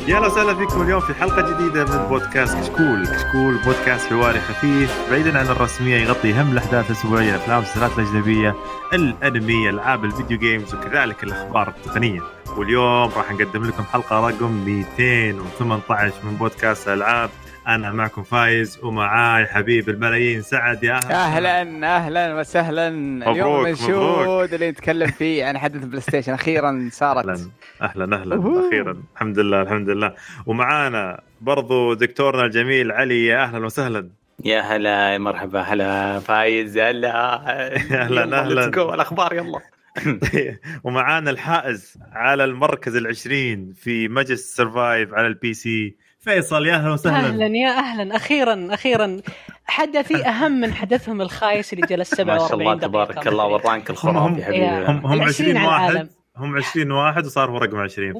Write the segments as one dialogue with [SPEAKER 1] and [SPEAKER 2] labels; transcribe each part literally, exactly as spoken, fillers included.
[SPEAKER 1] يا اهلا وسهلا فيكم اليوم في حلقة جديدة من بودكاست كشكول. كشكول بودكاست حواري خفيف بعيدا عن الرسمية، يغطي هم الأحداث الأسبوعية، الأفلام والمسلسلات الأجنبية، الأنمي، ألعاب الفيديو جيمز، وكذلك الأخبار التقنية. واليوم راح نقدم لكم حلقة رقم مئتين وثمانية عشر من بودكاست ألعاب. أنا معكم فايز ومعاي حبيب الملايين سعد. يا
[SPEAKER 2] أهلا أهلا وسهلا. اليوم منشود اللي نتكلم فيه عن حدث بلاي ستيشن أخيرا صارت.
[SPEAKER 1] أهلا أهلا, أهلا. أخيرا الحمد لله الحمد لله. ومعانا برضو دكتورنا الجميل علي. يا أهلا وسهلا.
[SPEAKER 3] يا هلا مرحبا. هلا فايز. هلا
[SPEAKER 1] أهلا أهلا.
[SPEAKER 3] الأخبار يلا.
[SPEAKER 1] ومعانا الحائز على المركز العشرين في مجلس سرفايف على البي سي، فيصل. يا أهلا وسهلا.
[SPEAKER 4] أهلا يا أهلا. أخيرا أخيرا حدثي أهم من حدثهم الخايس اللي جلس سبعة وأربعين دقيقة.
[SPEAKER 3] ما شاء الله تبارك الله والرانك الخرافي حبيبي.
[SPEAKER 1] هم, هم عشرين واحد هم عشرين واحد وصار هو رقم عشرين.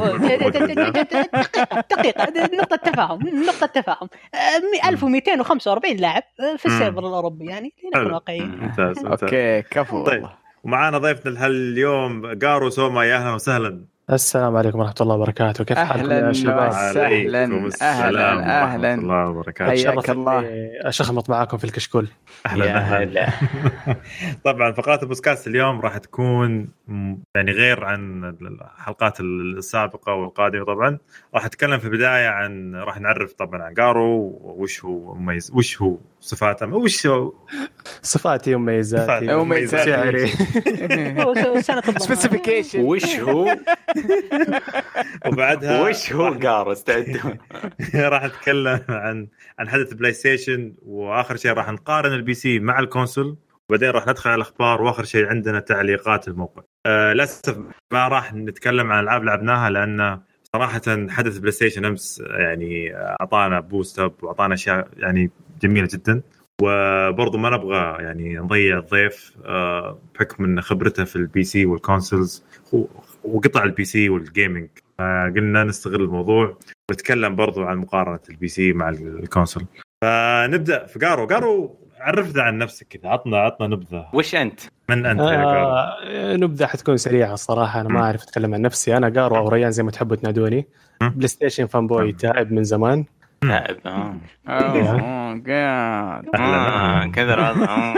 [SPEAKER 4] دقيقة نقطة تفاهم نقطة تفاهم ألف ومئتين وخمسة وأربعين لاعب في السيرفر الأوروبي، يعني لنكون واقعيين.
[SPEAKER 1] ممتاز.
[SPEAKER 2] أوكي كفو.
[SPEAKER 1] طيب ومعانا ضيفنا اليوم قارو سوما. يا أهلا وسهلا.
[SPEAKER 5] السلام عليكم ورحمة الله وبركاته. كيف حالكم يا شباب؟
[SPEAKER 2] أهلا أهلا أهلا.
[SPEAKER 1] الله وبركاته.
[SPEAKER 2] حياك الله.
[SPEAKER 5] أشخمط معاكم في الكشكول.
[SPEAKER 1] أهلا أهلا. طبعا فقرات البودكاست اليوم راح تكون يعني غير عن الحلقات السابقة والقادمة. طبعا راح نتكلم في البداية عن راح نعرف طبعا عن قارو وش هو مميز، وش هو صفاته، وش هو
[SPEAKER 5] صفاتي وميزاتي
[SPEAKER 2] وميزاتي
[SPEAKER 4] سبيسيفيكيشن
[SPEAKER 3] وش هو
[SPEAKER 1] وبعدها
[SPEAKER 3] وش هو قارو. استعدوا.
[SPEAKER 1] راح نتكلم عن عن حدث بلاي ستيشن، واخر شيء راح نقارن البي سي مع الكونسول، وبعدين راح ندخل على الاخبار، واخر شيء عندنا تعليقات الموقع. أه للاسف ما راح نتكلم عن العاب لعبناها، لان صراحه حدث بلاي ستيشن امس يعني اعطانا بوست اب واعطانا اشياء يعني جميله جدا. وبرضه ما نبغى يعني نضيع الضيف أه بحكم ان خبرته في البي سي والكونسولز وقطع البي سي والجيمنج. قلنا نستغل الموضوع ونتكلم برضو عن مقارنة البي سي مع الكونسول. فنبدأ في قارو. قارو عرفنا عن نفسك كذا، عطنا عطنا نبذة.
[SPEAKER 3] وش أنت؟
[SPEAKER 1] من أنت
[SPEAKER 5] آه
[SPEAKER 1] يا قارو؟
[SPEAKER 5] نبذة حتكون سريعة الصراحة. أنا ما أعرف أتكلم عن نفسي. أنا قارو أو ريان زي ما تحبوا تنادوني. بلاي ستيشن فان بوي تائب من زمان.
[SPEAKER 3] تائب آه
[SPEAKER 2] أوه جاد
[SPEAKER 3] آه كذا راضي.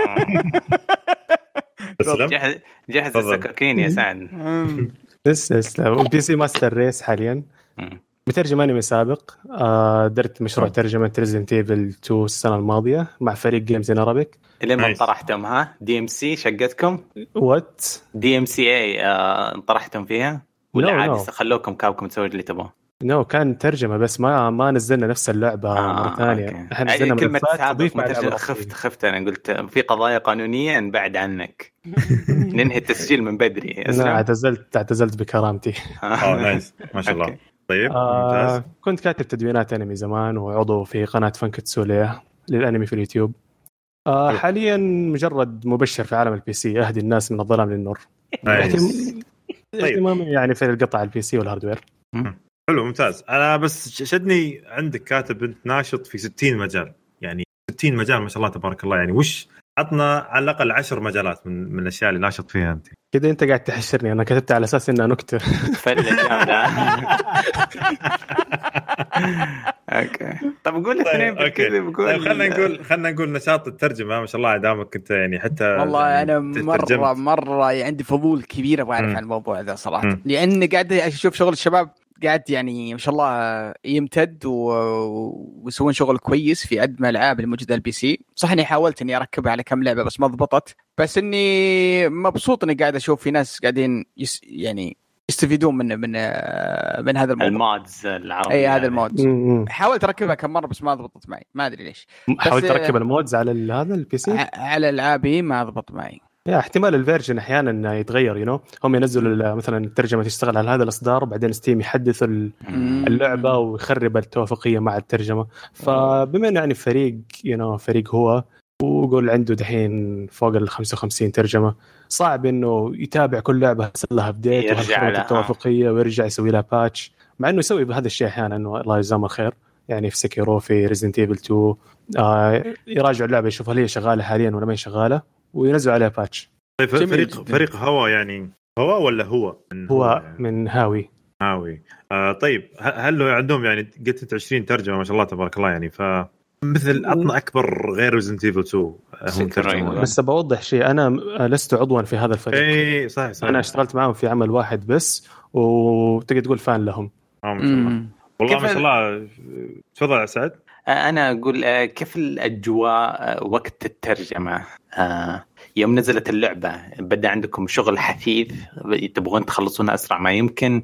[SPEAKER 3] جهز جهز السكاكين يا سعد.
[SPEAKER 5] لسه لسه. بي سي ماستر ريس حاليا. مترجم انمي سابق. آه درت مشروع ترجمة ريزيدنت ايفل تو السنة الماضية مع فريق جيمز ان ارابيك.
[SPEAKER 3] اللي ما طرحتم ها دي ام سي شقتكم
[SPEAKER 5] وات
[SPEAKER 3] دي ام سي اي طرحتم فيها ولا
[SPEAKER 5] no,
[SPEAKER 3] عادي
[SPEAKER 5] no.
[SPEAKER 3] خلوكم كابكم تسوي اللي تبغاه؟
[SPEAKER 5] نو no, كان ترجمة بس ما ما نزلنا نفس اللعبة آه مرة ثانية.
[SPEAKER 3] احنا نزلنا ملفات تضيف مع خفت خفت انا قلت في قضايا قانونية نبعد عنك. ننهي التسجيل من بدري.
[SPEAKER 5] لا اعتزلت اعتزلت بكرامتي.
[SPEAKER 1] اه نايس ما شاء الله. طيب
[SPEAKER 5] آه كنت كاتب تدوينات انمي زمان وعضو في قناة فانكتسوليا للانمي في اليوتيوب. آه حاليا مجرد مبشر في عالم البي سي، اهدي الناس من الظلام للنور. اهتمامي يعني في القطع البي سي والهاردوير.
[SPEAKER 1] حلو ممتاز. انا بس شدني عندك كاتب انت ناشط في ستين مجال، يعني ستين مجال ما شاء الله تبارك الله. يعني وش عطنا على الاقل عشر مجالات من من الاشياء اللي ناشط فيها انت
[SPEAKER 5] كده. انت قاعد تحشرني، انا كتبت على اساس انها نكته.
[SPEAKER 3] اوكي طب قول الاثنين
[SPEAKER 1] بالكذا. بقول خلينا نقول خلينا نقول نشاط الترجمه ما شاء الله دامك انت يعني حتى
[SPEAKER 2] والله
[SPEAKER 1] يعني
[SPEAKER 2] انا مره مره عندي فضول كبير ابغى اعرف عن الموضوع ذا صراحه. م. لان قاعد اشوف شغل الشباب قاعد يعني ما شاء الله يمتد ويسوون شغل كويس في عدد من الالعاب الموجوده على البي سي. صح اني حاولت اني اركبها على كم لعبه بس ما ضبطت، بس اني مبسوط اني قاعد اشوف في ناس قاعدين يس يعني يستفيدون من من من هذا الموضوع.
[SPEAKER 3] المودز العربي
[SPEAKER 2] اي هذا المودز. حاولت اركبها كم مره بس ما ضبطت معي، ما ادري ليش.
[SPEAKER 5] حاولت تركب المودز على هذا البي سي
[SPEAKER 2] على العابي ما ضبط معي.
[SPEAKER 5] يا احتمال الفيرجن احيانا يتغير، يو نو هم ينزلوا مثلا الترجمه تشتغل على هذا الاصدار وبعدين ستيم يحدث اللعبه ويخرب التوافقيه مع الترجمه. فبما انه يعني فريق يو نو فريق هو وقول عنده دحين فوق ال خمسة وخمسين ترجمه، صعب انه يتابع كل لعبه يحصل لها ابديت ويخرب التوافقيه ويرجع يسوي لها باتش، مع انه يسوي بهذا الشيء احيانا. انه الله يجزاه الخير يعني في سكيرو في ريزيدنت ايفل تو آه يراجع اللعبه يشوف هل هي شغاله حاليا ولا ما هي شغاله وينزلوا عليها باتش.
[SPEAKER 1] طيب فريق فريق هوا يعني هوا ولا هو
[SPEAKER 5] من هو يعني. من هاوي
[SPEAKER 1] هاوي. آه طيب هل له عندهم يعني قلت عشرين ترجمه ما شاء الله تبارك الله يعني، فمثل عطنا اكبر غير ريزنت ايفل تو هم ترجمه.
[SPEAKER 5] بس بوضح شيء، انا لست عضوا في هذا الفريق.
[SPEAKER 1] اي صحيح صحيح،
[SPEAKER 5] انا اشتغلت معهم في عمل واحد بس، وتقدر تقول فان لهم.
[SPEAKER 1] اه ما شاء الله والله ما شاء الله. تفضل سعد.
[SPEAKER 3] انا اقول كيف الاجواء وقت الترجمه يوم نزلت اللعبه؟ بدا عندكم شغل حثيث تبغون تخلصون اسرع ما يمكن،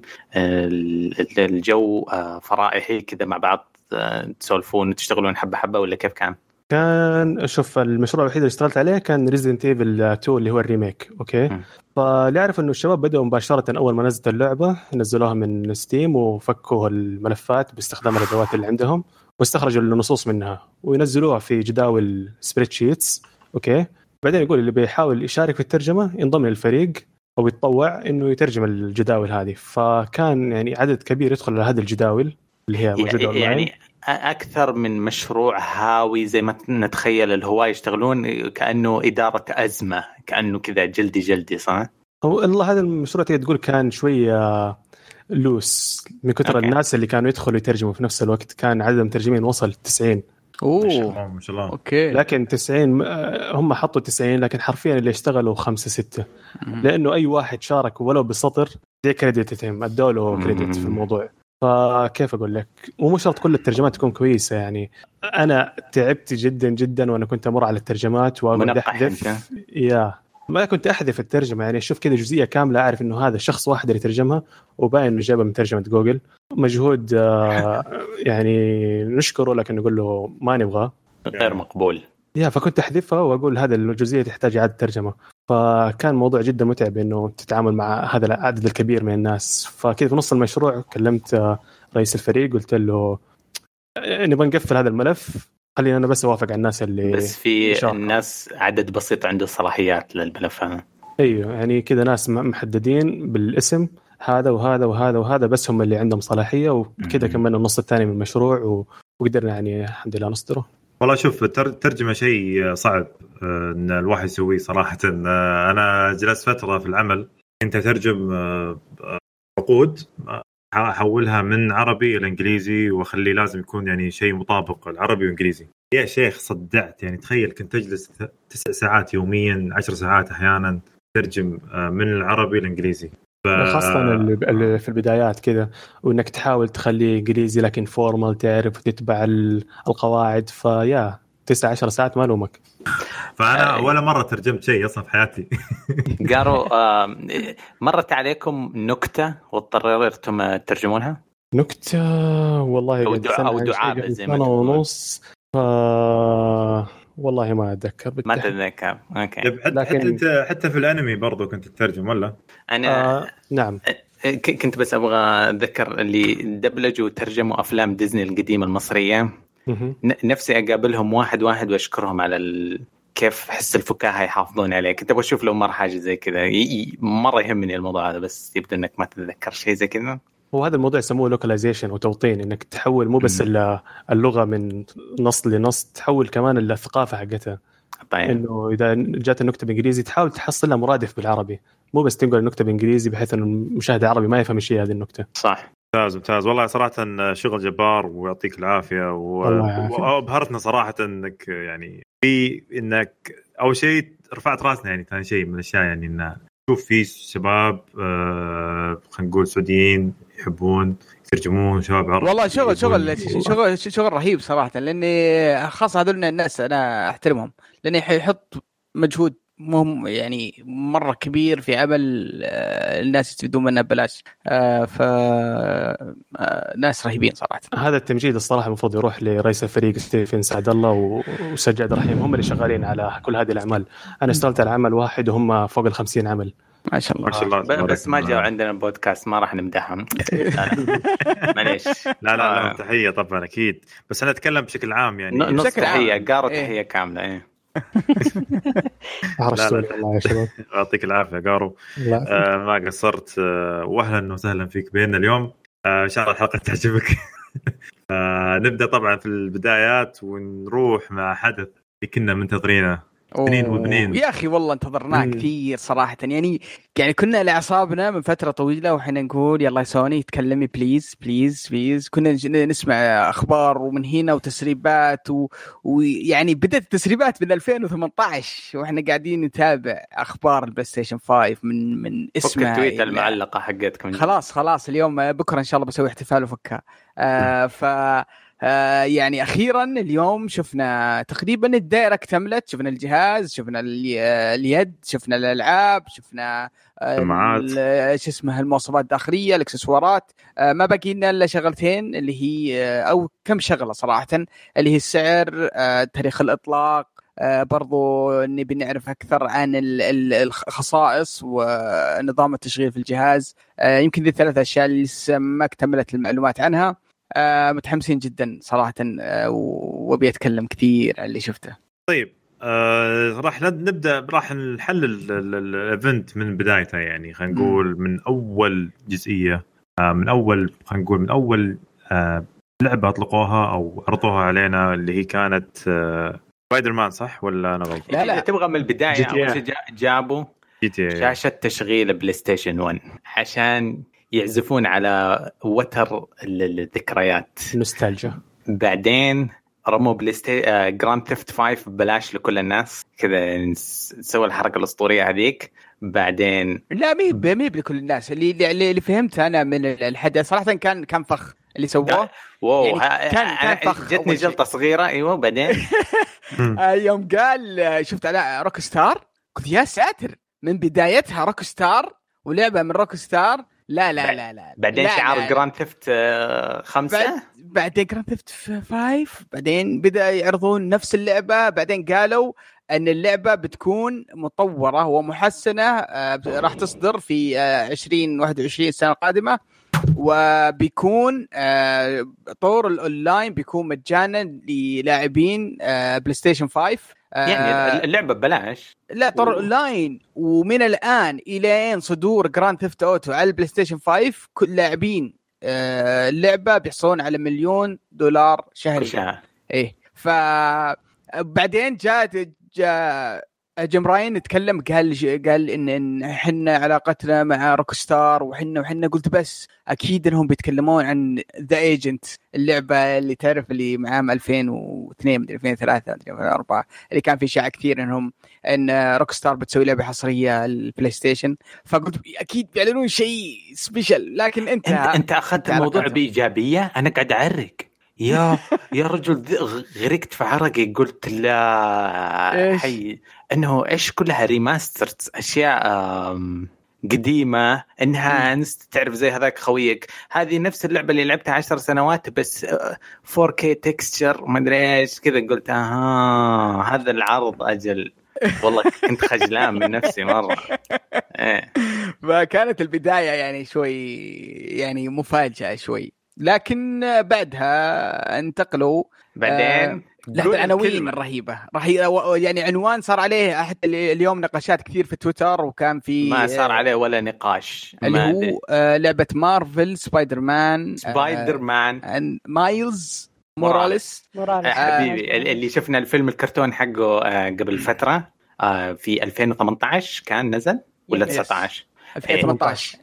[SPEAKER 3] الجو فرائحي كذا مع بعض تسولفون وتشتغلون حبه حبه، ولا كيف كان؟
[SPEAKER 5] كان شوف المشروع الوحيد اللي اشتغلت عليه كان ريزيدنت ايفل تو اللي هو الريميك. اوكي م. فاللي اعرف انه الشباب بدأوا مباشره اول ما نزلت اللعبه نزلوها من ستيم وفكوا الملفات باستخدام الادوات اللي عندهم واستخرجوا النصوص منها وينزلوها في جداول سبريد شيتس. اوكي بعدين يقول اللي بيحاول يشارك في الترجمه ينضم للفريق او يتطوع انه يترجم الجداول هذه. فكان يعني عدد كبير يدخل على هذه الجداول اللي هي موجوده
[SPEAKER 3] يعني, يعني اكثر من مشروع هاوي زي ما نتخيل الهواة يشتغلون كانه اداره ازمه، كانه كذا جلدي جلدي صح؟
[SPEAKER 5] هو الله هذا المشروع تقول كان شويه لوس من كثر أوكي. الناس اللي كانوا يدخلوا يترجموا في نفس الوقت كان عدد المترجمين وصل تسعين.
[SPEAKER 2] اوه
[SPEAKER 1] ما شاء الله ما شاء الله.
[SPEAKER 2] اوكي
[SPEAKER 5] لكن تسعين هم حطوا تسعين لكن حرفيا اللي اشتغلوا خمسة ستة، لانه اي واحد شارك ولو بسطر دي كريديتهم ادوا له كريديت في الموضوع. فكيف اقول لك ومو شرط كل الترجمات تكون كويسه. يعني انا تعبت جدا جدا وانا كنت امر على الترجمات واقعد احذف يا ما كنت احذف الترجمه. يعني اشوف كذا جزئيه كامله اعرف انه هذا شخص واحد اللي ترجمها وباين انه جابها من ترجمه جوجل. مجهود يعني نشكره لكن نقول له ما نبغى
[SPEAKER 3] غير مقبول
[SPEAKER 5] يا فكنت احذفها واقول هذا الجزئيه تحتاج اعاده ترجمه. فكان موضوع جدا متعب انه تتعامل مع هذا العدد الكبير من الناس. فكذا في نص المشروع كلمت رئيس الفريق قلت له نبغى نقفل هذا الملف، خلينا انا بس اوافق على الناس اللي
[SPEAKER 3] بس في شاركوا. الناس عدد بسيط عنده صلاحيات للملف هذا.
[SPEAKER 5] ايوه يعني كذا ناس محددين بالاسم هذا وهذا وهذا وهذا بس هم اللي عندهم صلاحيه، وكذا كمان النص الثاني من المشروع وقدرنا يعني الحمد لله نصدره.
[SPEAKER 1] والله شوف الترجمة شيء صعب ان الواحد يسويه صراحة. انا جلست فترة في العمل كنت اترجم عقود احولها من عربي الى انجليزي واخليه لازم يكون يعني شيء مطابق العربي وانجليزي. يا شيخ صدعت يعني. تخيل كنت اجلس تسع ساعات يوميا عشر ساعات احيانا ترجم من العربي الانجليزي. ف...
[SPEAKER 5] خاصة اللي في البدايات كذا وانك تحاول تخليه انجليزي لكن فورمال تعرف وتتبع القواعد. فيا تسع عشر ساعات ما لومك.
[SPEAKER 1] فانا ولا مرة ترجمت شيء اصلا في حياتي.
[SPEAKER 3] قاروا مرت عليكم نكتة واضطررتم ترجمونها؟
[SPEAKER 5] نكتة والله
[SPEAKER 3] او دعاء او دعابة زي ما
[SPEAKER 5] تقول ونص. ف والله ما اتذكر
[SPEAKER 3] ما تتذكر. اوكي
[SPEAKER 1] لكن حتى انت حتى في الانمي برضو كنت تترجم ولا؟
[SPEAKER 3] انا
[SPEAKER 5] آه نعم
[SPEAKER 3] كنت بس ابغى اتذكر اللي دبلجوا وترجموا افلام ديزني القديمه المصريه نفسي اقابلهم واحد واحد واشكرهم على ال... كيف حس الفكاهه يحافظون عليه. كنت ابغى اشوف لو مره حاجه زي كذا ي... مره يهمني الموضوع هذا، بس يبدو انك ما تتذكر شيء زي كذا.
[SPEAKER 5] وهذا الموضوع يسموه لوكاليزيشن وتوطين، انك تحول مو بس اللغه من نص لنص، تحول كمان الثقافه حقتها.
[SPEAKER 3] طيب.
[SPEAKER 5] انه اذا جات النكته بالانجليزي تحاول تحصل لها مرادف بالعربي، مو بس تنقل النكته بالانجليزي بحيث انه المشاهد العربي ما يفهم شيء هذه النكته.
[SPEAKER 3] صح.
[SPEAKER 1] ممتاز ممتاز والله صراحه شغل جبار ويعطيك العافيه. وابهرتنا صراحه انك يعني في انك اول شيء رفعت راسنا. يعني ثاني شيء من الاشياء يعني ان شوف في شباب آه خلينا نقول سعوديين يحبون يترجمون، شباب عرب
[SPEAKER 2] والله شغل شغل شغل شغل رهيب صراحه. لاني خاصه هذول الناس انا احترمهم لاني حيحط مجهود مهم يعني مرة كبير في عمل الناس يستفيدون منه ببلاش. ف ناس رهيبين صراحة.
[SPEAKER 5] هذا التمجيد الصراحة المفروض يروح لرئيس الفريق ستيفن سعد الله وسجاد رحيم، هم اللي شغالين على كل هذه الأعمال. أنا اشتغلت على عمل واحد وهم فوق الخمسين عمل
[SPEAKER 2] ما شاء الله.
[SPEAKER 1] ما شاء الله.
[SPEAKER 3] بس ما جاء عندنا بودكاست ما راح نمدحهم. معليش.
[SPEAKER 1] لا لا تحية طبعا أكيد، بس أنا أتكلم بشكل عام يعني.
[SPEAKER 3] نص تحية قارة تحية كاملة. إيه.
[SPEAKER 5] الله يا شباب
[SPEAKER 1] يعطيك العافيه قارو. آه ما قصرت. آه واهلا وسهلا فيك بيننا اليوم. آه ان شاء الله الحلقه تعجبك. آه نبدا طبعا في البدايات ونروح مع حدث اللي كنا منتظرينه سنين وبنين
[SPEAKER 2] يا اخي والله انتظرناه كثير صراحه، يعني يعني كنا على اعصابنا من فتره طويله وحنا نقول يلا سوني تكلمي بليز بليز بليز. كنا نسمع اخبار ومن هنا وتسريبات و... ويعني بدات التسريبات من ألفين وثمانية عشر واحنا قاعدين نتابع اخبار البلاي ستيشن خمسة من من اسمها
[SPEAKER 3] التويت المعلقه حقتكم.
[SPEAKER 2] خلاص خلاص اليوم بكره ان شاء الله بسوي احتفال وفكها. آه ف آه يعني أخيرا اليوم شفنا تقريبا الدائرة اكتملت، شفنا الجهاز، شفنا اليد، شفنا الألعاب، شفنا ايش اسمها المواصفات الداخلية، الاكسسوارات. آه ما باقي لنا إلا شغلتين اللي هي آه أو كم شغلة صراحة، اللي هي السعر، آه تاريخ الإطلاق، آه برضو نبي نعرف أكثر عن الخصائص ونظام التشغيل في الجهاز. آه يمكن ذي الثلاث أشياء اللي لسه ما اكتملت المعلومات عنها. آه متحمسين جدا صراحة، آه وبي أتكلم كثير عن اللي شفته.
[SPEAKER 1] طيب آه راح نبدأ راح نحلل الإيفنت من بدايته، يعني خلينا نقول من أول جزئية، آه من أول خلينا نقول من أول آه لعبة أطلقوها أو عرضوها علينا اللي هي كانت آه سبايدر مان، صح ولا أنا غلط؟
[SPEAKER 3] لا لا تبغى من البداية. أول شيء جابوا شاشة تشغيل بلاي ستيشن واحد عشان يعزفون على وتر الذكريات،
[SPEAKER 5] نوستالجيا.
[SPEAKER 3] بعدين رموا بلاي ستيشن جراند ثيفت خمسة ببلاش لكل الناس كذا، نسوي الحركة الأسطورية هذيك. بعدين
[SPEAKER 2] لا مي مي لكل الناس، اللي اللي فهمت أنا من الحدث صراحة كان كان فخ اللي سووه.
[SPEAKER 3] واو يعني كان كان فخ. جتني جلطة صغيرة. أيوة بعدين
[SPEAKER 2] يوم قال شفت على روك ستار قلت يا ساتر، من بدايتها روك ستار ولعبة من روك ستار. لا لا لا لا
[SPEAKER 3] بعدين شعار جراند ثيفت خمسة،
[SPEAKER 2] بعدين جراند ثيفت فايف، بعدين بدأ يعرضون نفس اللعبة. بعدين قالوا أن اللعبة بتكون مطورة ومحسنة، راح تصدر في عشرين واحد وعشرين السنة القادمة، وبيكون طور الأونلاين بيكون مجانا للاعبين بلاي ستيشن خمسة.
[SPEAKER 3] يعني اللعبة ببلاش،
[SPEAKER 2] لا طور اونلاين. ومن الان الى صدور جراند ثيفت اوتو على البلاي ستيشن خمسة كل لاعبين اللعبه بيحصلون على مليون دولار شهري.
[SPEAKER 3] شهر.
[SPEAKER 2] ايه فبعدين جاء جاء جيم راين يتكلم، قال قال ان ان احنا علاقتنا مع روك ستار وحنا وحنا قلت بس اكيد انهم بيتكلمون عن ذا ايجنت، اللعبه اللي تعرف اللي معام ألفين واثنين مدري ألفين وثلاثة مدري ألفين وأربعة اللي كان في شائع كثير انهم ان روك ستار بتسوي لعبه حصريه البلاي ستيشن. فقلت اكيد بيعلنون شيء سبيشل. لكن انت
[SPEAKER 3] انت, انت اخذت الموضوع بايجابيه. انا قاعد اعرق يا يا رجل، غرقت في عرقي. قلت لا حي انه ايش كلها ريماسترز، اشياء قديمه انهانست، تعرف زي هذاك خويك هذه نفس اللعبه اللي لعبتها عشر سنوات بس فور كي تكستشر وما ادري ايش كذا. قلت اها هذا العرض اجل. والله كنت خجلان من نفسي مره.
[SPEAKER 2] ايه فكانت البدايه يعني شوي يعني مفاجاه شوي، لكن بعدها انتقلوا
[SPEAKER 3] بعدين
[SPEAKER 2] لحظة العناوين الرهيبة راح يعني عنوان صار عليه حتى اليوم نقاشات كثير في تويتر، وكان في
[SPEAKER 3] ما صار عليه ولا نقاش
[SPEAKER 2] اللي هو آه لعبة مارفل سبايدر مان
[SPEAKER 3] سبايدر مان
[SPEAKER 2] مايلز موراليس.
[SPEAKER 3] موراليس حبيبي آه اللي شفنا الفيلم الكرتون حقه آه قبل فترة آه في ألفين وثمانية عشر كان نزل ولا تسعة عشر
[SPEAKER 2] ألفين وثمانية عشر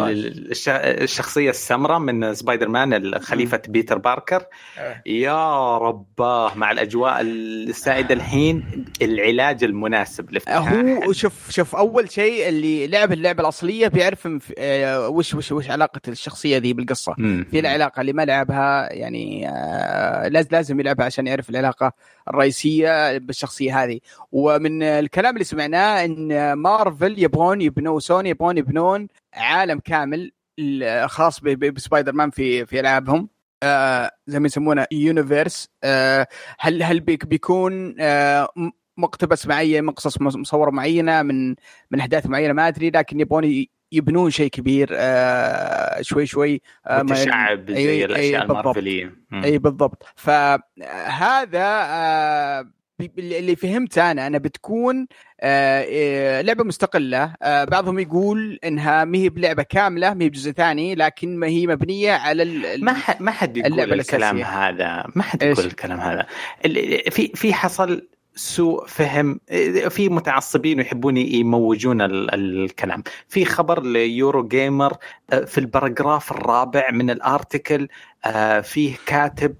[SPEAKER 3] الشخصية السمراء من سبايدر مان خليفة بيتر باركر. يا رباه مع الأجواء السائدة الحين العلاج المناسب لافتتاح.
[SPEAKER 2] هو شوف شوف أول شيء اللي لعب اللعبة الأصلية بيعرف وش وش وش علاقة الشخصية ذي بالقصة. في العلاقة اللي ما لعبها يعني لازم لازم يلعبها عشان يعرف العلاقة الرئيسية بالشخصية هذه. ومن الكلام اللي سمعناه إن مارفل يبغون يبنون سوني يبغون يبنون عالم كامل خاص بسبايدر مان في في ألعابهم، آه زي ما يسمونه يونيفيرس. آه هل هل بيك بيكون آه مقتبس معين من قصص مصورة معينة من من أحداث معينة ما أدري، لكن يبغون يبنون شيء كبير آه شوي شوي
[SPEAKER 3] آه متشعب زي أي الأشياء المارفلية.
[SPEAKER 2] أي بالضبط. فهذا آه اللي فهمت أنا أنا بتكون آه لعبة مستقلة. آه بعضهم يقول إنها ما هي بلعبة كاملة، ما هي بجزء ثاني، لكن ما هي مبنية على ال
[SPEAKER 3] ما ما حد يقول الكلام هذا، ما حد يقول الكلام هذا. في في حصل سوء فهم، في متعصبين ويحبون يموجون الكلام. في خبر ليورو جيمر في الباراجراف الرابع من الارتيكل فيه كاتب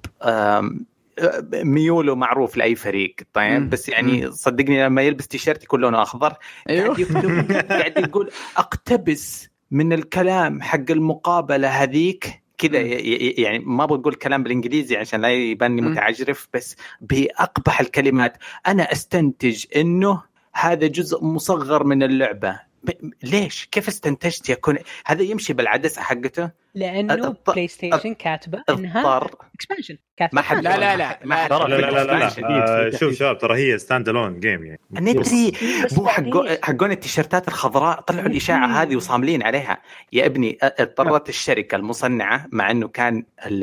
[SPEAKER 3] ميوله معروف لأي فريق، طيب بس يعني صدقني لما يلبس تيشيرت يكون لونه أخضر قاعد يكتب قاعد يقول أقتبس من الكلام حق المقابلة هذيك كذا، يعني ما بقول كلام بالإنجليزي عشان لا يباني متعجرف، بس بأقبح الكلمات. أنا أستنتج إنه هذا جزء مصغر من اللعبة. ليش؟ كيف استنتجت يكون هذا يمشي بالعدسة حقته؟
[SPEAKER 4] لأنه بلاي ستيشن كاتبة إنها إكسبانشن.
[SPEAKER 3] ما حد
[SPEAKER 2] لا لا لا
[SPEAKER 1] لا لا لا, لا, لا. شوف شباب ترى هي ستاند الون جيم يعني.
[SPEAKER 3] ندري مو حقون التيشيرتات الخضراء طلعوا الإشاعة هذه وصاملين عليها يا ابني. اضطرت الشركة المصنعة مع إنه كان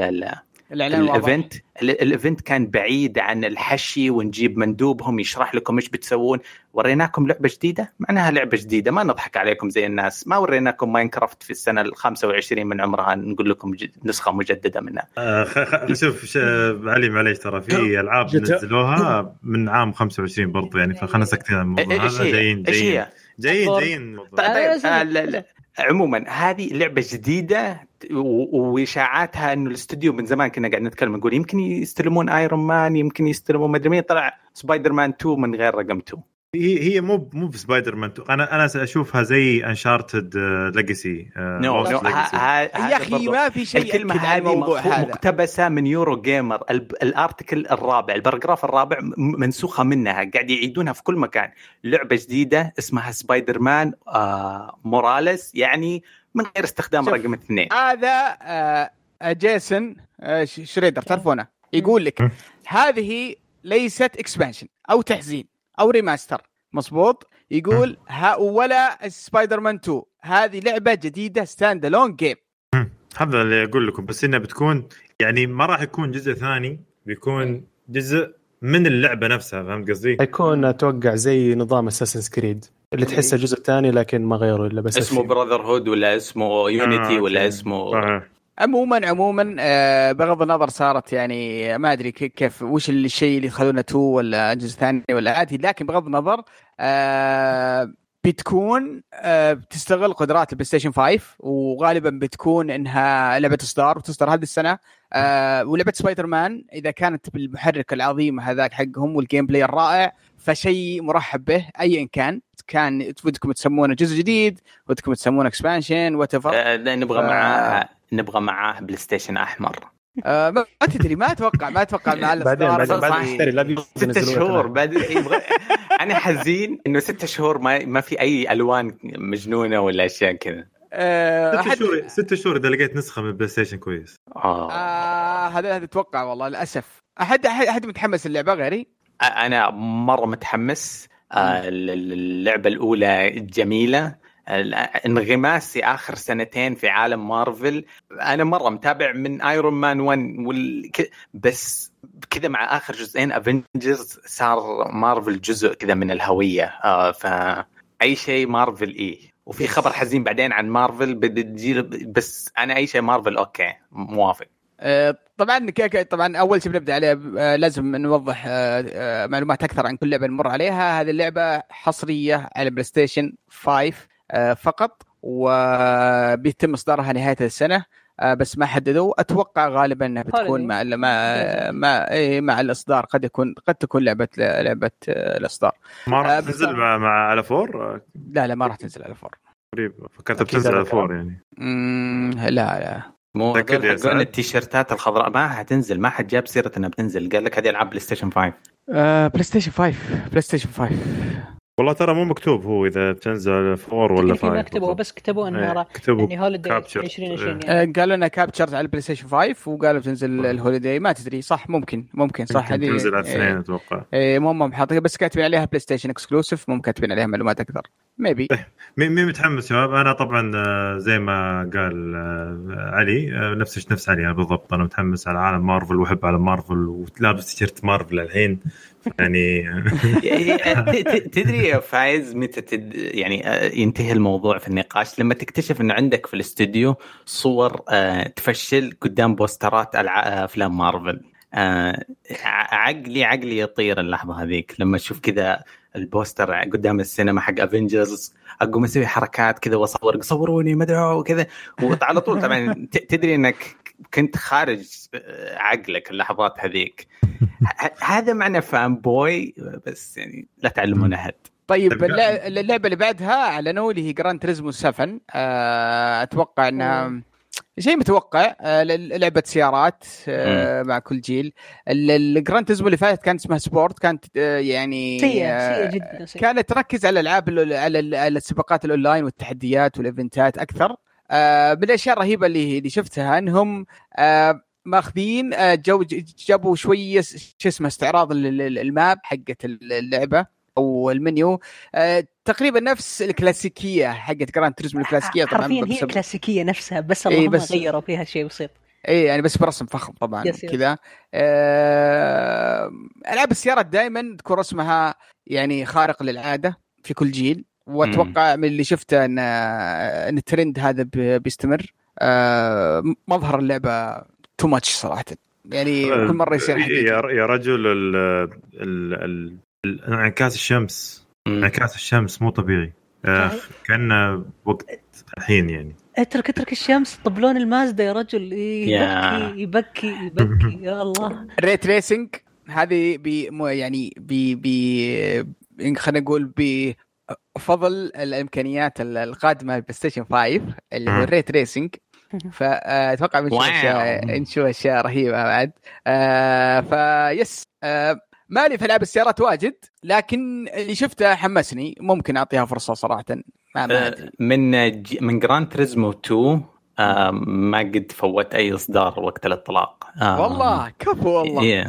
[SPEAKER 3] الايفنت الايفنت كان بعيد عن الحشي ونجيب مندوبهم يشرح لكم ايش بتسوون. وريناكم لعبه جديده، معناها لعبه جديده، ما نضحك عليكم زي الناس. ما وريناكم ماينكرافت في السنه الخامسة والعشرين من عمرها نقول لكم نسخه مجدده منها.
[SPEAKER 1] آه خ... شوف علي معليش ترى في العاب نزلوها من عام خمسة وعشرين برضو يعني، فخلنا ساكتين عن الموضوع هذا. جايين جايين جايين جايين
[SPEAKER 3] طيب عموما هذه لعبة جديدة وإشاعاتها إنه الاستوديو من زمان كنا قاعد نتكلم نقول يمكن يستلمون ايرون مان، يمكن يستلمون مدري مين، طلع سبايدر مان تو من غير رقم تو.
[SPEAKER 1] هي هي مو مو بسبايدر مان تو. انا انا اشوفها زي انشارتد ليجاسي.
[SPEAKER 3] نو نو
[SPEAKER 2] يا اخي ما في شيء.
[SPEAKER 3] الكلمة هذه مقتبسة من يورو جيمر. الارتيكل الرابع الباراجراف الرابع منسوخة منها، قاعد يعيدونها في كل مكان. لعبة جديدة اسمها سبايدر مان آه موراليس، يعني من غير استخدام رقم اثنين.
[SPEAKER 2] هذا آه جيسون آه شريدر تعرفونه يقول لك هذه ليست اكسبانشن او تحزين او ريماستر، مصبوط. يقول ها ولا سبايدر مان تو، هذه لعبة جديدة ستاند الون جيم.
[SPEAKER 1] هذا اللي اقول لكم، بس انها بتكون يعني ما راح يكون جزء ثاني، بيكون جزء من اللعبة نفسها. فهمت قصدي؟
[SPEAKER 5] يكون اتوقع زي نظام اساسنز كريد اللي تحسه جزء ثاني لكن ما غيروا الا بس
[SPEAKER 3] اسمه براذر هود ولا اسمه يونيتي آه ولا اسمه آه.
[SPEAKER 2] عموما عموما آه بغض النظر صارت يعني ما ادري كيف وش الشيء اللي يدخلونه تو ولا جزء ثاني ولا عادي، لكن بغض النظر آه بتكون آه بتستغل قدرات البلاي ستيشن خمسة، وغالبا بتكون انها لعبه اصدار وتصدر هذه السنه. آه ولعبه سبايدر مان اذا كانت بالمحرك العظيم هذاك حقهم والجيم بلاي الرائع فشيء مرحب به ايا كان. كان ودكم تسمونه جزء جديد، ودكم تسمونه اكسبانشن واتفر.
[SPEAKER 3] آه نبغى آه معاه نبغى معاه بلاي ستيشن احمر.
[SPEAKER 2] آه ما تدري، ما اتوقع ما اتوقع مع
[SPEAKER 5] الاصدار بعد تشتري لا
[SPEAKER 3] ست شهور بعد يبغى. انا حزين انه ست شهور ما ما في اي الوان مجنونه ولا اشياء كذا.
[SPEAKER 1] آه ست شهور ست شهور اذا لقيت نسخه من بلاي ستيشن كويس.
[SPEAKER 2] اه, آه هذا هذا اتوقع والله للاسف. احد احد متحمس اللعبه غيري؟
[SPEAKER 3] انا مره متحمس. آه اللعبه الاولى جميله، انغماسي آخر سنتين في عالم مارفل. أنا مرة متابع من ايرون مان واحد وال... بس كذا مع آخر جزئين افنجرز صار مارفل جزء كذا من الهوية. آه فأي شيء مارفل إيه. وفي خبر حزين بعدين عن مارفل بتجي، بس أنا أي شيء مارفل أوكي موافق.
[SPEAKER 2] آه طبعا طبعا أول شيء بنبدأ عليه آه لازم نوضح آه آه معلومات أكثر عن كل لعبة نمر عليها. هذه اللعبة حصرية على بلاي ستيشن خمسة فقط، وبيتم إصدارها نهاية السنة، بس ما حددوا. أتوقع غالبا أنها بتكون مع مع مع, إيه مع الإصدار. قد يكون قد تكون لعبة لعبة الإصدار.
[SPEAKER 1] ما راح تنزل مع مع على فور؟
[SPEAKER 2] لا لا ما راح تنزل على فور.
[SPEAKER 1] قريب فكرت بتنزل على فور يعني.
[SPEAKER 2] امم لا لا
[SPEAKER 3] مو حقون التيشيرتات الخضراء ما حتنزل. ما حد جاب سيرة أنها بتنزل، قال لك هذه ألعاب بلاي ستيشن خمسة.
[SPEAKER 2] آه بلاي ستيشن خمسة بلاي ستيشن خمسة.
[SPEAKER 1] والله ترى مو مكتوب هو إذا بتنزل فور ولا فايف.
[SPEAKER 4] ما كتبوا بس كتبوا إنها يعني هوليداي عشرين عشرين يعني.
[SPEAKER 2] قالوا إنها كابتشرت على البلاي ستيشن خمسة وقالوا بتنزل الهوليداي. ما تدري صح، ممكن ممكن صح
[SPEAKER 1] هذه تنزل على الاثنين أتوقع.
[SPEAKER 2] إيه مو هم حاطين بس كاتبين عليها بلاي ستيشن إكسكلوسيف، مو كاتبين عليها معلومات أكثر. ميبي.
[SPEAKER 1] مين مين متحمس شباب؟ أنا طبعا زي ما قال علي نفس نفس علي بالضبط. أنا متحمس على عالم مارفل وأحب عالم مارفل ولابس تيشيرت مارفل الحين يعني.
[SPEAKER 3] تدري فايز متى تد... يعني ينتهي الموضوع في النقاش لما تكتشف إنه عندك في الاستوديو صور تفشل قدام بوسترات أفلام مارفل. آه عقلي عقلي يطير اللحظة هذيك لما أشوف كذا البوستر قدام السينما حق افنجرز، اقوم اسوي حركات كذا واصور صوروني مدعو وكذا، وعلى طول طبعا تدري انك كنت خارج عقلك اللحظات هذيك. هذا معنى فان بوي، بس يعني لا تعلمون احد.
[SPEAKER 2] طيب اللعبه اللي بعدها اعلنوا اللي هي جراند تريزمو سفن، اتوقع انها شيء متوقع، لعبة سيارات مع كل جيل. الجراند تريزمو اللي فاتت كانت اسمها سبورت، كانت يعني
[SPEAKER 4] سيئة سيئة جدا سيئة.
[SPEAKER 2] كانت تركز على الألعاب على السباقات الأونلاين والتحديات والإيفنتات أكثر. من الأشياء الرهيبة اللي اللي شفتها أنهم ماخذين جو جابوا شوية شو اسمه استعراض الماب حقة اللعبة أو المنيو، تقريبا نفس الكلاسيكية حقت جراند تريزمو الكلاسيكية. طبعا
[SPEAKER 4] حرفيا هي الكلاسيكية نفسها، بس اللهم بس غيروا فيها شيء بسيط.
[SPEAKER 2] اي يعني بس برسم فخم طبعا كذا. آه... العاب السيارات دائما تكون رسمها يعني خارق للعادة في كل جيل، واتوقع من اللي شفته ان ان الترند هذا بيستمر. آه... مظهر اللعبة تو ماتش صراحة، يعني كل مرة يصير
[SPEAKER 1] يا, يا رجل ال ال انعكاس الشمس، انعكاس الشمس مو طبيعي. آه كان وقت الحين يعني
[SPEAKER 4] اترك اترك الشمس. طبلون المازدا يا رجل يبكي يبكي يبكي يا الله.
[SPEAKER 2] الريت ريسنج هذه بي يعني بي بي خلينا نقول بفضل الامكانيات القادمه البلاي ستيشن خمسة اللي هو الريت ريسنج، فاتوقع بنشوف اشياء نشوف اشياء رهيبه بعد. آه فيس آه مالي في ألعاب السيارات واجد، لكن اللي شفته حمسني، ممكن أعطيها فرصة صراحة. ما
[SPEAKER 3] أه من من جراند تريزمو تو أه ما قد فوت أي إصدار وقت الإطلاق.
[SPEAKER 2] أه والله كفو والله.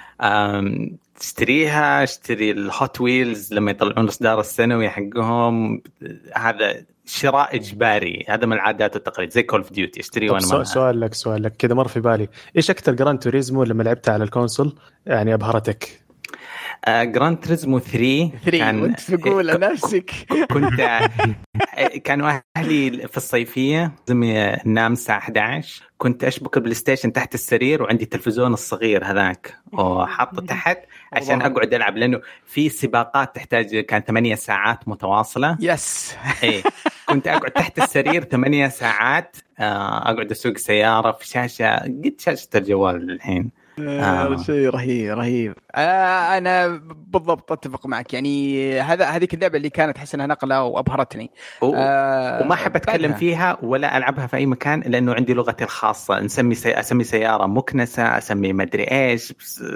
[SPEAKER 3] أه تشتريها، اشتري الهوت ويلز لما يطلعون الإصدار السنوي حقهم، هذا شراء إجباري، هذا من العادات والتقاليد زي كول اوف ديوتي اشتري. وانا
[SPEAKER 5] سؤال, سؤال لك سؤال لك كذا مر في بالي، ايش اكثر جراند توريزمو لما لعبتها على الكونسول يعني ابهرتك؟
[SPEAKER 3] آه جراند تريزمو ثري
[SPEAKER 2] كان وانت تقول لنفسك
[SPEAKER 3] كنت كانوا اهلي في الصيفيه زي نام الساعه إحدى عشر، كنت اشبك البلاي ستيشن تحت السرير وعندي التلفزيون الصغير هذاك وحاطه تحت عشان اقعد العب، لانه في سباقات تحتاج كان ثمانية ساعات متواصله.
[SPEAKER 2] يس
[SPEAKER 3] ايه كنت اقعد تحت السرير ثمانية ساعات اقعد اسوق سياره في شاشه قد شاشه الجوال الحين.
[SPEAKER 2] آه. شيء رهيب رهيب. آه أنا بالضبط أتفق معك، يعني هذا هذيك اللعبة اللي كانت حس إنها نقلة وأبهرتني.
[SPEAKER 3] آه وما أحب أتكلم فيها ولا ألعبها في أي مكان لأنه عندي لغتي الخاصة، نسمي سي... أسمي سيارة مكنسة، أسمي مدري إيش،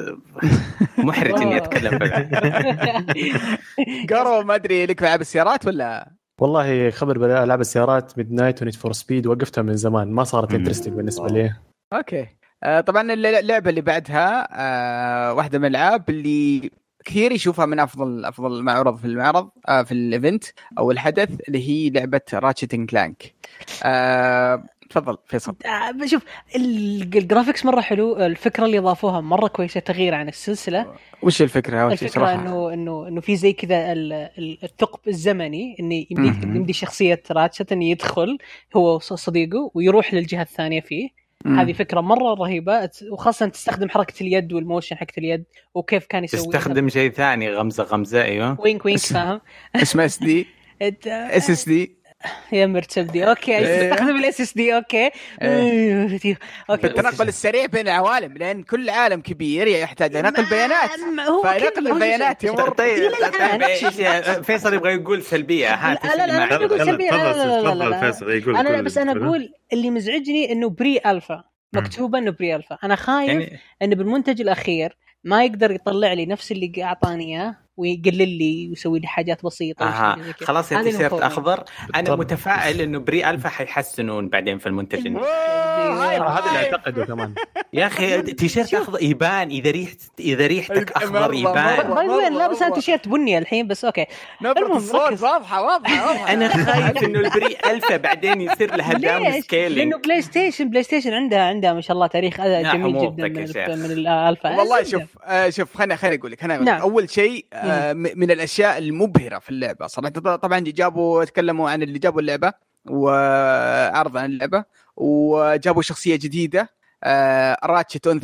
[SPEAKER 3] محرج إني أتكلم فيها.
[SPEAKER 2] قروا ما أدري لك في ألعاب السيارات ولا؟
[SPEAKER 5] والله خبر بألعاب السيارات ميدنايت ونيد فور سبيد وقفتها من زمان، ما صارت انترستينج بالنسبة لي.
[SPEAKER 2] أوكي. آه طبعا اللعبة اللي بعدها آه واحدة من الألعاب اللي كثير يشوفها من أفضل أفضل ما عرض في المعرض آه في الإيفنت أو الحدث، اللي هي لعبة راتشت اند كلانك. آه تفضل فيصل.
[SPEAKER 4] آه شوف الجرافيكس مرة حلو، الفكرة اللي ضافوها مرة كويسة، تغيير عن السلسلة.
[SPEAKER 2] وش الفكرة؟
[SPEAKER 4] الفكرة إنه إنه إنه في زي كذا الثقب الزمني، إني يمدي يمدي شخصية راتشت إنه يدخل هو وصديقه ويروح للجهة الثانية فيه. هذه فكرة مرة رهيبة، وخاصة تستخدم حركة اليد والموشن حقة اليد وكيف كان يسوي.
[SPEAKER 3] تستخدم شيء ثاني غمزة غمزة أيوة
[SPEAKER 4] وينك وينك فاهم.
[SPEAKER 2] اسمه اس دي اس اس دي
[SPEAKER 4] يا مرتبدي اوكي استخدم الاس اس دي اوكي اوكي
[SPEAKER 2] التنقل السريع بين العوالم، لان كل عالم كبير يحتاج نقل بيانات، فنقل البيانات يمر.
[SPEAKER 3] طيب فيصل يبغى يقول سلبيه.
[SPEAKER 4] لا لا لا انا اقول سلبيه،
[SPEAKER 1] تفضل فيصل يقول.
[SPEAKER 4] انا بس انا اقول اللي مزعجني انه بري الفا، مكتوبه انه بري الفا. انا خايف انه بالمنتج الاخير ما يقدر يطلع لي نفس اللي اعطاني اياه ويقلل لي ويسوي لي حاجات بسيطه.
[SPEAKER 3] آه. خلاص يا تيشيرت اخضر. انا متفائل انه بري الفا حيحسنون بعدين في المنتج.
[SPEAKER 5] هذا اللي اعتقده كمان
[SPEAKER 3] يا اخي تيشيرت اخضر يبان اذا ريحت اذا ريحتك اخضر يبان.
[SPEAKER 4] وين لابس انا تيشيرت بني الحين بس اوكي.
[SPEAKER 2] نبرة الصوت واضحه واضحه.
[SPEAKER 3] انا خايف انه البري الفا بعدين يصير لها داون سكيلينج،
[SPEAKER 4] لانه بلاي ستيشن بلاي ستيشن عندها عندها ما شاء الله تاريخ جميل جدا من, من الالفا.
[SPEAKER 2] والله شوف آه شوف خليني خليني اقول لك انا نعم. اول شيء آه من الاشياء المبهره في اللعبه صراحه. طبعا جابوا تكلموا عن اللي جابوا اللعبه وعرض عن اللعبه، وجابوا شخصيه جديده آه راتشت انثى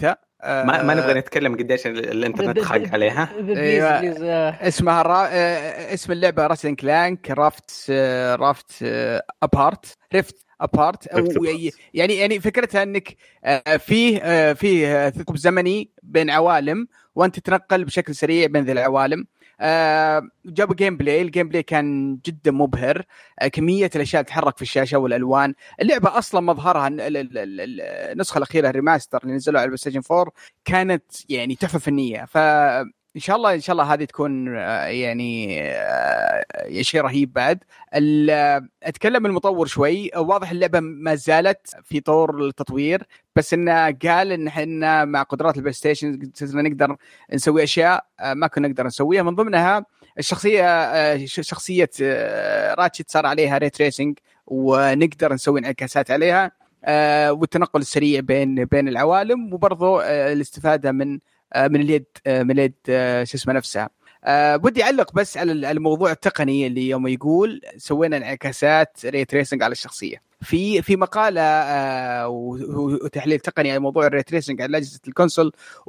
[SPEAKER 3] ما ما نبغى نتكلم قديش الانترنت خاق عليها.
[SPEAKER 2] بليز بليز اسمها را... اسم اللعبه راتشت كلانك رافت رافت ابارت ريفت ابارت يعني يعني فكرتها انك فيه فيه ثقب زمني بين عوالم وانت تتنقل بشكل سريع بين ذي العوالم. آه جابوا جيم بلاي، الجيم بلاي كان جدا مبهر، آه كمية الأشياء تتحرك في الشاشة والألوان. اللعبة أصلا مظهرها النسخة الأخيرة الريماستر اللي نزلوا على البلايستيشن فور كانت يعني تحفة فنية. فإن شاء الله إن شاء الله هذه تكون آه يعني آه شيء رهيب. بعد أتكلم المطور شوي، واضح اللعبة ما زالت في طور التطوير، بس إنه قال إن إحنا مع قدرات البلايستيشن نقدر نسوي أشياء ما كنا نقدر نسويها، من ضمنها الشخصية شخصية راتشت صار عليها ري تريسنج ونقدر نسوي انعكاسات عليها، والتنقل السريع بين بين العوالم، وبرضه الاستفادة من من اليد من اليد شو اسمه نفسها. أه بدي أعلق بس على الموضوع التقني اللي يوم يقول سوينا انعكاسات ري تريسنج على الشخصية. في في مقالة أه وتحليل تقني على موضوع الري تريسنج على أجهزة الكونسول،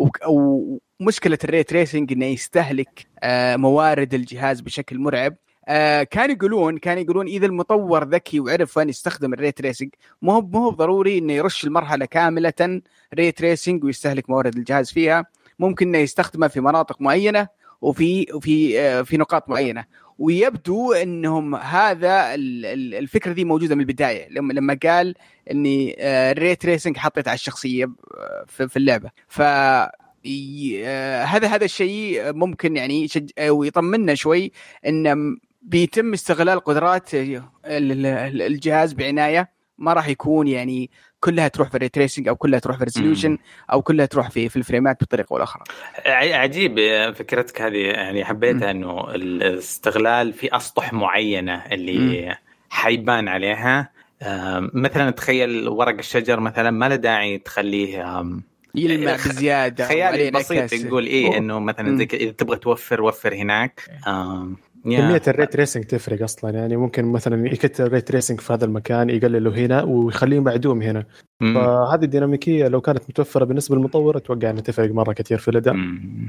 [SPEAKER 2] ومشكلة الري تريسنج إنه يستهلك أه موارد الجهاز بشكل مرعب. آه كانوا يقولون كانوا يقولون إذا المطور ذكي وعرف وين يستخدم الري تريسنج، مو هو مو ضروري إنه يرش المرحلة كاملة ري تريسنج ويستهلك موارد الجهاز فيها، ممكن إنه يستخدمها في مناطق معينة وفي وفي آه في نقاط معينة. ويبدو إنهم هذا الفكرة دي موجودة من البداية، لما لما قال إني آه الري تريسنج حطيت على الشخصية في, في اللعبة. ف هذا هذا الشيء ممكن يعني يشج... ويطمنا شوي إن بيتم استغلال قدرات الجهاز بعناية، ما راح يكون يعني كلها تروح في الري تريسنج أو كلها تروح في الريزوليوشن أو كلها تروح في في الفريمات بطريقة ولا أخرى.
[SPEAKER 3] عجيب فكرتك هذه، يعني حبيتها إنه الاستغلال في أسطح معينة اللي م. حيبان عليها. مثلا تخيل ورق الشجر مثلا ما له داعي تخليه
[SPEAKER 2] يلمع بزيادة،
[SPEAKER 3] خيالي بسيط يقول إيه أوه. إنه مثلا زي إذا تبغى توفر وفر هناك.
[SPEAKER 5] كمية الري تريسنج تفرق أصلا، يعني ممكن مثلا يكتر الري تريسنج في هذا المكان يقلله هنا ويخليه معدوم هنا. مم. فهذه الديناميكية لو كانت متوفرة بالنسبة للمطور أتوقع أنها تفرق مرة كثير في الأداء.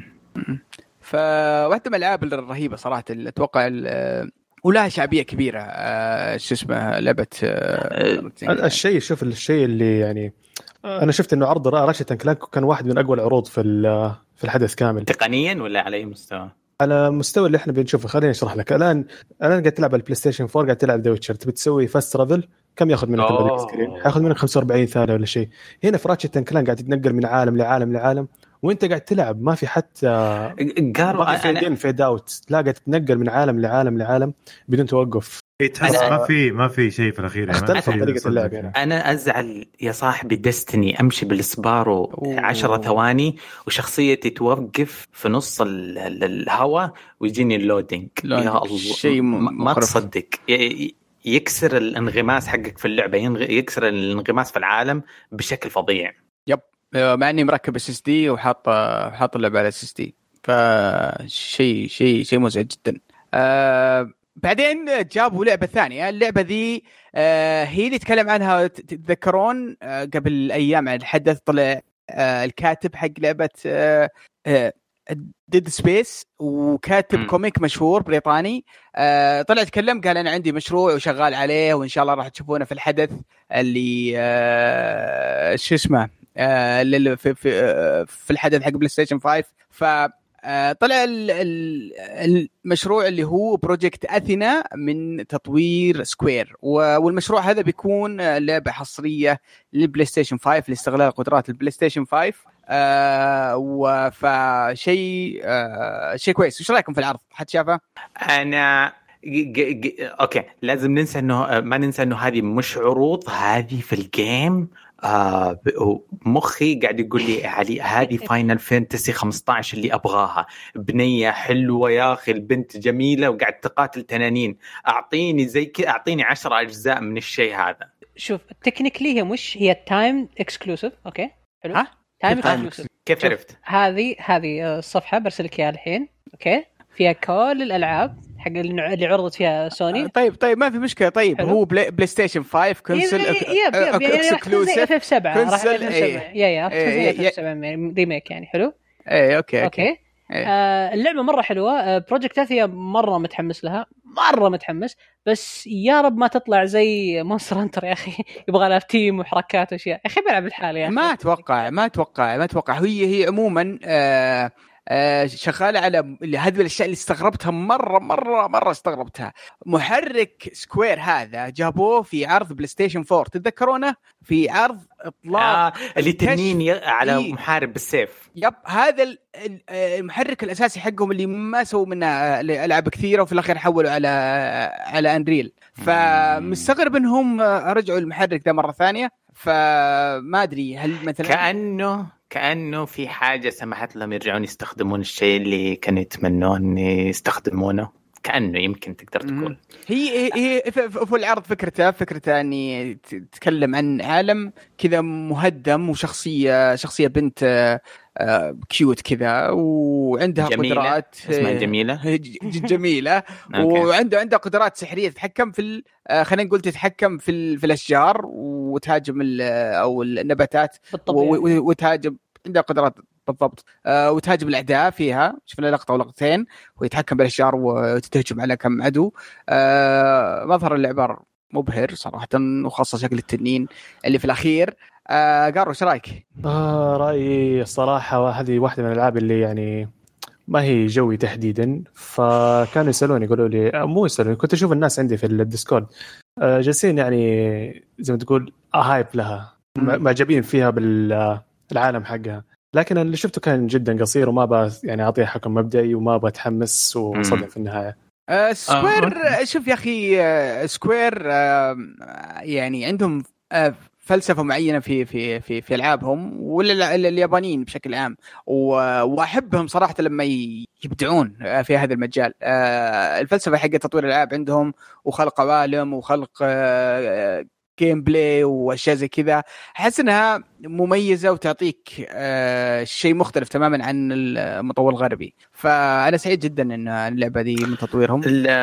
[SPEAKER 2] فواحدة من الألعاب الرهيبة صراحة، أتوقع ولها شعبية كبيرة. أه شو اسمها لعبة أه
[SPEAKER 5] الشيء شوف الشيء اللي يعني أنا شفت إنه عرض راتشت أند كلانك كان واحد من أقوى العروض في في الحدث كامل
[SPEAKER 3] تقنيا ولا على أي مستوى؟
[SPEAKER 5] على مستوى اللي احنا بنشوفه. خليني اشرح لك. الان الان قاعد تلعب على البلاي ستيشن فور، قاعد تلعب ذا ويتشر، تبي تسوي فاست ترافل كم ياخذ منك اللودينج سكرين؟ هياخذ منك خمسة وأربعين ثانيه ولا شيء. هنا في راتشت اند كلانك قاعد تتنقل من عالم لعالم لعالم وانت قاعد تلعب، ما في حتى ما في فيد فيد اوت، لا قاعد تتنقل من عالم لعالم لعالم بدون توقف.
[SPEAKER 1] ما في ما في شيء في الأخير
[SPEAKER 5] اختلفت طريقة اللعب هنا.
[SPEAKER 3] أنا أزعل يا صاحبي ديستني أمشي بالسبارو عشرة ثواني وشخصيتي توقف في نص الهواء ويجيني اللودينج. يا الله شيء ما تصدق، يكسر الانغماس حقك في اللعبة، يكسر الانغماس في العالم بشكل فظيع.
[SPEAKER 2] يب مع إني مركب اس اس دي وحاط حاط اللعبة على اس اس دي، فشيء شيء شيء مزعج جدا. أه بعدين جابوا لعبة ثانية. اللعبة ذي آه هي اللي تكلم عنها تتذكرون آه قبل أيام عن الحدث طلع آه الكاتب حق لعبة آه آه ديد سبيس، وكاتب م. كوميك مشهور بريطاني. آه طلع يتكلم قال أنا عندي مشروع وشغال عليه وإن شاء الله راح تشوفونه في الحدث اللي آه شو اسمه آه اللي في, في, آه في الحدث حق بلاي ستيشن فايف. ف طلع المشروع اللي هو بروجكت أثينا من تطوير سكوير، والمشروع هذا بيكون لعبة حصرية للبلاي ستيشن فايف لاستغلال قدرات البلاي ستيشن فايف. وفشيء شيء كويس. وش رأيكم في العرض؟ حد شافه؟
[SPEAKER 3] أنا ج... ج... أوكي لازم ننسى إنه ما ننسى إنه هذه مش عروض، هذه في الجيم. آه مخي قاعد يقول لي علي هذه فاينل فانتسي خمسة عشر اللي أبغاها، بنية حلوة يا أخي، البنت جميلة وقاعد تقاتل تنانين، أعطيني زي كذا، أعطيني عشرة أجزاء من الشيء هذا.
[SPEAKER 4] شوف تكنيكلي هي مش هي تايم اكسكلوسيف. أوكي حلو. ها تايم اكسكلوسيف
[SPEAKER 3] كيف عرفت؟
[SPEAKER 4] هذه هذه الصفحة برسلك إياها الحين. أوكي فيها كل الألعاب حق اللي عرضت فيها سوني.
[SPEAKER 2] طيب طيب ما في مشكله. طيب حلو. هو بلاي, بلاي ستيشن خمسة كونسل
[SPEAKER 4] اكسكلوسيف اف سبعة راح يا يا اف سبعة ريميك يعني حلو.
[SPEAKER 2] اي اوكي
[SPEAKER 4] اوكي, أوكي. آه اللعبه مره حلوه. آه بروجكت اثيا مره متحمس لها مره متحمس بس يا رب ما تطلع زي مونستر هانتر يا اخي يبغى لها تيم وحركات واشياء يا اخي بلعب الحال يا اخي.
[SPEAKER 2] ما اتوقع ما اتوقع ما اتوقع هي هي عموما آه آه شغاله على هذه الاشياء اللي استغربتها مره مره مره استغربتها. محرك سكوير هذا جابوه في عرض بلاي ستيشن فور تتذكرونه في عرض اطلاق
[SPEAKER 3] آه اللي تنين على إيه؟ محارب بالسيف.
[SPEAKER 2] يب هذا المحرك الاساسي حقهم اللي ما سووا منه العاب كثيره وفي الاخير حولوا على على انريل. فمستغرب انهم رجعوا المحرك ده مره ثانيه. فما ادري هل مثلا
[SPEAKER 3] كانه كأنه في حاجة سمحت لهم يرجعون يستخدمون الشيء اللي كانوا يتمنون يستخدمونه. كأنه يمكن تقدر تقول
[SPEAKER 2] هي هي في العرض فكرته فكرته أني تتكلم عن عالم كذا مهدم وشخصية شخصية بنت كيوت كذا وعندها
[SPEAKER 3] جميلة.
[SPEAKER 2] قدرات
[SPEAKER 3] اسمها جميلة
[SPEAKER 2] جميلة وعنده عنده قدرات سحرية تتحكم في خلينا نقول تتحكم في في الأشجار وتهاجم أو النباتات وتهاجم عندها قدرات بالضبط أه وتهاجم الأعداء فيها. شفنا لقطة أو لقطتين ويتحكم بالأشجار وتتهجم على كم عدو. أه مظهر اللعبة مبهر صراحة وخاصة شكل التنين اللي في الأخير. أه قارو ايش رايك؟
[SPEAKER 5] آه رأيي الصراحة هذه واحدة من الألعاب اللي يعني ما هي جوي تحديدا. فكانوا يسألوني يقولوا لي مو يسألوني كنت أشوف الناس عندي في الديسكورد أه جالسين يعني زي ما تقول هايب لها معجبين فيها بالعالم حقها. لكن اللي شفته كان جدا قصير وما با يعني أعطيه حكم مبدئي وما بتحمس وصدق في النهاية.
[SPEAKER 2] أه سكوير آه. شوف يا أخي آه سكوير آه يعني عندهم آه فلسفة معينة في في في في ألعابهم واليابانيين بشكل عام وأحبهم صراحة لما يبدعون في هذا المجال. آه الفلسفة حق تطوير الألعاب عندهم وخلق عوالم وخلق آه جيم بلاي واشياء زي كذا. احس انها مميزه وتعطيك آه شيء مختلف تماما عن المطور الغربي. فانا سعيد جدا ان اللعبه دي من تطويرهم.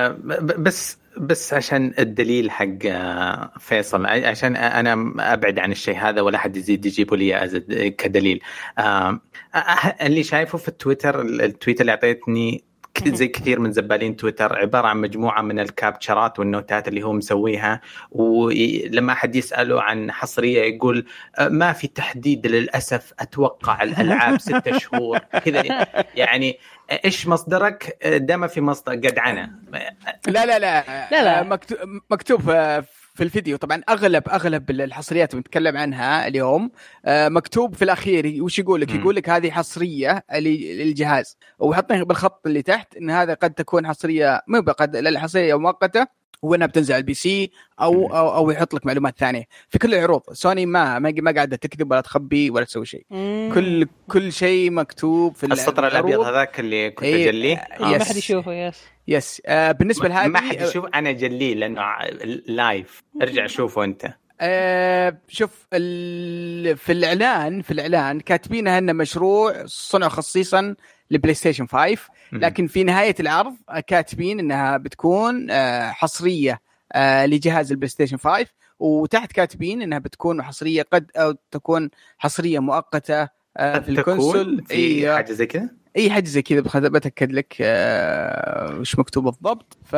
[SPEAKER 3] بس بس عشان الدليل حق فيصل عشان انا ابعد عن الشيء هذا ولا حد يزيد يجيبوا لي ازد كدليل. آه اللي شايفه في التويتر التويتر اللي اعطيتني زي كثير من زبالين تويتر عبارة عن مجموعة من الكابتشرات والنوتات اللي هو مسويها. ولما أحد يسأله عن حصرية يقول ما في تحديد للأسف أتوقع الألعاب ستة شهور كذا. يعني إيش مصدرك؟ ده ما في مصدر جدعنة.
[SPEAKER 2] لا لا لا لا, لا. مكتوب, مكتوب في الفيديو طبعا أغلب أغلب الحصريات بنتكلم عنها اليوم مكتوب في الأخير وش يقول لك؟ يقول لك هذه حصرية للجهاز وحطنا بالخط اللي تحت إن هذا قد تكون حصرية مو بقد الحصرية مؤقتة وأنا بتنزل على البي سي أو أو, أو يحط لك معلومات ثانية في كل العروض. سوني ما ما ما قاعدة تكذب ولا تخبي ولا تسوي شيء. كل كل شيء مكتوب في
[SPEAKER 3] السطر الأبيض هذاك اللي كنت
[SPEAKER 2] أيه
[SPEAKER 3] أجليه.
[SPEAKER 4] ما حد يشوفه. يس
[SPEAKER 2] يس آه بالنسبة لهذه
[SPEAKER 3] ما حد يشوف أنا جليه لأنه لايف. ارجع شوفه أنت.
[SPEAKER 2] آه شوف في الإعلان في الإعلان كاتبينها أنه مشروع صنع خصيصا لبلاي ستيشن خمسة. لكن في نهاية العرض كاتبين أنها بتكون آه حصرية آه لجهاز البلاي ستيشن خمسة وتحت كاتبين أنها بتكون حصرية قد أو تكون حصرية مؤقتة آه في الكونسول.
[SPEAKER 3] في أي حاجة زي كذا
[SPEAKER 2] أي حاجة زي كذا بتأكد لك آه وش مكتوب بالضبط. ف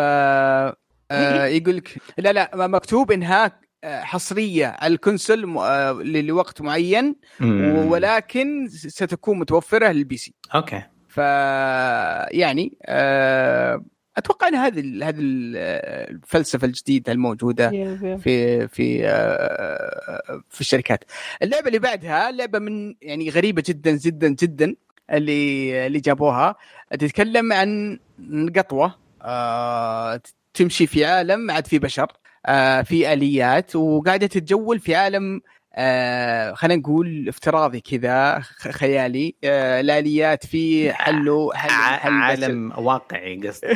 [SPEAKER 2] آه يقول لك لا لا مكتوب إنها حصرية على الكونسول لوقت معين ولكن ستكون متوفرة للبي سي.
[SPEAKER 3] اوكي.
[SPEAKER 2] ف يعني اتوقع ان هذه هذه الفلسفة الجديدة الموجودة في في في الشركات. اللعبة اللي بعدها لعبة من يعني غريبة جدا جدا جدا اللي اللي جابوها. تتكلم عن قطوة تمشي في عالم ما عاد فيه بشر آه في آليات وقاعدة تتجول في عالم آه خلينا نقول افتراضي كذا خيالي. آه الآليات في حلو حل حل
[SPEAKER 3] عالم بشر. واقعي قصدي.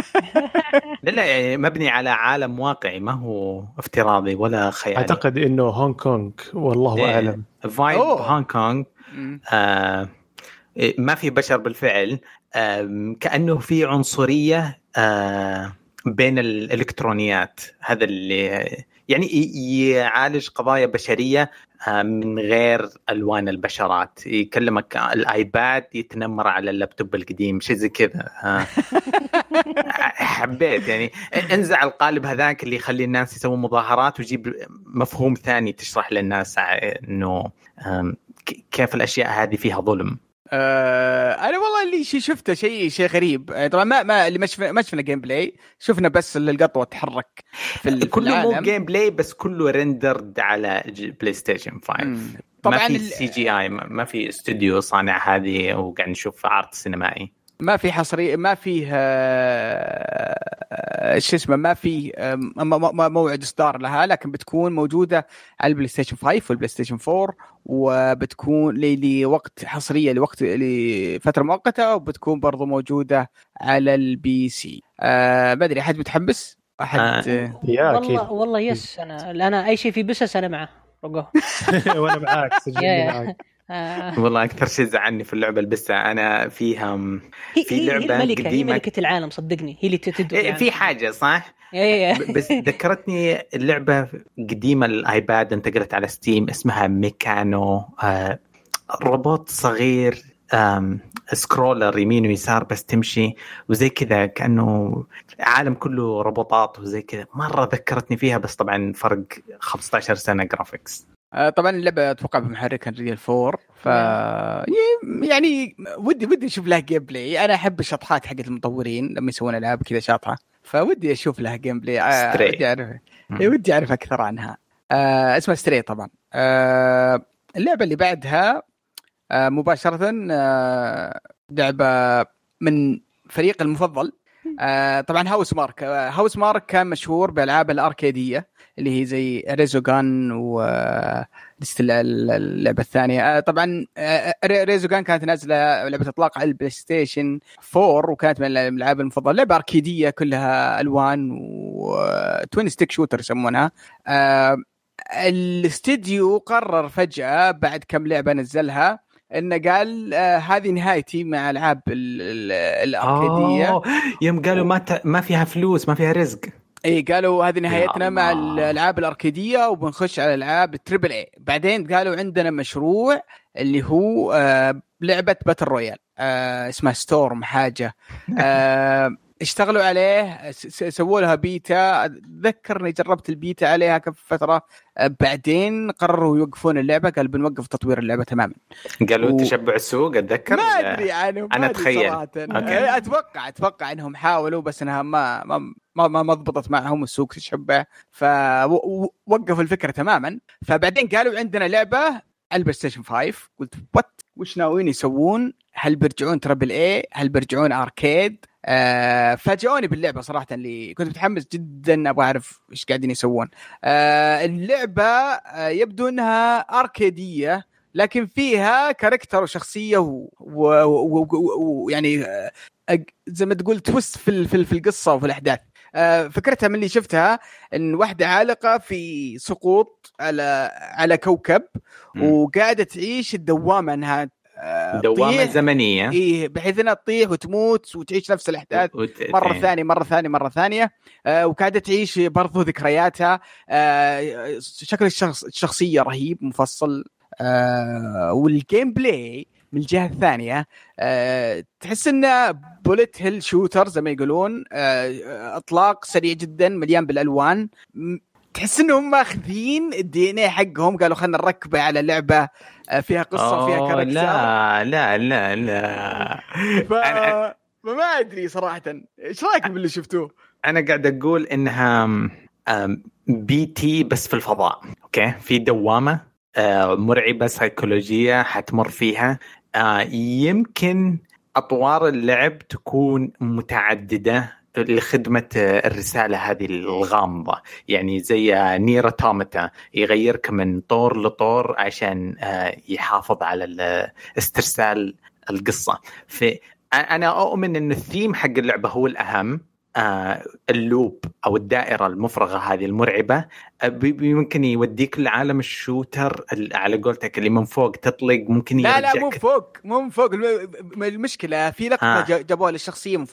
[SPEAKER 3] لا لا يعني مبني على عالم واقعي ما هو افتراضي ولا خيالي.
[SPEAKER 5] أعتقد إنه هونغ كونغ والله أعلم.
[SPEAKER 3] فايب هونغ كونغ. آه ما في بشر بالفعل. آه كأنه في عنصرية آه بين الإلكترونيات، هذا اللي يعني يعالج قضايا بشرية من غير ألوان البشرات. يكلمك الآيباد يتنمر على اللابتوب القديم، شيء زي كذا. حبيت يعني انزع القالب هذاك اللي يخلي الناس يسوون مظاهرات، ويجيب مفهوم ثاني تشرح للناس إنه كيف الأشياء هذه فيها ظلم.
[SPEAKER 2] أه انا والله اللي شفته شيء شيء غريب طبعا. ما ما اللي ما شفنا ما شفنا جيم بلاي، شفنا بس القطوه تتحرك في
[SPEAKER 3] كله مو جيم بلاي بس كله ريندرد على بلاي ستيشن خمسة. طبعا ما في سي جي اي، ما في استوديو صانع هذه وقاعد نشوف عرض سينمائي، ما
[SPEAKER 2] في حصري، ما فيه ايش اسمه، ما في موعد اصدار لها، لكن بتكون موجوده على البلاي ستيشن خمسة والبلاي ستيشن أربعة، وبتكون لوقت حصريه لوقت لفتره مؤقته، وبتكون برضو موجوده على البي سي. أه ما ادري احد متحمس احد؟
[SPEAKER 4] آه. والله والله يس، انا انا اي شيء في بسس انا معه رجو.
[SPEAKER 5] وانا معاك سجلني معاك.
[SPEAKER 3] آه. والله أكثر شيء زعلني في اللعبة البسة أنا فيها في
[SPEAKER 4] هي
[SPEAKER 3] لعبة
[SPEAKER 4] هي الملكة،
[SPEAKER 3] قديمة،
[SPEAKER 4] هي ملكة العالم صدقني، هي اللي تدور
[SPEAKER 3] يعني. في حاجة صح؟ بس ذكرتني اللعبة قديمة الآيباد انتقلت على ستيم اسمها ميكانو. آه روبوت صغير، سكرولر يمين ويسار بس تمشي وزي كذا، كأنه عالم كله روبوتات وزي كذا. مرة ذكرتني فيها، بس طبعا فرق خمسة عشر سنة جرافيكس.
[SPEAKER 2] طبعا اللعبة أتوقع بمحرك انريل فور، ف يعني ودي ودي أشوف لها جيم بلاي. أنا أحب الشطحات حقت المطورين لما يسوون ألعاب كذا شاطحة، فودي أشوف لها جيم بلاي. ودي أعرف ودي أعرف أكثر عنها. آه اسمها ستري طبعا. آه اللعبة اللي بعدها آه مباشرة آه لعبة من فريق المفضل. آه طبعا هاوس مارك. آه هاوس مارك كان مشهور بألعاب الأركيدية اللي هي زي ريزوغان و اللعبة الثانية. طبعا ريزوغان كانت نازلة لعبة إطلاق على البلاي ستيشن فور، وكانت من الألعاب المفضلة، لعبة أركيدية كلها ألوان وتوين ستيك شوتر يسمونها. الاستديو قرر فجأة بعد كم لعبة نزلها إنه قال آه هذه نهايتي مع ألعاب الأركيدية.
[SPEAKER 3] يوم قالوا ما ت... ما فيها فلوس، ما فيها رزق.
[SPEAKER 2] اي قالوا هذه نهايتنا مع الالعاب الاركيديه وبنخش على العاب التريبل اي. بعدين قالوا عندنا مشروع اللي هو آه لعبه باتل رويال آه اسمها ستورم حاجه. آه اشتغلوا عليه، سووا لها بيتا. ذكرني جربت البيتا عليها كم فتره، آه بعدين قرروا يوقفون اللعبه. قال بنوقف تطوير اللعبه تماما.
[SPEAKER 3] قالوا و... تشبع السوق. اتذكر
[SPEAKER 2] ما ادري عنهم،
[SPEAKER 3] انا اتخيل
[SPEAKER 2] اتوقع اتوقع انهم حاولوا بس انها ما ما ما ما ضبطت معهم، السوق تشبع، فوقفوا الفكره تماما. فبعدين قالوا عندنا لعبه على البلاي ستيشن خمسة. قلت وات، وش ناويين يسوون؟ هل بيرجعون ترابل اي؟ هل بيرجعون اركيد؟ آه فاجئوني باللعبه صراحه، اللي كنت متحمس جدا ابغى اعرف ايش قاعدين يسوون. آه اللعبه آه يبدو انها اركيديه، لكن فيها كاركتر وشخصيه ويعني آه زي ما تقول تويست في في في القصه وفي الاحداث. آه فكرتها من اللي شفتها ان واحده عالقه في سقوط على على كوكب، م. وقاعده تعيش الدوامه انها آه
[SPEAKER 3] دوامه زمنيه،
[SPEAKER 2] إيه بحيث انها تطيح وتموت وتعيش نفس الاحداث وت... مره ثانيه مره ثانيه مره ثانيه. آه وقاعده تعيش برضو ذكرياتها. آه شكل الشخص الشخصيه رهيب مفصل. آه والجيم بلاي من الجهة الثانية أه تحس إنه بوليت هيل شوتر زي ما يقولون. أه أطلاق سريع جدا مليان بالألوان. تحس إنهم ماخذين الدي ان اي حقهم، قالوا خلنا نركبه على لعبة فيها قصة وفيها كاركتر.
[SPEAKER 3] لا لا لا لا
[SPEAKER 2] ف... أنا... ما أدري صراحة إيش رأيك باللي شفتوه؟
[SPEAKER 3] أنا قاعد أقول إنها بي تي بس في الفضاء. أوكي، في دوامة مرعبة سيكولوجية حتمر فيها. آه يمكن أطوار اللعب تكون متعددة لخدمة الرسالة هذه الغامضة، يعني زي نير أوتوماتا يغيرك من طور لطور عشان آه يحافظ على استرسال القصة. فأنا أؤمن أن الثيم حق اللعبة هو الأهم. آه اللوب أو الدائرة المفرغة هذه المرعبة ممكن يوديك لعالم الشوتر على قولتك اللي من فوق تطلق. ممكن
[SPEAKER 2] لا لا مو فوق مو من فوق. المشكلة في لقطة آه. جابوها للشخصية من فوق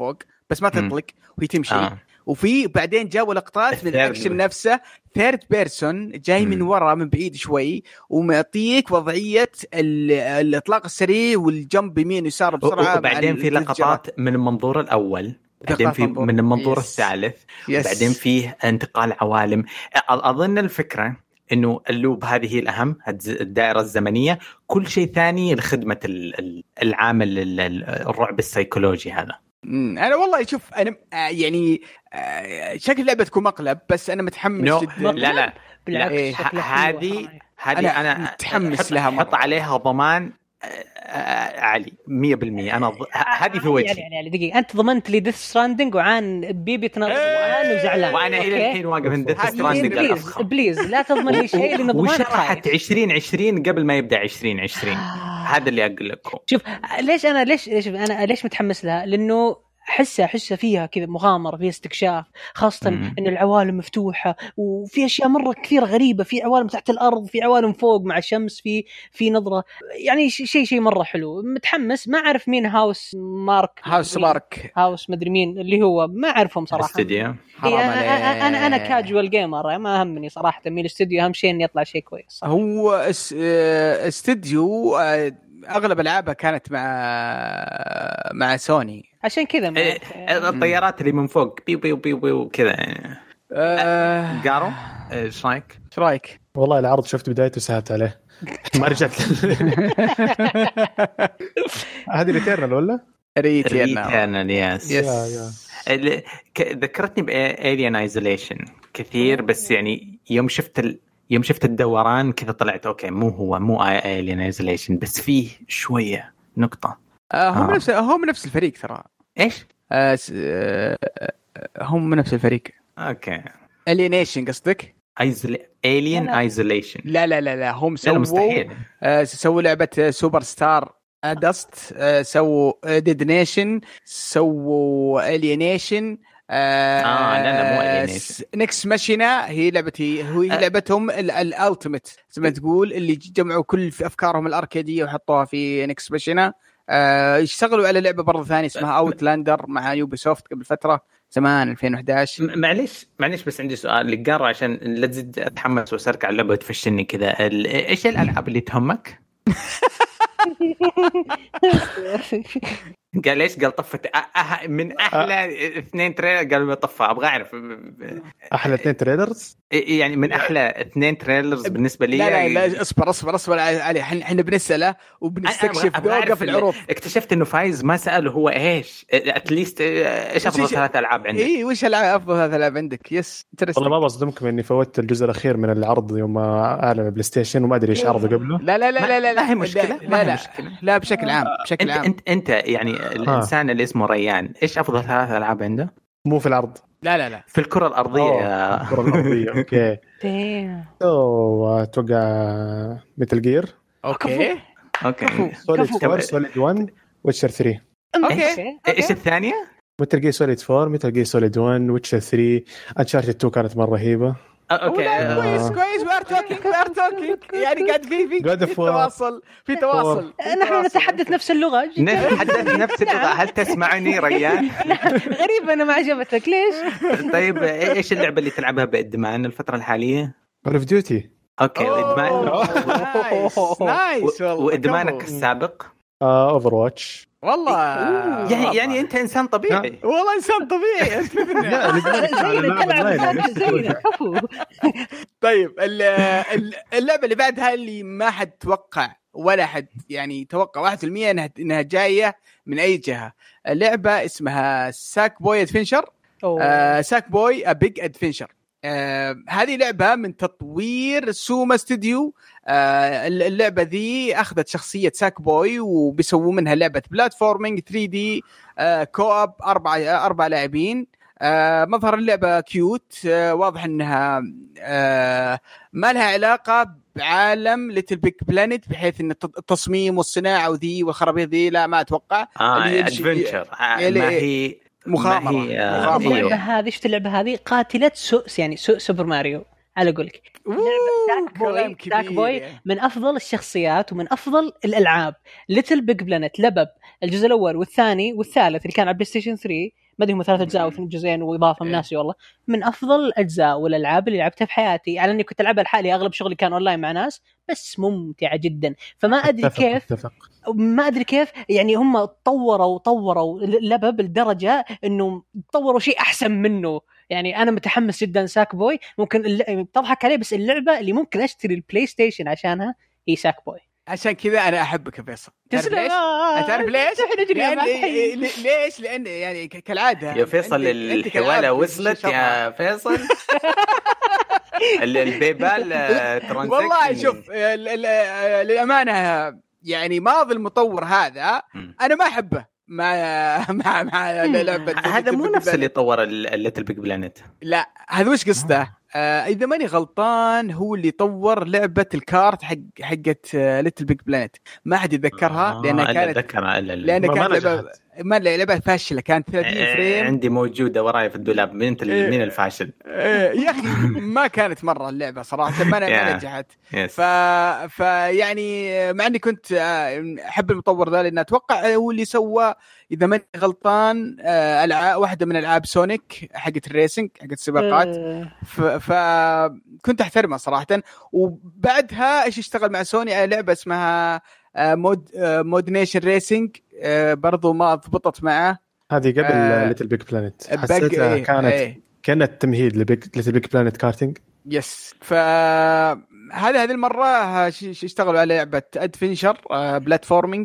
[SPEAKER 2] بس ما تطلق وهي تمشي.
[SPEAKER 3] آه.
[SPEAKER 2] وفي بعدين جابوا لقطات من الاكشن نفسه ثيرد بيرسون جاي من ورا من بعيد شوي ومعطيك وضعيه الاطلاق السريع والجنب يمين يسار بسرعه.
[SPEAKER 3] وبعدين في لقطات من المنظور الاول، بعدين في من المنظور يس. الثالث يس. بعدين فيه انتقال عوالم. اظن الفكره انه اللوب هذه هي الاهم، الدائره الزمنيه، كل شيء ثاني لخدمه العامل الرعب السيكولوجي هذا.
[SPEAKER 2] انا والله شوف انا يعني شكل لعبه تكون مقلب، بس انا متحمس
[SPEAKER 3] no.
[SPEAKER 2] جدا.
[SPEAKER 3] لا لا بالعكس هذه هذه انا, أنا
[SPEAKER 2] متحمس لها،
[SPEAKER 3] حط عليها ضمان عالي مية بالمية. انا هذه في وجهي
[SPEAKER 4] يعني يعني دقيقه، انت ضمنت لي ديث ستراندنج وعن بيبي تنظر وانا وزعلان،
[SPEAKER 3] وانا الى الحين واقف عند ديث ستراندنج.
[SPEAKER 4] بليز بليز لا تضمن لي شيء لانه ضمنت
[SPEAKER 3] وشرحت عشرين عشرين قبل ما يبدا عشرين عشرين. هذا اللي اقول لكم.
[SPEAKER 4] شوف ليش انا ليش ليش انا ليش متحمس لها، لانه حسه حسه فيها كذا مغامره، فيها استكشاف، خاصه
[SPEAKER 3] مم.
[SPEAKER 4] ان العوالم مفتوحه وفي اشياء مره كثير غريبه، في عوالم تحت الارض، في عوالم فوق مع الشمس، في في نظره يعني شيء شيء مره حلو. متحمس. ما اعرف مين هاوس مارك
[SPEAKER 2] هاوس مارك
[SPEAKER 4] هاوس مدري مين اللي هو، ما اعرفهم صراحه.
[SPEAKER 3] استديو
[SPEAKER 2] حرام عليك.
[SPEAKER 4] انا انا كاجوال جيمر، ما همني صراحه مين الاستديو، اهم شيء اني يطلع شيء كويس.
[SPEAKER 2] هو استديو اغلب العابها كانت مع مع سوني،
[SPEAKER 4] عشان كذا
[SPEAKER 3] إيه الطيارات اللي من فوق بيو بيو بيو بيو كذا يعني.
[SPEAKER 2] أه...
[SPEAKER 3] قارو ايش رايك؟
[SPEAKER 2] ايش رايك؟
[SPEAKER 5] والله العرض شفت بدايته سهلت عليه ما رجعت. هذه ريتيرنال ولا
[SPEAKER 3] ريتيرنال؟ يس
[SPEAKER 2] يس.
[SPEAKER 3] ذكرتني بألين ايزوليشن كثير، بس يعني يوم شفت ال... يوم شفت الدوران كذا طلعت اوكي مو هو مو Alien Isolation، بس فيه شويه نقطه.
[SPEAKER 2] آه هم آه. نفس هم نفس الفريق ترى.
[SPEAKER 3] ايش
[SPEAKER 2] آه س... آه هم نفس الفريق.
[SPEAKER 3] اوكي
[SPEAKER 2] Alienation قصدك؟
[SPEAKER 3] Isol... Alien Isolation.
[SPEAKER 2] لا لا لا لا هم سووا
[SPEAKER 3] مستحيل.
[SPEAKER 2] آه سووا لعبه سوبر ستار دست، آه سووا ديد نيشن، سووا Alienation.
[SPEAKER 3] آه, آه لا لا مو Alienation.
[SPEAKER 2] نكس ماشينا هي لعبتي، هي آه. لعبتهم الالتيميت زي ما تقول، اللي جمعوا كل في افكارهم الاركاديه وحطوها في نكس ماشينا. آه يشتغلوا على لعبه برضه ثانيه اسمها اوتلاندر مع يوبي سوفت قبل فتره زمان ألفين وإحدى عشر.
[SPEAKER 3] معليش معليش بس عندي سؤال اللي قاره عشان لا تزيد اتحمس واسرك على اللعبه وتفشلني كذا. ايش الالعاب اللي تهمك؟ قال ليش؟ قال طفت أه من احلى اثنين تريلر. قال طفى. ابغى اعرف
[SPEAKER 5] احلى اثنين تريلرز
[SPEAKER 3] يعني من احلى اثنين تريلرز بالنسبه لي.
[SPEAKER 2] لا لا لا اصبر اصبر اصبر علي، احنا بنساله وبنستكشف ذوقه في العروض.
[SPEAKER 3] اكتشفت انه فايز ما ساله هو ايش اتليست ايش افضل ثلاث العاب عندك.
[SPEAKER 2] اي وش العاب افضل ثلاث العاب عندك؟ يس
[SPEAKER 5] والله ما بصدمكم اني فوتت الجزء الاخير من العرض يوم اعلن بلاي ستيشن وما ادري ايش عرضه قبله.
[SPEAKER 2] لا لا لا لا لا
[SPEAKER 3] لا هي مشكله.
[SPEAKER 2] لا لا لا بشكل عام بشكل عام
[SPEAKER 3] انت انت يعني الانسان اللي اسمه ريان ايش افضل ثلاث العاب عنده؟
[SPEAKER 5] مو في العرض.
[SPEAKER 2] لا لا لا
[SPEAKER 3] في الكره الارضيه.
[SPEAKER 5] الكره الارضيه اوكي. او اتوقع ميتل جير.
[SPEAKER 2] اوكي
[SPEAKER 3] اوكي
[SPEAKER 5] سوليد فور سوليد واحد ويتشر ثلاثة.
[SPEAKER 2] اوكي
[SPEAKER 3] ايش الثانيه؟
[SPEAKER 5] ميتل جير سوليد فور ميتل جير سوليد واحد ويتشر ثلاثة. انشارتد تو كانت مره رهيبه.
[SPEAKER 3] اوكي
[SPEAKER 2] كويس كويس وار توكينج وار توكينج يعني قاعد في في تواصل في تواصل.
[SPEAKER 4] نحن نتحدث نفس اللغه.
[SPEAKER 3] نتحدث نفس اللغه. هل تسمعني ريان؟
[SPEAKER 4] غريب انا ما عجبتك ليش؟
[SPEAKER 3] طيب ايش اللعبه اللي تلعبها بادمان الفتره الحاليه؟
[SPEAKER 5] كول اوف ديوتي.
[SPEAKER 3] اوكي الادمان
[SPEAKER 2] نايس نايس والله.
[SPEAKER 3] وادمانك السابق
[SPEAKER 5] اوفر واتش.
[SPEAKER 2] والله
[SPEAKER 3] يعني يعني انت انسان طبيعي.
[SPEAKER 2] والله انسان طبيعي. طيب اللعبه اللي بعدها اللي ما حد توقع ولا حد يعني توقع واحد بالمية انها انها جايه من اي جهه. اللعبه اسمها ساك بوي ادفنشر. ساك بوي ا بيج ادفنشر. آه هذه لعبة من تطوير سوما ستوديو. آه اللعبة ذي أخذت شخصية ساك بوي وبيسووا منها لعبة بلاتفورمينج ثري دي آه كواب أربعة أربعة لاعبين. آه مظهر اللعبة كيوت. آه واضح أنها آه ما لها علاقة بعالم ليتل بيج بلانيت بحيث أن التصميم والصناعة وذي والخرابيط ذي لا ما أتوقع.
[SPEAKER 3] آه أدفنشر ما هي
[SPEAKER 2] مغامرة.
[SPEAKER 4] اللعبة هذه شفت اللعبة هذه قاتلة سوس يعني سو سوبر ماريو على قولك. ساك بوي ساك بوي من أفضل الشخصيات ومن أفضل الألعاب. ليتل بيج بلانيت لبب الجزء الأول والثاني والثالث اللي كان على بلاي ستيشن ثري ما ادري هم ثلاث اجزاء او جزئين واضافه من ناسي والله، من افضل الاجزاء والالعاب اللي لعبتها في حياتي، على اني كنت العبها لحالي، اغلب شغلي كان اونلاين مع ناس، بس ممتعه جدا. فما ادري
[SPEAKER 5] اتفق
[SPEAKER 4] كيف
[SPEAKER 5] اتفق.
[SPEAKER 4] ما ادري كيف يعني هم طوروا طوروا لبب لدرجه انه طوروا شيء احسن منه. يعني انا متحمس جدا ساك بوي، ممكن تضحك عليه بس اللعبه اللي ممكن اشتري البلاي ستيشن عشانها هي ساك بوي.
[SPEAKER 2] عشان كذا انا احبك يا فيصل. تعرف ليش؟ تعرف ليش؟ لأن ليش؟ لان يعني كالعاده
[SPEAKER 3] يا فيصل الحواله وصلت يا فيصل. البيبال ترانزاكشن
[SPEAKER 2] والله شوف للامانه يعني ماضي المطور هذا انا ما احبه مع مع مع لعبه.
[SPEAKER 3] هذا مو نفس اللي طور الليتل بيج بلانيت.
[SPEAKER 2] لا هذا وش قصته؟ آه إذا ماني غلطان هو اللي طور لعبة الكارت حق حقت ليتل بيج بلانيت، ما حد يتذكرها آه لأنها كانت
[SPEAKER 3] ذكرها إلا
[SPEAKER 2] لأنها كانت لعبة ما لعبة فاشلة، كانت ثلاثين فريم.
[SPEAKER 3] عندي موجودة وراي في الدولاب. مين انت
[SPEAKER 2] إيه
[SPEAKER 3] مين الفاشل؟
[SPEAKER 2] إيه يا أخي ما كانت مرة اللعبة صراحة ما ما نجحت. ف فيعني مع إني كنت أحب المطور ذا لأن أتوقع هو اللي سوى إذا ماني غلطان ألعاب واحدة من ألعاب سونيك حقت الريسنج حقت السباقات. ف... فكنت أحترمها صراحة. وبعدها إيش اشتغل مع سوني على لعبة اسمها مود مود نيشن ريسنج، برضو ما ضبطت معه.
[SPEAKER 5] هذه قبل آه ليتل بيج بلانيت، حسيتها إيه كانت إيه. كانت تمهيد ليتل بيج بلانيت كارتينج.
[SPEAKER 2] يس. فهذا هذه المرة اشتغلوا على لعبة أدفنشر بلاتفورمينج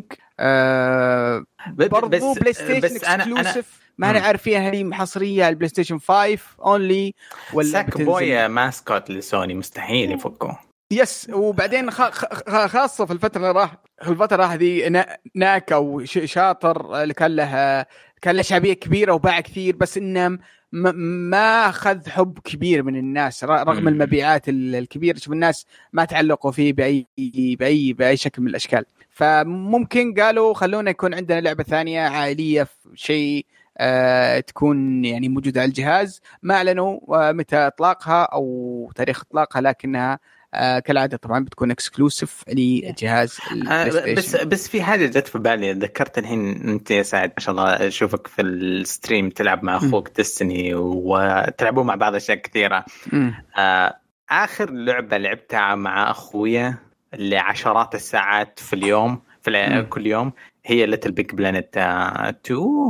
[SPEAKER 2] برضو بلاي ستيشن اكسكلوسيف. ما أنا عارف فيها هي محصرية على البلاي ستيشن خمسة أونلي ولا
[SPEAKER 3] ساك بوي ماسكوت لسوني مستحيل يفكوه.
[SPEAKER 2] يس. وبعدين خاصة في الفترة اللي راح في الفترة راح ذي ناك أو شاطر اللي كان له كان له شعبية كبيرة وباع كثير، بس إنه ما أخذ حب كبير من الناس رغم المبيعات الكبيرة. شوف الناس ما تعلقوا فيه بأي بأي بأي شكل من الأشكال. فممكن قالوا خلونا يكون عندنا لعبة ثانية عائلية في شيء أه تكون يعني موجودة على الجهاز. ما أعلنوا متى إطلاقها أو تاريخ إطلاقها، لكنها أه كالعادة طبعا بتكون اكسكلوسيف لجهاز
[SPEAKER 3] أه بس بس في حاجة جت في بالي ذكرت الحين أنت يا سعد ما شاء الله أشوفك في الستريم تلعب مع أخوك ديستني وتلعبوا مع بعض أشياء كثيرة. أه آخر لعبة لعبتها مع أخويا اللي عشرات الساعات في اليوم في كل يوم هي ليتل بيج بلانيت تو.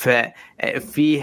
[SPEAKER 3] ففي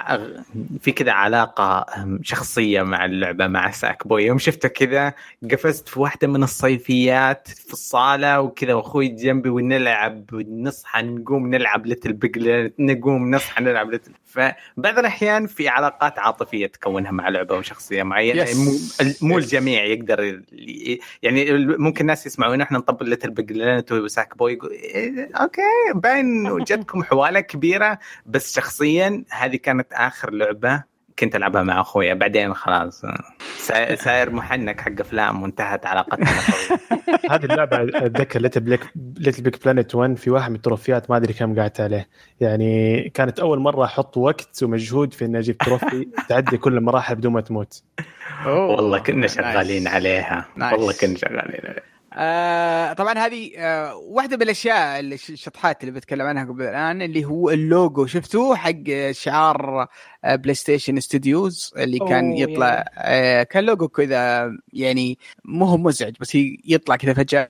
[SPEAKER 3] في كذا علاقة شخصية مع اللعبة مع ساك بوي. يوم شفته كذا قفزت في واحدة من الصيفيات في الصالة وكذا وأخوي جنبي ونلعب ونصحى نقوم نلعب ليتل بيج نقوم نصحى نلعب ليتل. فبعض الأحيان في علاقات عاطفية تكونها مع لعبة وشخصية معينة. yes. مو الجميع يقدر يعني ممكن الناس يسمعون إحنا نطبل ليتل بيج وساك بوي يقول إيه أوكي باين وجدكم حوالة كبيرة. بس شخصيا هذه كانت آخر لعبة كنت ألعبها مع أخويا. بعدين خلاص ساير محنك حق أفلام وانتهت علاقتنا.
[SPEAKER 5] هذه اللعبة أتذكر ليتل بيج بلانيت واحد في واحد من التروفيات ما أدري كم قعدت عليه. يعني كانت أول مرة أحط وقت ومجهود في إن أجيب تروفي تعدي كل المراحل بدون ما تموت.
[SPEAKER 3] والله كنا شغالين عليها. والله كنا شغالين عليها.
[SPEAKER 2] آه طبعا هذه آه واحدة من الأشياء اللي الشطحات اللي بتكلم عنها قبل الآن اللي هو اللوجو. شفتوه حق شعار آه بلاي ستيشن ستوديوز اللي كان يطلع آه كان لوجو كذا يعني مو هو مزعج بس يطلع كذا فجأة.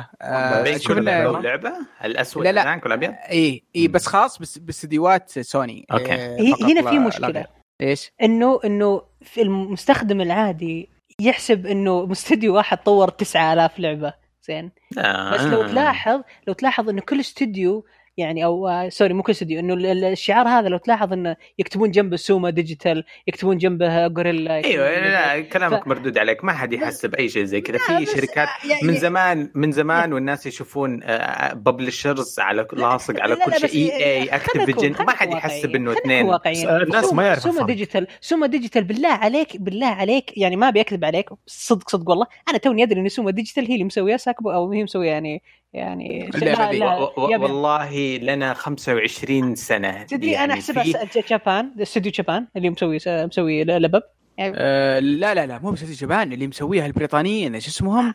[SPEAKER 3] آه شفنا اللعبة الأسود
[SPEAKER 2] لا لا
[SPEAKER 3] الأبيض
[SPEAKER 2] إيه إيه بس خاص بس باستديوهات سوني.
[SPEAKER 3] أوكي.
[SPEAKER 2] آه
[SPEAKER 4] هنا في مشكلة.
[SPEAKER 2] إيش
[SPEAKER 4] إنه إنه في المستخدم العادي يحسب انه مستديو واحد طور تسعة آلاف لعبة زين.
[SPEAKER 3] آه.
[SPEAKER 4] بس لو تلاحظ لو تلاحظ انه كل استوديو يعني او آه سوري مو كل استوديو انه الشعار هذا لو تلاحظ انه يكتبون جنبه سوما ديجيتال يكتبون جنبه غوريلا.
[SPEAKER 3] ايوه لا كلامك ف... مردود عليك. ما حد يحسب اي شيء زي كذا. في شركات يعني من زمان من زمان يعني والناس يشوفون ببلشرز على لاصق على كل شيء اي اي اكتيفيجن. ما حد يحسب انه اثنين.
[SPEAKER 5] الناس ما يعرفون
[SPEAKER 4] سوما ديجيتال سوما ديجيتال بالله عليك بالله عليك يعني ما بيكذب عليك صدق صدق والله انا توني ادري ان سوما ديجيتال هي اللي مسويها ساكبو او هي مسويه يعني يعني
[SPEAKER 3] لا لا والله لنا خمسة وعشرين سنة
[SPEAKER 4] تدري يعني أنا أحسبها جابان استوديو جابان اللي مسوي مسوي لبب
[SPEAKER 2] يعني أه لا لا لا مو استوديو جابان اللي مسويها البريطانيين ايش اسمهم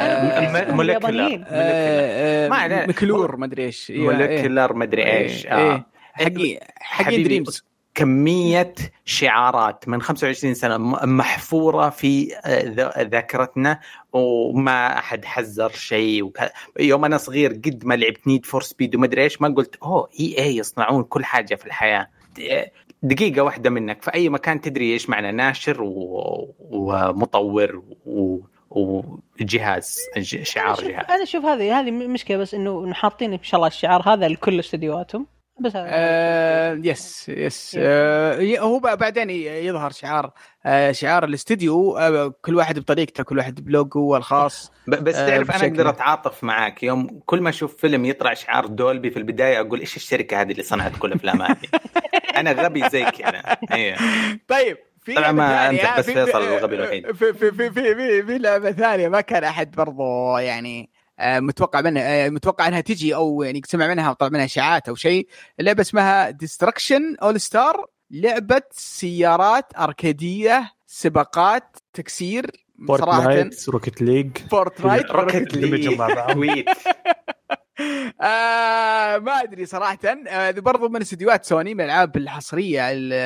[SPEAKER 3] أه مولكيولر
[SPEAKER 2] أه أه مكلور ما ادري ايش
[SPEAKER 3] مولكيولر ما ادري ايش
[SPEAKER 2] حقي حقي دريمز
[SPEAKER 3] كمية شعارات من خمسة وعشرين سنة محفورة في ذاكرتنا وما أحد حذر شيء. وك... يوم أنا صغير قد ما لعبت نيد فور سبيد وما أدري إيش ما قلت أوه إي إيه يصنعون كل حاجة في الحياة. دقيقة واحدة منك في أي مكان تدري إيش معنى ناشر و... ومطور و... وجهاز شعار جهاز.
[SPEAKER 4] أنا شوف هذه هذه مشكلة بس إنه حاطين إن شاء الله الشعار هذا لكل استديوهاتهم بس.
[SPEAKER 2] آه يس يس آه هو بعدين يظهر شعار آه شعار الاستديو آه كل واحد بطريقته كل واحد بلوجو الخاص.
[SPEAKER 3] بس تعرف
[SPEAKER 2] آه
[SPEAKER 3] أنا أقدر أتعاطف معاك يوم كل ما أشوف فيلم يطلع شعار دولبي في البداية أقول إيش الشركة هذه اللي صنعت كل أفلام هذه. أنا غبي زيك أنا. أيه.
[SPEAKER 2] طيب في
[SPEAKER 3] طبعا ما أنت بس
[SPEAKER 2] في
[SPEAKER 3] فيصل الغبي الوحيد.
[SPEAKER 2] في في في في في, في لعبة ثانية ما كان أحد برضو يعني متوقع منها متوقع انها تجي او يعني سمع منها وطلع منها اشاعات او شيء. اللعبه اسمها ديستركشن اول ستار، لعبه سيارات اركاديه سباقات تكسير.
[SPEAKER 5] صراحه روكيت ليج
[SPEAKER 2] فورتنايت
[SPEAKER 3] روكيت ليج مع بعض.
[SPEAKER 2] آه ما ادري صراحه. آه برضو من استديوهات سوني، من الالعاب الحصريه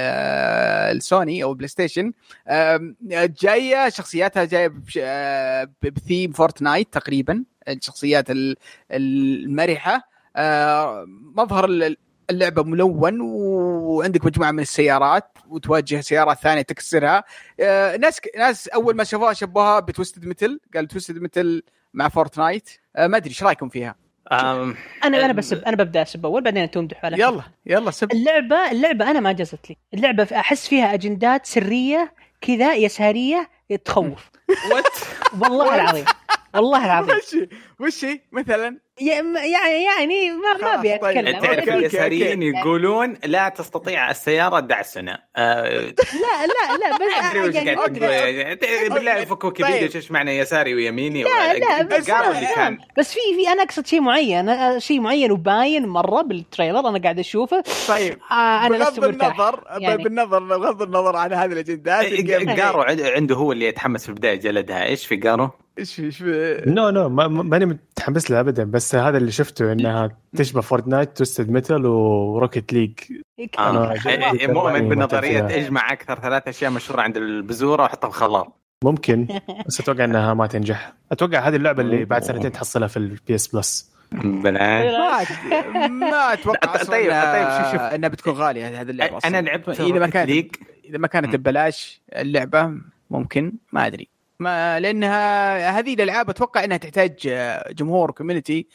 [SPEAKER 2] السوني او بلاي ستيشن. آه جايه شخصياتها جايه بثيم فورتنايت تقريبا، الشخصيات المرحه. آه مظهر اللعبه ملون وعندك مجموعه من السيارات وتواجه سيارات ثانيه تكسرها. آه ناس ناس اول ما شافوها شبوها بتويستد ميتل، قال تويستد ميتل مع فورتنايت. آه ما ادري ايش رايكم فيها؟
[SPEAKER 4] انا انا بسب انا ببدا اسب اول بعدين تمدح على
[SPEAKER 2] يلا يلا سب.
[SPEAKER 4] اللعبه اللعبه انا ما جازت لي اللعبه، احس فيها اجندات سريه كذا يساريه تخوف. والله العظيم والله العظيم.
[SPEAKER 2] وش وش مثلا
[SPEAKER 4] يعني يعني ما ما ابي اتكلم.
[SPEAKER 3] تعرف اليساريين يقولون لا تستطيع السياره دعسنا. آه
[SPEAKER 4] لا لا لا بس
[SPEAKER 3] يعني بالله فكوك فيديو ايش معنى يساري ويميني.
[SPEAKER 4] لا لا بس,
[SPEAKER 3] كان.
[SPEAKER 4] بس في في انا اقصد شيء معين شيء معين وباين مره بالتريلر انا قاعد اشوفه.
[SPEAKER 2] طيب
[SPEAKER 4] آه انا
[SPEAKER 2] بغض النظر يعني. بالنظر بغض النظر عن هذه الاجندات
[SPEAKER 3] قارو عنده هو اللي يتحمس في البدايه جلدها. ايش في قارو؟
[SPEAKER 2] ايش ايش
[SPEAKER 5] نو نو ماني متحمس لها ابدا، بس هذا اللي شفته انها تشبه فورتنايت تويستد ميتل وروكيت ليج.
[SPEAKER 3] آه. مؤمن بالنظريه اجمع اكثر ثلاث اشياء مشهوره عند البذوره وحطها في خلاط.
[SPEAKER 5] ممكن بس اتوقع انها ما تنجح. اتوقع هذه اللعبه اللي بعد سنتين تحصلها في البي اس بلس.
[SPEAKER 3] بلاش
[SPEAKER 2] ما اتوقع.
[SPEAKER 3] طيب طيب شوف شوف
[SPEAKER 2] انها بتكون غاليه هذه اللعبه
[SPEAKER 3] انا لعبت
[SPEAKER 2] اذا ما كانت اذا ما كانت ببلاش اللعبه ممكن ما ادري ما، لانها هذه الالعاب اتوقع انها تحتاج جمهور كوميونتي،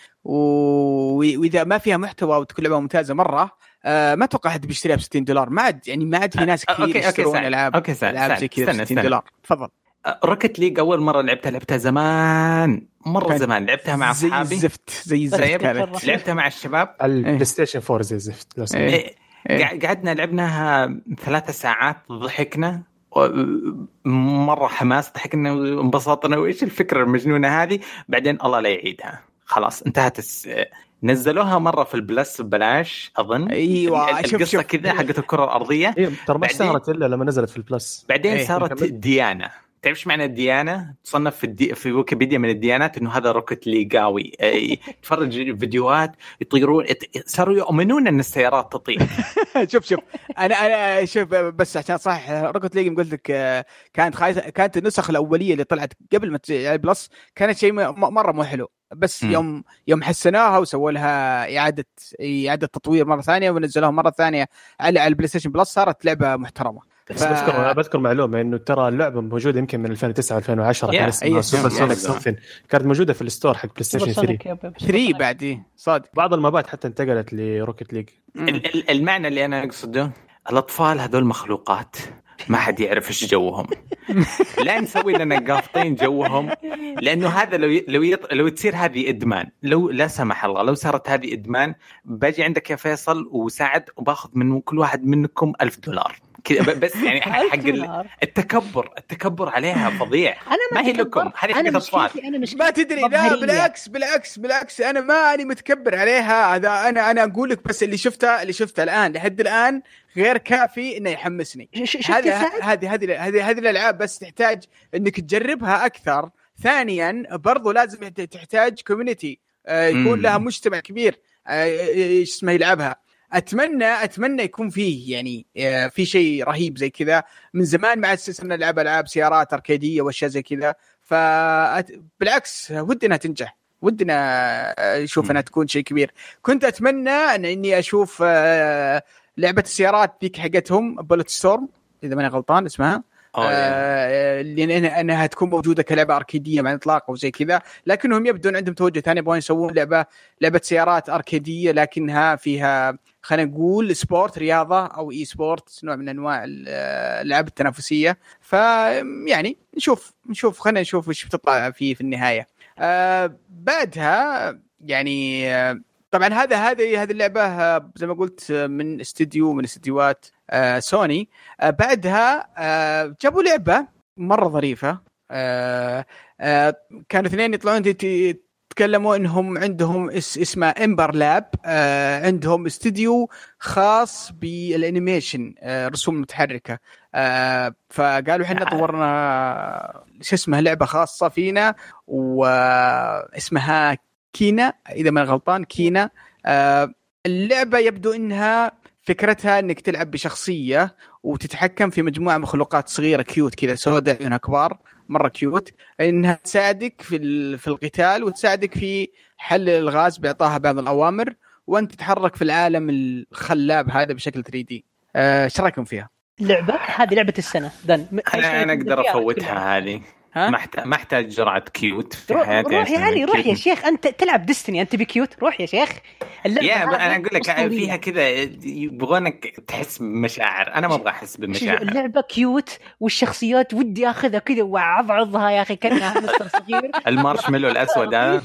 [SPEAKER 2] واذا ما فيها محتوى وتكون لعبه ممتازه مره ما اتوقع حد بيشتريها ب ستين دولار. ما عاد يعني ما عاد في ناس كثير يشترون العاب
[SPEAKER 3] اوكي
[SPEAKER 2] العاب زي كذا ستين دولار. تفضل.
[SPEAKER 3] روكيت ليج اول مره لعبتها لعبتها زمان مره زمان، لعبتها مع اصحابي
[SPEAKER 2] زي الزفت زي الزفت كانت.
[SPEAKER 3] لعبتها مع الشباب
[SPEAKER 5] البلاي ستيشن فور زي الزفت.
[SPEAKER 3] إيه. إيه. قعدنا لعبناها ثلاث ساعات ضحكنا مرة حماس، ضحكنا وانبسطنا وإيش الفكرة المجنونة هذه. بعدين الله لا يعيدها خلاص انتهت. الس... نزلوها مرة في البلس ببلاش أظن.
[SPEAKER 2] أيوة
[SPEAKER 3] القصة كذا حقت الكرة الأرضية.
[SPEAKER 5] إيه ترى ما صارت إلا لما نزلت في البلس.
[SPEAKER 3] بعدين إيه. صارت ديانة. تعرف ايش معنى الديانة؟ تصنف في الدي... في ويكيبيديا من الديانات انه هذا روكيت ليغاوي. تفرج فيديوهات يطيرون، صاروا يؤمنون ان السيارات تطير.
[SPEAKER 2] شوف شوف انا انا شوف بس عشان صح روكيت ليج قلت لك كانت خايسة، كانت النسخ الاوليه اللي طلعت قبل ما البلس كانت شيء مره مو حلو، بس م. يوم يوم حسناها وسووا لها اعاده اعاده تطوير مره ثانيه ونزلوها مره ثانيه على على البلاي ستيشن بلس صارت لعبه محترمه.
[SPEAKER 5] بس ف... بذكر بذكر معلومه انه ترى اللعبه موجوده يمكن من ألفين وتسعة ألفين وعشرة. كان اسمها سوبر سونيك سمثين، كانت موجوده في الستور حق بلاي ستيشن ثلاثة
[SPEAKER 2] ثلاثة بعد صادق.
[SPEAKER 5] بعض المابات حتى انتقلت لروكيت ليج.
[SPEAKER 3] المعنى اللي انا اقصده الاطفال هذول مخلوقات ما حد يعرف ايش جوهم. لا نسوي لنا قافطين جوهم، لانه هذا لو ي... لو ي... لو تصير هذه ادمان، لو لا سمح الله لو صارت هذه ادمان باجي عندك يا فيصل وساعد وباخذ من كل واحد منكم ألف دولار كذا بس. يعني حق التكبر التكبر عليها فظيع. ما هي لكم هذه حق اطفال
[SPEAKER 2] ما تدري. لا بالعكس بالعكس بالعكس انا ما اني متكبر عليها. هذا انا انا اقول لك بس اللي شفته اللي شفته الان لحد الان غير كافي انه يحمسني. هذه هذه هذه هذه هذه الالعاب بس تحتاج انك تجربها اكثر. ثانيا برضو لازم تحتاج كوميونتي يكون لها مجتمع كبير ايش اسمه يلعبها. اتمنى اتمنى يكون فيه يعني في شيء رهيب زي كذا. من زمان ما عاد صرنا نلعب العاب سيارات اركيديه واشياء زي كذا، فبالعكس ودنا تنجح، ودنا نشوف انها تكون شيء كبير. كنت اتمنى ان اني اشوف لعبه السيارات ذيك حقتهم بولت ستورم اذا ماني غلطان اسمها، آه لان انها تكون موجوده كلعبه اركيديه مع اطلاق او زي كذا، لكنهم يبدون عندهم توجه ثاني، يبغون يسوون لعبه لعبه سيارات اركيديه لكنها فيها خلينا نقول سبورت، رياضه او اي سبورت، نوع من انواع الالعاب التنافسيه. فيعني نشوف نشوف خلينا نشوف ايش بتطلع فيه في النهايه. آه بعدها يعني آه طبعا هذا هذه هذه اللعبه آه زي ما قلت آه من استديو من استديوهات آه سوني. آه بعدها آه جابوا لعبه مره ظريفه، آه آه كانوا اثنين يطلعون يتكلموا انهم عندهم اس اسمه امبر لاب، آه عندهم استديو خاص بالانيميشن، آه رسوم متحركه. آه فقالوا احنا طورنا شو اسمها لعبه خاصه فينا واسمها كينا اذا ما غلطان كينا. آه اللعبه يبدو انها فكرتها انك تلعب بشخصيه وتتحكم في مجموعه مخلوقات صغيره كيوت كذا سوداء عيونها كبار مره كيوت، انها تساعدك في في القتال وتساعدك في حل الغاز باعطاها بعض الاوامر، وانت تتحرك في العالم الخلاب هذا بشكل ثري دي. ايش آه رايكم فيها؟
[SPEAKER 4] لعبه هذه لعبه السنه دن.
[SPEAKER 3] انا انا اقدر افوتها هذه، ما احتاج ما احتاج جرعه كيوت في حياتي.
[SPEAKER 4] روح يا علي روح يا شيخ، انت تلعب ديستني انت بكيوت، روح يا شيخ.
[SPEAKER 3] يا انا اقول لك فيها كذا يبغونك تحس بمشاعر، انا ما ابغى احس بمشاعر.
[SPEAKER 4] اللعبه كيوت والشخصيات ودي اخذها كذا واعضعضها يا اخي كانها مستر صغير.
[SPEAKER 3] المارشميلو الاسود هذا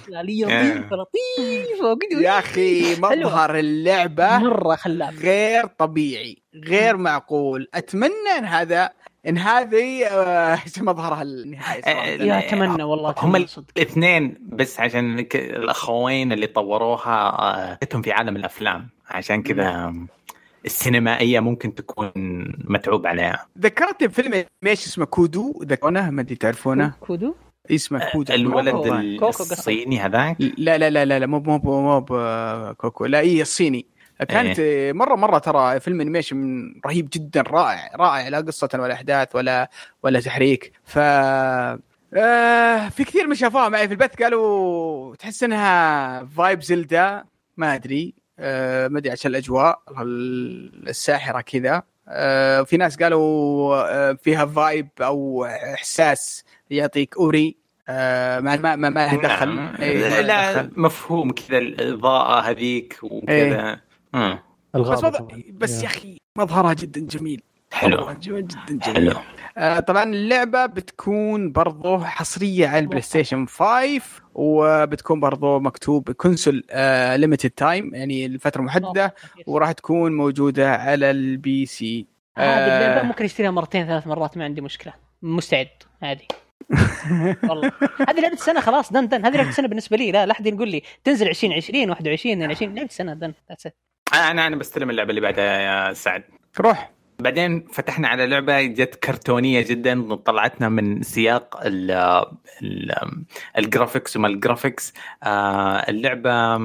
[SPEAKER 2] لطيف يا اخي. مظهر اللعبه
[SPEAKER 4] مره خلاب
[SPEAKER 2] غير طبيعي غير معقول. اتمنى ان هذا ان هذه آه مظهرها النهائي صراحه.
[SPEAKER 4] يا اتمنى والله.
[SPEAKER 3] هم الاثنين بس عشان الاخوين اللي طوروها لقيتهم في عالم الافلام، عشان كذا السينمائيه ممكن تكون متعوب عليها.
[SPEAKER 2] ذكرت فيلم ماشي اسمه كودو، ذكرونه ما ادري تعرفونه؟
[SPEAKER 4] كودو
[SPEAKER 2] اسمه كودو
[SPEAKER 3] الولد الصيني هذاك.
[SPEAKER 2] لا لا لا لا مو مو مو كوكو، لا ايه الصيني. كانت إيه. مرة مرة ترى فيلم انيميشن رهيب جدا، رائع رائع، لا قصة ولا احداث ولا ولا تحريك. ف آه في كثير من شافوها معي في البث قالوا تحس انها فايب زلدا، ما ادري آه ما ادري عشان الاجواء الساحرة كذا. آه في ناس قالوا آه فيها فايب او احساس يعطيك اوري، آه ما ما ما, ما دخل.
[SPEAKER 3] إيه لا دخل. مفهوم كذا الإضاءة هذيك وكذا. إيه.
[SPEAKER 2] آه. بس, بس يا أخي مظهرها جدا جميل،
[SPEAKER 3] حلو
[SPEAKER 2] جدا جميل.
[SPEAKER 3] حلو.
[SPEAKER 2] آه طبعا اللعبة بتكون برضو حصرية على البلاي ستيشن فايف، وبتكون برضو مكتوب كونسول آه ليميتد تايم يعني الفترة محددة، وراح تكون موجودة على البي سي.
[SPEAKER 4] هذه آه اللعبة ممكن يشتريها مرتين ثلاث مرات ما عندي مشكلة، مستعد عادي. والله هذه لعبة السنة خلاص دن دن هذه لعبة السنة بالنسبة لي. لا لا أحد يقول لي تنزل عشرين عشرين واحد وعشرين اثنين وعشرين لعبة السنة دن.
[SPEAKER 3] أنا أنا بستلم اللعبة اللي بعدها يا سعد.
[SPEAKER 2] روح.
[SPEAKER 3] بعدين فتحنا على لعبة جت كرتونية جدا، طلعتنا من سياق ال ال الجرافيكس وما الجرافيكس. اللعبة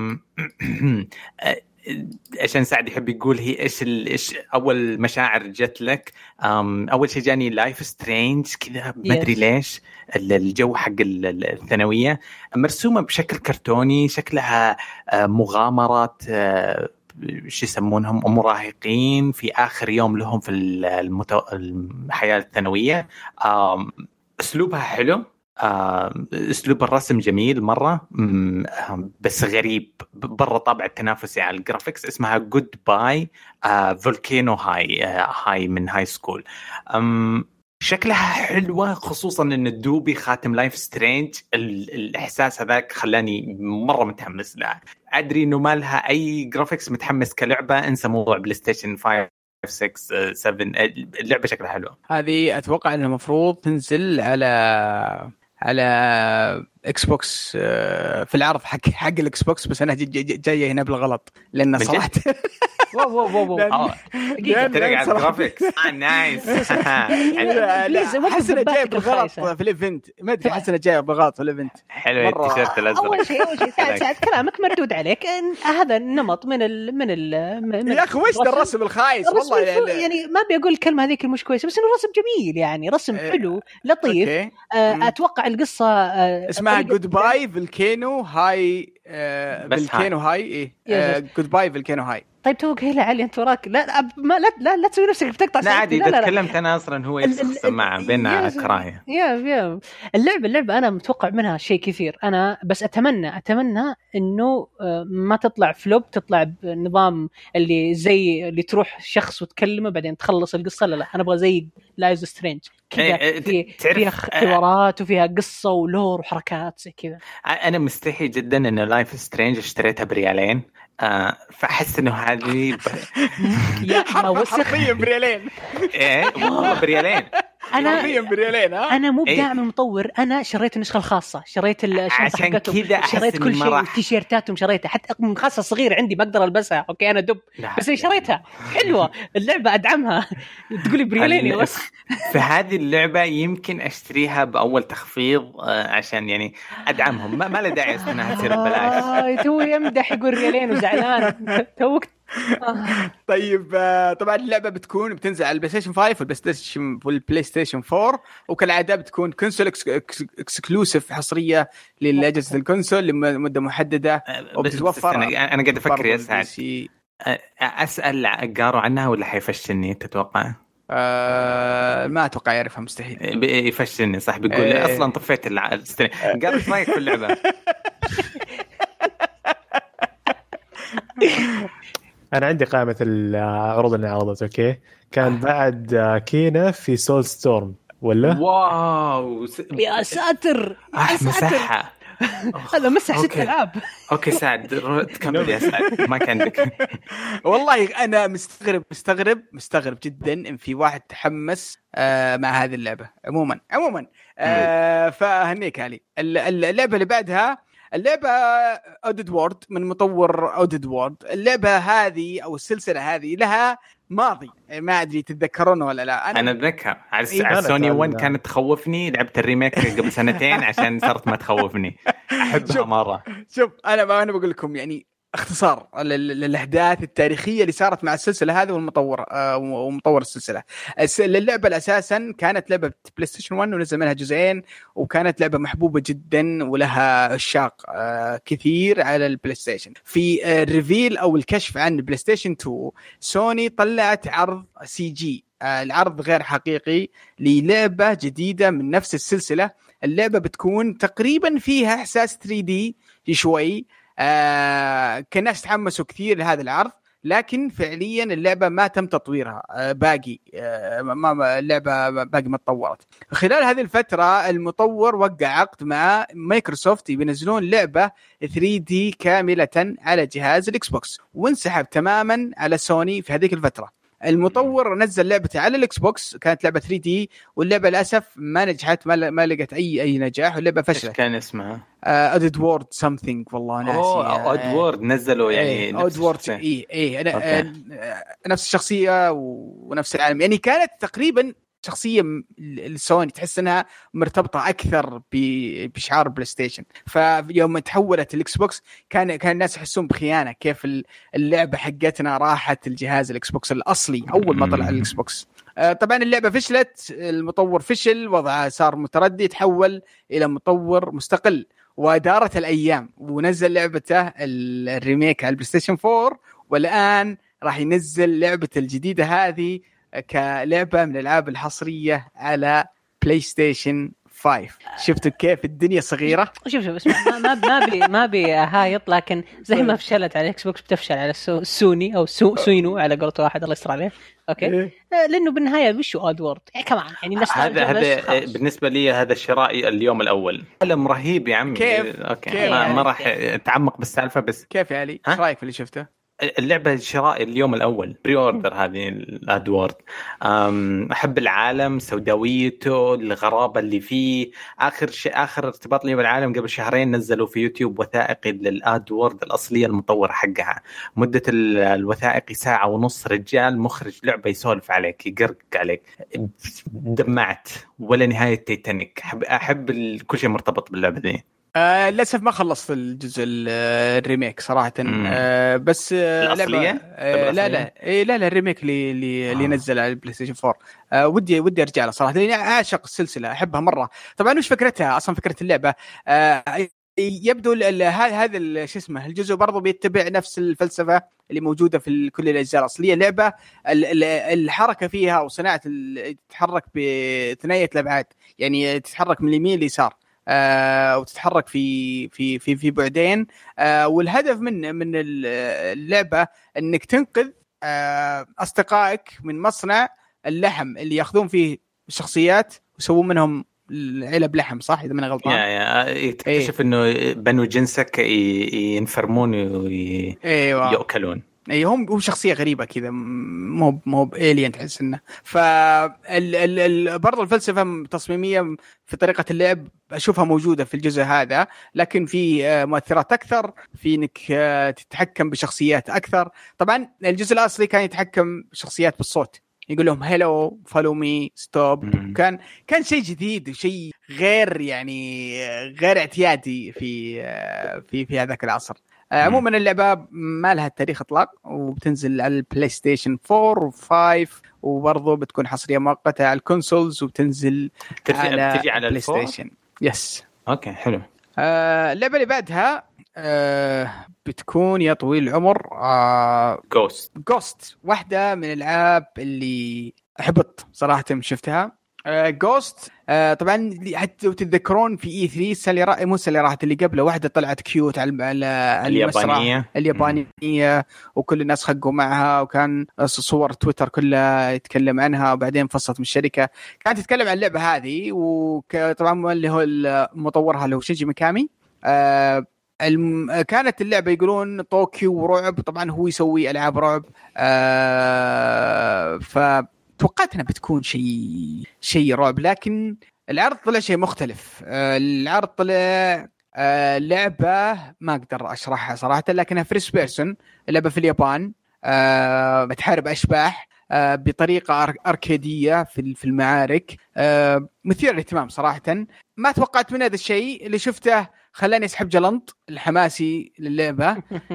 [SPEAKER 3] عشان سعد يحب يقول هي إيش إيش أول مشاعر جت لك. أول شيء جاني لايف سترينج كذا ما أدري ليش، الجو حق الثانوية مرسومة بشكل كرتوني، شكلها مغامرات شو يسمونهم مراهقين في آخر يوم لهم في المتو... الحياة الثانوية. أسلوبها حلو، أسلوب الرسم جميل مرة، بس غريب برا طابع التنافسي على الجرافيكس. اسمها جود باي فولكانو هاي هاي من هاي سكول. شكلها حلوة، خصوصا ان الدوبي خاتم لايف سترينج. الاحساس هذاك خلاني مرة متحمس لها. ادري انه ما لها اي جرافيكس، متحمس كلعبة انسى موضوع بلاي ستيشن خمسة ستة سبعة. اللعبة شكلها حلوة.
[SPEAKER 2] هذه اتوقع انها المفروض تنزل على على اكس بوكس في العرض حق حق الاكس بوكس، بس انا جايه هنا بالغلط لان صراحه
[SPEAKER 4] واو واو واو
[SPEAKER 3] ترجع على الجرافيكس اه نايس.
[SPEAKER 2] حسنا جاي بالغلط في الايفنت، ما ادري حسنا جاي بالغلط في الايفنت.
[SPEAKER 3] حلو التيشيرت الازرق.
[SPEAKER 4] اول شيء اول شيء سعد سعد كلامك مردود عليك. هذا النمط من ال من ال
[SPEAKER 2] يا اخي وش الرسم الخايس والله يعني,
[SPEAKER 4] يعني ما بيقول الكلمه هذيك مش كويسه، بس انه رسم جميل يعني، رسم حلو لطيف. آه اتوقع القصه آه
[SPEAKER 2] اسمها جود باي فولكانو هاي. آه فولكانو هاي ايه آه جود باي فولكانو هاي.
[SPEAKER 4] طيب توك هلا علي انت وراك. لا ما لا لا, لا تسوي نفسك بتقطع.
[SPEAKER 3] لا عادي اذا تكلمت انا اصلا هو يفسخ معه بيننا كراهيه.
[SPEAKER 4] يا يا اللعبه اللعبه انا متوقع منها شيء كثير. انا بس اتمنى اتمنى انه ما تطلع فلوب، تطلع بنظام اللي زي اللي تروح شخص وتكلمه بعدين تخلص القصه. لا لا انا ابغى زي لايف سترينج كذا، في فيها حوارات وفيها قصه ولور وحركات زي كذا.
[SPEAKER 3] انا مستحي جدا انه لايف سترينج اشتريتها بريالين. آه فأحس إنه هذه ب...
[SPEAKER 2] يا حرفيا بريالين.
[SPEAKER 3] إيه والله بريالين.
[SPEAKER 4] أنا
[SPEAKER 2] حرفيا بريالين. ها
[SPEAKER 4] أنا مو بداعم المطور، أنا شريت النسخة الخاصة، شريت الشنطة حقتهم، شريت كل شيء، تيشيرتاتهم شريتها، حتى خاصة صغيرة عندي بقدر ألبسها. أوكي أنا دب بس شريتها حلوة اللعبة أدعمها. تقولي بريالين بس
[SPEAKER 3] في هذه اللعبة يمكن أشتريها بأول تخفيض عشان يعني أدعمهم. ما, ما له داعي أنها تصير ببلاش.
[SPEAKER 4] تو يمدح يقول ريالين وزعلان توك.
[SPEAKER 2] طيب طبعا اللعبه بتكون بتنزل على البلاي ستيشن خمسة والبلاي ستيشن والبلاي ستيشن أربعة، وكالعاده بتكون كونسول اكسكلوسيف حصريه للاجهزه الكونسول لمده محدده وبتتوفر.
[SPEAKER 3] انا انا قاعد افكر يا سعد اسال قارو عنها ولا حيفشلني تتوقع؟
[SPEAKER 2] آه ما اتوقع يعرفها، مستحيل
[SPEAKER 3] يفشلني. صح بيقول لي
[SPEAKER 2] إيه.
[SPEAKER 3] اصلا طفيت الستريم. قال ايش رايك في اللعبه؟
[SPEAKER 5] أنا عندي قائمة العروض اللي عرضت. أوكي كان بعد كينا في سول ستورم ولا؟
[SPEAKER 3] واو
[SPEAKER 4] يا ساتر
[SPEAKER 3] مسحها.
[SPEAKER 4] هذا مسح ست ألعاب.
[SPEAKER 3] أوكي سعد تكمل يا سعد ما كان عندك.
[SPEAKER 2] والله أنا مستغرب مستغرب مستغرب جدا إن في واحد تحمس آه مع هذه اللعبة. عموما عموما آه فهنيك علي. اللعبة اللي بعدها اللعبة أودد وورد من مطور أودد وورد. اللعبة هذه أو السلسلة هذه لها ماضي، ما أدري تتذكرونه ولا لا.
[SPEAKER 3] أنا, أنا أتذكر على إيه؟ سوني ون كانت تخوفني، لعبت الريميك قبل سنتين عشان صارت ما تخوفني. أحبها مرة.
[SPEAKER 2] شوف أنا أنا بقول لكم يعني اختصار للأحداث التاريخية اللي صارت مع السلسلة هذه والمطور آه ومطور السلسلة. اللعبة الأساسا كانت لعبة بلاي ستيشن واحد ونزل منها جزئين، وكانت لعبة محبوبة جدا ولها عشاق آه كثير على البلاي ستيشن. في آه الريفيل أو الكشف عن بلاي ستيشن اثنين سوني طلعت عرض سي جي، آه العرض غير حقيقي للعبة جديدة من نفس السلسلة. اللعبة بتكون تقريبا فيها إحساس ثري دي شوي. آه كان ناس تحمسوا كثير لهذا العرض، لكن فعليا اللعبة ما تم تطويرها. آه باقي آه ما اللعبة باقي ما تطورت. خلال هذه الفترة المطور وقع عقد مع مايكروسوفت ينزلون لعبة ثري دي كاملة على جهاز الإكس بوكس، وانسحب تماما على سوني في هذه الفترة. المطور نزل لعبته على الاكس بوكس، كانت لعبه ثري دي، واللعبه للاسف ما نجحت، ما, ما لقت اي اي نجاح، واللعبه فشلت.
[SPEAKER 3] ايش كان اسمها؟
[SPEAKER 2] اودد وورد سمثينج والله ناسي.
[SPEAKER 3] اوه اود وورد نزلوا يعني
[SPEAKER 2] اود وورد اي اي انا نفس الشخصيه ونفس العالم، يعني كانت تقريبا شخصيه السوني تحس انها مرتبطه اكثر بشعار بلاي ستيشن. فيوم تحولت الاكس بوكس كان كان الناس يحسون بخيانه، كيف اللعبه حقتنا راحت الجهاز الاكس بوكس الاصلي اول ما طلع الاكس بوكس. طبعا اللعبه فشلت، المطور فشل، وضعه صار متردد، تحول الى مطور مستقل، ودارت الايام ونزل لعبته الريميك على البلاي ستيشن فور، والان راح ينزل لعبته الجديده هذه كلعبة من الألعاب الحصرية على بلاي ستيشن خمسة. شفتوا كيف الدنيا صغيرة؟
[SPEAKER 4] شوف شوف اسمع، ما ما بي ما بي هايط، لكن زي ما فشلت على اكس بوكس بتفشل على السوني او سو سوينو على قولة واحد الله يستر عليه. اوكي إيه؟ لانه بالنهايه وش اد وورد يعني كمان يعني الناس
[SPEAKER 3] هذا هذا بالنسبه لي هذا الشراء اليوم الاول عالم رهيب يا عمي.
[SPEAKER 2] كيف
[SPEAKER 3] اوكي
[SPEAKER 2] كيف
[SPEAKER 3] ما, ما راح اتعمق بالسالفه، بس
[SPEAKER 2] كيف يا علي ايش رايك في اللي شفته؟
[SPEAKER 3] اللعبة شراء اليوم الأول بري أوردر هذه الأدوارد. أحب العالم، سوداويته، الغرابة اللي فيه. آخر شيء آخر ارتباط لي بالعالم قبل شهرين نزلوا في يوتيوب وثائقي للأدوارد الأصلية المطورة حقها. مدة الوثائقي ساعة ونص. رجال مخرج لعبة يسولف عليك يقرق عليك. دمعت ولا نهاية تيتانيك. أحب أحب كل شيء مرتبط باللعبة دي.
[SPEAKER 2] آه للأسف ما خلصت الجزء الريميك صراحة. آه بس آه
[SPEAKER 3] الأصلية؟
[SPEAKER 2] آه لا لا إيه لا لا الريميك اللي اللي, اللي نزل على البلاي ستيشن فور. آه ودي ودي أرجع له صراحة لأني أعشق السلسلة أحبها مرة. طبعا وش فكرتها أصلا؟ فكرة اللعبة آه يبدو هذا شو اسمه الجزء برضو بيتبع نفس الفلسفة اللي موجودة في كل الأجزاء الأصلية. لعبة الحركة فيها وصناعة تتحرك بثنائية الأبعاد، يعني تتحرك من اليمين لليسار آه وتتحرك في في في في بعدين. آه والهدف من من اللعبة انك تنقذ آه اصدقائك من مصنع اللحم اللي ياخذون فيه الشخصيات ويسوون منهم علب لحم، صح اذا ما انا غلطان؟
[SPEAKER 3] يا يا تكتشف انه بنو جنسك ينفرمون ويأكلون.
[SPEAKER 2] اي هم هو شخصيه غريبه كذا، مو مو بالين تحس انه. فال برضو الفلسفه تصميميه في طريقه اللعب اشوفها موجوده في الجزء هذا، لكن في مؤثرات اكثر، في انك تتحكم بشخصيات اكثر. طبعا الجزء الاصلي كان يتحكم بشخصيات بالصوت، يقول لهم هلو فولو مي ستوب. كان كان شيء جديد وشيء غير يعني غير اعتيادي في في في هذاك العصر. عموما اللعبة ما لها تاريخ اطلاق، وبتنزل على البلاي ستيشن فور وفايف، وبرضه بتكون حصرية مؤقتة على الكونسولز، وبتنزل على,
[SPEAKER 3] بتجي على
[SPEAKER 2] البلاي ستيشن. يس
[SPEAKER 3] اوكي حلو.
[SPEAKER 2] آه اللعبة اللي بعدها آه بتكون يا طويل العمر آه
[SPEAKER 3] جوست.
[SPEAKER 2] جوست واحدة من الألعاب اللي أحبط صراحة شفتها. جوست آه طبعا حتى لو تتذكرون في اي ثري السنه اللي راحت، مو السنه اللي راحت اللي قبله، واحده طلعت كيوت على على
[SPEAKER 3] اليابانيه
[SPEAKER 2] اليابانيه وكل الناس خقوا معها، وكان صور تويتر كلها يتكلم عنها، وبعدين فصلت من الشركه. كانت تتكلم عن اللعبه هذه، وطبعا اللي هو مطورها اللي هو شينجي ميكامي. آه الم... كانت اللعبة يقولون طوكيو ورعب، طبعا هو يسوي ألعاب رعب. آه ف توقعت انها بتكون شيء شيء رعب، لكن العرض طلع شيء مختلف. آه العرض طلع آه لعبة ما اقدر اشرحها صراحة، لكنها فريس بيرسون، لعبة في اليابان آه بتحارب اشباح آه بطريقة أركيدية في في المعارك. آه مثير للاهتمام صراحة. ما توقعت من هذا الشيء، اللي شفته خلاني اسحب جلنط الحماسي للعبة.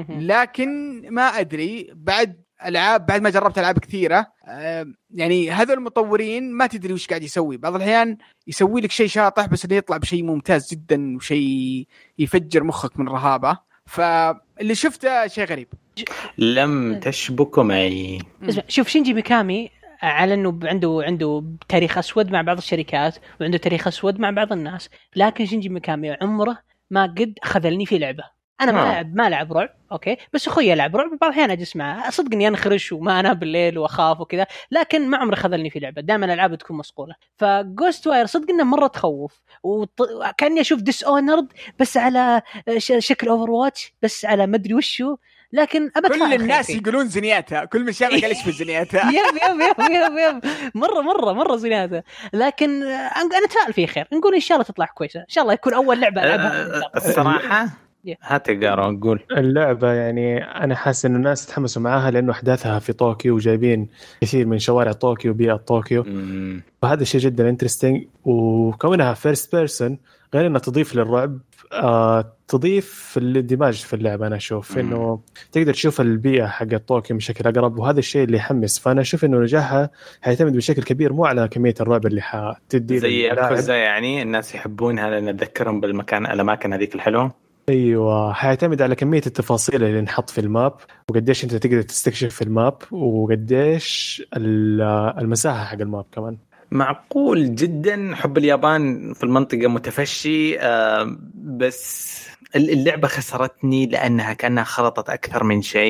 [SPEAKER 2] لكن ما ادري بعد العاب بعد ما جربت العاب كثيره آه يعني هذول المطورين ما تدري وش قاعد يسوي. بعض الاحيان يسوي لك شيء شاطح بس اللي يطلع بشيء ممتاز جدا وشيء يفجر مخك من رهابه. فاللي شفته شيء غريب.
[SPEAKER 3] لم تشبك معي.
[SPEAKER 4] اسمع، شوف شينجي ميكامي على انه عنده عنده تاريخ اسود مع بعض الشركات وعنده تاريخ اسود مع بعض الناس، لكن شينجي ميكامي عمره ما قد خذلني في لعبه. انا ما لعب ما لعب رعب اوكي، بس اخوي يلعب رعب بعض الاحيان اجلس معه، صدقني انخرش وما انام بالليل واخاف وكذا، لكن ما عمري خذلني في لعبه، دائما الالعاب تكون مصقوله. فجوست واير صدق انه مره تخوف، وكاني اشوف ديس اونرد بس على شكل اوفر واتش، بس على مدري وشو، لكن
[SPEAKER 2] كل الناس يقولون زنياتها، كل من شاف قال ايش في زنياتها.
[SPEAKER 4] يب يب يب يب يب مره مره مره زنياتها، لكن انا اتفائل فيه خير، نقول ان شاء الله تطلع كويسه، ان شاء الله يكون اول لعبه العبها.
[SPEAKER 3] الصراحه هات قارو نقول
[SPEAKER 5] اللعبة يعني أنا حاسس إنه الناس تحمسوا معاها لأنه أحداثها في طوكيو وجايبين كثير من شوارع طوكيو وبيئة طوكيو، مم. فهذا الشيء جدا انترستينج. وكونها فيرست بيرسون غير إنها تضيف للرعب آه تضيف الاندماج في اللعبة. أنا أشوف إنه تقدر تشوف البيئة حق طوكيو بشكل أقرب، وهذا الشيء اللي يحمس. فأنا أشوف إنه نجاحها هيعتمد بشكل كبير مو على كمية الرعب اللي حتدي
[SPEAKER 3] زي الكوزة، يعني الناس يحبونها لأن نذكرهم بالمكان الأماكن هذيك الحلوة.
[SPEAKER 5] ايوه حيعتمد على كميه التفاصيل اللي نحط في الماب، وقديش انت تقدر تستكشف في الماب، وقديش المساحه حق الماب كمان.
[SPEAKER 3] معقول جدا. حب اليابان في المنطقه متفشي، بس اللعبه خسرتني لانها كانها خلطت اكثر من شيء.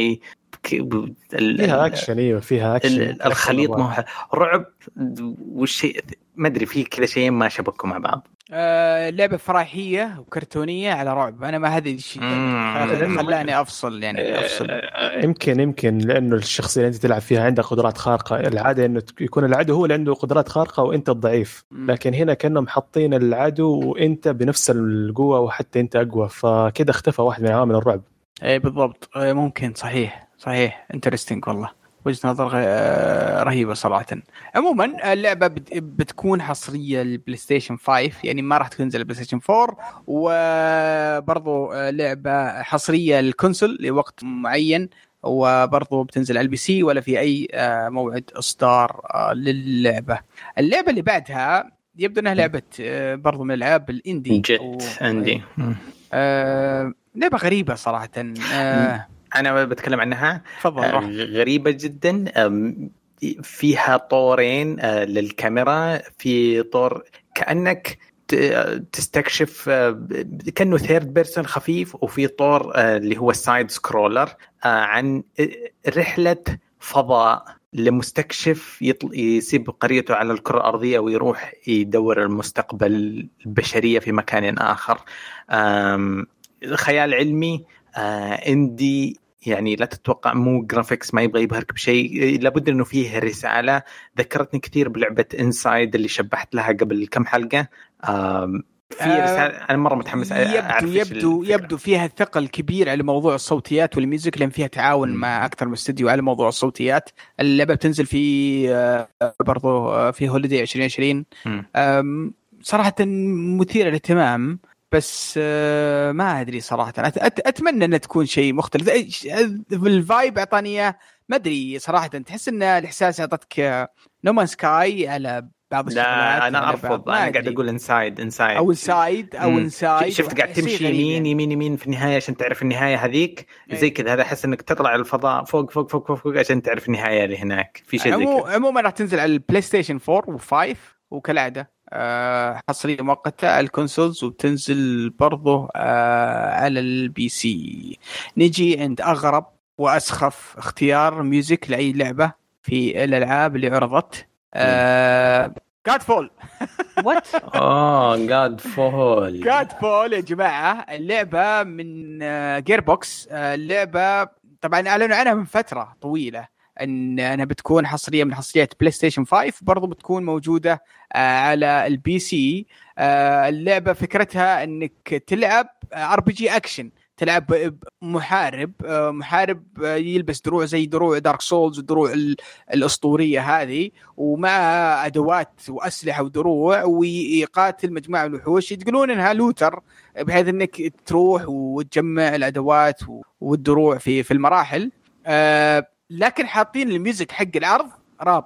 [SPEAKER 5] فيها اكشن. ايوه فيها اكشن.
[SPEAKER 3] الخليط ما رعب والشيء ما ادري فيه كذا شيء ما شبكوا مع بعض.
[SPEAKER 2] آه لعبه فراحيه وكرتونيه على رعب. انا ما هذا الشيء خلاني افصل يعني افصل.
[SPEAKER 5] يمكن يمكن لانه الشخصيه اللي انت تلعب فيها عندها قدرات خارقه. العاده انه يكون العدو هو اللي عنده قدرات خارقه وانت الضعيف، لكن هنا كانهم حاطين العدو وانت بنفس القوه وحتى انت اقوى، فكده اختفى واحد من عوامل الرعب.
[SPEAKER 2] اي بالضبط. ممكن صحيح صحيح انترستينج والله، وجهة نظر رهيبة صراحة. عموما اللعبة بتكون حصرية للبلاي ستيشن خمسة، يعني ما راح تنزل البلاي ستيشن أربعة، وبرضو لعبة حصرية للكونسول لوقت معين، وبرضو بتنزل على البي سي ولا في أي موعد إصدار للعبة. اللعبة اللي بعدها يبدو أنها لعبة برضو من الألعاب الإندي
[SPEAKER 3] جت عندي
[SPEAKER 2] آه لعبة غريبة صراحة. آه
[SPEAKER 3] أنا بتكلم عنها.
[SPEAKER 2] تفضل.
[SPEAKER 3] غريبة جدا، فيها طورين للكاميرا، في طور كأنك تستكشف كأنه ثيرد بيرسون خفيف، وفي طور اللي هو السايد سكرولر عن رحلة فضاء لمستكشف يسيب قريته على الكرة الأرضية ويروح يدور المستقبل البشرية في مكان آخر. خيال علمي اندي، يعني لا تتوقع، مو جرافيكس، ما يبغى يبهرك بشيء، لابد انه فيه رسالة. ذكرتني كثير بلعبة انسايد اللي شبحت لها قبل كم حلقة. في رسالة. انا مرة متحمس
[SPEAKER 2] يبدو يبدو يبدو فيها ثقل كبير على موضوع الصوتيات والميوزك، لان فيها تعاون م. مع اكثر من استوديو على موضوع الصوتيات. اللعبة بتنزل في برضو في هوليدي عشرين عشرين. صراحة مثيرة للاهتمام، بس ما أدري صراحة. أتمنى أن تكون شيء مختلف. الفايب أعطانية ما أدري صراحة، تحس أن الإحساس أعطتك نومان سكاي على بعض الشغلات.
[SPEAKER 3] لا أنا أرفض، أنا قاعد أقول إنسايد إنسايد
[SPEAKER 2] أو إنسايد أو إنسايد.
[SPEAKER 3] شفت قاعد تمشي يمين يمين يمين في النهاية عشان تعرف النهاية هذيك زي كذا. هذا أحس إنك تطلع على الفضاء فوق فوق فوق فوق, فوق عشان تعرف النهاية اللي هناك. في شيء
[SPEAKER 2] عمو... عموما راح تنزل على البلاي ستيشن فور وفايف، وكالعادة أه حصرية مؤقتة على الكونسولز، وبتنزل برضه أه على البي سي. نجي عند أغرب وأسخف اختيار ميوزك لأي لعبة في الألعاب اللي عرضت. أه Godfall.
[SPEAKER 4] What?
[SPEAKER 3] آه Godfall.
[SPEAKER 2] Godfall يا جماعة، اللعبة من جيربوكس. اللعبة طبعا أعلنوا عنها من فترة طويلة ان انا بتكون حصريه من حصريات بلاي ستيشن خمسة، برضو بتكون موجوده على البي سي. اللعبه فكرتها انك تلعب ار بي جي اكشن، تلعب محارب محارب يلبس دروع زي دروع دارك سولز، الدروع الاسطوريه هذه، ومع ادوات واسلحه ودروع، ويقاتل مجموعه الوحوش. يقولون انها لوتر، بحيث انك تروح وتجمع الادوات والدروع في في المراحل. لكن حاطين الميوزك حق العرض راب.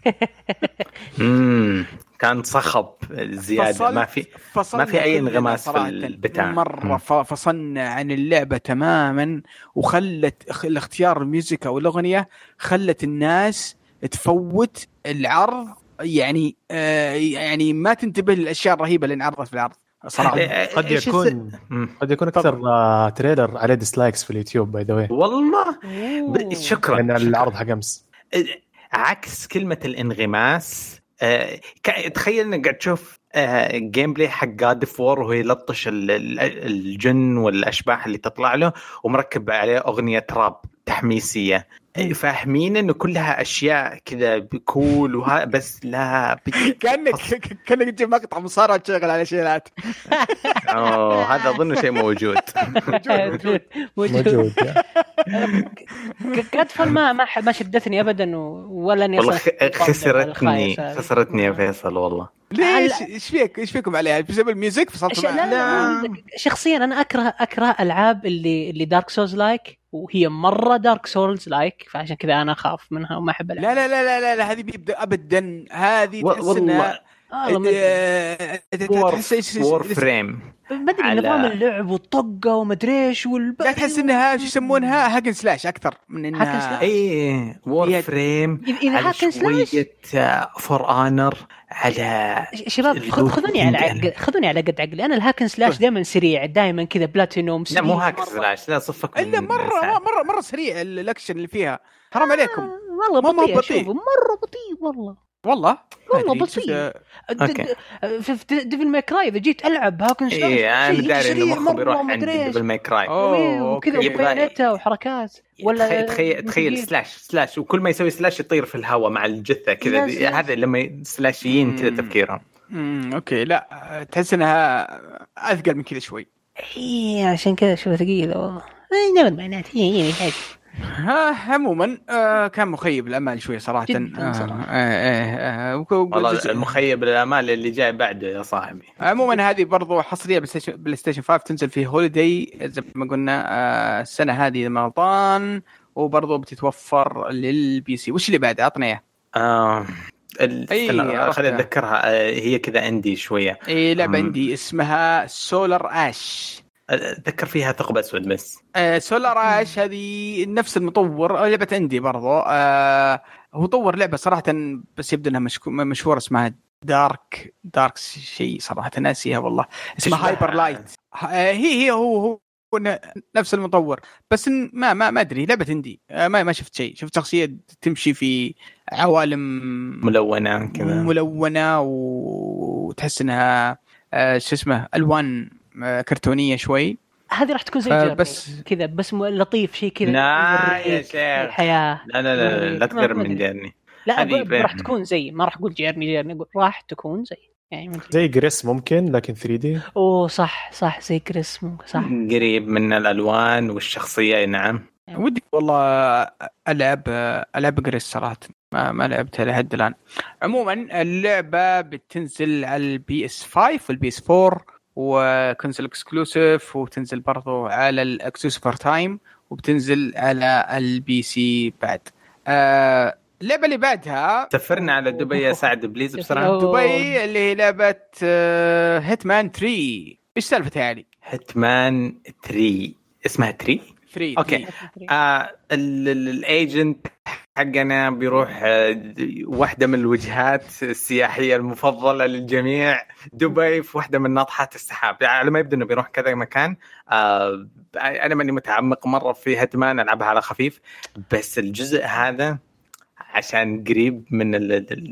[SPEAKER 3] امم كان صخب زياده، ما في ما في اي انغماس في البتاع.
[SPEAKER 2] مره فصلنا عن اللعبه تماما، وخلت الاختيار الميوزك او الاغنيه خلت الناس تفوت العرض. يعني آه يعني ما تنتبه للاشياء الرهيبه اللي انعرضت في العرض صراحه.
[SPEAKER 5] قد يكون قد يكون اكثر تريلر عليه ديسلايكس في اليوتيوب باي ذا واي.
[SPEAKER 3] والله شكرا
[SPEAKER 5] لان العرض حق امس
[SPEAKER 3] عكس كلمه الانغماس. أه تخيل انك قاعد تشوف أه جيم بلاي حق God of War وهو يلطش الجن والاشباح اللي تطلع له، ومركب عليه اغنيه راب تحميسيه. فاهمين انه كلها اشياء كذا بكول وها، بس لا
[SPEAKER 2] كانك كانك تجيب مقطع مصارعه تشغل على شيلات.
[SPEAKER 3] اه هذا اظن شيء موجود
[SPEAKER 4] موجود موجود. كاتفل ما ما ما شدتني ابدا، ولا اني
[SPEAKER 3] خسرتني خسرتني يا فيصل والله.
[SPEAKER 2] ليش ايش فيك ايش فيكم عليها بسبب الميوزك فصلت؟
[SPEAKER 4] لا, لا, لا شخصيا انا اكره اكره العاب اللي اللي دارك سولز لايك، وهي مره دارك سولز لايك، فعشان كذا انا اخاف منها وما احب العب.
[SPEAKER 2] لا لا لا لا لا هذه بيبدا ابدا، هذه تحس انها تحس
[SPEAKER 3] وور فريم
[SPEAKER 4] ما ادري
[SPEAKER 3] على...
[SPEAKER 4] نظام اللعب والطقه وما ادري ايش والب...
[SPEAKER 2] لا تحس انها شو يسمونها هاكن سلاش اكثر من انها
[SPEAKER 3] اي وور فريم
[SPEAKER 4] على
[SPEAKER 3] شويه فور انر على
[SPEAKER 4] شباب. خذوني على عقل خذوني على قد عقلي. انا الهاكن سلاش دائما سريع دائما كذا بلاتينوم.
[SPEAKER 3] لا مو هاكن سلاش لا صفك
[SPEAKER 2] الا مره مره مره سريع الاكشن اللي فيها حرام عليكم.
[SPEAKER 4] آه والله بطيء بطيء مره بطيء والله
[SPEAKER 2] والله
[SPEAKER 4] والله بطيء. في ديفل ماي كراي اذا جيت العب هاكن سلاش
[SPEAKER 3] ايه انا داري انه مخه بيروح عند ديفل ماي كراي
[SPEAKER 4] وكذا وبياناتا وحركات. ولا
[SPEAKER 3] تخيل تخيل سلاش سلاش وكل ما يسوي سلاش يطير في الهواء مع الجثه كذا. هذا لما سلاشيين كذا تفكيرهم.
[SPEAKER 2] امم اوكي لا تحس انها اثقل من كذا شوي.
[SPEAKER 4] ايه عشان كذا شو ثقيله والله. اي نعم معناته هي هي
[SPEAKER 2] ها عموما آه كان مخيب الامال شويه صراحه.
[SPEAKER 4] جدا صراحه.
[SPEAKER 2] آه آه آه
[SPEAKER 3] والله المخيب الامال اللي جاي بعده يا صاحبي.
[SPEAKER 2] عموما هذه برضو حصريه بلاي ستيشن خمسة تنزل في هوليداي زي ما قلنا آه السنه هذه رمضان وبرضو بتتوفر للبي سي. وش اللي بعد عطنا اياه؟
[SPEAKER 3] آه خلينا اتذكرها. هي كذا عندي شويه.
[SPEAKER 2] اي لعبه عندي اسمها سولار اش.
[SPEAKER 3] اتذكر فيها ثقب اسود بس.
[SPEAKER 2] آه سولار اش هذه نفس المطور لعبه عندي برضو. آه هو طور لعبه صراحه بس يبدو انها مشهوره اسمها دارك دارك شيء صراحه ناسيها والله. اسمها هايبر لايت. آه هي هي هو هو نفس المطور بس ما ما ما ادري لعبه عندي. آه ما ما شفت شيء. شفت شخصيه تمشي في عوالم
[SPEAKER 3] ملونه كذا
[SPEAKER 2] ملونه وتحس انها آه شو اسمه الوان آه كرتونيه شوي.
[SPEAKER 4] هذه راح تكون زي
[SPEAKER 2] آه بس
[SPEAKER 4] كذا بس لطيف شيء كذا.
[SPEAKER 3] لا يا شيخ
[SPEAKER 4] الحياه
[SPEAKER 3] لا لا لا لا تقرب من جيرني.
[SPEAKER 4] لا راح تكون زي ما راح اقول جيرني جيرني اقول راح تكون زي يعني
[SPEAKER 5] زي جريس ممكن لكن ثري دي.
[SPEAKER 4] اوه صح صح زي جريس ممكن صح
[SPEAKER 3] قريب من الالوان والشخصيه. نعم
[SPEAKER 2] ودي والله العب العب جريس صراحه ما ما لعبتها لحد الان. عموما اللعبه بتنزل على البي اس خمسة والبي اس أربعة وكونسول اكسكلوسيف وتنزل برضو على الاكسكلوسيف فور تايم وبتنزل على البي سي بعد. آه اللعبه اللي بعدها
[SPEAKER 3] سفرنا على دبي يا سعد بليز بصراحه.
[SPEAKER 2] دبي اللي هي لعبه آه هيتمان ثري. ايش سالفتها يعني؟
[SPEAKER 3] هيتمان ثري اسمها ثري
[SPEAKER 2] ثري
[SPEAKER 3] اوكي. آه الايجنت حقنا بيروح واحدة من الوجهات السياحية المفضلة للجميع دبي في واحدة من ناطحات السحاب. يعني على ما يبدو انه بيروح كذا مكان. آه انا ماني متعمق مرة في هيتمان العبها على خفيف بس الجزء هذا عشان قريب من ال...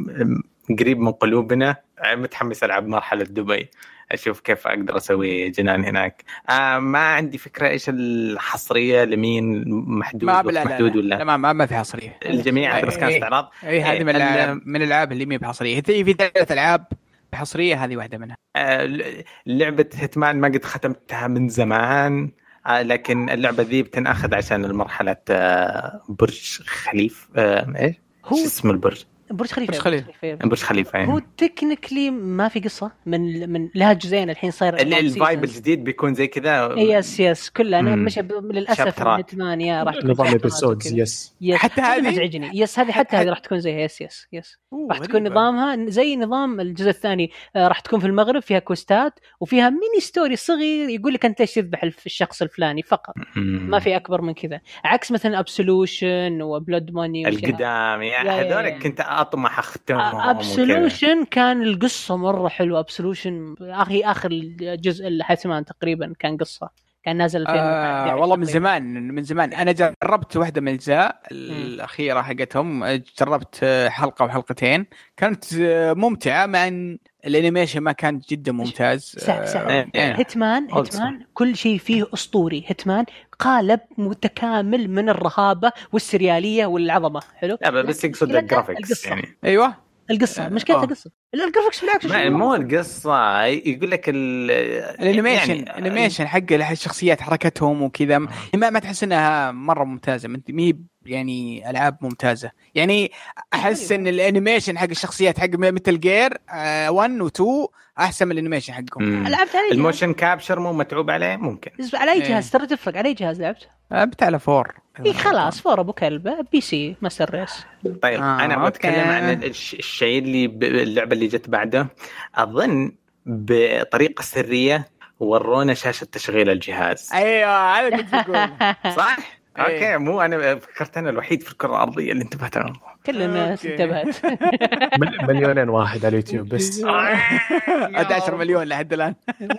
[SPEAKER 3] قريب من قلوبنا. متحمس العب مرحلة دبي اشوف كيف اقدر اسوي جنان هناك. آه ما عندي فكره ايش الحصريه لمين محدود
[SPEAKER 2] ما
[SPEAKER 3] محدود
[SPEAKER 2] ولا لا ما ما في حصريه
[SPEAKER 3] الجميع بس كان استعراض.
[SPEAKER 2] اي هذه من الالعاب من الالعاب اللي مي بحصريه. في ثلاث العاب بحصريه هذه واحده منها.
[SPEAKER 3] آه لعبه هيتمان ما قد ختمتها من زمان. آه لكن اللعبه ذي بتنأخذ عشان المرحله آه برج خليف. آه ايش هو اسم البرج؟
[SPEAKER 4] برج خليفة.
[SPEAKER 3] برج خليفة. برج خليفة.
[SPEAKER 4] هو تكنيكلي ما في قصة من من لها جزئين الحين صاير.
[SPEAKER 3] الفايب الجديد بيكون زي كذا.
[SPEAKER 4] يس يس كلها أنا مش للأسف هتمانية راح
[SPEAKER 5] نظام الإبسودز. يس.
[SPEAKER 2] يس حتى هذه
[SPEAKER 4] مزعجني. يس هذه حتى هذه راح تكون زي يس يس يس راح تكون نظامها زي نظام الجزء الثاني. راح تكون في المغرب فيها كوستات وفيها ميني ستوري صغير يقول لك أنت ليش تذبح الشخص الفلاني فقط. ما في أكبر من كذا. عكس مثلا أبسولوشن وبلود ماني
[SPEAKER 3] القدام يعني هذول كنت أطمح أختمهم.
[SPEAKER 4] أبسولوشن كان القصة مرة حلوة. أبسولوشن أخي آخر جزء الحتمان تقريبا كان قصة كان نازل فين.
[SPEAKER 2] آه والله من زمان من زمان أنا جربت واحدة من الأجزاء الأخيرة حقتهم. جربت حلقة وحلقتين كانت ممتعة مع أن الانيميشن ما كان جدا ممتاز.
[SPEAKER 4] سع سع. آه هيتمان هيتمان كل شيء فيه أسطوري. هيتمان قالب متكامل من الرهابة والسريالية والعظمة. حلو
[SPEAKER 3] لا بس يقصد الجرافيكس يعني.
[SPEAKER 2] أيوة
[SPEAKER 4] القصة مشكلة القصة الجرافيكس بالعكس
[SPEAKER 3] مو القصة يقول لك
[SPEAKER 2] الانيميشن يعني الانيميشن حق الشخصيات حركتهم وكذا ما ما تحس انها مرة ممتازة. انت مي يعني العاب ممتازة يعني احس ان الانيميشن حق الشخصيات حق مثل جير واحد و اثنين احسن من الانيميشن حقهم.
[SPEAKER 4] لعبت عليه
[SPEAKER 3] الموشن كابشر مو متعوب عليه ممكن
[SPEAKER 4] على اي جهاز ترى تفرق على اي جهاز لعبت
[SPEAKER 2] لعبت على فور
[SPEAKER 4] إيه خلاص فور ابو كلبه بي سي ماستر ريس.
[SPEAKER 3] طيب
[SPEAKER 2] آه
[SPEAKER 3] انا بتكلم عن الشيء اللي اللعبه اللي جت بعده، اظن بطريقه سريه ورونا شاشه تشغيل الجهاز.
[SPEAKER 2] ايوه هذا كنت بقول
[SPEAKER 3] صح. اوكي مو انا فكرت انا الوحيد في الكره الارضيه اللي انتبهت له.
[SPEAKER 4] كل الناس انتبهت.
[SPEAKER 5] مليونين واحد على اليوتيوب بس.
[SPEAKER 2] أحد عشر مليون لحد الان.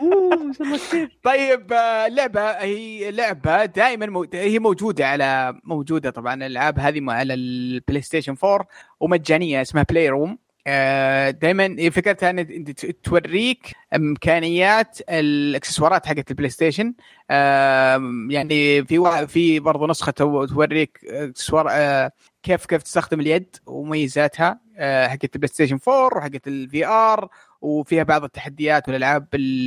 [SPEAKER 2] طيب اللعبه هي لعبه دائما مو... هي موجوده على موجوده طبعا الالعاب هذه على البلاي ستيشن فور ومجانيه، اسمها بلاي روم. دائما فكرتها ان توريك امكانيات الاكسسوارات حقت البلاي ستيشن. يعني في في برضه نسخه توريك اكسسوار كيف كيف تستخدم اليد وميزاتها حقت البلاي ستيشن فور وحقت الفي ار، وفيها بعض التحديات والالعاب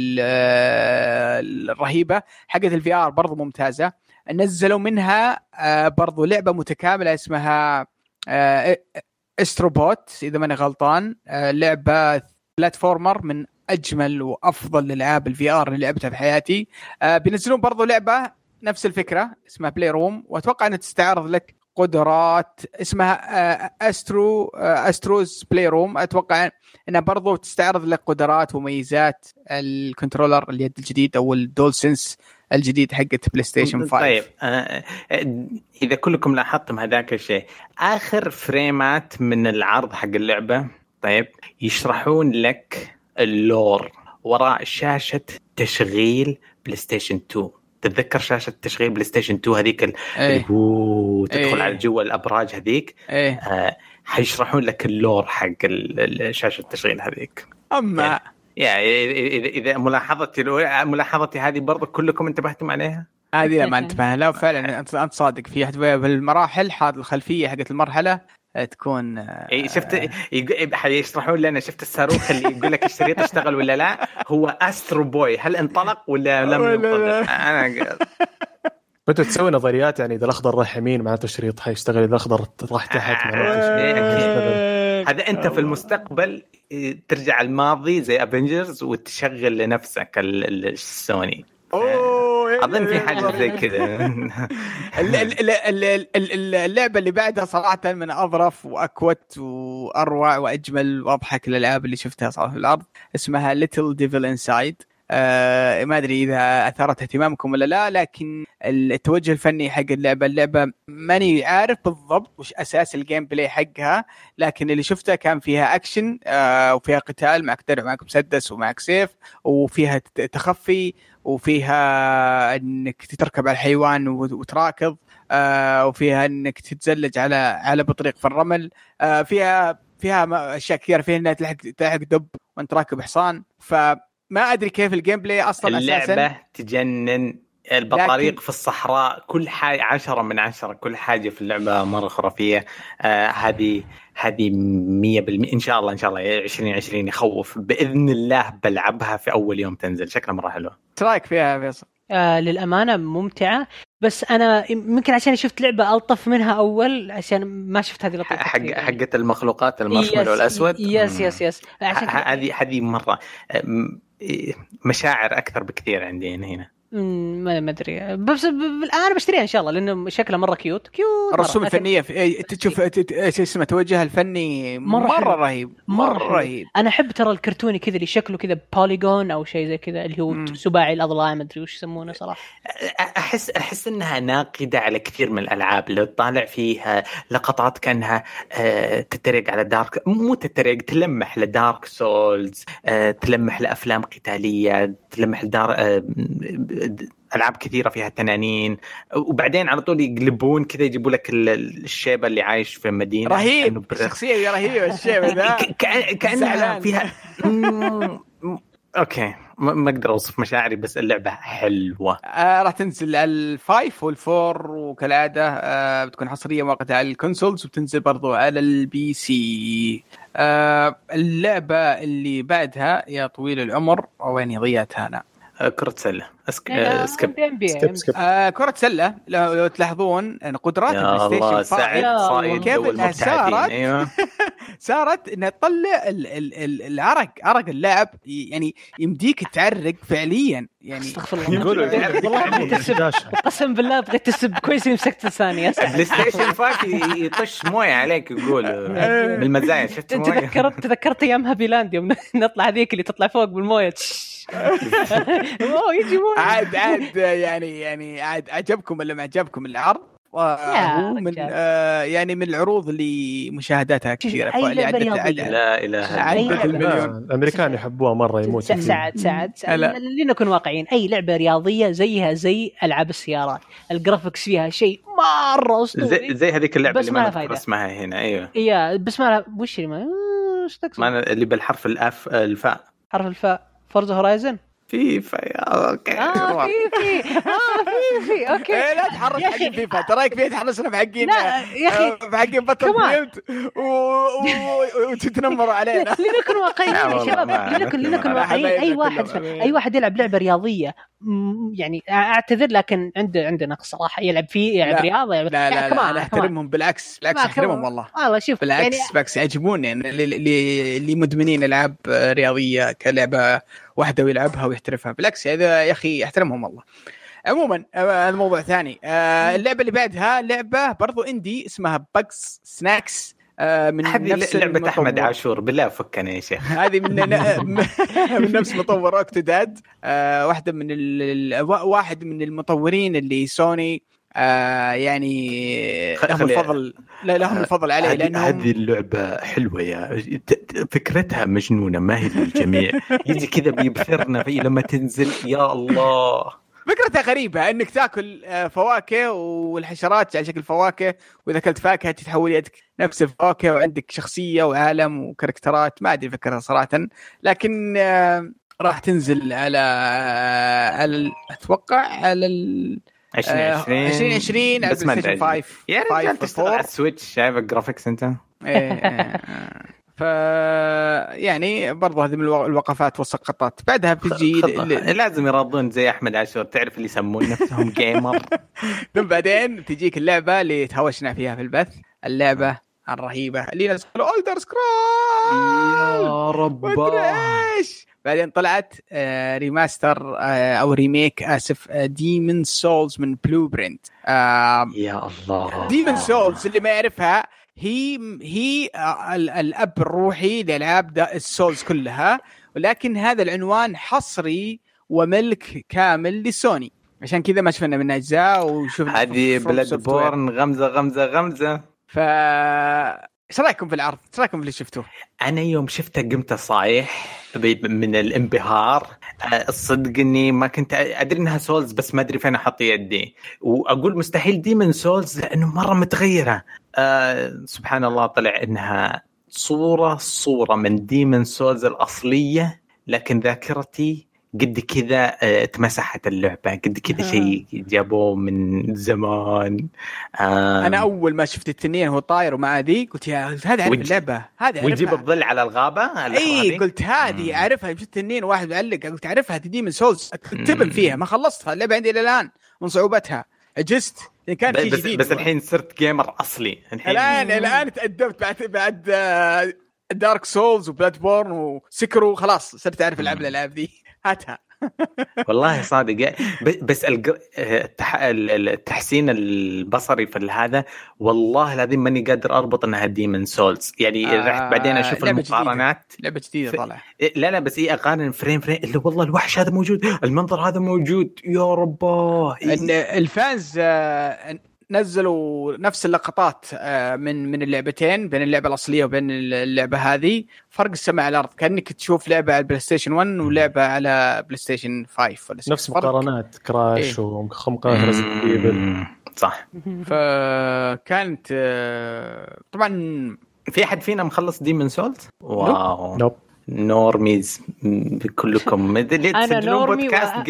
[SPEAKER 2] الرهيبه حقت الفي ار برضه ممتازه. نزلوا منها برضه لعبه متكامله اسمها استروبوت اذا ماني غلطان، لعبه بلاتفورمر من اجمل وافضل الالعاب الفي ار اللي لعبتها في حياتي. بينزلون برضو لعبه نفس الفكره اسمها بلاي روم، واتوقع انها تستعرض لك قدرات اسمها استرو استروز بلاي روم. اتوقع انها برضو تستعرض لك قدرات وميزات الكنترولر اليد الجديد او الدول سنس الجديد حقت بلاي ستيشن خمسة.
[SPEAKER 3] طيب آه اذا كلكم لاحظتم هذاك الشيء اخر فريمات من العرض حق اللعبه، طيب يشرحون لك اللور وراء شاشه تشغيل بلاي ستيشن تو. تتذكر شاشه تشغيل بلاي ستيشن تو هذيك اللي أيه. تدخل أيه. على جوا الابراج هذيك أيه. آه حيشرحون لك اللور حق شاشه التشغيل هذيك.
[SPEAKER 2] اما
[SPEAKER 3] يعني يعني إذا إذا ملاحظتي ملاحظتي هذه برضو كلكم انتبهتم عليها؟
[SPEAKER 2] هذه ما انتبه لا فعلا أنت صادق فيها بالمراحل. حاضر الخلفية حقت المرحلة تكون
[SPEAKER 3] إيه شفت يشرحون لنا شفت الصاروخ اللي يقول لك الشريط اشتغل ولا لا، هو أسترو بوي هل انطلق ولا لم ينطلق؟ أنا
[SPEAKER 5] كنت تسوي نظريات يعني إذا الأخضر راح يمين معناته الشريط حيشتغل، إذا الأخضر راح تحت
[SPEAKER 3] معناته هذا أنت في المستقبل ترجع الماضي زي أفنجرز وتشغل لنفسك السوني. أظن في حاجة زي كذا.
[SPEAKER 2] اللعبة اللي بعدها صراحة من أظرف وأكوت وأروع وأجمل وأضحك الألعاب اللي شفتها صراحة في الأرض، اسمها Little Devil Inside. آه ما أدري إذا أثارت اهتمامكم ولا لا، لكن التوجه الفني حق اللعبة اللعبة ماني عارف بالضبط وش أساس الجيم بلاي حقها، لكن اللي شفته كان فيها أكشن آه وفيها قتال، معك درع معك مسدس ومعك سيف، وفيها تخفي، وفيها انك تتركب على الحيوان وتراكض، آه وفيها انك تتزلج على على بطريق في الرمل، آه فيها فيها اشياء كثيره، فيها انك تلحق تلحق دب وانت راكب حصان. فما ادري كيف الجيم بلاي اصلا اساسا.
[SPEAKER 3] اللعبه تجنن، البطريق في الصحراء كل حاجه عشرة من عشرة، كل حاجه في اللعبه مره خرافيه. آه هذه هذه مية بالمية ان شاء الله ان شاء الله عشرين عشرين يخوف باذن الله، بلعبها في اول يوم تنزل، شكلها مره حلوه.
[SPEAKER 2] ايش رايك فيها فيصل؟
[SPEAKER 4] آه للامانه ممتعه، بس انا ممكن عشان شفت لعبه الطف منها اول، عشان ما شفت هذه لطيفه
[SPEAKER 3] حق حقه المخلوقات المرشمل والاسود.
[SPEAKER 4] يس يس يس
[SPEAKER 3] هذه هذه مره مشاعر اكثر بكثير عندي هنا.
[SPEAKER 4] ما ما ادري، بس الان بشتريها ان شاء الله لانه شكله مره كيوت كيوت.
[SPEAKER 2] الرسوم الفنيه في... تشوف ايش اسمه توجه الفني مره, مرة رهيب مره, مرة رهيب.
[SPEAKER 4] انا احب ترى الكرتوني كذا اللي شكله كذا بوليجون او شيء زي كذا اللي هو م. سباعي الاضلاع، ما ادري وش يسمونه صراحه.
[SPEAKER 3] احس احس انها ناقده على كثير من الالعاب، لو تطالع فيها لقطات كانها تتريق على دارك، مو تتريق، تلمح لدارك سولز، تلمح لافلام قتاليه، تلمح لدار ألعاب كثيرة فيها تنانين، وبعدين على طول يقلبون كذا يجيبوا لك الشيبة اللي عايش في مدينة
[SPEAKER 2] رهيب، الشخصية رهيبة الشيبة ذا
[SPEAKER 3] كأنها فيها أوكي ما أقدر أوصف مشاعري، بس اللعبة حلوة.
[SPEAKER 2] آه راح تنزل على الفايف والفور وكالعادة آه بتكون حصرية وقتها على الكونسولز، وبتنزل برضو على البي سي. آه اللعبة اللي بعدها يا طويل العمر وين ضيعتها أنا؟
[SPEAKER 3] كرة سلة أسك...
[SPEAKER 4] سكيب
[SPEAKER 2] سكيب سكيب. آه كرة سلة، لو, لو تلاحظون أن قدرات البلاي ستيشن
[SPEAKER 3] صاعد صاعد
[SPEAKER 2] كيف انها صارت أيوة. صارت انها تطلع ال- ال- ال- العرق عرق اللاعب، يعني يمديك تعرق فعليا يعني.
[SPEAKER 4] استغفر الله
[SPEAKER 5] يقولوا
[SPEAKER 4] والله بغيت تسب، قسم بالله بغيت تسب كويس اني مسكت لساني.
[SPEAKER 3] بلاي ستيشن فايف يطش مويه عليك يقول بالمزايا. شفت مويه؟
[SPEAKER 4] تذكرت تذكرت ايام هابي لاند يوم نطلع هذيك اللي تطلع فوق بالمويه اوه يجي مويه.
[SPEAKER 2] عاد عاد يعني يعني عاد عجبكم ولا ما عجبكم العرض؟ هو من آه يعني من العروض اللي مشاهداتها كثيره.
[SPEAKER 4] أي لعبة رياضية.
[SPEAKER 3] لا اله الا
[SPEAKER 2] عدة
[SPEAKER 3] الله.
[SPEAKER 2] المليون.
[SPEAKER 5] الامريكان يحبوها مره يموت
[SPEAKER 4] سعد سعد سعد, سعد. لنكن واقعيين، اي لعبه رياضيه زيها زي العاب السيارات، الجرافيكس فيها شيء مره اسطوري
[SPEAKER 3] زي, زي هذيك اللعبه
[SPEAKER 4] بس
[SPEAKER 3] اللي
[SPEAKER 4] ما
[SPEAKER 3] ما
[SPEAKER 4] لها
[SPEAKER 3] نذكر اسمها هنا. ايوه
[SPEAKER 4] ايوه بس ما لها وش اللي ما ايش تقصد؟
[SPEAKER 3] ما أنا اللي بالحرف الاف الفاء،
[SPEAKER 4] حرف الفاء. فورزا هورايزن
[SPEAKER 3] فيفا. اوكي
[SPEAKER 4] اه في في اه في في اوكي.
[SPEAKER 2] إيه لا تحرك
[SPEAKER 4] يا أخي.
[SPEAKER 2] حقين فيفا، تراك فيه تحرسنا بحقين.
[SPEAKER 4] لا يا اخي
[SPEAKER 2] بحقين بطل
[SPEAKER 4] كمان.
[SPEAKER 2] فيلد وتتنمروا علينا.
[SPEAKER 4] لنكن واقعيين
[SPEAKER 3] لا
[SPEAKER 4] يا
[SPEAKER 3] والله
[SPEAKER 4] شباب،
[SPEAKER 3] ما-
[SPEAKER 4] لنكن
[SPEAKER 3] ما-
[SPEAKER 4] لنكن
[SPEAKER 3] ما-
[SPEAKER 4] واقعيين. اي
[SPEAKER 2] حبايبنا
[SPEAKER 4] واحد
[SPEAKER 2] كلهم.
[SPEAKER 4] اي واحد يلعب لعبه رياضيه م- يعني اعتذر لكن عنده عنده نقص صراحه، يلعب فيه يلعب
[SPEAKER 2] لا.
[SPEAKER 4] رياضه يلعب...
[SPEAKER 2] لا لا,
[SPEAKER 4] كمان
[SPEAKER 2] لا انا احترمهم بالعكس بالعكس
[SPEAKER 4] ما
[SPEAKER 2] احترمهم
[SPEAKER 4] كمان.
[SPEAKER 2] والله
[SPEAKER 4] والله شوف
[SPEAKER 2] بالعكس
[SPEAKER 4] يعني
[SPEAKER 2] بالعكس يعجبوني يعني اللي اللي مدمنين العاب رياضيه كلعبه واحده ويلعبها ويحترفها. بالعكس هذا يا اخي احترمهم والله. عموما هذا موضوع ثاني. اللعبه اللي بعدها لعبه برضو اندي اسمها باكس سناكس من
[SPEAKER 3] هذه
[SPEAKER 2] نفس
[SPEAKER 3] لعبه
[SPEAKER 2] المطور.
[SPEAKER 3] احمد عاشور بالله فكنا يا شيخ.
[SPEAKER 2] هذه من من نفس مطور اوكتوداد. واحده من ال... واحد من المطورين اللي سوني آه يعني لهم الفضل. لا لهم الفضل عليه لانه
[SPEAKER 3] هذه اللعبه حلوه يا فكرتها مجنونه ما هي للجميع. يجي كذا بيبثرنا في لما تنزل يا الله.
[SPEAKER 2] فكرتها غريبة انك تاكل فواكه والحشرات على شكل فواكه، واذا اكلت فاكهة تتحول يدك نفس الفواكه وعندك شخصية وعالم وكاركترات. ما ادري فكرها صراحة، لكن راح تنزل على على اتوقع على ال
[SPEAKER 3] عشرين
[SPEAKER 2] عشرين عشرين على بلاي ستيشن خمسة.
[SPEAKER 3] يا رجال تشتغل على السويتش شايف الجرافيكس انت.
[SPEAKER 2] ف يعني برضه هذه من الوقفات والسقطات. بعدها بتجي
[SPEAKER 3] ل... لازم يرضون زي احمد عاشور، تعرف اللي يسمون نفسهم جيمر.
[SPEAKER 2] ثم بعدين تجيك اللعبه اللي تهاوشنا فيها في البث، اللعبه الرهيبه اللي نزلوا اولدر سكرول
[SPEAKER 3] يا رب
[SPEAKER 2] ايش. بعدين طلعت آه ريماستر آه او ريميك اسف آه ديمون سولز من بلو برنت. آه
[SPEAKER 3] يا الله
[SPEAKER 2] ديمون سولز اللي ما يعرفها هي هي الأب الروحي لألعاب السولز كلها، ولكن هذا العنوان حصري وملك كامل لسوني، عشان كذا ما شفنا منها أجزاء. وشوفنا
[SPEAKER 3] هذه بلاد بورن غمزة غمزة غمزة.
[SPEAKER 2] ف ايش رايكم في العرض؟ ايش رايكم في اللي شفتوه؟
[SPEAKER 3] انا يوم شفته قمت صايح من الانبهار. الصدق اني ما كنت ادري انها سولز، بس ما ادري فين احط يدي، واقول مستحيل دي من سولز لانه مره متغيره. أه سبحان الله طلع انها صوره صوره من ديمن سولز الاصليه، لكن ذاكرتي قد كذا اتمسحت اللعبة، قد كذا شيء جابوه من زمان.
[SPEAKER 2] أنا أول ما شفت التنين هو طاير ومع ذي قلت يا هذا عارف اللعبة هذا،
[SPEAKER 3] ويجيب الظل على الغابة.
[SPEAKER 2] أي قلت هذه أعرفها. شفت التنين واحد معلق قلت أعرفها، هذه دي من سولز. اكتبن فيها ما خلصتها اللعبة عندي إلى الآن من صعوبتها، عجزت كان في جديد.
[SPEAKER 3] بس الحين صرت جيمر أصلي الحين.
[SPEAKER 2] الآن الآن تأدبت بعد بعد دارك سولز وبلاد بورن وسكرو، خلاص صرت أعرف ألعب الألعاب دي هاتها.
[SPEAKER 3] والله صادق. بس التحسين البصري في هذا والله العظيم ماني قادر أربط أنها ديمن سولز. يعني آه رحت بعدين أشوف المقارنات.
[SPEAKER 2] لعبة جديدة طالعة.
[SPEAKER 3] لا لا بس إيه أقارن فريم فريم اللي والله الوحش هذا موجود، المنظر هذا موجود، يا رباه.
[SPEAKER 2] إن الفانز آه نزلوا نفس اللقطات من من اللعبتين، بين اللعبه الاصليه وبين اللعبه هذه، فرق السماء على الارض. كانك تشوف لعبه على البلاي ستيشن واحد ولعبه على بلاي ستيشن خمسة.
[SPEAKER 5] نفس مقارنات كراش إيه؟ ومقارنات ريزيدنت ايفل
[SPEAKER 3] صح.
[SPEAKER 2] فكانت طبعا
[SPEAKER 3] في احد فينا مخلص ديمن سولز؟ واو
[SPEAKER 5] نوب
[SPEAKER 3] نورميز كلكم.
[SPEAKER 4] انا نورمي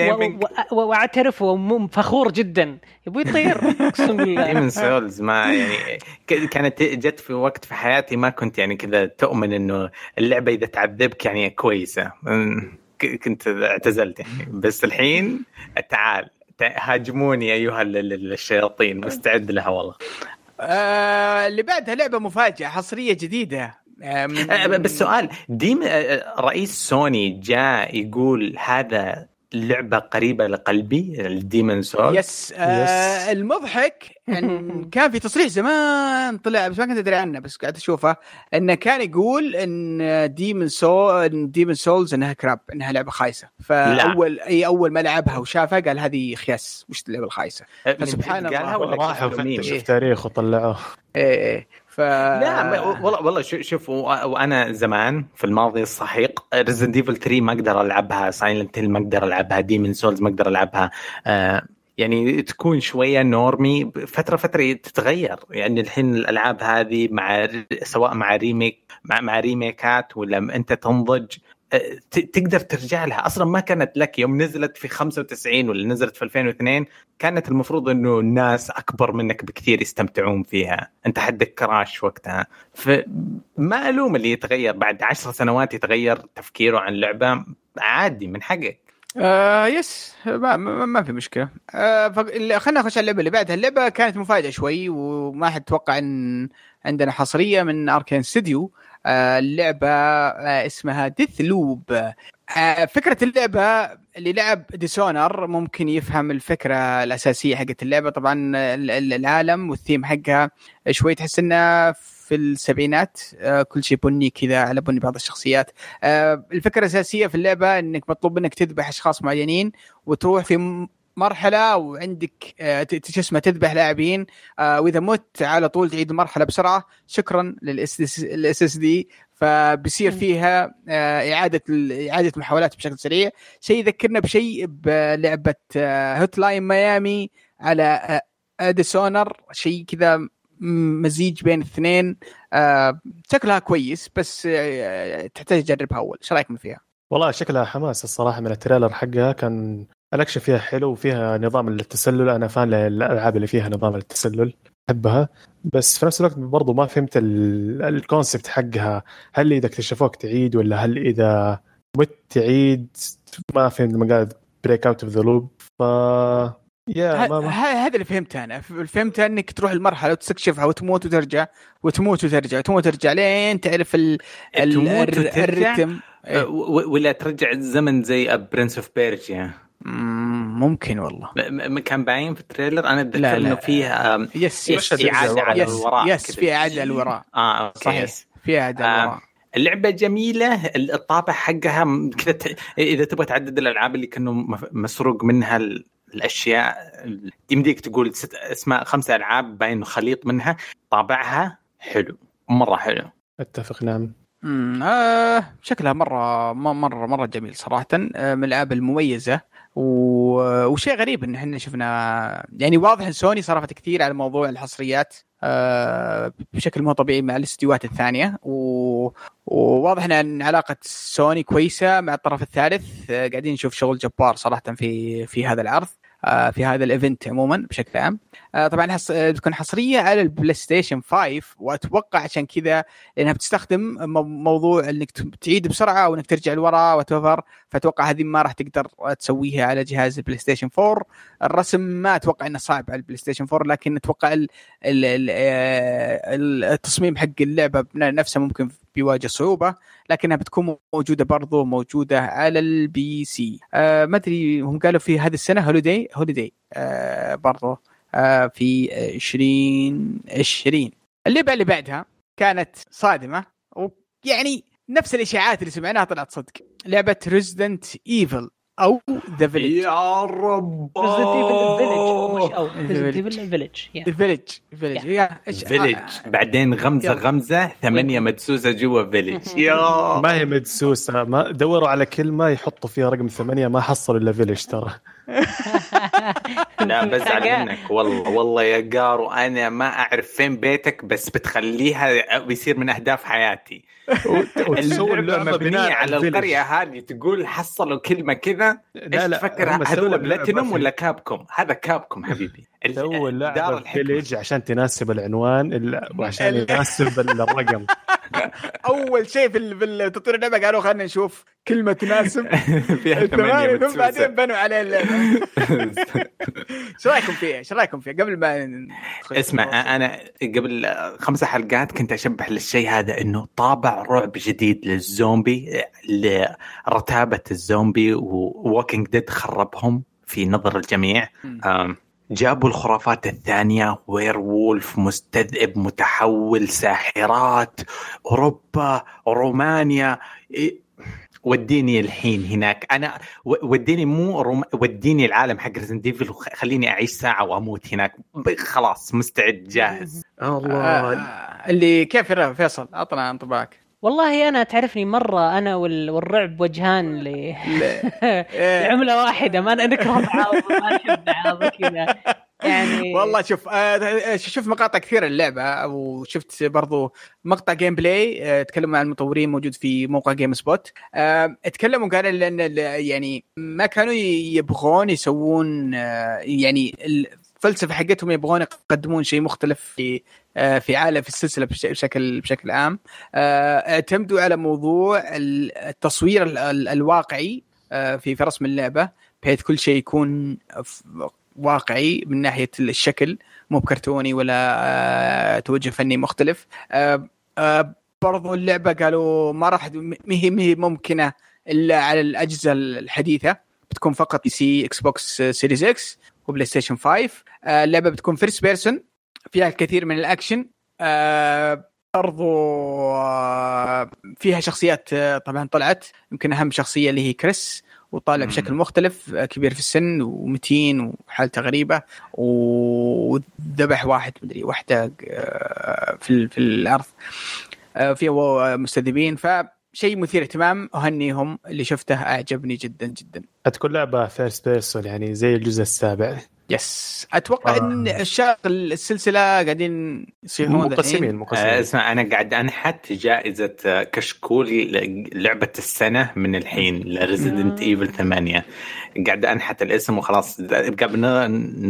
[SPEAKER 4] واعترف وفخور جدا يبغى يطير اقسم بالله.
[SPEAKER 3] ديمن سولز ما يعني كانت جت في وقت في حياتي ما كنت يعني كذا تؤمن انه اللعبه اذا تعذبك يعني كويسه، كنت اعتزلت يعني. بس الحين تعال هاجموني ايها الشياطين، مستعد لها والله.
[SPEAKER 2] آه اللي بعدها لعبه مفاجاه حصريه جديده
[SPEAKER 3] بس سؤال ديم رئيس سوني جاء يقول هذا اللعبة قريبة لقلبي الديمن سول.
[SPEAKER 2] يس, آه يس. المضحك ان كان في تصريح زمان طلع بس ما كنت ادري عنه بس قاعد اشوفه انه كان يقول ان ديمن سول ديمن سولز انها كراب انها لعبة خايسة. فاول اي اول ما لعبها وشافها قال هذه خياس وش اللعبة الخايسة.
[SPEAKER 3] فسبحان الله
[SPEAKER 5] راحوا فتشوا في تاريخ وطلعوه.
[SPEAKER 2] ايه ف
[SPEAKER 3] لا والله والله شوف وانا زمان في الماضي السحيق ريزيدنت ايفل ثري ما اقدر العبها، سايلنت هيل ما اقدر العبها، ديمن سولز ما اقدر العبها. آه يعني تكون شويه نورمي فتره فتره تتغير. يعني الحين الالعاب هذه مع سواء مع ريميك مع مع ريميكات ولا انت تنضج تقدر ترجع لها. اصلا ما كانت لك يوم نزلت في خمسة وتسعين ولا نزلت في ألفين واثنين كانت المفروض انه الناس اكبر منك بكثير يستمتعون فيها، انت حدك كراش وقتها. فما الوم اللي يتغير بعد عشر سنوات يتغير تفكيره عن لعبة عادي من حقك.
[SPEAKER 2] آه يس ما, ما في مشكله. آه خلينا نخش على اللعبه اللي بعدها. اللعبه كانت مفاجاه شوي وما حد توقع ان عندنا حصريه من أركين ستوديو. آه اللعبه آه اسمها ديث لوب. آه فكره اللعبه اللي لعب ديسونر ممكن يفهم الفكره الاساسيه حقت اللعبه. طبعا العالم والثيم حقها شوي تحس انه في السبعينات، آه كل شيء بني كذا على بني بعض الشخصيات. آه الفكرة الأساسية في اللعبة إنك مطلوب منك تذبح أشخاص معينين وتروح في مرحلة وعندك آه تسمى تذبح لاعبين، آه وإذا مت على طول تعيد المرحلة بسرعة. شكرا للإس إس دي فبصير فيها آه إعادة إعادة محاولات بشكل سريع. شيء يذكرنا بشيء بلعبة آه هوت لاين ميامي على آه ديسونر، شيء كذا مزيج بين الاثنين. آه شكلها كويس بس آه تحتاج تجربها أول. شو رأيكم فيها؟
[SPEAKER 5] والله شكلها حماس الصراحة. من التريلر حقها كان الأكشن فيها حلو وفيها نظام التسلل. أنا فان للألعاب اللي فيها نظام التسلل أحبها، بس في نفس الوقت برضو ما فهمت الكونسبت حقها. هل إذا اكتشفوك تعيد ولا هل إذا مت تعيد؟ ما فهمت لما قالت بريك اوت اوف ذا لوب. ف
[SPEAKER 2] هذا اللي فهمته أنا. فهمت أنك تروح المرحلة وتستكشفها وتموت وترجع وتموت وترجع وتموت وترجع لين تعرف ال الرتم،
[SPEAKER 3] ولا ترجع الزمن زي برنس اوف بيرجيا.
[SPEAKER 2] ممكن والله
[SPEAKER 3] ما كان باين في التريلر. أنا أتذكر إنه فيها
[SPEAKER 2] يس
[SPEAKER 3] يس إعادة على الوراء.
[SPEAKER 2] يس في إعادة الوراء.
[SPEAKER 3] آه أوكي.
[SPEAKER 2] صحيح في إعادة الوراء.
[SPEAKER 3] اللعبة جميلة. الطابع حقها كذا ت... إذا تبغى تعدد الألعاب اللي كانوا مسروق منها ال... الأشياء يمديك تقول ست اسماء خمسة ألعاب باين خليط منها. طابعها حلو مرة حلو.
[SPEAKER 5] اتفق. نعم.
[SPEAKER 2] امم آه شكلها مرة مرة مرة جميل صراحة. آه من الألعاب المميزة. وشيء غريب إن إحنا شفنا يعني واضح إن سوني صرفت كثير على موضوع الحصريات آه بشكل مو طبيعي مع الاستديوهات الثانية. و... وواضح إن علاقة سوني كويسة مع الطرف الثالث. آه قاعدين نشوف شغل جبار صراحة في في هذا العرض، آه في هذا الإيفنت عموما بشكل عام. آه طبعا حص... بتكون حصرية على البلاي ستيشن فايف، وأتوقع عشان كذا لأنها بتستخدم موضوع إنك تعيد بسرعة وإنك ترجع لورا وتوفر. فأتوقع هذه ما راح تقدر تسويها على جهاز البلاي ستيشن فور. الرسم ما أتوقع إنه صعب على البلاي ستيشن فور، لكن أتوقع ال... ال... ال... التصميم حق اللعبة نفسها ممكن بيواجه صعوبة، لكنها بتكون موجودة برضو موجودة على البي سي. آه ما أدري هم قالوا في هذه السنة هوليداي هوليداي آه برضو آه في عشرين عشرين. اللعبة اللي بعدها كانت صادمة، ويعني نفس الإشاعات اللي سمعناها طلعت صدق. لعبة Resident Evil أو The Village.
[SPEAKER 3] يا رب
[SPEAKER 4] Resident Evil Village مش أو Resident Evil Village.
[SPEAKER 2] The Village Village يا
[SPEAKER 3] Village. بعدين غمزة غمزة ثمانية مدسوسة جوا Village. يا
[SPEAKER 5] ما هي مدسوسة، ما دوروا على كلمة يحطوا فيها رقم ثمانية ما حصلوا إلا Village ترى.
[SPEAKER 3] لا بزعل منك والله والله يا قارو. أنا ما أعرف فين بيتك بس بتخليها بيصير من أهداف حياتي. اللعبة مبنية على القرية هذه تقول حصلوا كلمة كذا. إيش تفكر هذول بلاتينوم ولا كابكوم؟ هذا كابكوم حبيبي.
[SPEAKER 5] سووا اللعبة فيليج عشان تناسب العنوان وعشان يناسب الرقم.
[SPEAKER 2] أول شيء في التطوير اللعبة قالوا خلنا نشوف كلمة تناسب
[SPEAKER 3] فيها ثمانية
[SPEAKER 2] ثم بعدين بنوا عليه اللعبة. شو رايكم فيها ايش رايكم فيها قبل ما
[SPEAKER 3] اسمع انا قبل خمسة حلقات كنت اشبح للشيء هذا انه طابع رعب جديد للزومبي لرتابه الزومبي ووكينج ديد خربهم في نظر الجميع. جابوا الخرافات الثانية وير وولف مستذئب متحول ساحرات أوروبا رومانيا وديني الحين هناك أنا وديني مو روم... وديني العالم حق ريزنت ايفل وخليني أعيش ساعة وأموت هناك خلاص مستعد جاهز.
[SPEAKER 1] الله
[SPEAKER 2] آه اللي كيف فيصل أعطنا انطباعك.
[SPEAKER 4] والله أنا تعرفني مرة أنا والرعب وجهان ل... لعملة واحدة ما نكره بعض ما نحب بعض كذا يعني.
[SPEAKER 2] والله شوف آه شوف مقاطع كثيرة اللعبة وشفت برضو مقطع جيم بلاي آه تكلموا عن المطورين موجود في موقع جيم سبوت آه اتكلموا قالوا لأن يعني ما كانوا يبغون يسوون آه يعني الفلسفة حقتهم يبغون يقدمون شيء مختلف في في عالم في السلسلة بشكل بشكل عام. اعتمدوا على موضوع التصوير الواقعي في في رسم اللعبة بحيث كل شيء يكون واقعي من ناحية الشكل مو بكرتوني ولا توجه فني مختلف. برضو اللعبة قالوا ما راح مهي ممكنة إلا على الأجهزة الحديثة بتكون فقط بي سي اكس بوكس سيريز اكس وبلاي ستيشن خمسة. اللعبة بتكون فيرست بيرسون فيها الكثير من الأكشن آه برضو آه فيها شخصيات آه طبعا طلعت يمكن أهم شخصية اللي هي كريس وطالع بشكل مختلف آه كبير في السن ومتين وحالته غريبة وذبح واحد مدري واحدة آه في, في الأرض آه فيها مستذئبين فشيء مثير اهتمام أهنيهم اللي شفته أعجبني جدا جدا.
[SPEAKER 5] هتكون لعبة فيرست بيرسون يعني زي الجزء السابع.
[SPEAKER 2] يس اتوقع آه. ان الشاغل السلسله قاعدين يصيحون
[SPEAKER 5] مقسمين مقسمين
[SPEAKER 3] آه اسمع انا قاعد انحت جائزه كشكول لعبه السنه من الحين لريزيدنت ايفل ثمانية قاعد انحت الاسم وخلاص قبل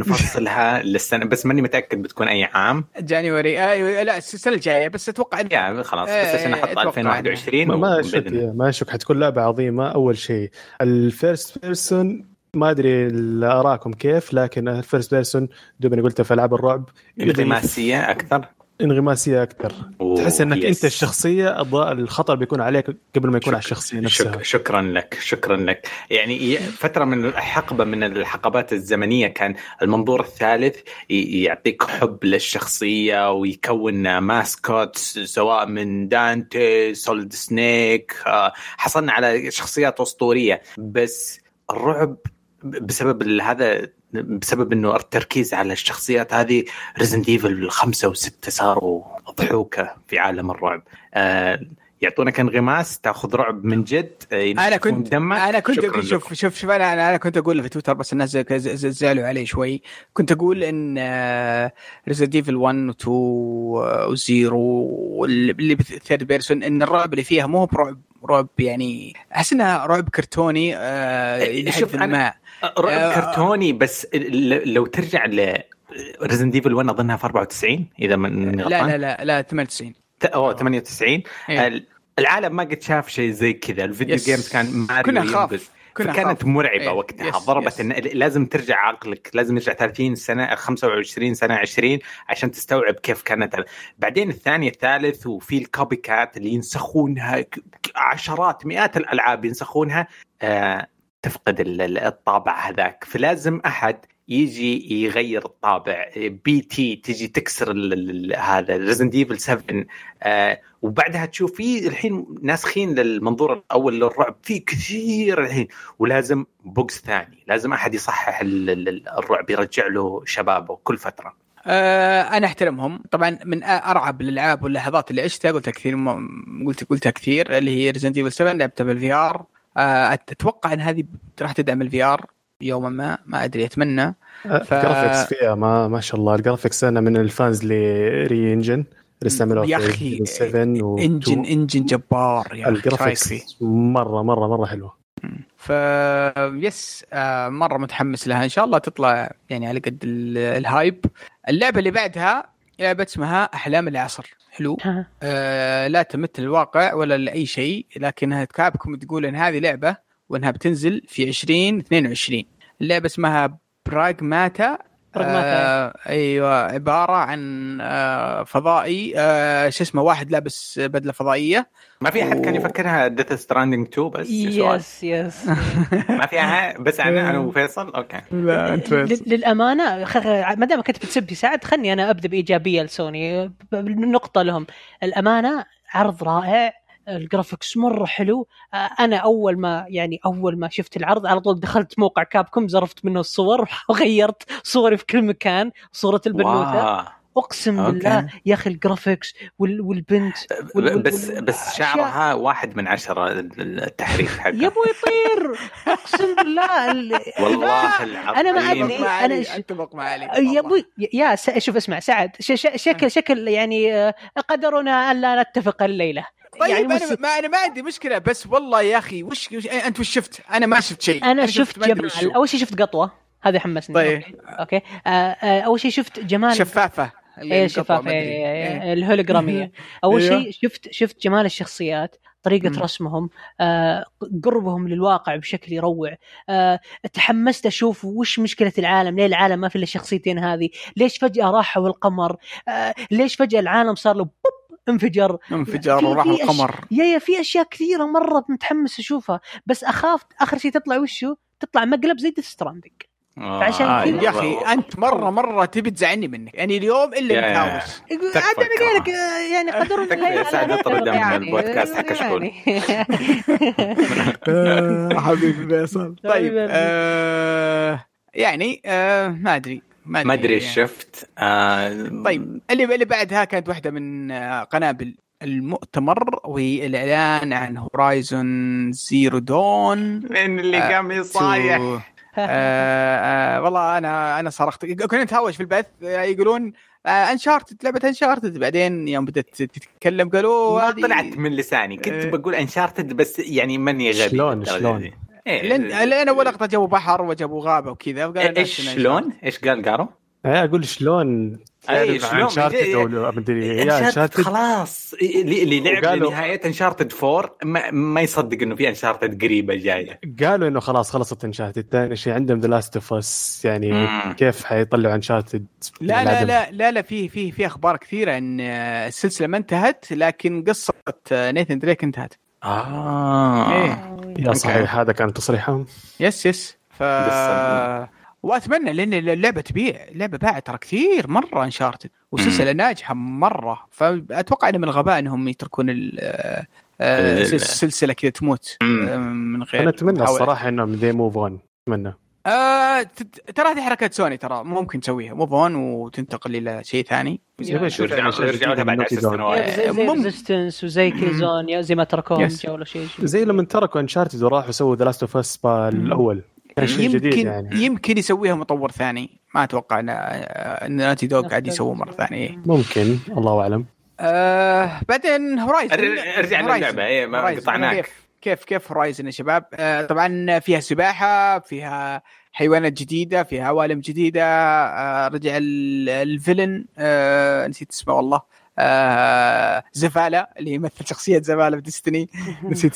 [SPEAKER 3] نفصلها للسنه بس ماني متاكد بتكون اي عام
[SPEAKER 2] جانيوري آه لا السنه الجايه بس اتوقع
[SPEAKER 3] إن... يعني خلاص بس عشان احط ألفين وواحد وعشرين
[SPEAKER 5] ما اشك ما اشك حتكون لعبه عظيمه. اول شيء الفيرست بيرسون ما أدري آراءكم كيف لكن الفيرست بيرسون دوبني قلته في ألعاب الرعب
[SPEAKER 3] انغماسية أكثر
[SPEAKER 5] انغماسية أكثر تحس أنك يس. أنت الشخصية الضاء الخطر بيكون عليك قبل ما يكون شك... على الشخصية نفسها.
[SPEAKER 3] شك... شكرا لك شكرا لك يعني فترة من الحقبة من الحقبات الزمنية كان المنظور الثالث يعطيك حب للشخصية ويكون ماسكوت سواء من دانتي سوليد سنيك حصلنا على شخصيات أسطورية بس الرعب بسبب هذا بسبب انه التركيز على الشخصيات هذه ريزنت ايفل خمسة وستة صاروا ضحوكة في عالم الرعب. آه يعطونك انغماس تاخذ رعب من جد.
[SPEAKER 2] انا كنت انا كنت شوف شوف شوف انا انا كنت اقول في تويتر بس الناس زعلوا عليه شوي. كنت اقول ان ريزنت ايفل واحد و اثنين و صفر واللي بالثيرد بيرسون ان الرعب اللي فيها مو برعب رعب يعني احس انها رعب كرتوني. آه
[SPEAKER 3] شوف انا رعب آه كرتوني بس لو ترجع ل ريزنت ايفل واحد اظنها في أربعة وتسعين اذا من
[SPEAKER 2] لا لا لا لا ثمانية وتسعين
[SPEAKER 3] أو ثمانية وتسعين. العالم ما قد شاف شيء زي كذا. الفيديو
[SPEAKER 2] يس.
[SPEAKER 3] جيمز كان ماريو ينقذ فكانت مرعبة أيه. وقتها يس. ضربت يس. لازم ترجع عقلك لازم يرجع ثلاثين سنة خمسة وعشرين سنة عشرين عشان تستوعب كيف كانت. بعدين الثاني الثالث وفي الكوبي كات اللي ينسخونها عشرات مئات الألعاب ينسخونها آه تفقد الطابع هذاك. فلازم أحد يجي يغير الطابع. بي تي تجي تكسر هذا ريزنت ايفل سبعة آه وبعدها تشوف في الحين ناسخين للمنظور الاول للرعب في كثير الحين ولازم بوكس ثاني لازم احد يصحح الرعب يرجع له شبابه كل فتره.
[SPEAKER 2] أه انا احترمهم طبعا. من ارعب الالعاب واللحظات اللي عشتها قلتها كثير قلت قلتها كثير اللي هي ريزنت ايفل سبعة لعبتها بالفي ار. أه اتوقع ان هذه راح تدعم الفي ار يوما ما ما ادري اتمنى.
[SPEAKER 5] ف... الجرافيكس فيها ما ما شاء الله الجرافيكس انا من الفانز لري انجن استعملوه
[SPEAKER 2] يا اخي انجن انجن جبار يا اخي.
[SPEAKER 5] الجرافيكس مره مره مره حلوه.
[SPEAKER 2] ف يس آه مره متحمس لها ان شاء الله تطلع يعني على قد الهايب. اللعبه اللي بعدها لعبه اسمها احلام العصر. حلو آه لا تمت الواقع ولا لاي شيء لكنها كابكم تقول ان هذه لعبه وانها بتنزل في عشرين اثنين وعشرين. اللعبه اسمها براغماتا آه ايوه عباره عن آه فضائي آه شو اسمه واحد لابس بدله فضائيه.
[SPEAKER 3] ما في احد و... كان يفكرها ديث ستراندينج تو بس
[SPEAKER 4] يس يس
[SPEAKER 3] ما فيها بس انا انا وفيصل اوكي.
[SPEAKER 2] لا انت
[SPEAKER 4] للامانه ما دام كنت بتسب سعد خلني انا ابدا بايجابيه لسوني. نقطه لهم الامانه عرض رائع الجرافيكس مره حلو. انا اول ما يعني اول ما شفت العرض على طول دخلت موقع كابكوم زرفت منه الصور وغيرت صوري في كل مكان صوره البنوته. اقسم أوكي. بالله يا اخي الجرافيكس وال والبنت
[SPEAKER 3] وال بس وال بس شعرها واحد من عشرة التحريك حقه
[SPEAKER 4] يبغى يطير اقسم بالله ال...
[SPEAKER 3] والله العظيم
[SPEAKER 4] انا ما ادري انا
[SPEAKER 2] اتفق مع علي
[SPEAKER 4] يا ابوي يا س... شوف اسمع سعد ش... ش... شكل شكل يعني قدرنا الا نتفق الليله.
[SPEAKER 2] طيب
[SPEAKER 4] يعني
[SPEAKER 2] أنا
[SPEAKER 4] مس...
[SPEAKER 2] ما أنا ما عندي مشكلة بس والله يا أخي وش, وش أنت وش شفت؟ أنا ما شفت شيء.
[SPEAKER 4] أنا, أنا شفت, شفت جمال. أول شيء شفت قطوة هذا حمسني.
[SPEAKER 2] طيب.
[SPEAKER 4] أوكي, أوكي. آه آه أول شيء شفت جمال
[SPEAKER 2] شفافة.
[SPEAKER 4] إيه شفافة إيه الهولوجرامية. أول شيء شفت شفت جمال الشخصيات طريقة م. رسمهم آه قربهم للواقع بشكل يروع. آه تحمست أشوف وش مشكلة العالم ليه العالم ما في إلا شخصيتين هذه ليش فجأة راحوا القمر آه ليش فجأة العالم صار له انفجر
[SPEAKER 2] انفجار وراح القمر.
[SPEAKER 4] يا يا في اشياء كثيره مره متحمس اشوفها بس اخاف اخر شيء تطلع وشو تطلع مقلب زي ديث ستراندينج.
[SPEAKER 2] فعشان آه كذا يا اخي انت مره مره تبي تزعلني منك يعني اليوم الا متهاوش.
[SPEAKER 4] عاد انا قايل لك يعني قدر
[SPEAKER 3] الله سعد اطرد من البودكاست حق شكون
[SPEAKER 2] حبيبي فيصل. طيب يعني ما ادري
[SPEAKER 3] ما ادري يعني. شفت آه
[SPEAKER 2] طيب اللي اللي بعدها كانت واحدة من قنابل المؤتمر والاعلان عن هورايزون زيرو دون
[SPEAKER 3] من اللي آه قام يصايح
[SPEAKER 2] آه آه والله انا انا صرخت كنت اتهاوش في البث يقولون انشارتد لعبه انشارتد بعدين يوم بدت تتكلم قالوا
[SPEAKER 3] ما طلعت من لساني كنت بقول انشارتد بس يعني ماني غبي
[SPEAKER 5] شلون شلون
[SPEAKER 2] إيه لأن أول لقطة جابوا بحر وجابوا غابة وكذا
[SPEAKER 3] وقال إيش شلون إيش قال قارو؟
[SPEAKER 5] إيه أقول شلون
[SPEAKER 3] أي شلون
[SPEAKER 5] شارتد ولا أدري يا
[SPEAKER 3] شارتد خلاص اللي لعب نهاية انشارتد فور ما, ما يصدق إنه في انشارتد قريبة جاية.
[SPEAKER 5] قالوا إنه خلاص خلصت انشارتد. ثاني شيء عندهم ذا لاست اوف اس يعني مم. كيف حيطلعوا انشارتد؟
[SPEAKER 2] لا لا لا لا لا في في في أخبار كثيرة إن السلسلة ما انتهت لكن قصة نيثان دريك انتهت.
[SPEAKER 3] آه
[SPEAKER 2] إيه.
[SPEAKER 5] يا صحيح هذا كان تصريحهم.
[SPEAKER 2] يس يس ف واتمنى لان اللعبه تبيع اللعبه باعت ترى كثير مره انشارتد وسلسله ناجحه مره فاتوقع ان من الغباء انهم يتركون السلسله كذا تموت من غير.
[SPEAKER 5] انا اتمنى الصراحه انهم ذي موف اون اتمنى
[SPEAKER 2] آه ترى هذه حركات سوني ترى ممكن تسويها موف اون وتنتقل الى شيء ثاني
[SPEAKER 3] يرجعوا لها بعد عشر سنوات
[SPEAKER 4] زي ريزيستنس وزي كيزون زي ما تركوهم ولا شيء
[SPEAKER 5] زي لما تركوا انشارتد وراحوا سووا ذا لاست اوف اس الاول
[SPEAKER 2] يمكن يعني. يمكن يسويها مطور ثاني ما اتوقع ان ان ناتي دوغ قاعد يسووا مره ثانيه
[SPEAKER 5] ممكن الله اعلم.
[SPEAKER 2] آه بعدين هورايزن
[SPEAKER 3] ارجع للعبه ايه ما قطعناك.
[SPEAKER 2] كيف كيف كيف هورايزن يا شباب؟ آه طبعا فيها سباحه فيها حيوانات جديده فيها عوالم جديده. آه رجع الفيلن آه نسيت اسمه والله آه زفالة اللي يمثل شخصيه زفالة في ديستني نسيت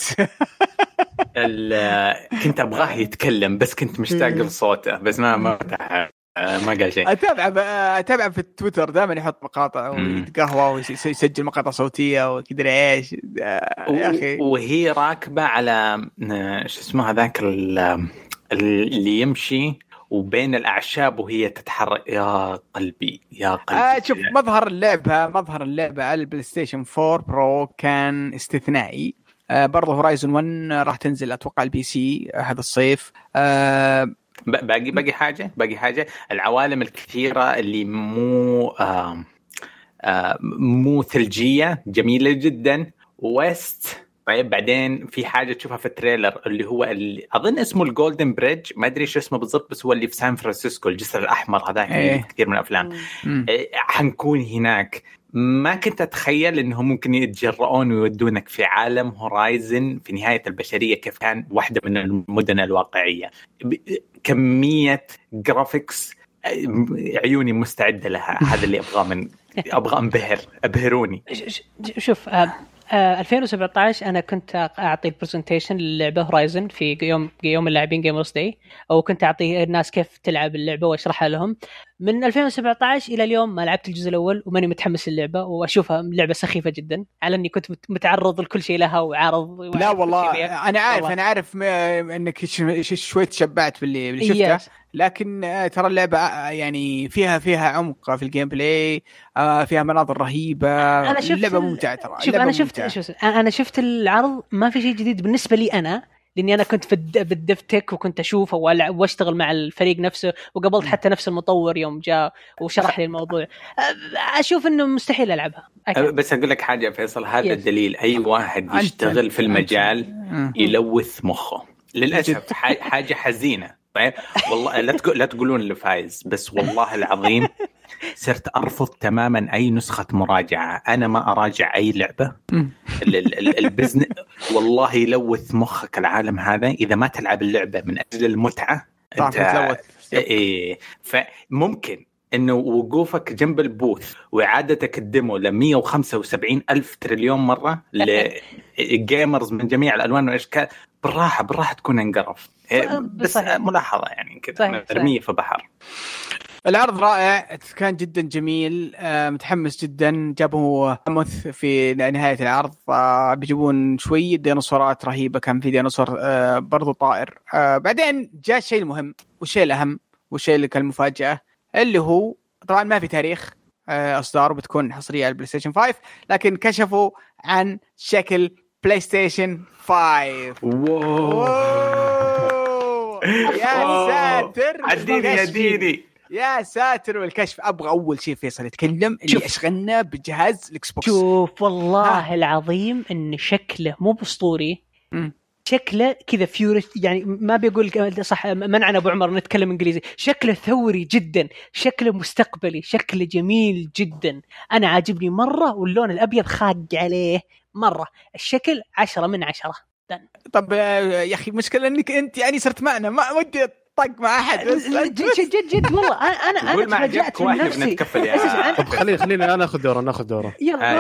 [SPEAKER 3] كنت أبغاه يتكلم بس كنت مشتاق لصوته بس ما ما ما قال شيء.
[SPEAKER 2] أتابع أتابع في التويتر دائما يحط مقاطع ويتقهوى ويسجل مقاطع صوتية وكذا إيش يا أخي.
[SPEAKER 3] وهي راكبة على شو اسمه هذاك اللي يمشي وبين الأعشاب وهي تتحرك. يا قلبي يا قلبي.
[SPEAKER 2] آه شوف مظهر اللعبة مظهر اللعبة على البلاي ستيشن فور برو كان استثنائي. آه برضه هورايزون ون راح تنزل أتوقع البي سي آه هذا الصيف. آه
[SPEAKER 3] باقي باقي حاجة باقي حاجة العوالم الكثيرة اللي مو آه آه مو ثلجية جميلة جدا. ويست طيب بعدين في حاجة تشوفها في التريلر اللي هو اللي أظن اسمه الجولدن بريدج ما أدري شو اسمه بالضبط بس هو اللي في سان فرانسيسكو الجسر الأحمر هذاك
[SPEAKER 2] إيه.
[SPEAKER 3] كثير من الأفلام إيه حنكون هناك. ما كنت أتخيل إنهم ممكن يتجرؤون ويودونك في عالم هورايزن في نهاية البشرية كيف كان واحدة من المدن الواقعية. كمية جرافيكس عيوني مستعدة لها. هذا اللي أبغى من أبغى أنبهر أبهروني.
[SPEAKER 4] شوف آه ألفين وسبعة عشر انا كنت اعطي البرزنتيشن للعبه هورايزن في يوم يوم اللاعبين جيمرز داي، او كنت اعطي الناس كيف تلعب اللعبه واشرحها لهم. من ألفين وسبعة عشر الى اليوم ما لعبت الجزء الاول وماني متحمس للعبه، واشوفها لعبه سخيفه جدا على اني كنت متعرض لكل شيء لها وعارض.
[SPEAKER 2] لا والله انا عارف والله. انا عارف انك شوي تشبعت باللي, باللي شفته yes. لكن ترى اللعبه يعني فيها فيها عمق في الجيم بلاي، فيها مناظر رهيبه،
[SPEAKER 4] أنا شفت
[SPEAKER 2] اللعبه ممتعه ترى.
[SPEAKER 4] شوف انا شفت شوف انا شفت العرض، ما في شيء جديد بالنسبه لي انا، لاني انا كنت في بالدفتك وكنت اشوفه واشتغل مع الفريق نفسه، وقابلت حتى نفس المطور يوم جاء وشرح لي الموضوع. اشوف انه مستحيل العبها.
[SPEAKER 3] أكيد. بس اقول لك حاجه فيصل، هذا الدليل اي واحد يشتغل في المجال يلوث مخه للاسف. حاجه حزينه. طيب والله لا تقول لا تقولون اللي فايز، بس والله العظيم صرت ارفض تماما اي نسخه مراجعه. انا ما اراجع اي لعبه. البزنس والله يلوث مخك العالم هذا اذا ما تلعب اللعبه من اجل المتعه. انت إيه فممكن انه وقوفك جنب البوث واعادتك الديمو ل مية وخمسة وسبعين الف تريليون مره للجيمرز من جميع الالوان والاشكال بالراحه بالراحه تكون انقرف. بس صحيح. ملاحظه يعني كذا مرميه في بحر.
[SPEAKER 2] العرض رائع كان جدا جميل، متحمس جدا. جابوا مث في نهاية العرض، بيجيبون شوية ديناصورات رهيبة، كان في ديناصور برضو طائر. بعدين جاء الشيء المهم والشيء الأهم والشيء اللي كان المفاجأة، اللي هو طبعا ما في تاريخ إصدار، بتكون حصرية على البلاي ستيشن خمسة، لكن كشفوا عن شكل بلاي ستيشن خمسة.
[SPEAKER 3] واو
[SPEAKER 2] يا ساتر،
[SPEAKER 3] عديني يا ديني
[SPEAKER 2] يا ساتر. والكشف ابغى اول شيء فيصل يتكلم اللي اشغلنا بجهاز الاكس بوكس.
[SPEAKER 4] شوف والله ها. العظيم ان شكله مو باسطوري، شكله كذا فيوري، يعني ما بيقول صح منعنا ابو عمر نتكلم انجليزي. شكله ثوري جدا، شكله مستقبلي، شكله جميل جدا. انا عاجبني مره، واللون الابيض خاق عليه مره. الشكل عشرة من عشرة.
[SPEAKER 2] طب يا اخي مشكله انك انت يعني صرت معنا، ما ودي طق مع احد.
[SPEAKER 4] جد جد جد, جد والله انا انا انا تفاجأت من نفسي.
[SPEAKER 5] طب خليني خليني انا اخذ دوره ناخذ دوره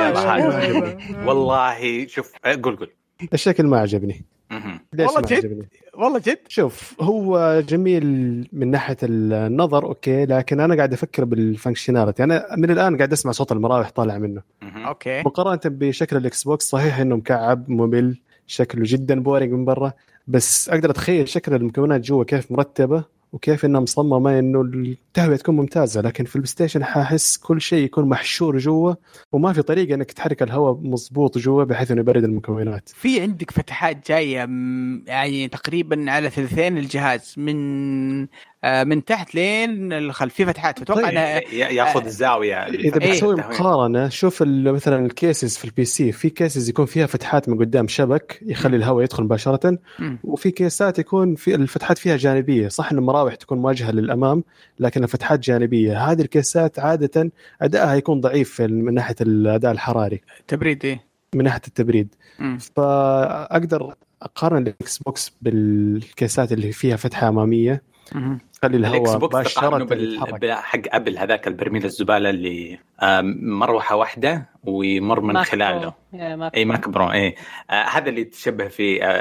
[SPEAKER 3] يلا. والله شوف قول قول
[SPEAKER 5] الشكل ما عجبني
[SPEAKER 2] والله جد والله جد.
[SPEAKER 5] شوف هو جميل من ناحيه النظر اوكي، لكن انا قاعد افكر بالفانكشناليتي. انا من الان قاعد اسمع صوت المراوح طالع منه
[SPEAKER 2] اوكي،
[SPEAKER 5] مقارنه بشكل الاكس بوكس. صحيح انه مكعب ممل، شكله جدا بورينج من برا، بس اقدر اتخيل شكل المكونات جوا كيف مرتبه وكيف انها مصممه انه التهويه تكون ممتازه. لكن في البلاي ستيشن حاحس كل شيء يكون محشور جوا، وما في طريقه انك تحرك الهواء مضبوط جوا بحيث انه يبرد المكونات.
[SPEAKER 2] في عندك فتحات جايه يعني تقريبا على ثلثين الجهاز، من من تحت لين الخلف في فتحات. اتوقع
[SPEAKER 3] طيب. انها ياخذ الزاويه.
[SPEAKER 5] اذا بتسوي إيه؟ مقارنه شوف مثلا الكيسز في البي سي، في كيسز يكون فيها فتحات من قدام شبك يخلي الهواء يدخل مباشره، م. وفي كيسات يكون في الفتحات فيها جانبيه. صح ان المراوح تكون مواجهه للامام لكن الفتحات جانبيه. هذه الكيسات عاده ادائها يكون ضعيف من ناحيه الاداء الحراري،
[SPEAKER 2] تبريد إيه؟
[SPEAKER 5] من ناحيه التبريد. م. فاقدر اقارن الاكس بوكس بالكيسات اللي فيها فتحه اماميه خلي الهواء مباشرة
[SPEAKER 3] بال... حق أبل هذاك البرميل الزبالة اللي مروحة واحدة ويمر من خلاله. أي ماك برو. أي آه هذا اللي تشبه فيه. آه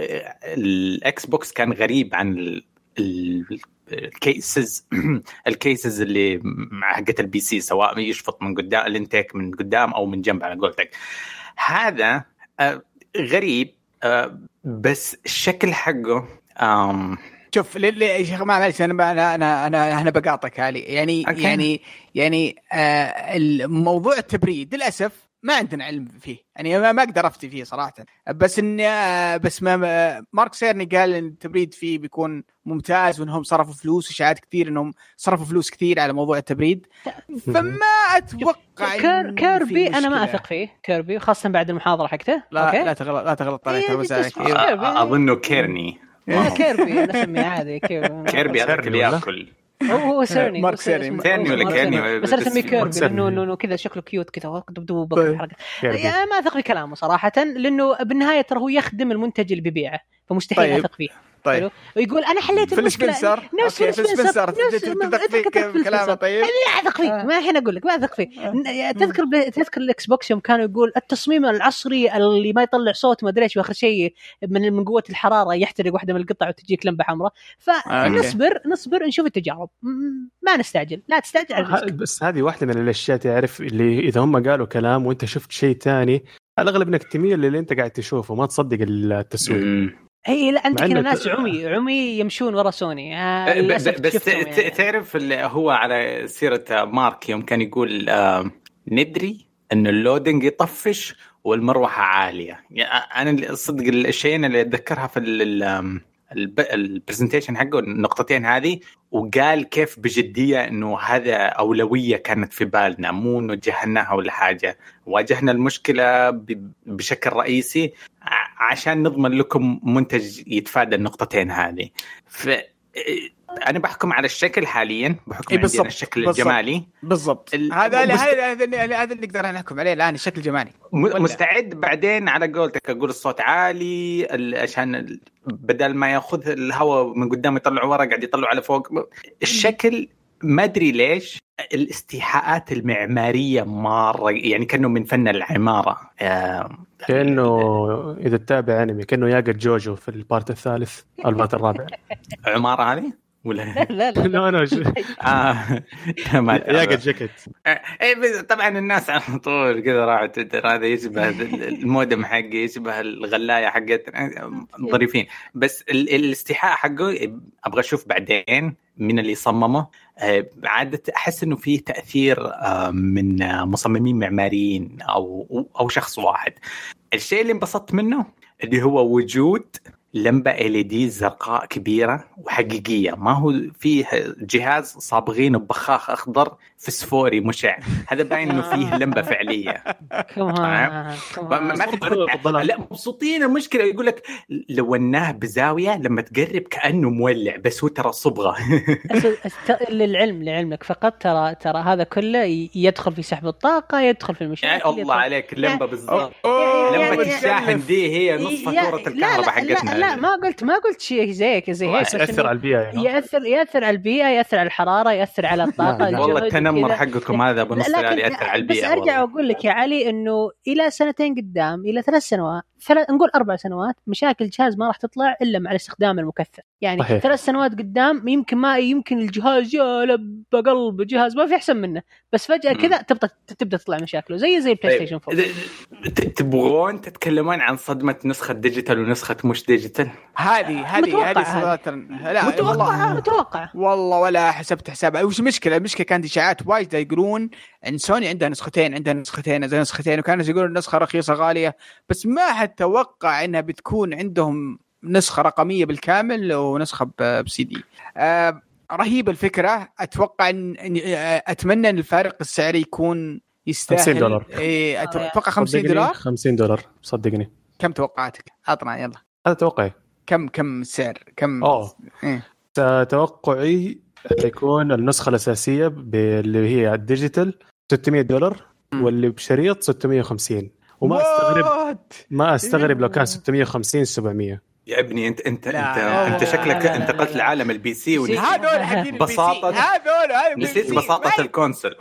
[SPEAKER 3] الإكس بوكس كان غريب عن ال... ال... الكيسز الكيسز اللي حقت البي سي، سواء يشفط من قدام الانتيك من قدام أو من جنب على قولتك. هذا آه غريب، آه بس الشكل حقه آم
[SPEAKER 2] شوف يا شيخ ما معلش انا انا انا انا بقاطعك علي يعني أوكي. يعني يعني آه الموضوع التبريد للاسف ما عندنا علم فيه، يعني ما, ما اقدر افتي فيه صراحه. بس ان آه بس ما مارك سيرني قال ان التبريد فيه بيكون ممتاز، وانهم صرفوا فلوس وشاهد كثير انهم صرفوا فلوس كثير على موضوع التبريد. فما اتوقع
[SPEAKER 4] كير كيربي انا ما اثق فيه كيربي، خاصه بعد المحاضره حقته.
[SPEAKER 2] لا أوكي؟ لا تغلط لا تغلط عليك.
[SPEAKER 3] اظنه كيرني
[SPEAKER 4] كيربي انا اسميه عادي
[SPEAKER 3] كيربي هذاك اللي ياكل.
[SPEAKER 4] هو هو سيرني
[SPEAKER 2] مارك سيرني
[SPEAKER 3] ثاني ولا كيرني،
[SPEAKER 4] بس انا اسميه كيربي لانه انه كذا شكله كيوت كذا دبدوب بالحركه. ما اثق في كلامه صراحه، لانه بالنهايه ترى هو يخدم المنتج اللي بيبيعه، فمستحيل
[SPEAKER 2] طيب.
[SPEAKER 4] اثق فيه.
[SPEAKER 2] طيب
[SPEAKER 4] ويقول انا حليت المشكله
[SPEAKER 2] نفس سبنسر تثق في كلامه. طيب
[SPEAKER 4] لا اثق فيه، ما الحين اقول لك ما اثق فيه. تذكر تذكر الاكس بوكس يوم كانوا يقول التصميم العصري اللي ما يطلع صوت ما ادري ايش، واخر شيء من من قوه الحراره يحترق واحده من القطع وتجيك لمبه حمراء. فنصبر نصبر نشوف التجارب، ما نستعجل، لا تستعجل.
[SPEAKER 5] بس هذه واحده من الاشياء تعرف اللي اذا هم قالوا كلام وانت شفت شيء تاني على الاغلب انك تميل للي انت قاعد تشوفه، ما تصدق التسويق.
[SPEAKER 4] هي لا عندك هنا ناس عمي عمي يمشون ورا سوني. آه
[SPEAKER 3] بس, بس يعني. تعرف اللي هو على سيرة مارك يوم كان يقول آه ندري ان اللودنج يطفش والمروحة عالية. يعني انا صدق الشيء اللي اتذكرها في البرزنتيشن حقه النقطتين هذه، وقال كيف بجدية انه هذا اولوية كانت في بالنا، مو انه جهناها ولا حاجة، واجهنا المشكلة بشكل رئيسي عشان نضمن لكم منتج يتفادى النقطتين هذه. ف انا بحكم على الشكل حاليا، بحكم على الشكل بالزبط. الجمالي
[SPEAKER 2] بالضبط. هذا هذا هذا اللي نقدر نحكم عليه الان، الشكل الجمالي.
[SPEAKER 3] مستعد بعدين على قولتك اقول الصوت عالي عشان بدل ما ياخذ الهواء من قدام يطلع ورا قاعد يطلع على فوق. الشكل ما ادري ليش الاستيحاءات المعماريه مره يعني كانه من فن العماره،
[SPEAKER 5] كانه اذا تتابع انمي كانه ياقة جوجو في البارت الثالث او البارت الرابع.
[SPEAKER 3] عماره هذه ولا
[SPEAKER 4] لا لا
[SPEAKER 5] لا انا
[SPEAKER 3] اه ما
[SPEAKER 5] ياقة جاكيت.
[SPEAKER 3] اي طبعا الناس على طول كذا راحت هذا يشبه المودم حقي، يشبه الغلايه حقتنا ظريفين. بس الاستيحاء حقه ابغى اشوف بعدين من اللي صممه. عادة أحس إنه فيه تأثير من مصممين معماريين أو أو شخص واحد. الشيء اللي انبسطت منه اللي هو وجود لمبة إل إي دي زرقاء كبيرة وحقيقية، ما هو فيه جهاز صابغين ببخاخ أخضر فسفوري مشع. هذا باين إنه فيه لمبة فعلية.
[SPEAKER 4] كمان
[SPEAKER 3] لا مبسوطين. المشكلة يقول لك لوناه بزاوية لما تقرب كأنه مولع، بس هو ترى صبغة.
[SPEAKER 4] للعلم لعلمك فقط ترى ترى هذا كله يدخل في سحب الطاقة، يدخل في المشاكل.
[SPEAKER 3] الله عليك لمبة بالضبط. لمبة الشاحن دي هي نص فاتورة الكهرباء حقتنا.
[SPEAKER 4] لا ما قلت ما قلت شيء زيك زي هيك.
[SPEAKER 5] يأثر على البيئة يعني.
[SPEAKER 4] يأثر يأثر على البيئة، يأثر على الحرارة، يأثر على الطاقة.
[SPEAKER 3] والله التنمر حقكم هذا بنص على يأثر على البيئة.
[SPEAKER 4] بس أرجع أقول لك يا علي إنه إلى سنتين قدام، إلى ثلاث سنوات، ثلاث نقول أربع سنوات، مشاكل الجهاز ما راح تطلع إلا مع الاستخدام المكثف. يعني صحيح. ثلاث سنوات قدام يمكن ما يمكن الجهاز يا لب قلب جهاز ما في أحسن منه، بس فجأة كذا تبدأ تبدأ تطلع مشاكله زي زي البلاي ستيشن فور.
[SPEAKER 3] تبغون تتكلمون عن صدمة نسخة ديجيتال ونسخة مش ديجيتال؟
[SPEAKER 2] هذه هذه هذه صدمة. لا
[SPEAKER 4] متوقع متوقع
[SPEAKER 2] والله ولا حسبت حسابها. وش المشكلة؟ المشكلة كانت إشاعات وايد يقولون إن سوني عندها نسختين عندها نسختين عندها نسختين وكانوا يقولون النسخة رخيصة غالية، بس ما حد توقع إنها بتكون عندهم نسخة رقمية بالكامل ونسخة بسي دي. آه رهيب الفكرة. أتوقع إن أتمنى إن الفارق السعري يكون يستاهل
[SPEAKER 5] خمسين دولار.
[SPEAKER 2] إيه أتوقع خمسين دولار.
[SPEAKER 5] خمسين دولار صدقني.
[SPEAKER 2] كم توقعاتك؟ أعطنا يلا.
[SPEAKER 5] هذا توقعي.
[SPEAKER 2] كم كم السعر كم؟
[SPEAKER 5] أوه.
[SPEAKER 2] إيه.
[SPEAKER 5] توقعي يكون النسخة الأساسية اللي هي الديجيتال ستمية دولار م. واللي بشريط ستمية وخمسين. وما استغرب ما استغرب لو كان ستمية وخمسين سبعمية.
[SPEAKER 3] يا ابني انت انت انت, انت شكلك انتقلت لعالم البي سي
[SPEAKER 2] ونسيت
[SPEAKER 3] بساطه
[SPEAKER 2] هذول
[SPEAKER 3] نسيت بساطه الكونسول.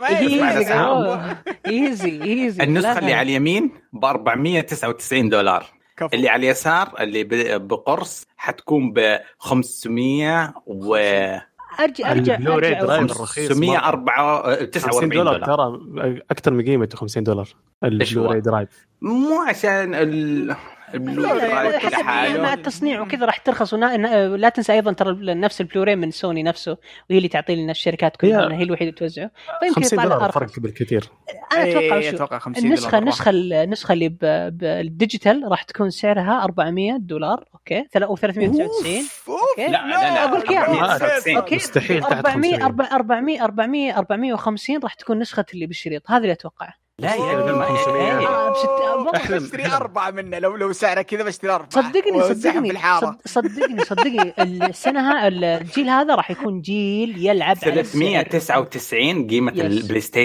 [SPEAKER 4] ايزي ايزي.
[SPEAKER 3] النسخه اللي على اليمين ب أربعمية وتسعة وتسعين دولار، اللي على اليسار اللي بقرص حتكون ب خمسمية و
[SPEAKER 4] ارجع ارجع
[SPEAKER 3] خمسمية وأربعة وتسعين دولار.
[SPEAKER 5] ترى اكثر من قيمته خمسين دولار البلوراي درايف.
[SPEAKER 3] مو عشان ال
[SPEAKER 4] مع التصنيع وكذا راح ترخص. ولا تنسى ايضا ترى نفس البلوراي من سوني نفسه، وهي اللي تعطي لنا الشركات كلها، هي الوحيده اللي توزعه.
[SPEAKER 5] فيمكن يطلع فرق كبير كثير.
[SPEAKER 4] انا اتوقع النسخه النسخه النسخه اللي بالديجيتال راح تكون سعرها أربعمية دولار. اوكي او ثلاثمية وتسعة وتسعين.
[SPEAKER 3] اوكي لا لا
[SPEAKER 4] اقول لك
[SPEAKER 5] مستحيل تحت
[SPEAKER 4] خمسمية. أربعمية أربعمية أربعمية وخمسين راح تكون نسخه اللي بالشريط. هذا اللي اتوقعه.
[SPEAKER 3] لا يا ابني
[SPEAKER 2] احنا بشتري أربعة منه. لو لو سعره كذا بشتري أربعة.
[SPEAKER 4] صدقني صدقني صدقني صدقني السنة الجيل هذا راح يكون جيل يلعب
[SPEAKER 3] ثلاثمية وتسعة وتسعين قيمة البلاي ستيشن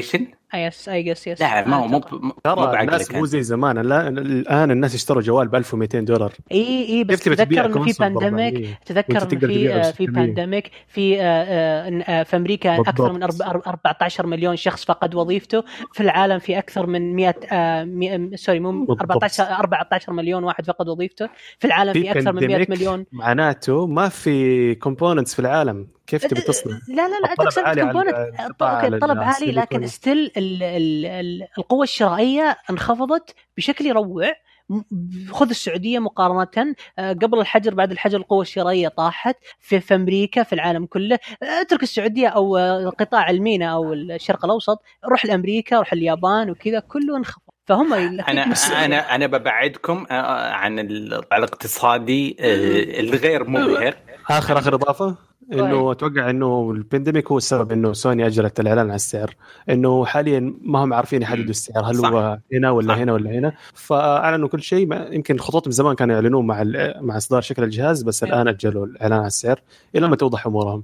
[SPEAKER 4] يس اي جس يس
[SPEAKER 3] لا ما هو مو
[SPEAKER 5] ترى الناس مو زي زمان. لا الان الناس يشتروا جوال ب ألف ومئتين دولار.
[SPEAKER 4] اي اي بس تذكر انه في بانديميك، تذكر انه في في بانديميك في في امريكا بالضبط. اكثر من أربعة عشر مليون شخص فقد وظيفته. في العالم في اكثر من مئة سوري مو أربعة عشر مليون واحد فقد وظيفته. في العالم في, في اكثر من مئة مليون.
[SPEAKER 5] معناته ما في كومبوننتس في العالم. كيف تبي تصنع؟
[SPEAKER 4] لا لا لا الطلب عالي. اوكي الطلب عالي لكن ستيل القوة الشرائية انخفضت بشكل يروع. خذ السعودية مقارنة قبل الحجر بعد الحجر القوة الشرائية طاحت في, في أمريكا في العالم كله. اترك السعودية أو قطاع المينا أو الشرق الأوسط، روح لأمريكا روح اليابان وكذا كله انخفض. فهم
[SPEAKER 3] أنا أنا أنا ببعدكم عن الاقتصادي الغير مبهر.
[SPEAKER 5] آخر آخر إضافة إنه أتوقع إنه البانديميك هو السبب إنه سوني أجلت الإعلان عن السعر. إنه حاليا ما هم عارفين يحددوا السعر هل صح. هو هنا ولا صح. هنا ولا هنا. فأعلنوا كل شيء. يمكن خطوتهم زمان كانوا يعلنون مع مع إصدار شكل الجهاز، بس الآن أجلوا الإعلان عن السعر إلى ما توضح أمورهم.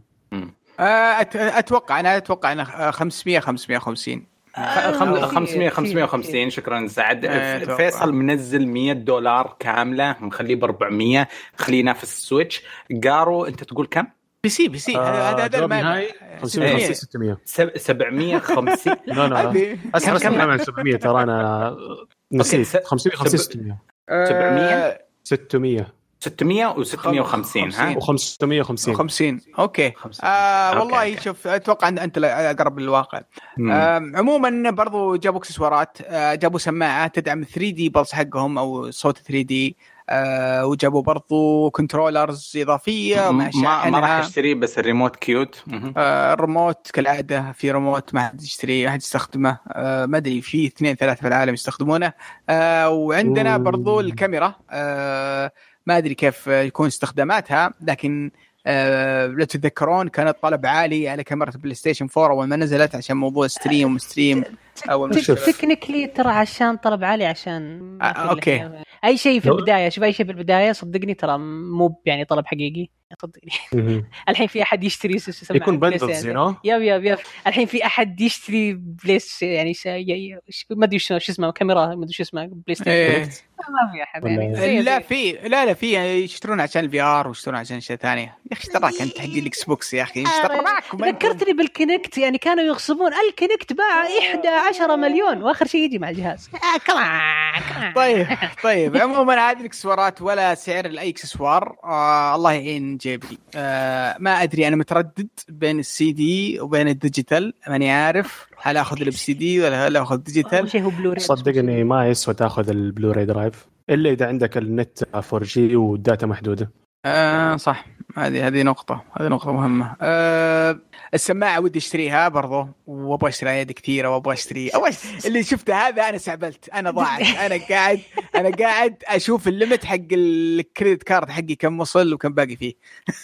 [SPEAKER 2] أتوقع أنا أتوقع أن خمسمية خمسمية وخمسين
[SPEAKER 3] خمسمية خمسمية وخمسين. شكرا سعد. فيصل منزل مية دولار كاملة مخليه بأربعمية، خليه ينافس السويتش. قارو أنت تقول كم؟
[SPEAKER 2] بي سي بي سي هذا هذا
[SPEAKER 5] النهائي خمسمية وخمسين ستمية
[SPEAKER 3] سبعمية وخمسين.
[SPEAKER 5] لا لا أسحب كم عن سبعمية ترى أنا نسيت. خمسمية وخمسين ستمية
[SPEAKER 3] سبعمية
[SPEAKER 5] ستمية
[SPEAKER 3] ستمية وستمية وخمسين ها
[SPEAKER 5] وخمسمية وخمسين
[SPEAKER 2] وخمسين. أوكي آه والله أوكي. شوف أتوقع أن أنت أقرب للواقع. آه عموما برضو جابوا اكسسوارات. آه جابوا سماعة تدعم ثري دي بلس حقهم أو صوت ثري دي. آه وجابوا برضو كنترولرز إضافية
[SPEAKER 3] ما, ما راح اشتري بس الريموت كيوت.
[SPEAKER 2] آه الريموت كالعادة في ريموت ما حد يشتري أحد يستخدمه. آه ما أدري في اثنين ثلاثة في العالم يستخدمونه. آه وعندنا برضو الكاميرا. آه ما أدري كيف يكون استخداماتها، لكن أه لا تتذكرون كانت طلب عالي على كاميرا بلاي ستيشن فور أول ما نزلت عشان موضوع ستريم وستريم.
[SPEAKER 4] تكنيكلي ترى عشان طلب عالي عشان
[SPEAKER 2] آه أوكي
[SPEAKER 4] أي شيء في البداية. شوف أي شيء في البداية صدقني ترى مو يعني طلب حقيقي صدقني. الحين في أحد يشتري
[SPEAKER 5] يكون بندلز يو
[SPEAKER 4] يب يب يب الحين في أحد يشتري بلايس يعني ما أدري شو اسمه كاميرا ما أدري شو اسمه بلاي ستيشن ما في أحد يعني.
[SPEAKER 2] لا في لا لا في يشترون عشان الفي آر ويشترون عشان شيء ثانية. يا أخي اشتراك أنت حق الإكس بوكس يا أخي اشترى معكم.
[SPEAKER 4] ذكرتني بالكونكت يعني كانوا يغصبون الكونكت باع إحدى عشر مليون وآخر شيء يجي مع الجهاز.
[SPEAKER 2] طيب طيب عموما هذه الإكسسوارات ولا سعر لأي إكسسوار. آه الله يعين جيبي. آه ما أدري أنا متردد بين السي دي وبين الديجيتال. ماني عارف هل أخذ السي دي ولا هل أخذ ديجيتال.
[SPEAKER 5] صدقني ما يسوى تأخذ البلوراي درايف إلا إذا عندك النت فور جي والداتا محدودة.
[SPEAKER 2] آه صح هذه هذه نقطة هذه نقطة مهمة. آه السماعة ودي اشتريها برضو وابغى اشتري عيد كثيرة وابغى اشتري أول اللي شفته هذا أنا سعبلت أنا ضاعت أنا قاعد أنا قاعد أشوف الليمت حق الكريدت كارد حقي كم وصل وكم باقي فيه.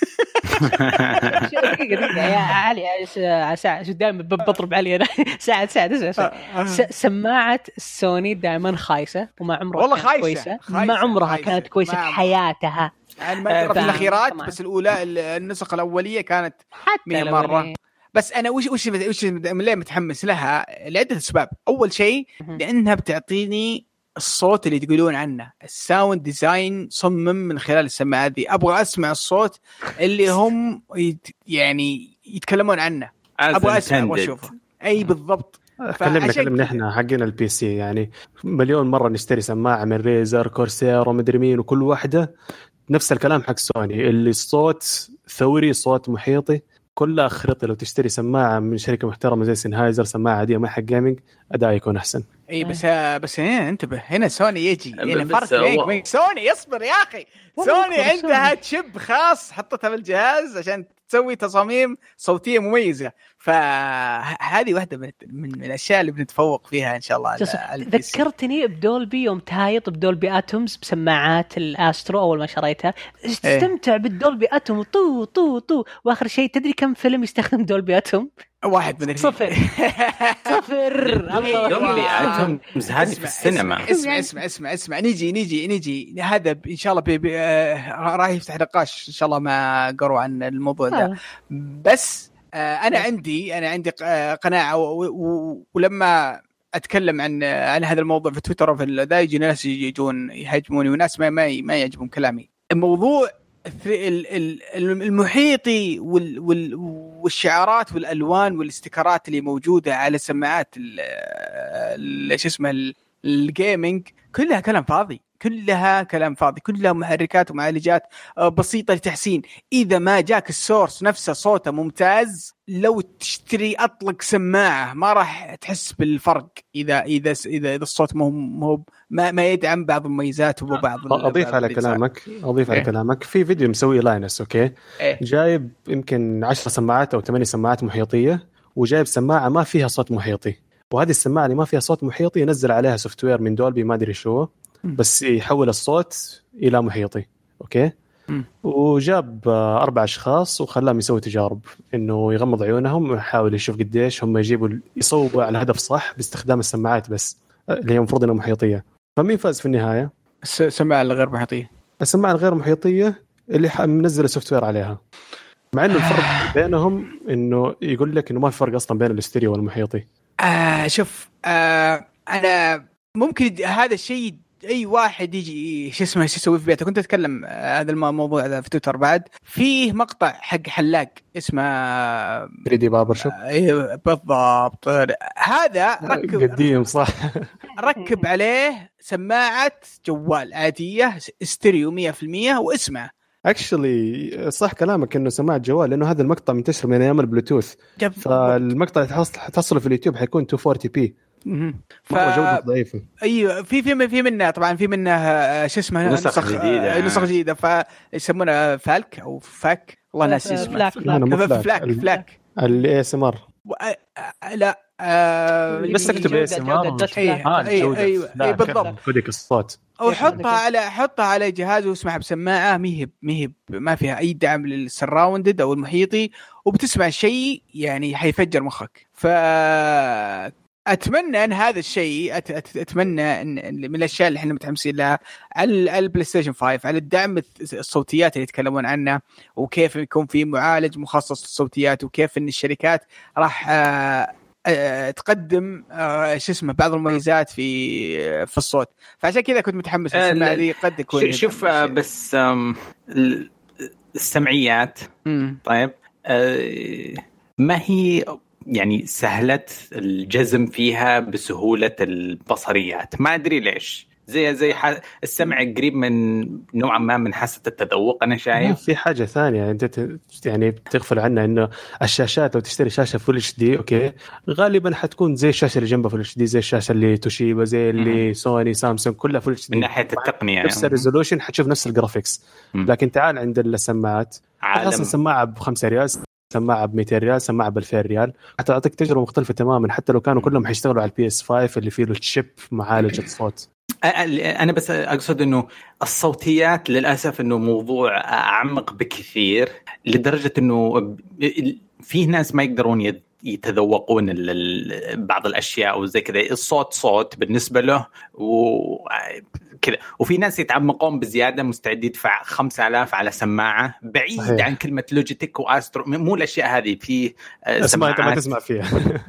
[SPEAKER 4] يا علي ساعة شو دائما بضرب علي أنا ساعة ساعة سماعة سوني دائما خايسة وما عمرها
[SPEAKER 2] والله خايسة
[SPEAKER 4] كويسة ما عمرها كانت كويسة في حياتها.
[SPEAKER 2] يعني ما في الأخيرات بس الأولى النسخ الأولية كانت مية مرة. بس أنا وش وش وش ليه متحمس لها لعدة أسباب. أول شيء لأنها بتعطيني الصوت اللي تقولون عنه الساوند ديزاين صمم من خلال السماعات دي. أبغى أسمع الصوت اللي هم يعني يتكلمون عنه أبغى أسمع وأشوفه. أي بالضبط.
[SPEAKER 5] كلمنا كلمنا إحنا حقنا البي سي يعني مليون مرة نشتري سماعة من ريزر كورسير ومدري مين وكل واحدة نفس الكلام حق سوني اللي الصوت ثوري صوت محيطي كلها خرطي. لو تشتري سماعة من شركة محترمة زي سينهايزر سماعة عادية ما حق جيمنج أداء يكون أحسن.
[SPEAKER 2] اي بس بس هنا انتبه هنا سوني يجي يعني فرق بينك سوني يصبر يا اخي. سوني عندها تشيب خاص حطتها بالجهاز عشان تسوي تصاميم صوتيه مميزه. فهذه واحده من, من الاشياء اللي بنتفوق فيها ان شاء الله.
[SPEAKER 4] ذكرتني بدولبي يوم تايط بدولبي اتومز بسماعات الاسترو اول ما شريتها استمتع بالدولبي اتوم طو طو طو واخر شيء تدري كم فيلم يستخدم دولبي اتوم؟ واحد من
[SPEAKER 2] صفر
[SPEAKER 4] صفر.
[SPEAKER 3] دولبي اتوم هذه في السينما.
[SPEAKER 2] اسمع اسمع اسمع اسمع نيجي نيجي نيجي هذا ان شاء الله بي بي آه راح يفتح نقاش ان شاء الله ما قروا عن الموضوع ده. بس انا عندي انا عندي قناعه ولما اتكلم عن عن هذا الموضوع في تويتر في ذا يجي ناس يجون يهاجموني وناس ما ما, ما يعجبهم كلامي. الموضوع المحيطي والشعارات والالوان والاستيكرات اللي موجوده على سماعات شو اسمه الجيمنج كلها كلام فاضي، كلها كلام فاضي، كلها محركات ومعالجات بسيطة لتحسين. إذا ما جاك السورس نفسه صوته ممتاز، لو تشتري أطلق سماعة ما راح تحس بالفرق إذا إذا إذا, إذا الصوت مو مو ما ما يدعم بعض المميزات وبعض.
[SPEAKER 5] أضيف على كلامك أضيف على
[SPEAKER 2] إيه؟
[SPEAKER 5] كلامك في فيديو مسوي لاينس أوكي
[SPEAKER 2] إيه؟
[SPEAKER 5] جايب يمكن عشر سماعات أو ثمانية سماعات محيطية، وجايب سماعة ما فيها صوت محيطي، وهذه السماعة اللي ما فيها صوت محيطي ينزل عليها سوفت وير من دولبي ما أدري شو بس يحول الصوت إلى محيطي أوكي م. وجاب أربع أشخاص وخلاهم يسوي تجارب إنه يغمض عيونهم ويحاول يشوف قديش هم يجيبوا يصوبوا على الهدف صح باستخدام السماعات بس اللي هي مفروض إنها محيطية. فمين فاز في النهاية؟
[SPEAKER 2] السماعة الغير محيطية.
[SPEAKER 5] السماعة الغير محيطية اللي منزل السوفت وير عليها، مع إنه الفرق بينهم إنه يقول لك إنه ما في فرق أصلا بين الاستيريو والمحيطي.
[SPEAKER 2] آه شوف آه أنا ممكن هذا الشيء اي واحد يجي شو اسمه يسوي في بيته. كنت اتكلم هذا الموضوع هذا في تويتر بعد، فيه مقطع حق حلاق اسمه
[SPEAKER 5] ثري دي باربر شوب.
[SPEAKER 2] اي بالضبط هذا ركب
[SPEAKER 5] قديم صح
[SPEAKER 2] ركب عليه سماعه جوال عاديه استيريو مية بالمية واسمه
[SPEAKER 5] اكشلي صح كلامك انه سماعه جوال، لانه هذا المقطع منتشر من ايام البلوتوث، فالمقطع اللي تحصله في اليوتيوب حيكون تو فورتي بي ف... جودة ضعيفة.
[SPEAKER 2] ايوه في في في منها طبعا في منها شو اسمه
[SPEAKER 3] نسخ جديدة
[SPEAKER 2] نسخ جديدة فيسمونها فالك او فاك والله ناسي اسمه. فلاك فلاك فلاك
[SPEAKER 5] اللي اس ام ار
[SPEAKER 2] لا
[SPEAKER 5] بس اكتب اس ام ار
[SPEAKER 2] ايوه بالضبط
[SPEAKER 5] كودك الصوت
[SPEAKER 2] او حطها على حطها على جهاز واسمعها بسماعه مهب مهب ما فيها اي دعم للسراوندد او المحيطي وبتسمع شيء يعني حيفجر مخك. ف اتمنى ان هذا الشيء اتمنى ان من الاشياء اللي احنا متحمسين لها على البلاي ستيشن خمسة على الدعم الصوتيات اللي يتكلمون عنها وكيف يكون في معالج مخصص للصوتيات وكيف ان الشركات راح تقدم شو اسمه بعض المميزات في في الصوت. فعشان كذا كنت متحمس اسمع هذه قد تكون
[SPEAKER 3] شوف بس السمعيات طيب ما هي يعني سهلة الجزم فيها بسهولة البصريات، ما أدري ليش زي زي السمع قريب من نوعا ما من حاسة التذوق. أنا شايف
[SPEAKER 5] في حاجة ثانية أنت يعني بتغفل عنها، إنه الشاشات لو تشتري شاشة فول اتش دي أوكي غالبا حتكون زي الشاشة اللي جنبها فول اتش دي، زي الشاشة اللي توشيبا زي اللي م- سوني سامسونج كلها فول اتش دي
[SPEAKER 3] من ناحية التقنية
[SPEAKER 5] نفس الريزولوشن حتشوف نفس الجرافيكس. م- لكن تعال عند السماعات أصلا سماعة بخمسة ريال سماعة بمئتين ريال سماعة بألفين ريال حتى تعطيك تجربة مختلفة تماما، حتى لو كانوا كلهم حيشتغلوا على البي اس خمسة اللي فيه الشيب معالج الصوت.
[SPEAKER 3] أنا بس أقصد إنه الصوتيات للأسف إنه موضوع أعمق بكثير لدرجة إنه فيه ناس ما يقدرون يتذوقون بعض الأشياء وزي كذا. الصوت صوت بالنسبة له وكذا، وفي ناس يتعمقون بزيادة مستعد يدفع خمسة آلاف على سماعة بعيد صحيح. عن كلمة لوجيتك وآسترو مو الأشياء هذه في
[SPEAKER 5] سماعات ما تسمع فيها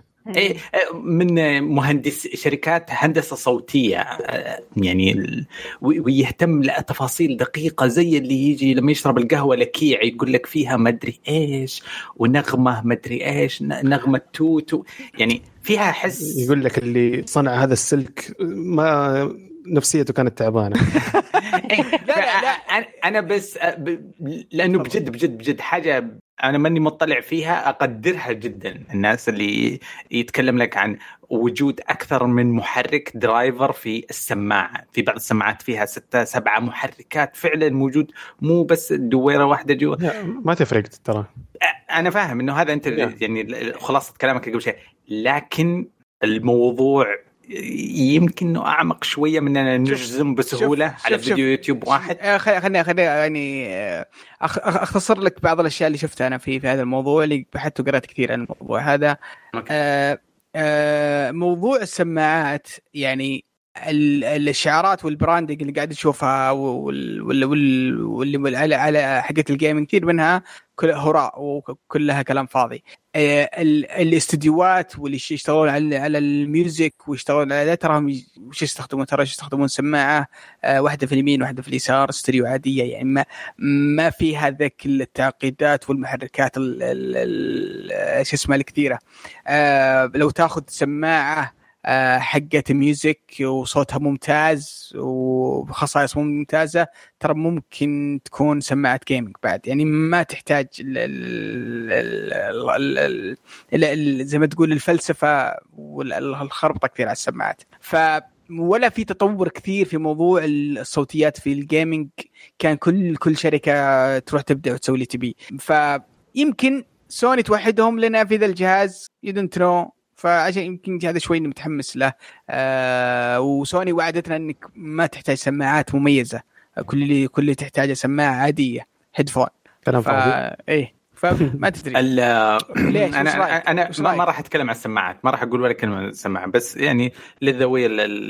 [SPEAKER 3] من مهندس شركات هندسة صوتية يعني ويهتم لتفاصيل دقيقة زي اللي يجي لما يشرب القهوة لكيع يقول لك فيها مدري إيش ونغمة مدري إيش نغمة توت يعني فيها حس.
[SPEAKER 5] يقول لك اللي صنع هذا السلك ما نفسيته كانت تعبانة
[SPEAKER 2] لا لا لا
[SPEAKER 3] أنا بس لأنه بجد بجد بجد حاجة أنا ماني مطلع فيها أقدرها جدا. الناس اللي يتكلم لك عن وجود أكثر من محرك درايفر في السماعة، في بعض السماعات فيها ستة سبعة محركات فعلا موجود مو بس دويرة واحدة جوا.
[SPEAKER 5] ما تفرق ترى
[SPEAKER 3] أنا فاهم إنه هذا أنت يعني خلاصة كلامك قبل شيء، لكن الموضوع يمكن انه اعمق شويه من اننا نجزم بسهوله شوف على شوف فيديو شوف يوتيوب واحد.
[SPEAKER 2] خليني خليني يعني اختصر لك بعض الاشياء اللي شفتها انا في في هذا الموضوع اللي بحثت وقرأت كثير عن الموضوع هذا. آه آه موضوع السماعات يعني الشعارات والبراندنج اللي قاعد تشوفها واللي واللي على على حقة الجيمنج كثير منها كلها هراء وكلها كلام فاضي. الاستديوهات واللي يشتغلون على على الميوزك ويشتغلون على تراهم وش يستخدمون ترى يستخدمون سماعة واحدة في اليمين واحدة في اليسار استديو عادية يعني ما ما في هذاك التعقيدات والمحركات ايش اسمها الكثيرة. لو تاخذ سماعة حقة ميوزك وصوتها ممتاز وخصائص ممتازة ترى ممكن تكون سماعة جيمنج بعد يعني ما تحتاج ال ال ال زي ما تقول الفلسفة والخربطة كثير على السماعات. ف ولا في تطور كثير في موضوع الصوتيات في الجيمنج كان كل كل شركة تروح تبدأ وتسوي اللي تبي. فيمكن سوني توحدهم لنا في ذا الجهاز يدنت نو فعشان يمكن هذا شوي متحمس له. آه وسوني وعدتنا انك ما تحتاج سماعات مميزه كل اللي كل اللي تحتاجه سماعه عاديه هيدفون
[SPEAKER 5] كلام فاضي
[SPEAKER 2] ايه فما تدري.
[SPEAKER 3] ليش انا انا ما, ما راح اتكلم عن السماعات ما راح اقول ولا كلمه عن السماعه بس يعني للذوي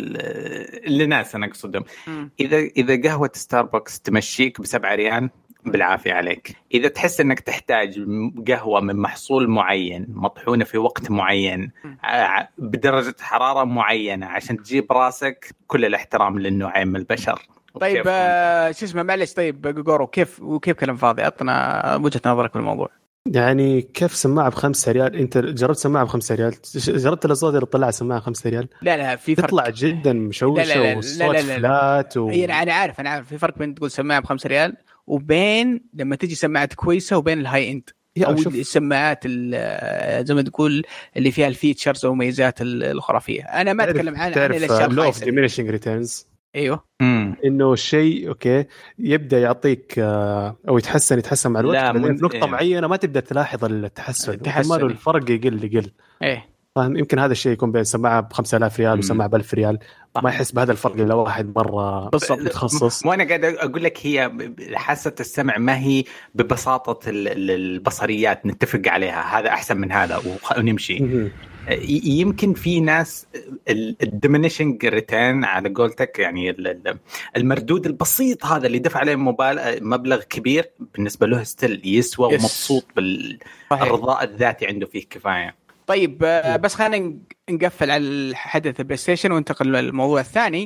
[SPEAKER 3] للناس انا اقصدهم اذا اذا قهوه ستاربكس تمشيك بسبعة ريال بالعافية عليك. إذا تحس أنك تحتاج قهوة من محصول معين مطحونة في وقت معين بدرجة حرارة معينة عشان تجيب راسك كل الاحترام للنوعين من البشر.
[SPEAKER 2] طيب آه شو اسمه معلش طيب جورو كيف وكيف كلام فاضي أعطنا وجهة نظرك في الموضوع.
[SPEAKER 5] يعني كيف سماعة بخمسة ريال أنت جربت سماعة بخمسة ريال جربت الأصوات اللي طلع سماعة خمسة ريال
[SPEAKER 2] لا لا في فرق
[SPEAKER 5] تطلع جدا مشوشة والصوت فلات و...
[SPEAKER 2] أنا عارف أنا عارف في فرق بين تقول سماعة بخمسة ريال وبين لما تيجي سماعات كويسة وبين الهاي اند أو السماعات زي ما تقول اللي فيها الفيتشرز وميزات الخرافية. أنا ما أتكلم عن
[SPEAKER 5] الأشياء الخايسة diminishing returns
[SPEAKER 2] ايوه
[SPEAKER 5] مم. انه شيء اوكي يبدا يعطيك او يتحسن يتحسن مع الوقت بعدين في نقطه إيه. معينه ما تبدا تلاحظ التحسن كمان الفرق يقل يقل
[SPEAKER 2] ايه
[SPEAKER 5] فاهم. يمكن هذا الشيء يكون بين سماعه ب خمسة آلاف ريال وسماعه ب ألف ريال ما يحس بهذا الفرق الا واحد مره متخصص.
[SPEAKER 3] وانا قاعد اقول لك هي حاسه السمع ما هي ببساطه البصريات نتفق عليها هذا احسن من هذا ونمشي. يمكن في ناس الديمينيشنج ريتيرن على قولتك يعني المردود البسيط هذا اللي دفع عليه مبلغ كبير بالنسبه له ستيل يسوى ومبسوط بالرضاء الذاتي عنده فيه كفايه.
[SPEAKER 2] طيب بس خلينا نقفل على الحدث البلاي ستيشن وننتقل للموضوع الثاني.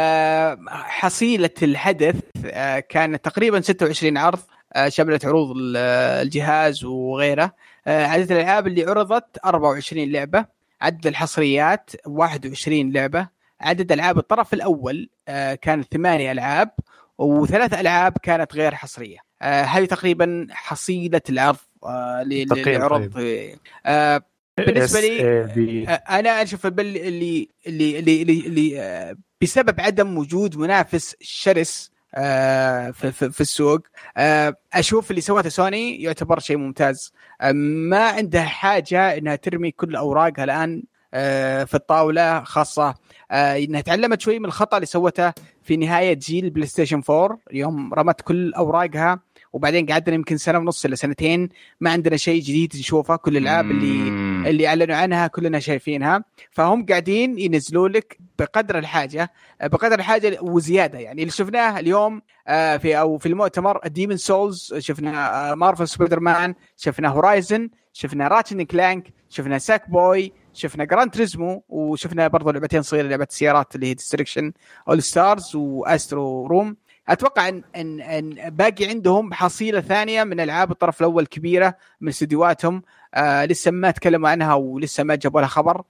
[SPEAKER 2] حصيله الحدث كانت تقريبا ستة وعشرين عرض شملت عروض الجهاز وغيره. عدد الألعاب اللي عرضت أربعة وعشرين لعبة. عدد الحصريات واحد وعشرين لعبة. عدد ألعاب الطرف الأول كانت ثمانية ألعاب وثلاث ألعاب كانت غير حصرية. هذه تقريبا حصيلة العرض للعرض. بالنسبة لي أنا أشوف اللي اللي اللي اللي, اللي بسبب عدم وجود منافس شرس في, في, في السوق أشوف اللي سوته سوني يعتبر شيء ممتاز. ما عندها حاجة إنها ترمي كل أوراقها الآن في الطاولة خاصة إنها تعلمت شوي من الخطأ اللي سوته في نهاية جيل بلاي ستيشن فور يوم رمت كل أوراقها وبعدين قعدنا يمكن سنة ونص إلى سنتين ما عندنا شيء جديد نشوفه. كل الألعاب اللي اللي أعلنوا عنها كلنا شايفينها. فهم قاعدين ينزلوا لك بقدر الحاجة بقدر الحاجة وزيادة. يعني اللي شفناه اليوم في أو في المؤتمر ديمون سولز شفنا مارفل سبايدر مان شفنا هورايزن شفنا راتشن كلانك شفنا ساك بوي شفنا جران تريزمو وشفنا برضو لعبتين صغيرة لعبة السيارات اللي هي ديستريكشن أول ستارز وأسترو روم. أتوقع أن, أن, أن باقي عندهم حصيلة ثانية من ألعاب الطرف الأول كبيرة من استديوهاتهم آه لسه ما تكلموا عنها ولسه ما جابوا لها خبر.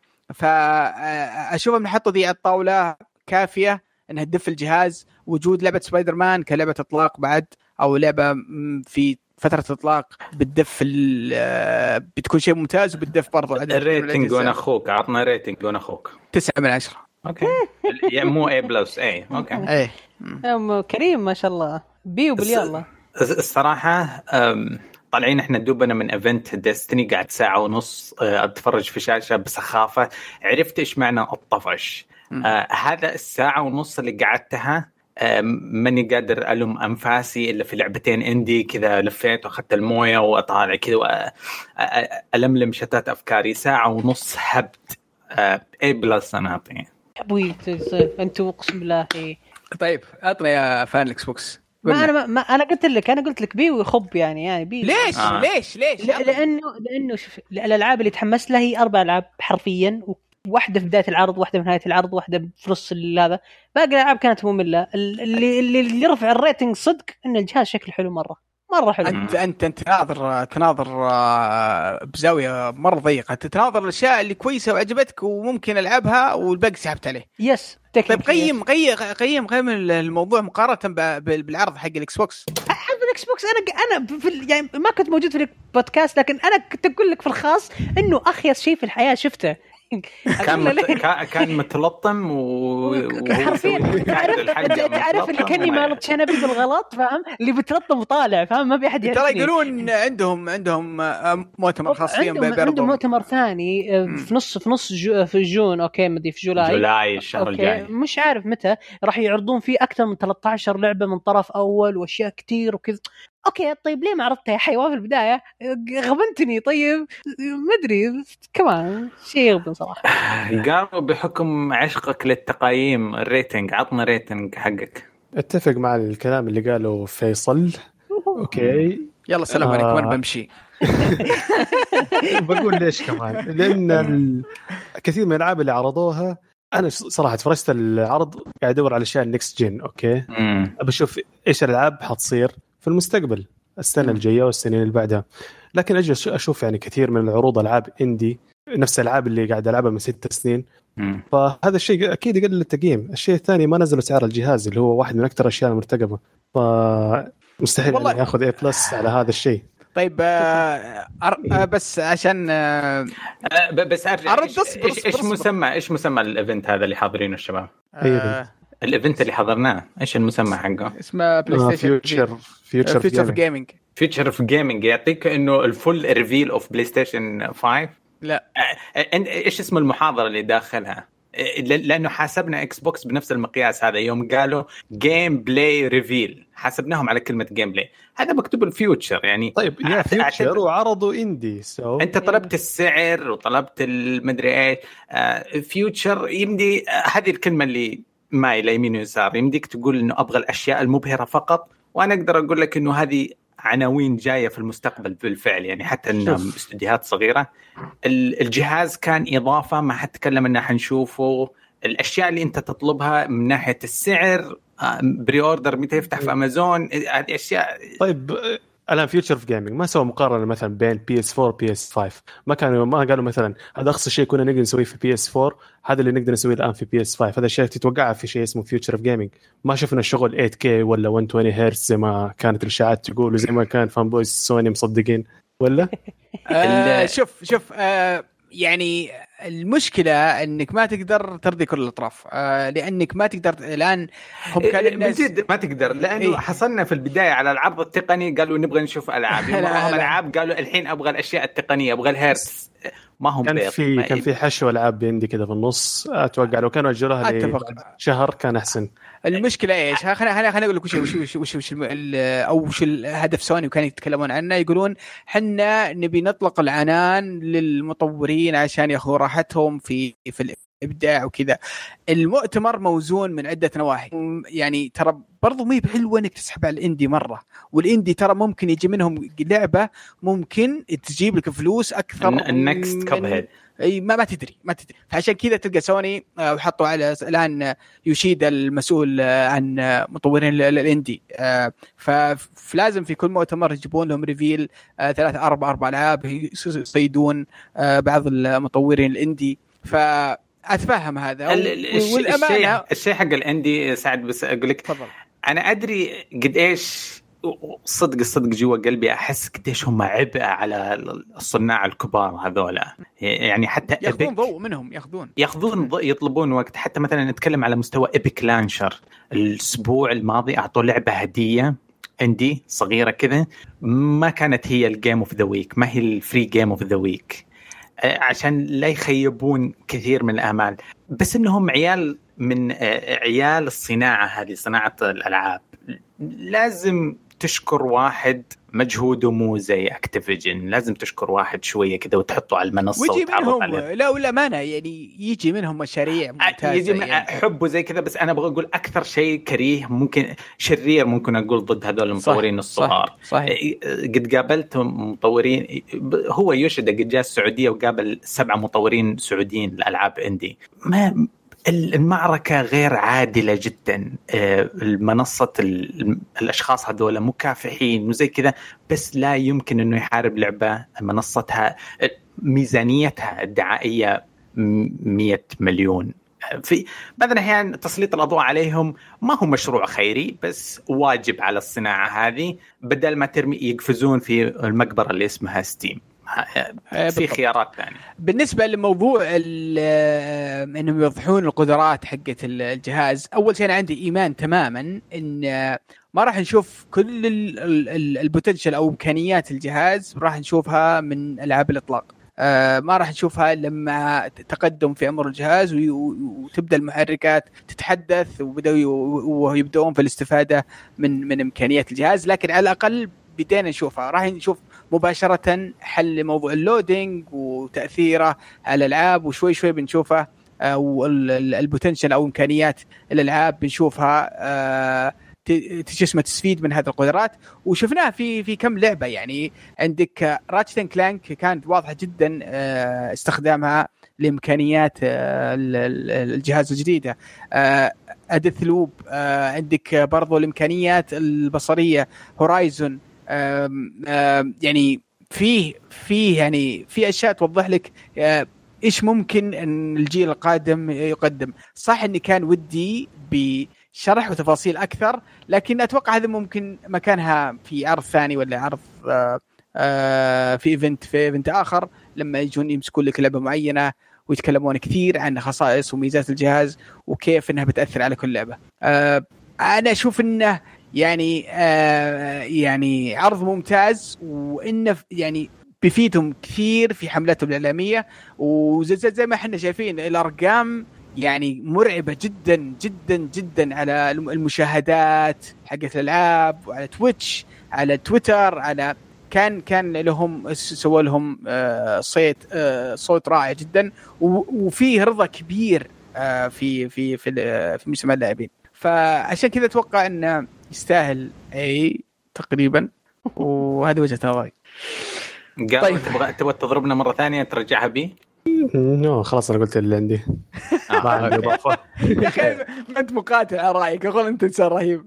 [SPEAKER 2] فأشوفهم نحطوا ذي على الطاولة كافية أنها تدف الجهاز. وجود لعبة سبايدر مان كلعبة إطلاق بعد أو لعبة في فترة إطلاق بالدف بتكون شيء ممتاز وبالدف برضو.
[SPEAKER 3] الريتنج وانا أخوك عطنا ريتنج وانا أخوك
[SPEAKER 2] تسعة من عشرة.
[SPEAKER 3] أوكي يعني مو A بلس A. أوكي
[SPEAKER 2] إيه
[SPEAKER 4] أم كريم ما شاء الله بيو باليلا.
[SPEAKER 3] الصراحة طالعين احنا دوبنا من ايفنت ديستني قاعد ساعة ونص اتفرج في شاشة بسخافة. عرفت ايش معنى الطفش. آه هذا الساعة ونص اللي قعدتها آه ماني قادر ألم أنفاسي إلا في لعبتين اندي كذا لفيت وأخذت الموية وأطالع كذا وألملم شتات أفكاري. ساعة ونص هبت آه A بلس أنا أعطيه
[SPEAKER 4] ابوي انتوا اقسم بالله.
[SPEAKER 2] طيب اعطنا يا فان الاكس بوكس.
[SPEAKER 4] ما انا ما انا قلت لك انا قلت لك بي ويخب يعني يعني بي.
[SPEAKER 2] ليش آه. ليش ليش
[SPEAKER 4] لا لانه لانه شوف الالعاب اللي تحمست لها هي اربع العاب حرفيا، واحده في بدايه العرض، واحده في نهايه العرض، واحده في نص هذا. باقي الالعاب كانت ممله. اللي اللي, اللي رفع الريتنج صدق ان الجهاز شكله حلو مره مره حلو.
[SPEAKER 2] انت انت انت تناظر تناظر بزاويه مره ضيقه، تتناظر الاشياء اللي كويسه وعجبتك وممكن العبها والباقي سحبت عليه.
[SPEAKER 4] يس
[SPEAKER 2] طيب قيم قيم قيم قيم الموضوع مقارنه بالعرض حق الاكس بوكس.
[SPEAKER 4] الاكس بوكس انا انا في يعني ما كنت موجود في البودكاست، لكن انا كنت اقول لك في الخاص انه اخيس شيء في الحياه شفته.
[SPEAKER 3] كان مت... كان متلطم و
[SPEAKER 4] حرفيا تعرف اللي كاني مالت شنبي بالغلط فاهم، اللي بتلطم وطالع فاهم، ما في احد
[SPEAKER 2] يعرفني. ترى يقولون عندهم عندهم مؤتمر خاص فيهم
[SPEAKER 4] بيرضوا. عندهم مؤتمر ثاني في نص في نص جو في جون اوكي مدي في جولاي
[SPEAKER 3] جولاي الشهر الجاي
[SPEAKER 4] مش عارف متى راح يعرضون فيه اكثر من ثلاثة عشر لعبه من طرف اول واشياء كتير وكذا. اوكي طيب ليه ما عرضتها يا حيوان في البدايه؟ غبنتني. طيب ما ادري كمان شيء يغبن صراحه.
[SPEAKER 3] قالوا بحكم عشقك للتقييم الريتنج عطنا ريتنج حقك.
[SPEAKER 5] اتفق مع الكلام اللي قاله فيصل. اوكي
[SPEAKER 2] يلا سلام عليكم آه. انا بمشي.
[SPEAKER 5] بقول ليش كمان، لان كثير من الالعاب اللي عرضوها انا صراحه فرست العرض قاعد ادور على اشياء النكست جين. اوكي ابى اشوف ايش الالعاب حتصير في المستقبل السنه الجايه والسنين اللي بعدها، لكن اجي اشوف يعني كثير من العروض العاب اندي نفس الالعاب اللي قاعد العبها من ست سنين. مم. فهذا الشيء اكيد يقلل التقييم. الشيء الثاني ما نزلوا سعر الجهاز اللي هو واحد من اكثر الاشياء المرتقبه، فمستحيل يعني ياخذ اي بلس على هذا الشيء.
[SPEAKER 2] طيب آه أر... بس عشان آه
[SPEAKER 3] بس ارجع ايش, إيش, إيش مسمى ايش مسمى الايفنت هذا اللي حاضرينه الشباب؟
[SPEAKER 2] آه
[SPEAKER 3] الايفنت اللي حضرناه ايش المسمى حقه؟
[SPEAKER 2] اسمه بلاي ستيشن
[SPEAKER 5] فيوتشر فيوتشر
[SPEAKER 2] فيوتشر جيمنج.
[SPEAKER 3] فيوتشر اوف جيمنج يعطيك انه الفول ريفيل اوف بلاي ستيشن خمسة.
[SPEAKER 2] لا
[SPEAKER 3] ايش اسم المحاضره اللي داخلها؟ لانه حاسبنا اكس بوكس بنفس المقياس هذا يوم قالوا جيم بلاي ريفيل حاسبناهم على كلمه جيم بلاي. هذا مكتوب الفيوتشر يعني.
[SPEAKER 5] طيب يا فيوتشر وعرضوا اندي سو
[SPEAKER 3] انت طلبت السعر وطلبت المدري ايش. فيوتشر يمدي هذه الكلمه اللي ما الى يمين ويسار يمديك تقول انه ابغى الاشياء المبهره فقط، وانا اقدر اقول لك انه هذه عناوين جايه في المستقبل بالفعل يعني. حتى انها استديوهات صغيره. الجهاز كان اضافه ما حتكلم انه حنشوفه الاشياء اللي انت تطلبها من ناحيه السعر بري اوردر متى يفتح في امازون هذه اشياء.
[SPEAKER 5] طيب الان فيوتشر في جيمنج ما سوى مقارنه مثلا بين بي اس فور وبي اس خمسة، ما كانوا ما قالوا مثلا هذا اقصى شيء كنا نقدر نسويه في بي اس فور هذا اللي نقدر نسويه الان في بي اس خمسة. هذا الشيء تتوقعه في شيء اسمه فيوتشر في جيمنج. ما شفنا الشغل ثمانية كي ولا مية وعشرين هرتز زي ما كانت الاشاعات تقول وزي ما كان فان بويز سوني مصدقين ولا
[SPEAKER 2] آه شوف شوف آه يعني المشكلة انك ما تقدر ترضي كل الاطراف آه لانك ما تقدر الان هم كان الناس
[SPEAKER 3] بجد ما تقدر لانه إيه؟ حصلنا في البداية على العرض التقني قالوا نبغى نشوف العاب يوم راهم العاب قالوا الحين ابغى الاشياء التقنية ابغى الهيرتز. ما هم
[SPEAKER 5] كان في ما كان في حشو العاب عندي كذا في النص. اتوقع لو كانوا اجلوها شهر كان احسن.
[SPEAKER 2] المشكله ايش خلينا خلينا خلينا اقول لك وش وش وش وش او وش الهدف سوني وكانوا يتكلمون عنه. يقولون حنا نبي نطلق العنان للمطورين عشان ياخذوا راحتهم في في الابداع وكذا. المؤتمر موزون من عده نواحي يعني. ترى برضو مي بحلوه انك تسحب على الاندي مره، والاندي ترى ممكن يجي منهم لعبه ممكن تجيب لك فلوس اكثر.
[SPEAKER 3] النكست كابهيد
[SPEAKER 2] اي ما ما تدري ما تدري. فعشان كذا تلقى سوني وحطوا على الان يوشيدا المسؤول عن مطورين الاندي. فلازم في كل مؤتمر يجيبون لهم ريفيل ثلاث اربع اربع العاب يصيدون بعض المطورين الاندي. فاتفهم هذا.
[SPEAKER 3] والامانه الشيء حق الاندي سعد بس اقول لك
[SPEAKER 2] تفضل.
[SPEAKER 3] انا ادري قد ايش صدق الصدق جوا قلبي احس قديش هم عبء على الصناع الكبار هذولا يعني. حتى
[SPEAKER 2] ياخذون ضوء منهم ياخذون
[SPEAKER 3] ياخذون يطلبون وقت. حتى مثلا نتكلم على مستوى إبيك لانشر الاسبوع الماضي اعطوا لعبه هديه عندي صغيره كذا ما كانت هي الجيم اوف ذا ويك، ما هي الفري جيم اوف ذا ويك عشان لا يخيبون كثير من الآمال. بس انهم عيال من عيال الصناعه هذه صناعه الالعاب لازم تشكر واحد مجهوده مو زي اكتيفيجن، لازم تشكر واحد شويه كده وتحطه على المنصه وتعرض عليه.
[SPEAKER 2] لا ولا مانع يعني يجي منهم مشاريع ممتازه،
[SPEAKER 3] يجي
[SPEAKER 2] يعني.
[SPEAKER 3] احبه زي كذا، بس انا ابغى اقول اكثر شيء كريه ممكن شرير ممكن اقول ضد هذول المطورين الصغار.
[SPEAKER 2] صح.
[SPEAKER 3] قد قابلت مطورين، هو يوشيدا قد جاء السعوديه وقابل سبعه مطورين سعوديين لالعاب اندي، ما المعركة غير عادلة جدا. المنصة الأشخاص هذول مكافحين وزي كذا، بس لا يمكن أنه يحارب لعبة منصتها ميزانيتها الدعائية مية مليون. في بعض الأحيان تسليط الأضواء عليهم ما هو مشروع خيري، بس واجب على الصناعة هذه، بدل ما ترمي يقفزون في المقبرة اللي اسمها ستيم. في خيارات ثانية.
[SPEAKER 2] بالنسبة لموضوع انهم يوضحون القدرات حقة الجهاز، اول شيء انا عندي ايمان تماما ان ما راح نشوف كل البوتنشل او امكانيات الجهاز راح نشوفها من العاب الاطلاق. ما راح نشوفها لما تقدم في عمر الجهاز وتبدا المحركات تتحدث وبداوا ويبدأون في الاستفادة من من امكانيات الجهاز، لكن على الاقل بدينا نشوفها. راح نشوف مباشرة حل موضوع اللودينج وتأثيره على الألعاب، وشوي شوي بنشوفها، والبوتنشل أو إمكانيات الألعاب بنشوفها تجسمة تستفيد من هذه القدرات. وشفناها في في كم لعبة، يعني عندك راتشت اند كلانك كانت واضحة جدا استخدامها لإمكانيات الجهاز الجديدة. أدث لوب عندك برضو الإمكانيات البصرية. هورايزون آم آم يعني فيه فيه يعني في أشياء توضح لك إيش ممكن أن الجيل القادم يقدم. صح إني كان ودي بشرح وتفاصيل أكثر، لكن أتوقع هذا ممكن مكانها في عرض ثاني ولا عرض آآ آآ في إيفنت في إيفنت آخر، لما يجون يمسكون لك لعبة معينة ويتكلمون كثير عن خصائص وميزات الجهاز وكيف إنها بتأثر على كل لعبة. أنا أشوف إنه يعني آه يعني عرض ممتاز، وإنه يعني بيفيدهم كثير في حملاتهم الإعلامية، وزي زي ما احنا شايفين الأرقام يعني مرعبة جدا جدا جدا على المشاهدات حقت الألعاب، وعلى تويتش، على تويتر، على كان كان لهم سووا لهم آه صيت آه صوت رائع جدا، وفيه رضا كبير آه في في في في مجتمع اللاعبين. فعشان كذا أتوقع أن يستاهل أي تقريبا، وهذه وجهة نظري.
[SPEAKER 3] طيب تبغى تبغى تضربنا مرة ثانية ترجعها بي؟
[SPEAKER 5] نو خلاص أنا قلت اللي عندي. ما عندي إضافة.
[SPEAKER 2] يا أخي ما أنت مقاتل على رأيك، أقول أنت إنسان رهيب.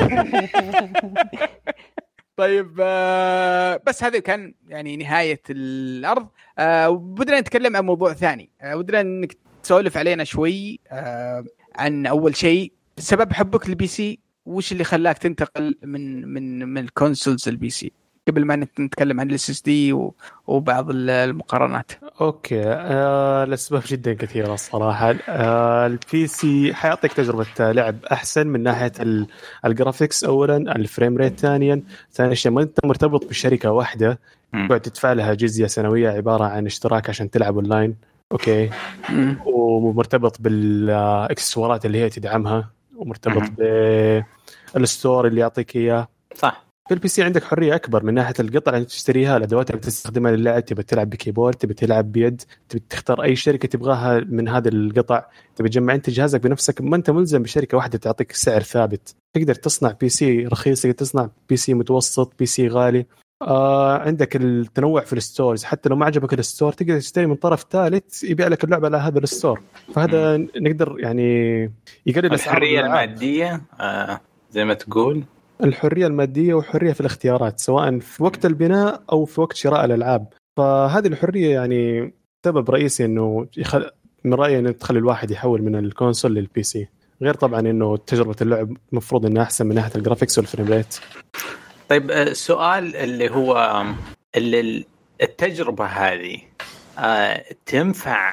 [SPEAKER 2] طيب بس هذا كان يعني نهاية الأرض. بدنا نتكلم عن موضوع ثاني. بدنا إنك تسولف علينا شوي عن أول شيء سبب حبك للبي سي، وش اللي خلاك تنتقل من من من الكونسولز البي سي، قبل ما نتكلم عن الاس اس دي وبعض المقارنات.
[SPEAKER 5] اوكي آه الاسباب جدا كثيره الصراحه. آه البي سي حيعطيك تجربه لعب احسن من ناحيه الجرافيكس اولا، الفريم ريت ثانيا، ثاني شيء ما انت مرتبط بشركه واحده تقعد تدفع لها جزيه سنويه عباره عن اشتراك عشان تلعب اونلاين. اوكي م. ومرتبط بالاكسسوارات اللي هي تدعمها، ومرتبط بالستور اللي يعطيك اياه.
[SPEAKER 3] صح.
[SPEAKER 5] في البي سي عندك حريه اكبر من ناحيه القطع اللي تشتريها، الادوات اللي تستخدمها للعب، تبي تلعب بكيبورد، تبي تلعب بيد، تبي تختار اي شركه تبغاها من هذه القطع، تبي تجمع انت جهازك بنفسك، ما انت ملزم بشركه واحده تعطيك سعر ثابت. تقدر تصنع بي سي رخيص، تقدر تصنع بي سي متوسط، بي سي غالي. آه عندك التنوع في الستورز، حتى لو ما عجبك الستور تقدر تشتري من طرف ثالث يبيع لك اللعبه على هذا الستور. فهذا م. نقدر يعني يقلل
[SPEAKER 3] الحريه الماديه آه زي ما تقول،
[SPEAKER 5] الحريه الماديه وحريه في الاختيارات سواء في وقت البناء او في وقت شراء الالعاب. فهذه الحريه يعني سبب رئيسي انه يخل... من رايي انه تخلي الواحد يحول من الكونسول للبي سي، غير طبعا انه تجربه اللعب مفروض انها احسن من ناحيه الجرافيكس والفريم ريت.
[SPEAKER 3] طيب السؤال اللي هو اللي التجربه هذه تنفع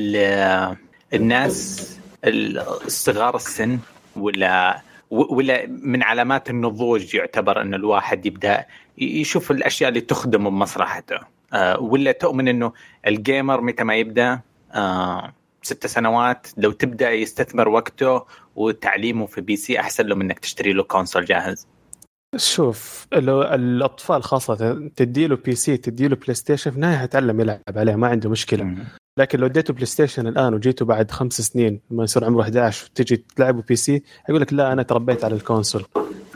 [SPEAKER 3] للناس الصغار السن، ولا ولا من علامات النضوج يعتبر أن الواحد يبدأ يشوف الأشياء اللي تخدمه بمصلحته، أه ولا تؤمن أنه الجيمر متى ما يبدأ أه ست سنوات لو تبدأ يستثمر وقته وتعليمه في بي سي أحسن له منك تشتري له كونسول جاهز؟
[SPEAKER 5] شوف لو الاطفال خاصه تديله بي سي تديله بلاي ستيشن في النهايه هيتعلم يلعب عليه ما عنده مشكله. م- لكن لو اديته بلاي ستيشن الان وجيته بعد خمس سنين لما يصير عمره إحدى عشر وتجي تلعبه بي سي يقول لك لا انا تربيت على الكونسول.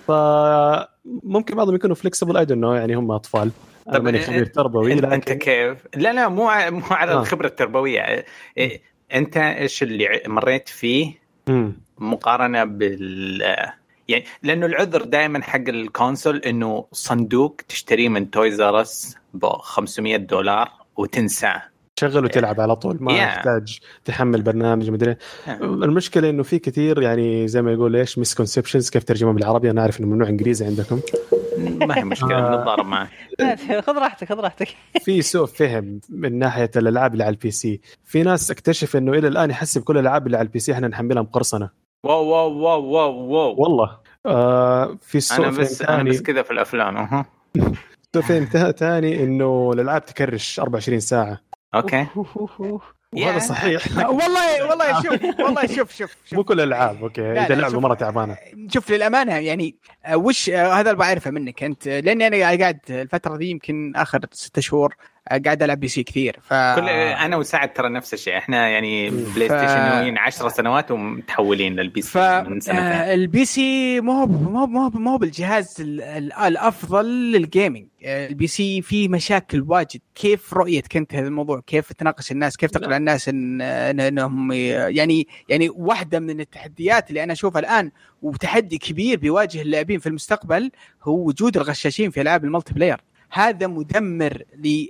[SPEAKER 5] فممكن بعضهم يكونوا فليكسبل ايضا انه يعني هم اطفال.
[SPEAKER 3] طب
[SPEAKER 5] ماني خبير تربوي
[SPEAKER 3] انت,
[SPEAKER 5] لكن...
[SPEAKER 3] انت كيف لا لا مو مو على آه. الخبره التربويه. إيه انت ايش اللي مريت فيه م. مقارنه بال يعني لانه العذر دائما حق الكونسول انه صندوق تشتريه من تويز ار اس ب خمسمية دولار وتنساه
[SPEAKER 5] تشغل وتلعب على طول ما يحتاج yeah. تحمل برنامج مدري yeah. المشكله انه في كثير يعني زي ما يقول ايش مسكونسبشنز كيف ترجمه بالعربي. انا عارف انه ممنوع انجليزي عندكم
[SPEAKER 3] ما هي مشكله نتضارب معك.
[SPEAKER 4] خذ راحتك خذ راحتك.
[SPEAKER 5] في سوء فهم من ناحيه الالعاب اللي على البي سي. في ناس اكتشف انه الى الان يحسب كل الالعاب اللي على البي سي احنا نحملها مقرصنه.
[SPEAKER 3] واو واو واو واو واو
[SPEAKER 5] والله آه في سوء
[SPEAKER 3] انا بس انا بس كذا في الافلام اها
[SPEAKER 5] سوء فهم ثاني انه الالعاب تكرش أربعة وعشرين ساعه.
[SPEAKER 3] اوكي
[SPEAKER 5] وهذا صحيح.
[SPEAKER 2] والله والله شوف والله شوف شوف
[SPEAKER 5] مو كل الالعاب اوكي اذا لعبه مره تعبانه.
[SPEAKER 2] شوف للامانه يعني وش هذا اللي بعرفه منك انت لاني انا قاعد الفتره دي يمكن اخر ستة شهور قاعد العب بي سي كثير. ف
[SPEAKER 3] كل انا وسعد ترى نفس الشيء احنا يعني بلاي ستيشن ف... عشر سنوات ومتحولين للبي سي ف... من سنتين.
[SPEAKER 2] آه البي سي مو مو مو مو بالجهاز الافضل للجيمنج. البي سي فيه مشاكل واجد. كيف رؤيتك انت هذا الموضوع؟ كيف تناقش الناس؟ كيف تقنع الناس ان انهم يعني يعني واحده من التحديات اللي انا اشوفها الان وتحدي كبير بيواجه اللاعبين في المستقبل هو وجود الغشاشين في العاب الملتي بلاير. هذا مدمر ل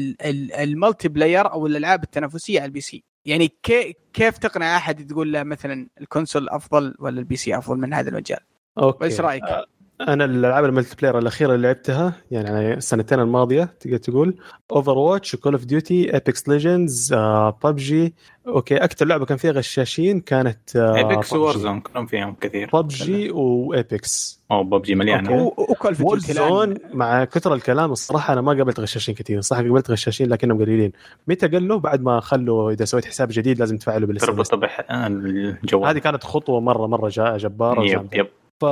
[SPEAKER 2] الملتي بلاير او الالعاب التنافسيه على البي سي. يعني كيف تقنع احد تقول له مثلا الكونسول افضل ولا البي سي افضل من هذا المجال؟
[SPEAKER 5] اوكي
[SPEAKER 2] ايش رايك؟
[SPEAKER 5] انا الالعاب الملتي بلاير الاخيره اللي لعبتها يعني السنتين الماضيه تقدر تقول اوفر واتش كول اوف ديوتي ايبكس ليجندز ببجي. اوكي اكثر لعبه كان فيها غشاشين كانت
[SPEAKER 3] ايبكس وورزون كلهم فيهم كثير.
[SPEAKER 5] ببجي وايبكس
[SPEAKER 3] او ببجي مليانه
[SPEAKER 2] وكول اوف
[SPEAKER 5] ديوتي مع كثر الكلام. الصراحه انا ما قابلت غشاشين كثير صح قابلت غشاشين لكنهم قليلين. متى قالوا بعد ما خلوا اذا سويت حساب جديد لازم تفعله بالاس ام اس.
[SPEAKER 3] الجوال
[SPEAKER 5] هذه كانت خطوه مره مره جباره.
[SPEAKER 3] يب يب.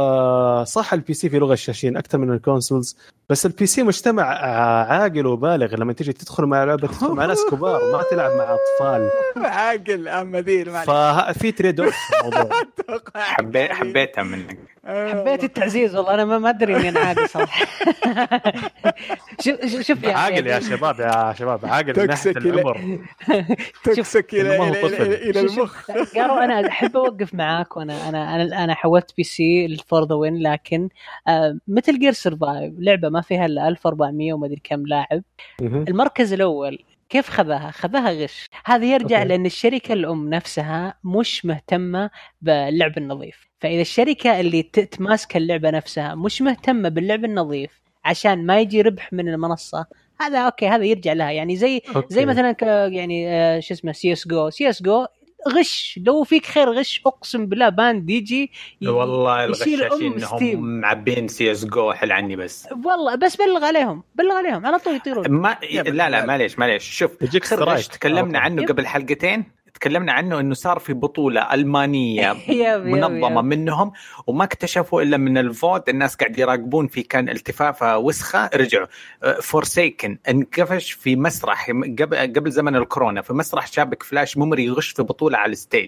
[SPEAKER 5] فصح البي سي في لغة الشاشين أكثر من الكونسولز بس البي سي مجتمع عاقل وبالغ. لما تيجي تدخل مع لعبة تدخل مع ناس كبار ما تلعب مع أطفال.
[SPEAKER 2] عاقل أما دير
[SPEAKER 5] ففي تريد أوف الموضوع.
[SPEAKER 3] حبيت حبيتها منك.
[SPEAKER 4] حبيت التعزيز والله أنا ما أدري إني أنا عاقل صراحة. شوف شوف
[SPEAKER 5] يا عاقل يا شباب يا شباب عاقل من ناحية العمر.
[SPEAKER 2] تكسك إلى إلى المخ.
[SPEAKER 4] قالوا أنا أحب أوقف معاك وأنا أنا أنا أنا حولت بي سي للفور ذا وين لكن آه مثل جير سرفايف لعبة ما فيها إلا ألف وأربعمية وما أدري كم لاعب. المركز الأول كيف خذها؟ خذها غش. هذا يرجع أوكي. لأن الشركة الأم نفسها مش مهتمة باللعب النظيف. فإذا الشركة اللي تماسك اللعبة نفسها مش مهتمة باللعب النظيف عشان ما يجي ربح من المنصة هذا أوكي هذا يرجع لها. يعني زي أوكي. زي مثلا يعني آه شو اسمه سي اس جو سي اس جو غش. لو فيك خير غش اقسم بالله باند يجي
[SPEAKER 3] والله الغشاشين انهم معبين سي اس جو حل عني بس
[SPEAKER 4] والله بس بلغ عليهم بلغ عليهم على طول يطيرون.
[SPEAKER 3] ما لا لا معليش معليش شوف خرج تكلمنا عنه يب. قبل حلقتين تكلمنا عنه انه صار في بطوله المانيه منظمه منهم وما اكتشفوا الا من الفوت. الناس قاعد يراقبون في كان التفافه وسخه رجعوا. فورسيكن انقفش في مسرح قبل قبل زمن الكورونا في مسرح شابك فلاش ميموري يغش في بطوله على الستيج.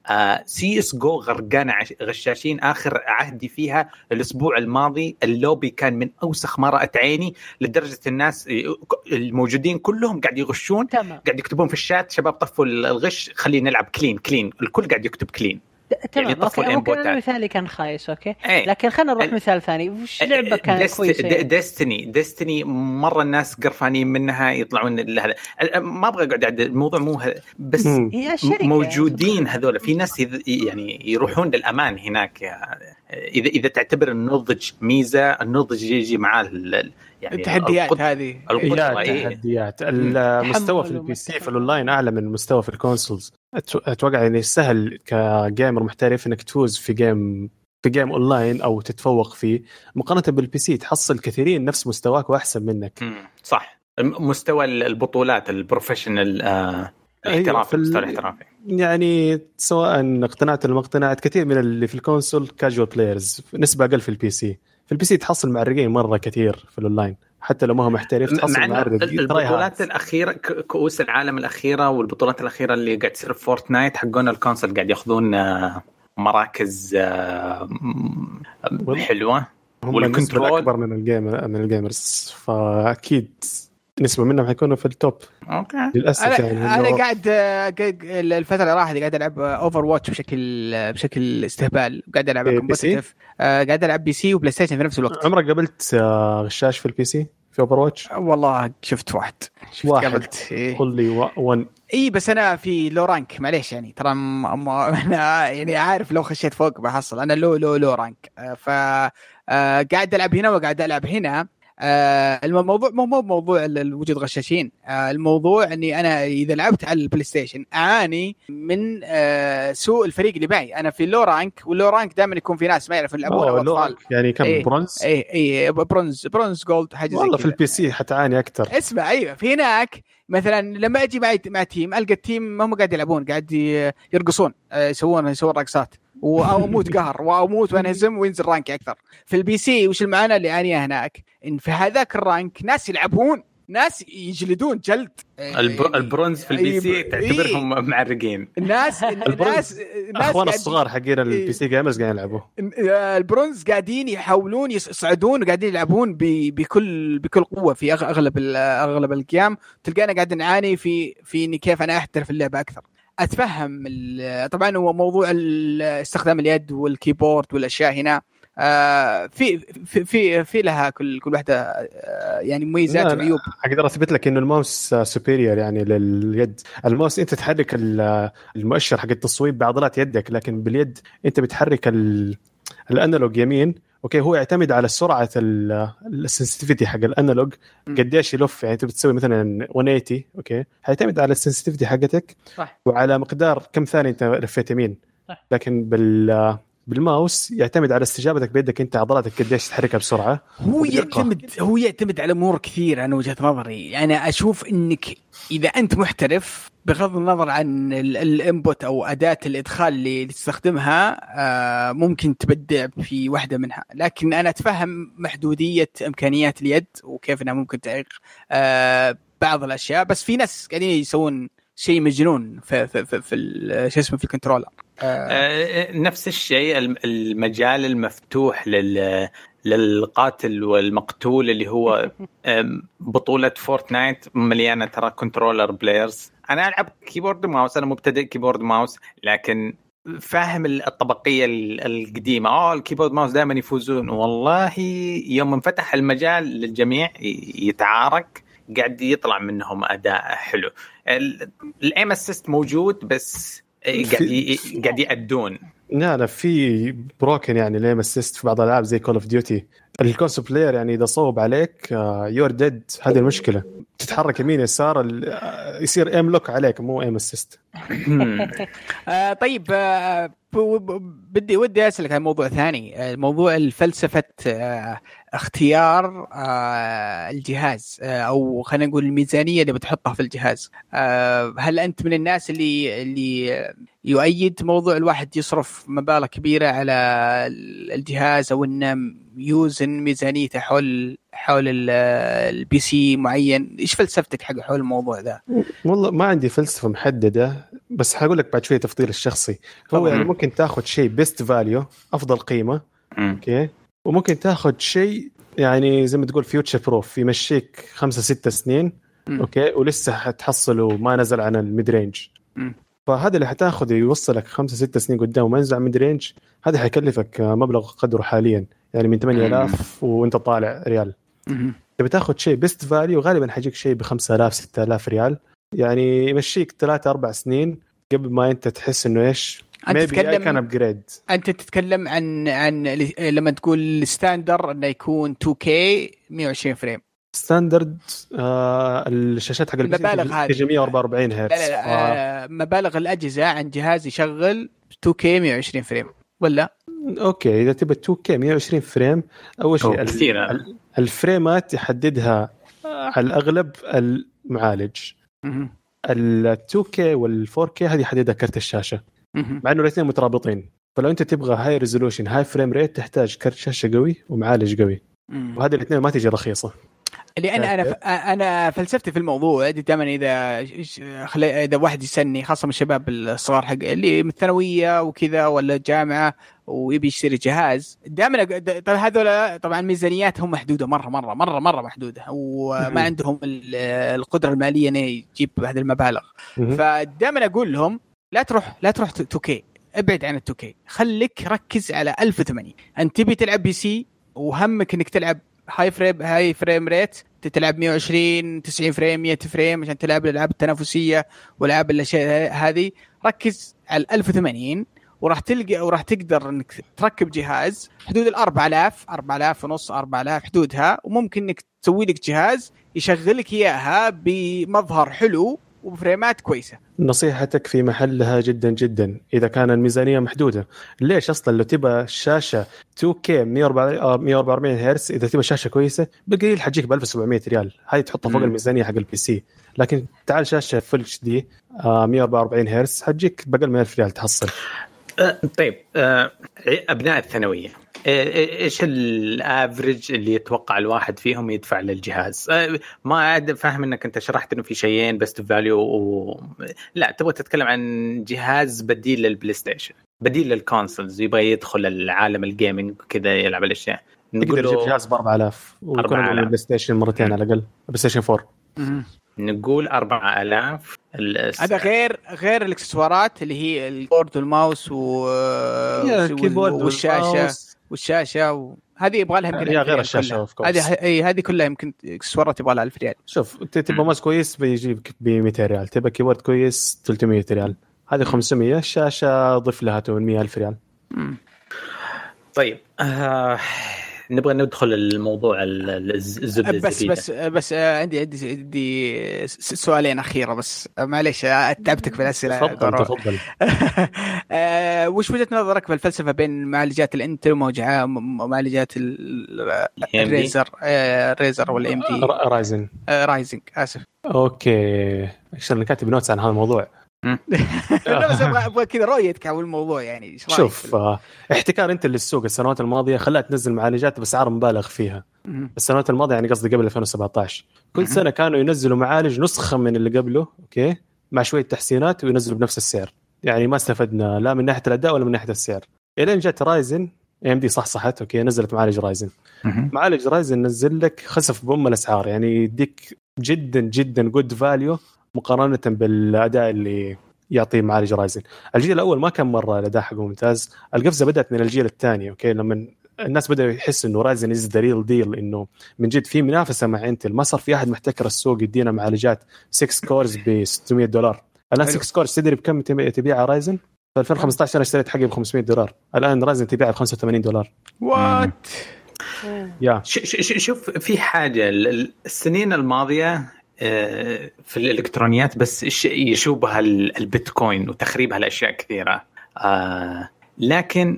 [SPEAKER 3] سي اس جو غرقانه غشاشين. اخر عهدي فيها الاسبوع الماضي اللوبي كان من اوسخ ما رأت عيني لدرجه الناس الموجودين كلهم قاعد يغشون تمام. قاعد يكتبون في الشات شباب طفوا الغش خلينا نلعب كلين كلين. الكل قاعد يكتب كلين.
[SPEAKER 4] تمام يعني اوكي ممكن مثالي كان خايس اوكي ايه. لكن خلينا نروح مثال ثاني. وش لعبه كانت ديست... كويسه؟
[SPEAKER 3] ديستني ديستني مره الناس قرفانين منها يطلعون هذا. ما ابغى اقعد الموضوع مو ه... بس موجودين هذول في ناس يعني يروحون للامان هناك. اذا اذا تعتبر النضج ميزه النضج يجي معاه
[SPEAKER 2] يعني التحديات القد... هذه
[SPEAKER 5] التحديات. المستوى في البي سي في الاونلاين اعلى من المستوى في الكونسولز. اتوقع يعني سهل كجيمر محترف انك تفوز في جيم في جيم اونلاين او تتفوق فيه مقارنه بالبي سي. تحصل كثيرين نفس مستواك واحسن منك.
[SPEAKER 3] صح. مستوى البطولات البروفيشنال آه الاحترافي مستوى الاحترافي
[SPEAKER 5] يعني سواء اقتنعت ولا ما اقتنعت كثير من اللي في الكونسول كاجوال بلايرز نسبه اقل في البي سي. في البي سي تحصل معرقين مره كثير في الاونلاين، حتى لو ما هو محترف تحصل معرق.
[SPEAKER 3] البطولات الاخيره كؤوس العالم الاخيره والبطولات الاخيره اللي قاعد تصير في فورتنايت حقون الكونسول قاعد ياخذون مراكز حلوه،
[SPEAKER 5] والكنترول اكبر من الجيم من الجيمرز، فاكيد نسبة منهم حيكونوا في التوب.
[SPEAKER 3] اوكي
[SPEAKER 5] للاسف
[SPEAKER 2] أنا
[SPEAKER 5] يعني
[SPEAKER 2] انا قاعد الفتره اللي راحت قاعد العب اوفر واتش بشكل بشكل استهبال، قاعد العب كومبتيتيف، قاعد العب بي سي وبلاي ستيشن في نفس الوقت.
[SPEAKER 5] عمرك قابلت غشاش في البي سي في اوفر واتش؟
[SPEAKER 2] والله شفت واحد شفت
[SPEAKER 5] واحد
[SPEAKER 2] قابلت إيه.
[SPEAKER 5] قل لي ون
[SPEAKER 2] اي بس انا في لو رانك معليش يعني ترى م... انا يعني عارف لو خشيت فوق بحصل انا لو لو لو رانك، ف قاعد العب هنا وقاعد العب هنا. آه الموضوع مو مو موضوع وجود غشاشين، آه الموضوع اني انا اذا لعبت على البلاي ستيشن اعاني من آه سوء الفريق اللي معي. انا في اللو رانك، واللو رانك دائما يكون في ناس ما يعرفون يلعبون اطفال
[SPEAKER 5] يعني كم
[SPEAKER 2] ايه
[SPEAKER 5] برونز
[SPEAKER 2] اي اي برونز برونز جولد حاجه زي كذا.
[SPEAKER 5] والله في البي سي حتعاني اكثر.
[SPEAKER 2] اسمع ايوه في هناك مثلا لما اجي مع مع تيم القى التيم ما هم قاعد يلعبون، قاعد يرقصون يسوون يسوون رقصات واموت قهر واموت وانهزم وينزل رانك اكثر. في البي سي وش المعاناه اللي اعانيها هناك؟ ان في هذاك الرانك ناس يلعبون، ناس يجلدون جلد.
[SPEAKER 3] البر... البرونز في البي سي تعتبرهم إيه؟ معرقين.
[SPEAKER 2] الناس الناس
[SPEAKER 5] اخوان الصغار حقين البي سي جيمرز قاعدين يلعبوا
[SPEAKER 2] البرونز، قاعدين يحاولون يصعدون وقاعدين يلعبون ب... بكل بكل قوه في اغلب اغلب القيام. تلقانا قاعد نعاني في في إن كيف انا احترف اللعبه اكثر. اتفهم طبعا هو موضوع استخدام اليد والكيبورد والاشياء هنا آه في في في في لها كل كل واحده آه يعني مميزات وعيوب.
[SPEAKER 5] اقدر اثبت لك انه الماوس سوبيريور يعني لليد. الماوس انت تحرك المؤشر حق التصويب بعضلات يدك، لكن باليد انت بتحرك الانالوج يمين. اوكي هو يعتمد على سرعه السنسيتيفيتي حق الانالوج قديش يلف. يعني انت بتسوي مثلا مية وثمانين اوكي هيعتمد على السنسيتيفيتي حقتك صح. وعلى مقدار كم ثانيه انت لفيت يمين صح. لكن بال بالماوس يعتمد على استجابتك بيدك انت، عضلاتك قديش تحركها بسرعه.
[SPEAKER 2] هو يعتمد هو يعتمد على امور كثيره. انا وجهه نظري يعني اشوف انك اذا انت محترف بغض النظر عن الانبوت او اداه الادخال اللي تستخدمها آه ممكن تبدع في واحده منها، لكن انا اتفهم محدوديه امكانيات اليد وكيف انها ممكن تعيق آه بعض الاشياء. بس في ناس قاعدين يسوون شيء مجنون في في في, في شو اسمه في الكنترولر.
[SPEAKER 3] آه نفس الشيء المجال المفتوح لل للقاتل والمقتول اللي هو بطولة فورتنايت مليانة ترى كنترولر بلايرز. أنا ألعب كيبورد ماوس، أنا مبتدئ كيبورد ماوس، لكن فاهم الطبقية القديمة. آه الكيبورد ماوس دائما يفوزون. والله يوم انفتح المجال للجميع يتعارك قاعد يطلع منهم أداء حلو. الأيم أسيست موجود بس قاعد قاعد يأدون.
[SPEAKER 5] لا لا في بروكن يعني ليم اسيست في بعض الالعاب زي كول اوف ديوتي. الكونسول بلاير يعني اذا صوب عليك يور ديد. هذه المشكله، تتحرك يمين يسار يصير ايم لوك عليك مو ايم اسيست.
[SPEAKER 2] طيب بدي ودي اسالك عن موضوع ثاني، موضوع الفلسفه اختيار الجهاز او خلينا نقول الميزانيه اللي بتحطها في الجهاز. هل انت من الناس اللي اللي يؤيد موضوع الواحد يصرف مبالغ كبيره على الجهاز او انه يوزن ميزانيته حول حول البي سي معين؟ ايش فلسفتك حق حول الموضوع ذا؟
[SPEAKER 5] والله ما عندي فلسفه محدده، بس هقول لك بعد شويه تفضيل الشخصي. هو يعني ممكن تاخذ شيء بيست فاليو افضل قيمه اوكي، وممكن تاخذ شيء يعني زي ما تقول فيوتشر بروف يمشيك خمسة ستة سنين م. اوكي ولسه حتحصله ما نزل عن الميد رينج. فهذا اللي حتاخذ يوصلك خمسة ستة سنين قدام وما ينزل عن الميد رينج، هذا حيكلفك مبلغ قدره حاليا يعني من ثمانية آلاف وانت طالع ريال. تبي تاخذ شيء بيست فاليو غالبا حيجيك شيء بخمسة آلاف ستة آلاف ريال، يعني يمشيك ثلاثة أربع سنين قبل ما انت تحس انه ايش
[SPEAKER 2] انت تتكلم
[SPEAKER 5] كان ابجريد.
[SPEAKER 2] انت تتكلم عن عن لما تقول الستاندر انه يكون تو كي مية وعشرين فريم
[SPEAKER 5] ستاندرد. آه الشاشات حق
[SPEAKER 2] البي
[SPEAKER 5] سي مية وأربعة وأربعين هرتز.
[SPEAKER 2] لا لا آه مبالغ الاجهزه عن جهاز يشغل تو كي مية وعشرين فريم ولا
[SPEAKER 5] اوكي اذا تبي تو كي مية وعشرين فريم اول شيء الفريمات يحددها على الاغلب المعالج. ال تو كي وال فور كي هذه يحددها كرت الشاشه، مع انه الاثنين مترابطين فلو انت تبغى هاي ريزولوشن هاي فريم ريت تحتاج كرت شاشه قوي ومعالج قوي، وهذه الاثنين ما تيجي رخيصه.
[SPEAKER 2] اللي انا انا انا فلسفتي في الموضوع دائما اذا خلي اذا واحد يسني خاصه من الشباب الصغار حق اللي من الثانويه وكذا ولا جامعه ويبي يشتري جهاز، دائما طبعا هذول طبعا ميزانياتهم محدوده مره مره مره مره محدوده وما عندهم القدره الماليه انه يجيب هذه المبالغ. فدائما اقول لهم لا تروح لا تروح تو كي، ابعد عن التو كي، خليك ركز على ألف وثمانين. انت تبي تلعب بي سي وهمك انك تلعب هاي فريم هاي فريم ريت، تلعب مية وعشرين تسعين فريم مية فريم عشان تلعب الالعاب التنافسيه والعاب الاشياء هذه، ركز على ألف وثمانين وراح تلقى وراح تقدر انك تركب جهاز حدود الأربعة آلاف أربعة آلاف ونص أربعة آلاف حدودها، وممكن انك تسوي لك جهاز يشغلك اياها بمظهر حلو وبفريمات كويسه.
[SPEAKER 5] نصيحتك في محلها جدا جدا اذا كان الميزانيه محدوده. ليش اصلا لو تبى شاشه تو كي مية وأربعة وأربعين هرتز، اذا تبى شاشه كويسه بقليل حجيك ب ألف وسبعمية ريال، هاي تحطها فوق الميزانيه حق البي سي. لكن تعال شاشه فل اتش دي مية وأربعة وأربعين هرتز حجيك بقل من ألف ريال تحصل.
[SPEAKER 3] أه طيب أه ابناء الثانويه ايش الافريج اللي يتوقع الواحد فيهم يدفع للجهاز؟ ما عاد فاهم انك انت شرحت انه في شيئين بس فاليو و... لا تبغى تتكلم عن جهاز بديل للبلاي ستيشن، بديل للكونسولز، يبغى يدخل العالم الجيمنج وكذا يلعب الاشياء.
[SPEAKER 5] نقول له جهاز ب أربعة آلاف ويكون البلاي ستيشن مرتين على الاقل، بلاي ستيشن فور
[SPEAKER 3] نقول أربعة آلاف.
[SPEAKER 2] هذا غير غير الاكسسوارات اللي هي الكيبورد والماوس و... والشاشه والشاشه و... هذه يبغى لها يمكن
[SPEAKER 5] غير الشاشه
[SPEAKER 2] هذه اي هذه كلها يمكن اكسسوارات يبغى لها ألف ريال.
[SPEAKER 5] شوف تبغى ماوس كويس بيجيب ب مئتين ريال، تبغى كيبورد كويس ثلاثمية ريال، هذه خمسمية، الشاشه ضيف لها ثمانمية ألف ريال.
[SPEAKER 2] مم.
[SPEAKER 3] طيب آه... نبغى ندخل الموضوع الزبده
[SPEAKER 2] بس بس بس عندي عندي عندي سؤالين اخيره بس معليش تعبتك في الاسئله.
[SPEAKER 5] تفضل تفضل.
[SPEAKER 2] وش وجهه نظرك في الفلسفه بين معالجات الانتل ومعالجات الريزر الريزر والام دي
[SPEAKER 5] رايزن
[SPEAKER 2] رايزنج اسف
[SPEAKER 5] اوكي عشان كاتب نوتس عن هذا الموضوع.
[SPEAKER 2] لا بس ابغى ابغى كذا رؤيتك على الموضوع يعني.
[SPEAKER 5] شوف آه، احتكار انت للسوق السنوات الماضيه خلات تنزل معالجات باسعار مبالغ فيها. السنوات الماضيه يعني قصدي قبل ألفين وسبعة عشر كل سنه كانوا ينزلوا معالج نسخه من اللي قبله اوكي مع شويه تحسينات وينزلوا بنفس السعر، يعني ما استفدنا لا من ناحيه الاداء ولا من ناحيه السعر. الين جت رايزن ام دي صح صحت اوكي نزلت معالج رايزن. معالج رايزن نزل لك خسف بأم الاسعار، يعني يديك جدا جدا جود فاليو مقارنه بالاداء اللي يعطيه معالج رايزن. الجيل الاول ما كان مره الاداء حقه ممتاز، القفزه بدات من الجيل الثاني اوكي لما الناس بدأوا يحسوا انه رايزن از ذا ريل ديل، انه من جد في منافسه مع انتل، ما صار في احد محتكر السوق يدينا معالجات ستة كورز ب ستمية دولار. الان ستة كورز تدري بكم تبيع رايزن؟ في ألفين وخمسة عشر انا اشتريت حقي ب خمسمية دولار، الان رايزن تبيع ب خمسة وثمانين دولار.
[SPEAKER 2] وات
[SPEAKER 5] يا
[SPEAKER 3] شوف في حاجه السنين الماضيه في الالكترونيات بس يشوبها البيتكوين وتخريبها الاشياء كثيره، لكن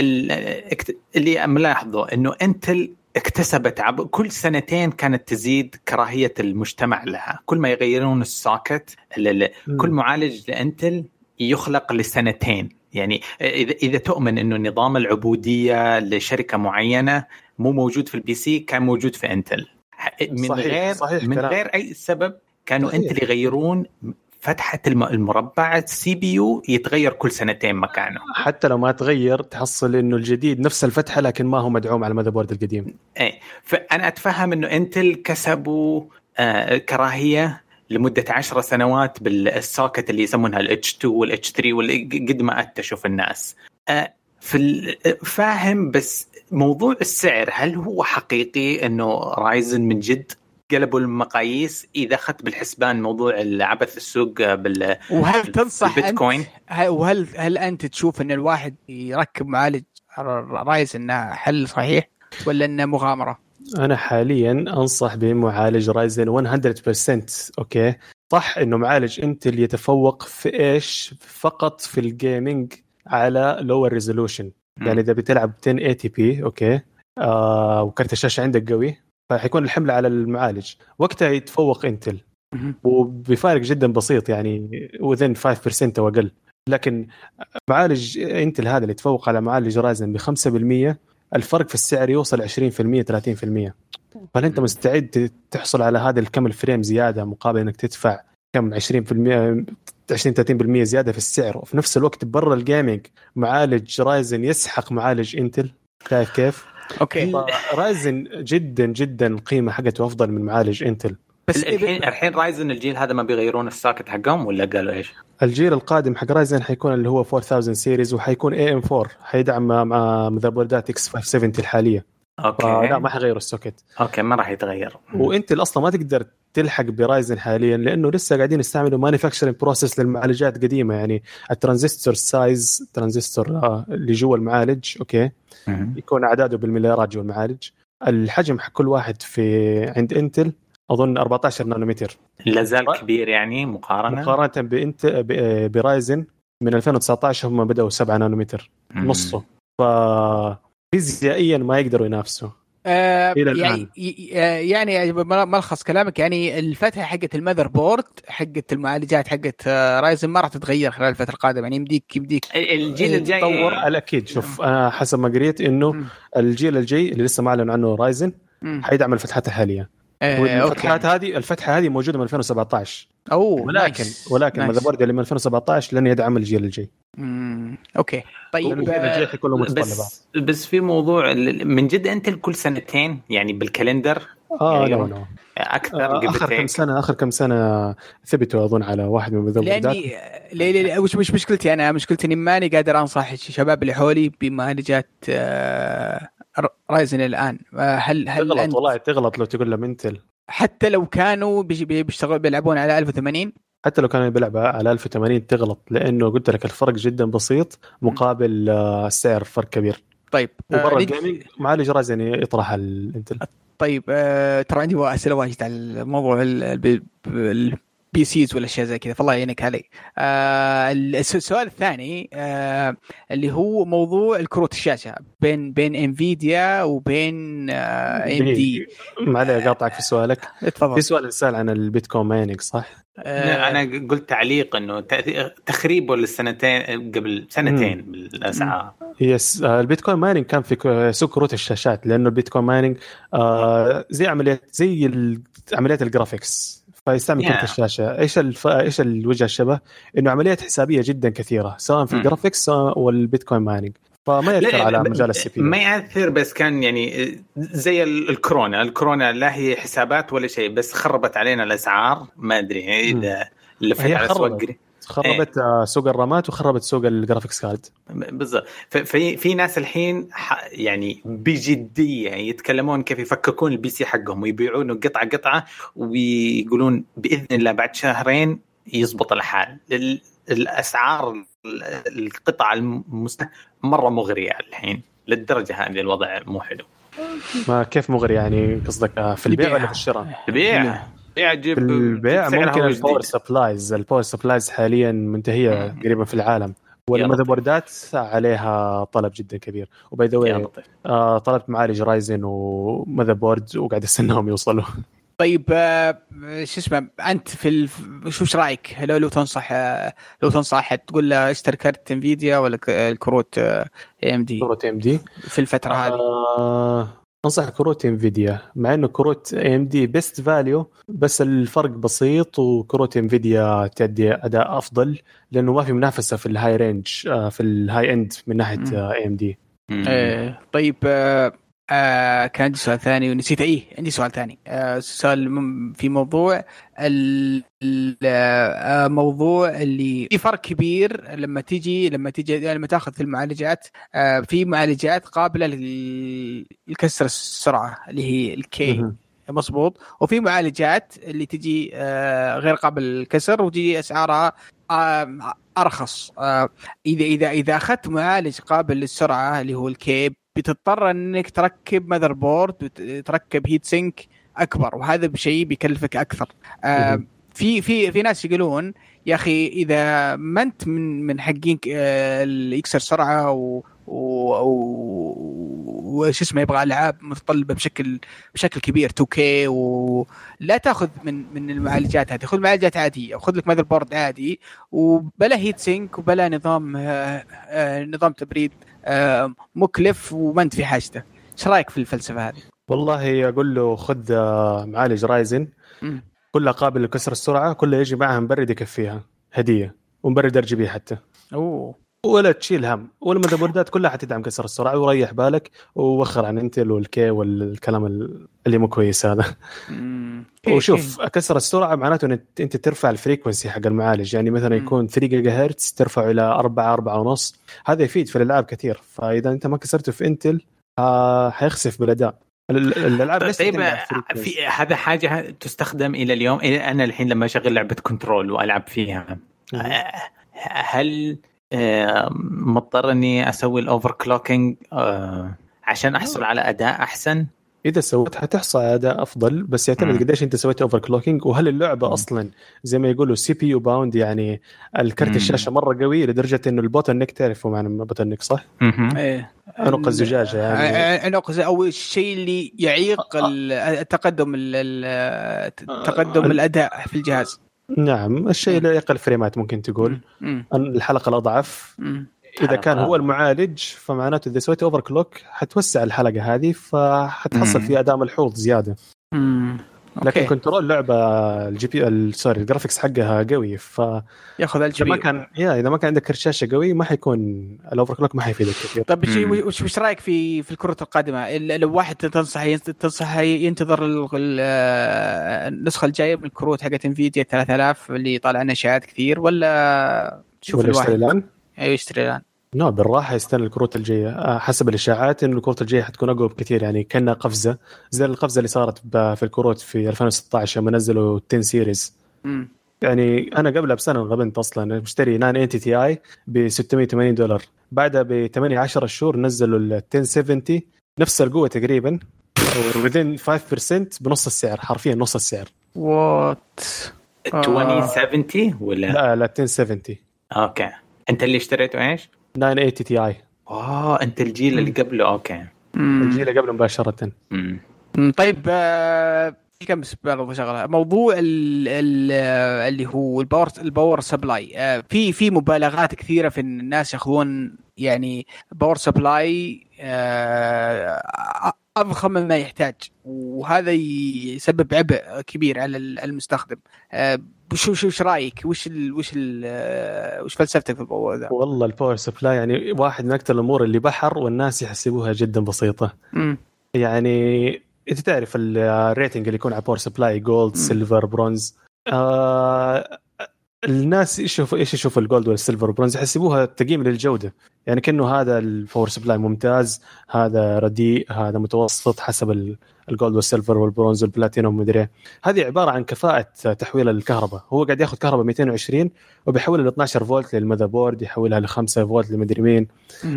[SPEAKER 3] اللي ملاحظه انه انتل اكتسبت عب... كل سنتين كانت تزيد كراهيه المجتمع لها، كل ما يغيرون الساكت اللي... كل معالج لانتل يخلق لسنتين. يعني اذا اذا تؤمن انه نظام العبوديه لشركه معينه مو موجود في البي سي كان موجود في انتل من
[SPEAKER 5] صحيح
[SPEAKER 3] غير
[SPEAKER 5] صحيح
[SPEAKER 3] من
[SPEAKER 5] كلام.
[SPEAKER 3] غير اي سبب كانوا
[SPEAKER 5] صحيح.
[SPEAKER 3] انتل يغيرون فتحة المربع السي بي يو يتغير كل سنتين مكانه،
[SPEAKER 5] حتى لو ما تغير تحصل انه الجديد نفس الفتحة لكن ما هو مدعوم على المذر بورد القديم.
[SPEAKER 3] ايه فانا اتفهم انه انتل كسبوا آه كراهية لمدة عشر سنوات بالساكت اللي يسمونها ال إتش تو وال إتش ثري قد ما اتشوا في الناس آه في فاهم. بس موضوع السعر هل هو حقيقي انه رايزن من جد قلبوا المقاييس إذا أخذت بالحسبان موضوع العبث السوق بال
[SPEAKER 2] وهل تنصح
[SPEAKER 3] البيتكوين؟
[SPEAKER 2] وهل هل أنت تشوف أن الواحد يركب معالج رايز إنه حل صحيح ولا إنه مغامرة؟
[SPEAKER 5] أنا حاليا أنصح بمعالج رايزن مية بالمية. أوكي صح إنه معالج انتل يتفوق في إيش فقط في الجيمينج على lower resolution، يعني إذا بتلعب عشرة ثمانين بي أوكي آه وكرت الشاشة عندك قوي فحيكون الحمل على المعالج، وقتها يتفوق انتل وبفارق جدا بسيط يعني within خمسة بالمية او اقل. لكن معالج انتل هذا اللي يتفوق على معالج رايزن بخمسة بالمية، الفرق في السعر يوصل عشرين بالمية ثلاثين بالمية. فهل انت مستعد تحصل على هذا الكم الفريم زياده مقابل انك تدفع كم عشرين بالمية عشرين ثلاثين بالمية زياده في السعر، وفي نفس الوقت برا الجيمنج معالج رايزن يسحق معالج انتل؟ شايف كيف؟
[SPEAKER 2] اوكي.
[SPEAKER 5] رايزن جدا جدا القيمه حقته افضل من معالج انتل.
[SPEAKER 3] بس الحين الحين رايزن الجيل هذا ما بيغيرون الساكت حقهم ولا قالوا ايش؟
[SPEAKER 5] الجيل القادم حق رايزن حيكون اللي هو أربعة آلاف سيريز، وحيكون إيه إم فور، حيدعم مع مذربوردات إكس خمسمية وسبعين الحاليه.
[SPEAKER 3] اوكي
[SPEAKER 5] لا ما حيغيروا السوكت.
[SPEAKER 3] اوكي ما راح يتغير.
[SPEAKER 5] وانت اصلا ما تقدر تلحق برايزن حاليا لانه لسه قاعدين يستعملوا مانيفاكتشرنج بروسيس للمعالجات قديمه، يعني الترانزستور سايز الترانزستور اللي جوا المعالج اوكي يكون اعداده بالمليارات جوا المعالج. الحجم حق كل واحد في عند انتل اظن أربعة عشر نانومتر،
[SPEAKER 3] لا زال كبير يعني مقارنه
[SPEAKER 5] مقارنه بانت برايزن من ألفين وتسعة عشر هم بداوا سبعة نانومتر نصه، ففيزيائيا ما يقدروا ينافسوا.
[SPEAKER 2] آه يعني يعني ملخص كلامك يعني الفتحه حقت المذر بورد حقت المعالجات حقت رايزن ما راح تتغير خلال الفتره القادمه، يعني يمديك يمديك
[SPEAKER 3] الجيل الجاي
[SPEAKER 5] يتطور على اكيد. شوف انا حسب ما قريت انه م. الجيل الجاي اللي لسه ما اعلن عنه رايزن حيدعم الفتحات الحاليه. آه والفتحات هذه الفتحه هذه موجوده من ألفين وسبعة عشر
[SPEAKER 2] اوه
[SPEAKER 5] ولكن
[SPEAKER 2] نايس.
[SPEAKER 5] ولكن
[SPEAKER 2] نايس.
[SPEAKER 5] المذر بورد اللي من ألفين وسبعة عشر لن يدعم الجيل الجاي.
[SPEAKER 2] امم اوكي طيب
[SPEAKER 3] بس بس في موضوع من جد انت كل سنتين يعني بالكالندر
[SPEAKER 5] اه يعني لا لا
[SPEAKER 3] اكثر
[SPEAKER 5] آه اخر كم سنه اخر كم سنه ثبتوا اظن على واحد من المذبذبات.
[SPEAKER 2] لاني لي لي وش مش مشكلتي انا مشكلتي اني ماني قادر انصح الشباب اللي حولي بمعالجات آه رايزن الان. هل هل
[SPEAKER 5] تغلط والله تغلط لو تقول لهم انتل
[SPEAKER 2] حتى لو كانوا بيشتغلوا بيلعبون على ألف وثمانين،
[SPEAKER 5] حتى لو كانوا بيلعبوا على ألف وثمانين تغلط، لانه قلت لك الفرق جدا بسيط مقابل السعر فرق كبير.
[SPEAKER 2] طيب
[SPEAKER 5] وبرا الجيمنج معالج رايزن يطرح الانتل.
[SPEAKER 2] طيب آه ترى عندي اسئله واجد على الموضوع البي سيز ولا شيء زي كذا، فالله يعينك علي. آه السؤال الثاني آه اللي هو موضوع الكروت الشاشه بين بين انفيديا وبين ام دي.
[SPEAKER 5] ما عليه قاطعك في سؤالك.
[SPEAKER 2] اتفضل.
[SPEAKER 5] في سؤال يسأل عن البيتكوين مايننج صح؟
[SPEAKER 3] آه انا قلت تعليق انه تخريبه للسنتين قبل سنتين م. بالاسعار.
[SPEAKER 5] يس البيتكوين مايننج كان في سوق كروت الشاشات، لانه البيتكوين مايننج آه زي عمليات زي عمليات الجرافيكس، فيستعمل كرت yeah. الشاشه. ايش الف... ايش الوجه الشبه؟ انه عمليات حسابيه جدا كثيره سواء في الجرافيكس سواء والبيتكوين مايننج، فما يأثر على مجال السي بي.
[SPEAKER 3] ما يأثر، بس كان يعني زي الكورونا الكورونا لا هي حسابات ولا شيء، بس خربت علينا الاسعار. ما ادري اذا لفت على سوق
[SPEAKER 5] خربت ايه. سوق الرامات وخربت سوق الجرافيكس كارد
[SPEAKER 3] بالضبط. في في ناس الحين يعني بجديه يتكلمون كيف يفككون البي سي حقهم ويبيعونه قطعه قطعه، ويقولون باذن الله بعد شهرين يزبط الحال. الاسعار القطع المست مره مغريه الحين للدرجه هذه، الوضع مو حلو.
[SPEAKER 5] ما كيف مغري يعني قصدك في البيع ولا في الشراء؟
[SPEAKER 3] البيع يعجب
[SPEAKER 5] البيع. ممكن الباور سبلايز الباور سبلايز حاليا منتهيه قريبا في العالم، والمذبوردات عليها طلب جدا كبير. وباي ذا واي آه طلبت معالج رايزن ومذبورد وقاعد استناهم يوصلوا.
[SPEAKER 2] طيب آه شو اسمه انت في ال... شو ايش رايك لو لو تنصح آه لو تنصح تقول له اشتري كرت انفيديا ولا الكروت اي ام دي
[SPEAKER 5] كروت ام دي
[SPEAKER 2] في الفتره هذه؟
[SPEAKER 5] آه انصح كروت انفيديا، مع انه كروت اي ام دي بيست فاليو، بس الفرق بسيط، وكروت انفيديا تدي اداء افضل لانه ما في منافسه في الهاي رينج آه في الهاي اند من ناحيه اي ام دي.
[SPEAKER 2] آه طيب آه آه كان عندي سؤال ثاني ونسيت. ايه عندي سؤال ثاني آه سؤال في موضوع الموضوع اللي في فرق كبير لما تيجي لما تيجي لما تاخذ في المعالجات. آه في معالجات قابله للكسر السرعه اللي هي الكي مظبوط، وفي معالجات اللي تجي آه غير قابل للكسر وتجي اسعارها آه ارخص. آه اذا اذا اذا اخذت معالج قابل للسرعه اللي هو الكي بتضطر انك تركب ماذر بورد وتركب هيت سينك اكبر، وهذا بشيء بيكلفك اكثر. آه في في في ناس يقولون يا اخي اذا ما انت من من حقين آه اللي يكسر سرعه و وش اسمه يبغى العاب متطلبه بشكل بشكل كبير تو كيه، ولا تاخذ من من المعالجات هذه، خذ معالجات عاديه وخذ لك ماذر بورد عادي وبلا هيت سينك وبلا نظام آه آه نظام تبريد آه مكلف وما انت في حاجته. ايش رايك في الفلسفه هذه؟
[SPEAKER 5] والله اقول له خذ معالج رايزن كلها قابل لكسر السرعه، كلها يجي معها مبرد يكفيها هديه ومبرد ار جي بي حتى.
[SPEAKER 2] اوه
[SPEAKER 5] ولا تشيل هم، والمذبوردات كلها حتدعم كسر السرعه، وريح بالك ووخر عن انتل والكي والكلام اللي مو كويس هذا. وشوف كسر السرعه معناته ان انت ترفع الفريكونسي حق المعالج، يعني مثلا يكون ثلاثة جيجا هرتز ترفعه الى أربعة أربعة ونص، هذا يفيد في الالعاب كثير. فاذا انت ما كسرته في انتل آه حيخسف بالاداء الالعاب.
[SPEAKER 3] طيب في هذا حاجه تستخدم الى اليوم. انا الحين لما اشغل لعبه كنترول والعب فيها هل مضطر اني اسوي الاوفر كلوكينج عشان احصل على اداء احسن؟
[SPEAKER 5] اذا سويت حتحصل على اداء افضل، بس يعتمد قديش انت سويت اوفر كلوكينج، وهل اللعبه اصلا زي ما يقولوا سي بي يو باوند، يعني الكرت الشاشه مره قوي لدرجه انه البوتن نيك، تعرفوا معنى البوتن نيك صح؟
[SPEAKER 2] ايه
[SPEAKER 5] عنق الزجاجه، يعني
[SPEAKER 2] عنق او الشيء اللي يعيق التقدم التقدم الاداء في الجهاز.
[SPEAKER 5] نعم، الشيء اللي يقل فريمات ممكن تقول. الحلقه الاضعف اذا كان هو المعالج، فمعناته اذا سويت اوفر كلوك حتوسع الحلقه هذه، فحتحصل فيها اداء ملحوظ زياده.
[SPEAKER 2] مم.
[SPEAKER 5] لكن كنترول لعبه الجي بي سوري الجرافيكس حقها قوي، ف
[SPEAKER 2] ياخذ الجي بي.
[SPEAKER 5] ما كان يا اذا ما كان عندك كرت شاشه قوي ما حيكون الاوفر كلوك ما حيفيدك كثير.
[SPEAKER 2] طيب وش وش رايك في في الكروت القادمه؟ لو واحد تنصح تنصح ينتظر النسخه الجايه من الكروت حقت انفيديا ثلاثة آلاف اللي طالع لنا اشاعات كثير، ولا شوف
[SPEAKER 5] ولا
[SPEAKER 2] الواحد
[SPEAKER 5] الان
[SPEAKER 2] ايوه يشتري الان؟
[SPEAKER 5] نو بالراحه يستنى الكروت الجايه. حسب الاشاعات انه الكروت الجايه حتكون اقوى بكثير، يعني كانها قفزه زي القفزه اللي صارت في الكروت في ألفين وستة عشر لما نزلوا عشرة سيريز.
[SPEAKER 2] امم
[SPEAKER 5] يعني انا قبلها بسنه غبنت اصلا مشتري تسعمية وثمانين تي اي ب ستمية وثمانين دولار، بعدها ب ثمانية عشر شهور نزلوا ال عشرة سبعين نفس القوه تقريبا within خمسة بالمية بنص السعر، حرفيا نص السعر.
[SPEAKER 2] وات
[SPEAKER 3] عشرين سبعين ولا
[SPEAKER 5] لا لا عشرة سبعين.
[SPEAKER 3] اوكي انت اللي اشتريته ايش؟
[SPEAKER 5] تسعمية وثمانين تي اي.
[SPEAKER 3] اه انت الجيل اللي قبله. اوكي
[SPEAKER 5] الجيل اللي قبله مباشره.
[SPEAKER 2] امم طيب آه... كم برضه شغله موضوع ال ال اللي هو الباور الباور سبلاي. آه في في مبالغات كثيره في الناس ياخذون يعني باور سبلاي آه اضخم مما يحتاج، وهذا يسبب عبء كبير على المستخدم. آه شو شو ايش رايك؟ وش ال وش ال وش فلسفتك في الموضوع ذا؟
[SPEAKER 5] والله الباور سبلاي يعني واحد من اكثر الامور اللي بحر والناس يحسبوها جدا بسيطه.
[SPEAKER 2] م.
[SPEAKER 5] يعني انت تعرف الريتنج اللي يكون على باور سبلاي جولد سيلفر برونز. آه الناس يشوفوا ايش يشوفوا الجولد والسيلفر برونز يحسبوها تقييم للجوده، يعني كأنه هذا الباور سبلاي ممتاز، هذا رديء، هذا متوسط، حسب الجولد والسيلفر والبرونز والبلاتينوم مدري. هذه عباره عن كفاءه تحويل الكهرباء. هو قاعد ياخذ كهرباء مئتين وعشرين وبيحولها ل اثناشر فولت للمذر بورد، يحولها ل خمسة فولت لمدري مين.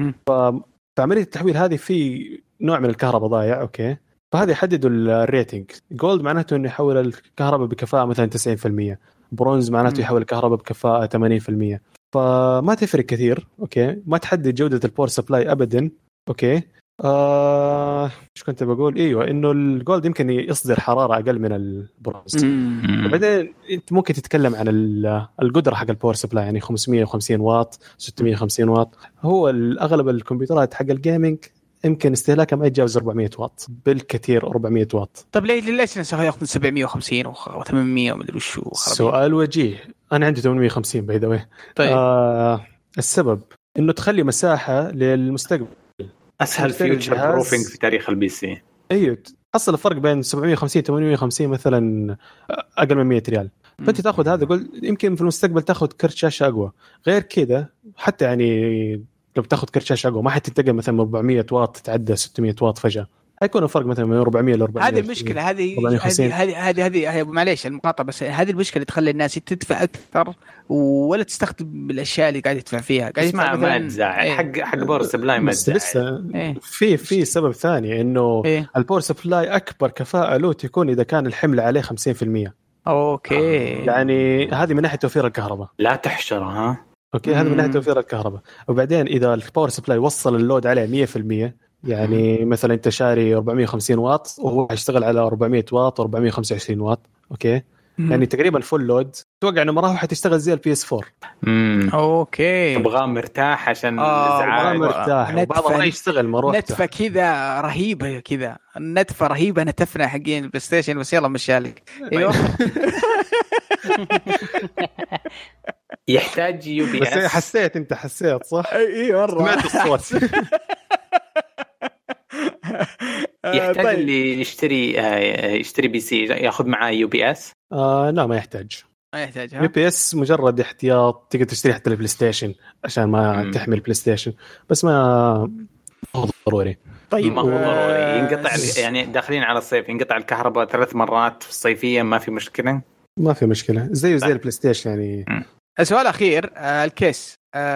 [SPEAKER 5] فعمليه التحويل هذه في نوع من الكهرباء ضايع. اوكي فهذا يحددوا الريتنج. جولد معناته انه يحول الكهرباء بكفاءه مثلا تسعين بالمية، برونز معناته يحول الكهرباء بكفاءه ثمانين بالمية. فما تفرق كثير. اوكي ما تحدد جوده الباور سبلاي ابدا. اوكي آه... ايش كنت بقول؟ ايوه انه الجولد يمكن يصدر حراره اقل من البرونز. وبعدين انت ممكن تتكلم عن القدره حق الباور سبلاي، يعني خمسمية وخمسين واط ستمية وخمسين واط. هو اغلب الكمبيوترات حق الجيمنج يمكن استهلاكه ما يتجاوز أربعمية واط بالكثير، أربعمية واط.
[SPEAKER 2] طب ليه ليش نسخه ياخذ سبعمية وخمسين و ثمانمية وما ادري وشو؟
[SPEAKER 5] سؤال وجيه. انا عندي ثمانمية وخمسين باي ذا واي.
[SPEAKER 2] طيب
[SPEAKER 5] آه السبب انه تخلي مساحه للمستقبل،
[SPEAKER 3] اسهل فيوتشر بروفينج في تاريخ البي سي.
[SPEAKER 5] ايوه حصل الفرق بين سبعمية وخمسين ثمانمية وخمسين مثلا اقل من مية ريال، فانت تاخذ هذا. قول يمكن في المستقبل تاخذ كرت شاشه اقوى. غير كذا حتى يعني لو بتاخذ كرت شاشه اقوى ما حتنتقل مثلا من أربعمية واط تتعدى ستمية واط فجاه، حيكون الفرق مثلا من أربعمية ل أربعمية.
[SPEAKER 2] هذه المشكله. هذه هذه هذه هذه معليش المقاطعه، بس هذه المشكله اللي تخلي الناس تدفع اكثر ولا تستخدم الاشياء اللي قاعد يدفع فيها. قاعد
[SPEAKER 3] يدفع ما تزعل ايه. حق حق باور سبلاي ما تزعل.
[SPEAKER 5] لسه ايه. في في سبب ثاني انه ايه. الباور سبلاي اكبر كفاءه له تكون اذا كان الحمل عليه خمسين بالمية.
[SPEAKER 2] اوكي
[SPEAKER 5] آه. يعني هذه من ناحيه توفير الكهرباء.
[SPEAKER 3] لا تحشر ها.
[SPEAKER 5] اوكي هذا من ناحيه توفير الكهرباء. وبعدين اذا الباور سبلاي وصل اللود عليه مية بالمية يعني مثلا انت شاري أربعمية وخمسين واط وهو يشتغل على أربعمية واط و425 واط اوكي مم. يعني تقريبا فول لود. اتوقع انه مراوح حتشتغل زي البي اس فور.
[SPEAKER 3] امم
[SPEAKER 2] اوكي
[SPEAKER 3] تبغاه مرتاح عشان
[SPEAKER 5] آه
[SPEAKER 3] الازعاج
[SPEAKER 5] مرتاح وبعض ما يشتغل مروحته
[SPEAKER 2] نتفه كذا رهيبه كذا النتفه رهيبه نتفنا حقين البلاي ستيشن بس يلا مشالك ايوه
[SPEAKER 3] يحتاج يو بي
[SPEAKER 5] بس
[SPEAKER 3] اس.
[SPEAKER 5] حسيت انت حسيت صح
[SPEAKER 2] اي مره
[SPEAKER 5] سمعت الصوت
[SPEAKER 3] يحتاج طيب. اللي يشتري يشتري بي سي ياخذ معاه يو بي اس.
[SPEAKER 5] آه لا ما يحتاج
[SPEAKER 2] ما يحتاج
[SPEAKER 5] يو بي اس مجرد احتياط تقدر تشتري حتى البلاي ستيشن عشان ما مم. تحمل بلاي ستيشن بس ما هو ضروري.
[SPEAKER 3] طيب ما هو ضروري ينقطع يعني داخلين على الصيف ينقطع الكهرباء ثلاث مرات في الصيفيه ما في مشكله
[SPEAKER 5] ما في مشكله زيه زي البلاي ستيشن يعني.
[SPEAKER 3] مم.
[SPEAKER 2] السؤال الاخير آه الكيس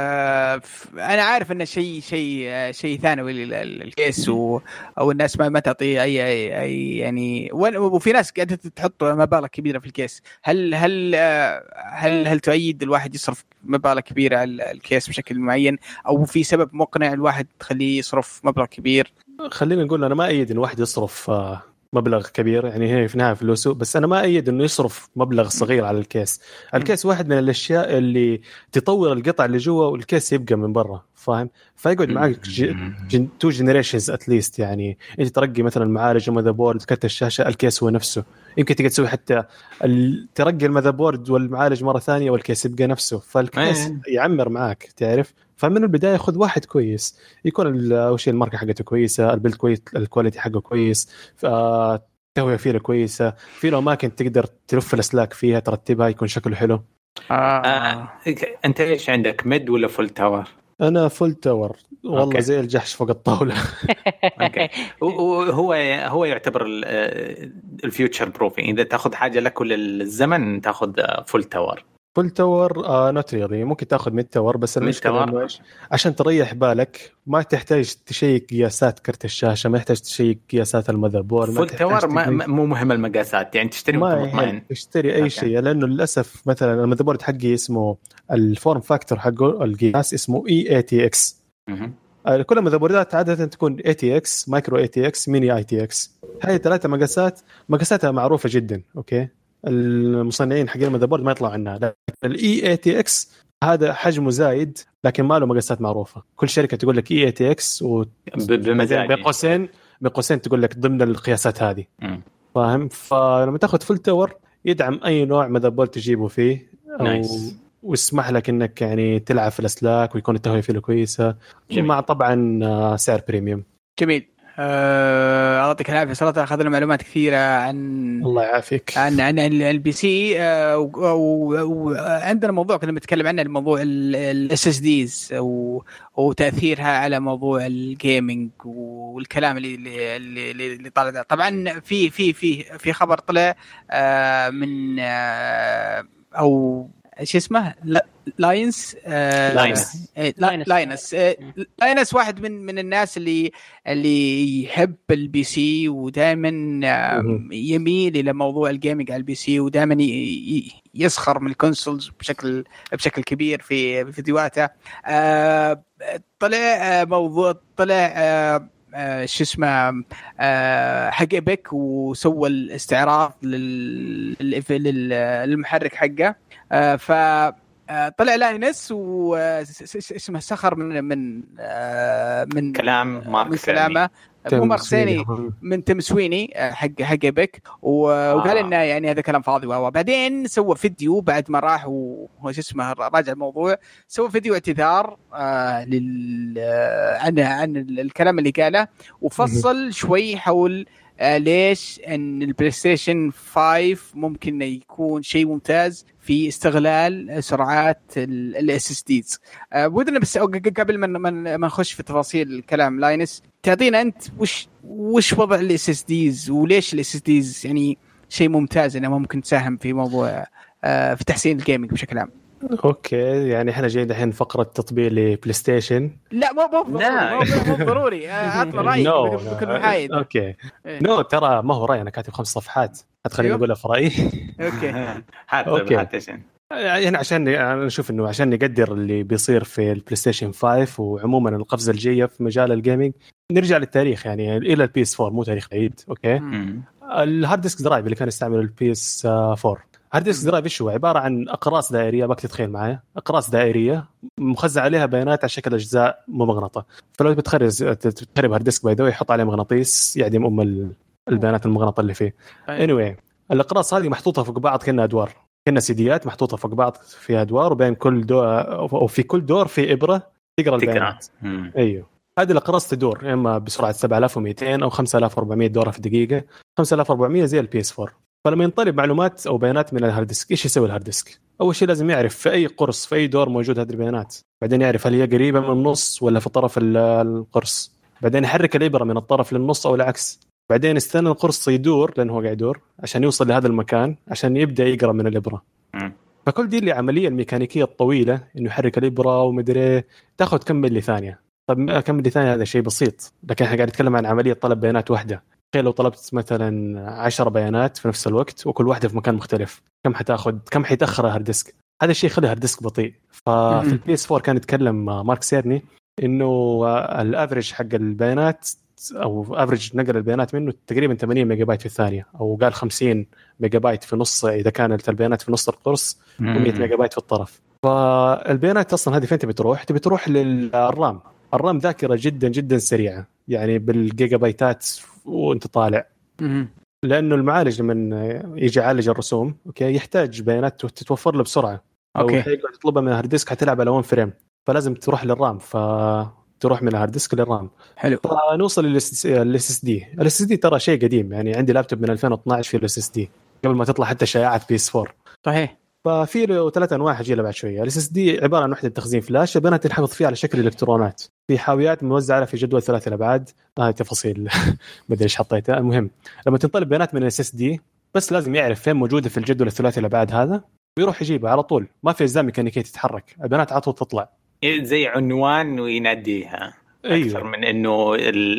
[SPEAKER 2] آه انا عارف انه شيء شيء شيء ثانوي الكيس و او الناس ما ما تعطي اي اي, أي يعني وفي ناس قاعده تحط مبالغ كبيره في الكيس. هل هل هل هل تؤيد الواحد يصرف مبالغ كبيره على الكيس بشكل معين او في سبب مقنع الواحد تخليه يصرف مبلغ كبير؟
[SPEAKER 5] خلينا نقول انا ما ايد ان واحد يصرف مبلغ كبير يعني هي في نهاية فلوسه بس أنا ما أيد إنه يصرف مبلغ صغير على الكيس. الكيس واحد من الأشياء اللي تطور القطع اللي جوا والكيس يبقى من برا فاهم فيقعد معك تو جنريشنز أتليست يعني أنت ترقي مثلا المعالج المذر بورد كرت الشاشة الكيس هو نفسه يمكن تقدر تسوي حتى ترقي المذر بورد والمعالج مرة ثانية والكيس يبقى نفسه فالكيس يعمر معك تعرف. فمن البداية خذ واحد كويس يكون أول شيء الماركة حقته كويسة البيلد كويس الكواليتي حقه كويس التهوية فيه كويسة في له أماكن تقدر تلف الأسلاك فيها ترتبها يكون شكله حلو.
[SPEAKER 3] آه. آه. أنت إيش عندك ميد ولا فول تاور؟
[SPEAKER 5] أنا فول تاور والله أوكي. زي الجحش فوق الطاولة.
[SPEAKER 3] أوكي. وهو هو يعتبر الفيوتشر بروفين إذا تأخذ حاجة لك وللزمن تأخذ فول تاور.
[SPEAKER 5] فول تاور آه نوت ريلي ممكن تاخذ ميد تاور بس المشكله انه ايش عشان تريح بالك ما تحتاج تشيك قياسات كرت الشاشه ما يحتاج تشيك قياسات المذر بورد.
[SPEAKER 3] فول تاور ما مو مهم المقاسات يعني تشتري
[SPEAKER 5] مطمئن تشتري اي أوكي. شيء لانه للاسف مثلا المذر بورد حقي اسمه الفورم فاكتور حقه القياس اسمه اي اي تي اكس. كل المذر بوردات عاده تكون اي تي اكس مايكرو اي تي اكس ميني اي تي اكس هاي ثلاثه مقاسات مقاساتها معروفه جدا اوكي المصنعين حقين المذر بورد ما يطلعوا عنها. لكن الاي اي تي اكس هذا حجمه زايد لكن ما له مقاسات معروفه كل شركه تقول لك اي اي تي اكس وبمزاج بقوسين بقوسين تقول لك ضمن القياسات هذه فاهم. فلما تاخذ فول تاور يدعم اي نوع مذر بورد تجيبه فيه
[SPEAKER 3] نايس.
[SPEAKER 5] ويسمح لك انك يعني تلعب في الاسلاك ويكون التهويه فيه كويسه مع طبعا سعر بريميوم.
[SPEAKER 2] جميل. أه... أعطيك العافية صراحة أخذنا معلومات كثيرة عن
[SPEAKER 5] الله يعافيك
[SPEAKER 2] عن عن البي سي أه... وعندنا موضوع كنا بنتكلم عنه الموضوع الاس اس ديز وتأثيرها على موضوع الجيمينج والكلام اللي اللي اللي, اللي طالع ده. طبعا في في في في خبر طلع أه... من أه... أو ايش اسمه لاينس
[SPEAKER 3] لاينس
[SPEAKER 2] لاينس لاينس واحد من من الناس اللي اللي يحب البي سي ودائما يميل الى موضوع الجيمنج على البي سي ودائما يسخر من الكونسولز بشكل بشكل كبير في فيديوهاته. طلع موضوع طلع شو اسمه حق ايبك وسوى الاستعراض للمحرك حقه فطلع لاينس واسمه سخر من من من
[SPEAKER 3] كلام مارك
[SPEAKER 2] كلامه مو مارك ثاني من تيم سويني حق حق ايبك وقال انه يعني هذا كلام فاضي. وبعدين سوى فيديو بعد ما راح وش اسمه راجع الموضوع سوى فيديو اعتذار لل عن عن الكلام اللي قاله وفصل شوي حول آه ليش ان البلاي ستيشن خمسة ممكن يكون شيء ممتاز في استغلال سرعات الاس اس ديز. آه ودنا بس قبل ما ما نخش في تفاصيل الكلام لاينس تعطينا انت وش وش وضع الاس اس ديز وليش الاس اس ديز يعني شيء ممتاز انه ممكن تساهم في موضوع آه في تحسين الجيمنج بشكل عام.
[SPEAKER 5] اوكي يعني احنا جايين الحين فقره تطبيق لبلاي ستيشن.
[SPEAKER 2] لا مو مو مو ضروري اعطنا رايك بكل محايد.
[SPEAKER 5] اوكي نو ترى ما هو راي انا كاتب خمس صفحات هتخليني اقولها في رايي.
[SPEAKER 2] اوكي
[SPEAKER 3] حتى بلاي ستيشن
[SPEAKER 5] يعني عشان انا اشوف انه عشان نقدر اللي بيصير في البلاي ستيشن خمسة وعموما القفزه الجايه في مجال الجيمنج نرجع للتاريخ يعني الى البي اس أربعة مو تاريخ بعيد. اوكي الهارد ديسك درايف اللي كان يستعمل البي اس أربعة هارد ديسك درايف ايش هو؟ عباره عن اقراص دائريه بك تتخيل معايا اقراص دائريه مخزع عليها بيانات على شكل اجزاء ممغنطه. فلو بتخرج تخرب هارد ديسك باي ذا يحط عليه مغناطيس يعدم ام البيانات المغناطه اللي فيه. anyway الاقراص هذه محطوطه فوق بعض كأنها ادوار كنا سيديات محطوطه فوق بعض فيها ادوار وبين كل دور او في كل دور في ابره تقرا البيانات. ايوه هذه الاقراص تدور اما بسرعه سبعة آلاف ومئتين او خمسة آلاف وأربعمية دوره في الدقيقه. خمسة آلاف وأربعمية زي البي اس أربعة. فلما ينطلب معلومات او بيانات من الهارد ديسك ايش يسوي الهارد ديسك؟ اول شيء لازم يعرف في اي قرص في اي دور موجود هذه البيانات. بعدين يعرف هل هي قريبه من النص ولا في طرف القرص. بعدين يحرك الابره من الطرف للنص او العكس. بعدين يستنى القرص يدور لانه هو قاعد يدور عشان يوصل لهذا المكان عشان يبدا يقرا من الابره. فكل دي اللي عمليه الميكانيكيه الطويله انه يحرك الابره ومدري تاخذ كم ملي ثانيه. طب كم ملي ثانيه هذا شيء بسيط لكن احنا قاعد نتكلم عن عمليه طلب بيانات واحده. تخيل لو طلبت مثلا عشر بيانات في نفس الوقت وكل واحده في مكان مختلف كم حتاخذ كم حيتاخر الهارد ديسك. هذا الشيء يخلي الهارد ديسك بطيء. ففي البي اس أربعة كان يتكلم مارك سيرني انه الافريج حق البيانات او افريج نقل البيانات منه تقريبا ثمانين ميجا بايت في الثانيه او قال خمسين ميجا بايت في نص اذا كانت البيانات في نص القرص و100 ميجا بايت في الطرف. فالبيانات اصلا هذه فين تبي تروح؟ تبي تروح للرام. الرام ذاكره جدا جدا سريعه يعني بالجيجا بايتات وانت طالع. لانه المعالج لما يجي يعالج الرسوم اوكي يحتاج بيانات تتوفر له بسرعه او يقعد يطلبها من الهارد ديسك حتلعب على واحد فريم فلازم تروح للرام ف تروح من الهارد ديسك للرام.
[SPEAKER 2] حلو.
[SPEAKER 5] فنوصل للاس اس دي. الاس اس دي ترى شيء قديم يعني عندي لابتوب من ألفين واثناشر في الاس اس دي قبل ما تطلع حتى شائعات بي اس أربعة.
[SPEAKER 2] صحيح.
[SPEAKER 5] ففي له ثلاث انواع حجي له بعد شويه. الاس اس دي عباره عن وحده تخزين فلاش البيانات تنحفظ فيها على شكل الكترونات في حاويات موزعه في جدول ثلاثي الابعاد. هاي آه تفاصيل ما ادري ايش حطيتها. المهم لما تنطلب بيانات من الاس اس دي بس لازم يعرف فين موجوده في الجدول الثلاثي الابعاد هذا ويروح يجيبها على طول. ما في اجزاء ميكانيكيه تتحرك البيانات على طول تطلع
[SPEAKER 3] زي عنوان ويناديها أكثر أيوة. من إنه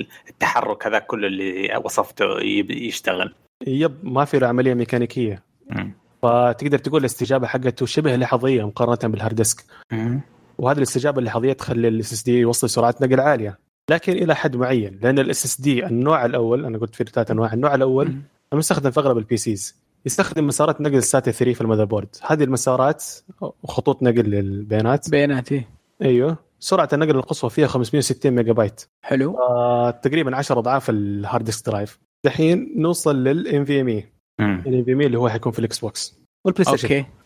[SPEAKER 3] التحرك هذا كله اللي وصفته يشتغل.
[SPEAKER 5] يب ما في له عملية ميكانيكية. م. فتقدر تقول الاستجابة حقته شبه لحظية مقارنة بالهارد ديسك. م. وهذه الاستجابة اللحظية تخلي الاس اس دي يوصل سرعة نقل عالية لكن إلى حد معين لأن الاس اس دي النوع الأول أنا قلت في ثلاث أنواع. النوع الأول المستخدم في أغلب البي سيز يستخدم مسارات نقل ساتا ثلاثة في المذر بورد. هذه المسارات وخطوط نقل للبيانات
[SPEAKER 2] بياناتي
[SPEAKER 5] أيوه سرعة النقل القصوى فيها خمسمية وستين ميجا بايت.
[SPEAKER 2] حلو.
[SPEAKER 5] آه، تقريبا عشرة أضعاف الهارد ديسك درايف. دحين نوصل لل NVMe. ال NVMe اللي هو حيكون في الإكس بوكس والبلاي ستيشن.
[SPEAKER 2] أوكي.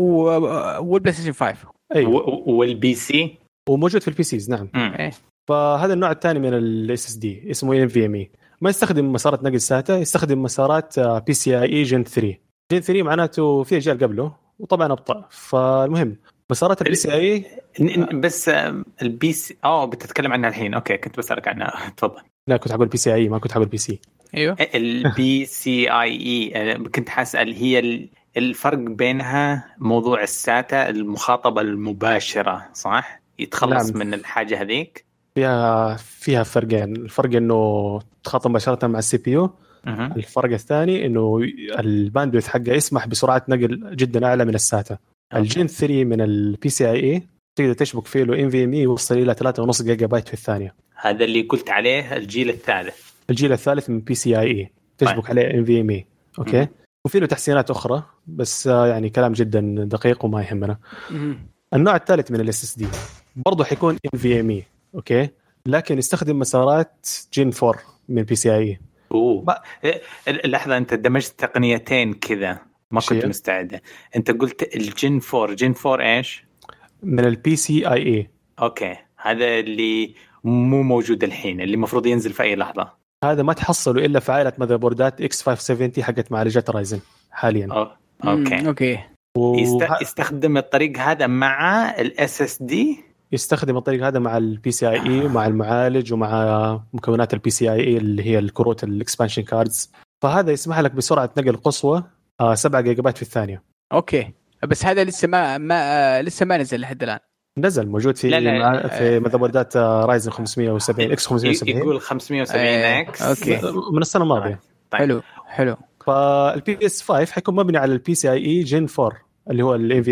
[SPEAKER 2] والبلاي ستيشن خمسة.
[SPEAKER 5] أيوه.
[SPEAKER 3] والبي سي.
[SPEAKER 5] وموجود في البي سيز نعم.
[SPEAKER 2] إيه.
[SPEAKER 5] فهذا النوع الثاني من ال إس إس دي اسمه NVMe. ما يستخدم مسارات نقل ساتا يستخدم مسارات بي سي اي جن ثلاثة. جن ثلاثة معناته في أجيال قبله وطبعا أبطأ. فالمهم مسارات البي سي اي
[SPEAKER 3] بس البي سي اه بتتكلم عنها الحين. اوكي كنت بسألك عنها تفضل.
[SPEAKER 5] لا كنت حقول بي سي اي ما كنت حقول بي سي.
[SPEAKER 2] ايوه
[SPEAKER 3] البي سي اي اي كنت حاسأل هي الفرق بينها موضوع الساتا المخاطبة المباشرة صح يتخلص نعم. من الحاجة هذيك
[SPEAKER 5] فيها فيها فرقين. الفرق انه تخاطب مباشرة مع السي بي يو. الفرق الثاني انه الباندويث حقه يسمح بسرعة نقل جدا اعلى من الساتا. الجين ثلاثة من البي سي اي اي تقدر تشبك فيه له NVMe يوصل الى ثلاثة ونص جيجا بايت في الثانية.
[SPEAKER 3] هذا اللي قلت عليه الجيل الثالث.
[SPEAKER 5] الجيل الثالث من بي سي اي اي تشبك عليه NVMe. اوكي. وفي له تحسينات اخرى بس يعني كلام جدا دقيق وما يهمنا. النوع الثالث من الاس اس دي برضه حيكون NVMe. اوكي لكن يستخدم مسارات جين أربعة من بي سي اي.
[SPEAKER 3] اوه لحظه انت دمجت تقنيتين كذا ما كنت مستعده. انت قلت الجين أربعة جين أربعة ايش
[SPEAKER 5] من البي سي اي اي.
[SPEAKER 3] اوكي هذا اللي مو موجود الحين اللي المفروض ينزل في اي لحظه.
[SPEAKER 5] هذا ما تحصله الا في عائله ماذر بوردات إكس خمسمية وسبعين حقت معالجات رايزن حاليا.
[SPEAKER 3] أوه. اوكي
[SPEAKER 2] اوكي
[SPEAKER 5] و...
[SPEAKER 3] يستخدم الطريق هذا مع الاس اس دي.
[SPEAKER 5] يستخدم الطريق هذا مع البي سي اي اي ومع المعالج ومع مكونات البي سي اي اي اللي هي الكروت الاكسبانشن كاردز. فهذا يسمح لك بسرعه نقل قصوى سبعة جيجا بايت في الثانيه.
[SPEAKER 2] اوكي بس هذا لسه ما, ما لسه ما نزل لحد الان.
[SPEAKER 5] نزل موجود في لا لا في مذربوردات رايزن خمسمية وسبعين اكس خمسمية وسبعين.
[SPEAKER 3] يقول خمسمية وسبعين اكس
[SPEAKER 2] اوكي
[SPEAKER 5] من السنه الماضيه.
[SPEAKER 2] طيب. حلو حلو.
[SPEAKER 5] فالبي اس خمسة حيكون مبني على البي سي اي اي جين أربعة اللي هو الان في ام اي.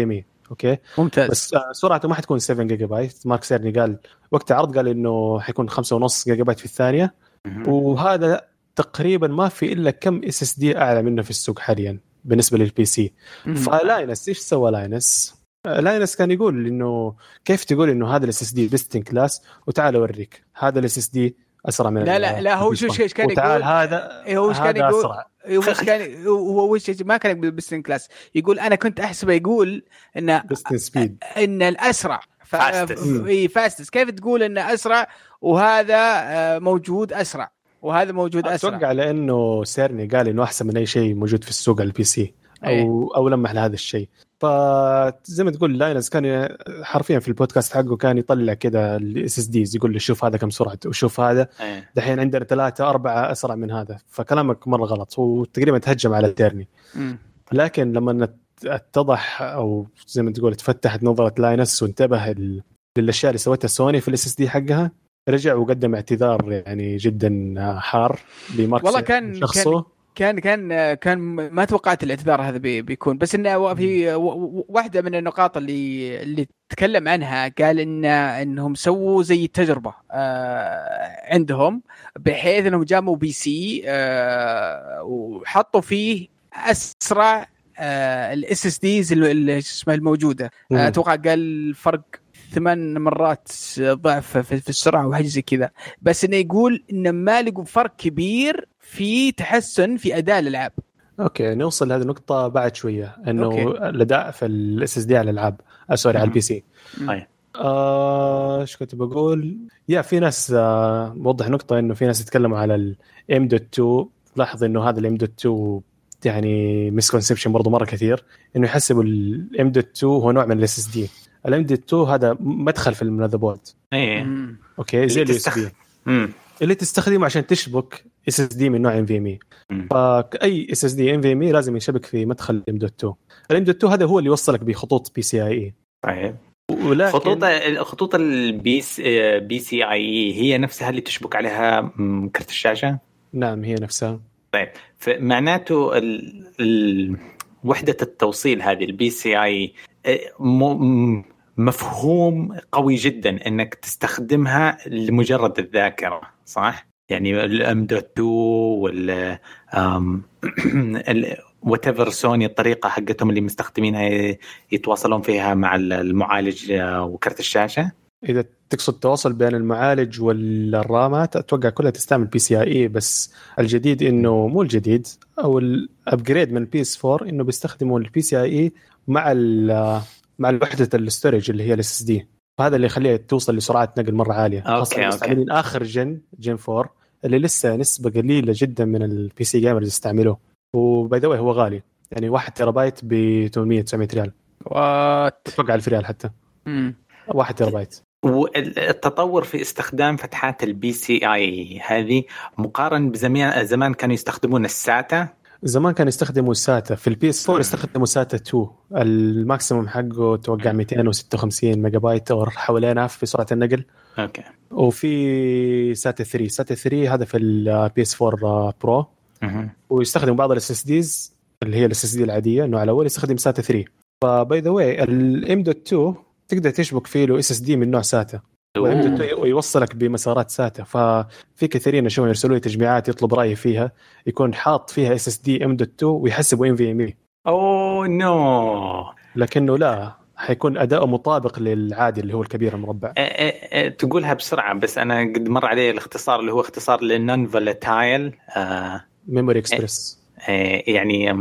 [SPEAKER 5] اوكي
[SPEAKER 2] ممتاز.
[SPEAKER 5] بس سرعته ما حتكون سبعة جيجا بايت. مارك سيرني قال وقت عرض قال انه حيكون خمسة ونص جيجا بايت في الثانيه، وهذا تقريبا ما في الا كم اس اس دي اعلى منه في السوق حاليا بالنسبه للبي سي. فلاينس ايش سوى لاينس؟ لاينس كان يقول انه كيف تقول انه هذا الاس اس دي بيستن كلاس وتعال اوريك هذا الاس اس دي اسرع من
[SPEAKER 2] لا لا لا هو شو ايش كان
[SPEAKER 5] يقول
[SPEAKER 2] هذا هو ايش كان يقول هو ايش كان هو وش ما كان يقول بيستن كلاس، يقول انا كنت احسبه يقول ان
[SPEAKER 5] بيستن سبيد
[SPEAKER 2] ان الاسرع فاستس. كيف تقول انه اسرع وهذا موجود اسرع وهذا موجود اسرع؟
[SPEAKER 5] اتوقع لانه سيرني قال انه احسن من اي شيء موجود في السوق على البي سي او أيه. او لمح لهذا الشيء. فزي ما تقول لاينز كان حرفيا في البودكاست حقه كان يطلع كده الاس اس ديز يقول له شوف هذا كم سرعته وشوف هذا أيه. دحين عندنا ثلاثة أربعة أسرع من هذا. فكلامك مرة غلط وتقريبا تهجم على تيرني. لكن لما اتضح او زي ما تقول تفتحت نظرة لاينس وانتبه للأشياء اللي سوتها سوني في الاس اس دي حقها رجع وقدم اعتذار يعني جدا حار لمارك
[SPEAKER 2] والله كان
[SPEAKER 5] شخصه.
[SPEAKER 2] كان كان كان ما توقعت الاعتذار هذا بيكون، بس انه في واحده من النقاط اللي اللي تكلم عنها قال ان انهم سووا زي تجربه عندهم بحيث انهم جابوا بي سي وحطوا فيه اسرع الاس اس ديز اللي اسمها الموجوده. اتوقع قال فرق ثمان مرات ضعف في السرعه وحاجه زي كذا، بس انه يقول ان ما لقوا فرق كبير في تحسن في اداء الالعاب.
[SPEAKER 5] اوكي نوصل لهذه النقطه بعد شويه انه الاداء في الاس اس دي على الالعاب سوري على البي سي.
[SPEAKER 3] طيب
[SPEAKER 5] ايش كنت بقول؟ يا في ناس آه وضح نقطه انه في ناس يتكلموا على الام دوت اثنين. لاحظ انه هذا الام دوت اثنين يعني مسكونسبشن برضو مره كثير انه يحسبوا الام دوت اثنين هو نوع من الاس اس دي. الام دوت اثنين هذا مدخل في المذر بورد.
[SPEAKER 3] ايه
[SPEAKER 5] اوكي زي اليو اس بي اللي تستخدمه عشان تشبك اس اس دي من نوع ام في ام اي. فاي اس اس دي ام في ام اي لازم يشبك في مدخل الام دوت اثنين. الام دوت اثنين هذا هو اللي يوصلك بخطوط بي سي اي اي.
[SPEAKER 3] طيب خطوط خطوط البي بي سي اي اي هي نفسها اللي تشبك عليها كرت الشاشه؟
[SPEAKER 5] نعم هي نفسها.
[SPEAKER 3] طيب فمعناته ال... ال... وحده التوصيل هذه البي سي اي م... مفهوم قوي جدا انك تستخدمها لمجرد الذاكره صح؟ يعني الام دوت اثنين وال ام واتيفر سوني الطريقه حقتهم اللي مستخدمينها يتواصلون فيها مع المعالج وكرت الشاشه.
[SPEAKER 5] اذا تقصد التواصل بين المعالج والرامات اتوقع كلها تستعمل بي سي اي اي، بس الجديد انه مو الجديد او الابجريد من البي اس أربعة انه بيستخدموا البي سي اي اي مع مع وحده الاستورج اللي هي الاس اس دي. فهذا اللي يخليها توصل لسرعات نقل مره عاليه
[SPEAKER 3] خاصه
[SPEAKER 5] مستعملين اخر جن جن أربعة اللي لسه نسبه قليله جدا من البي سي جيمرز يستعملوه. وباي ذا واي هو غالي يعني واحد تيرا بايت ب ثمانمية تسعمية ريال.
[SPEAKER 2] وات
[SPEAKER 5] اتوقع ألف ريال حتى
[SPEAKER 2] امم
[SPEAKER 5] واحد تيرا بايت.
[SPEAKER 3] والتطور في استخدام فتحات البي سي اي هذه مقارن بزمان زمان كانوا يستخدمون الساتا.
[SPEAKER 5] زمان كانوا يستخدموا الساتا في البي اس أربعة يستخدموا ساتا اثنين الماكسيموم حقه توقع مئتين وستة وخمسين ميجا بايت او حوالينا في سرعه النقل.
[SPEAKER 3] اوكي.
[SPEAKER 5] وفي ساتا ثلاثة ساتا ثلاثة هذا في البي اس أربعة برو
[SPEAKER 3] اها
[SPEAKER 5] ويستخدم بعض الاس اس ديز اللي هي الاس اس دي العاديه النوع الاول يستخدم ساتا ثلاثة. فباي ذا واي الام دوت اثنين تقدر تشبك فيه له اس اس دي من نوع ساتا ويوصلك بمسارات ساتا. ففي كثيرين اشوفهم يرسلوا لي تجميعات يطلب رايي فيها يكون حاط فيها اس اس دي ام دوت اثنين ويحسبوا ام في ام اي.
[SPEAKER 3] اوه نو
[SPEAKER 5] لكنه لا حيكون اداؤه مطابق للعادي اللي هو الكبير المربع.
[SPEAKER 3] أه أه أه تقولها بسرعه بس انا قد مر عليه الاختصار اللي هو اختصار للنون فولاتايل
[SPEAKER 5] ميموري اكسبرس.
[SPEAKER 3] يعني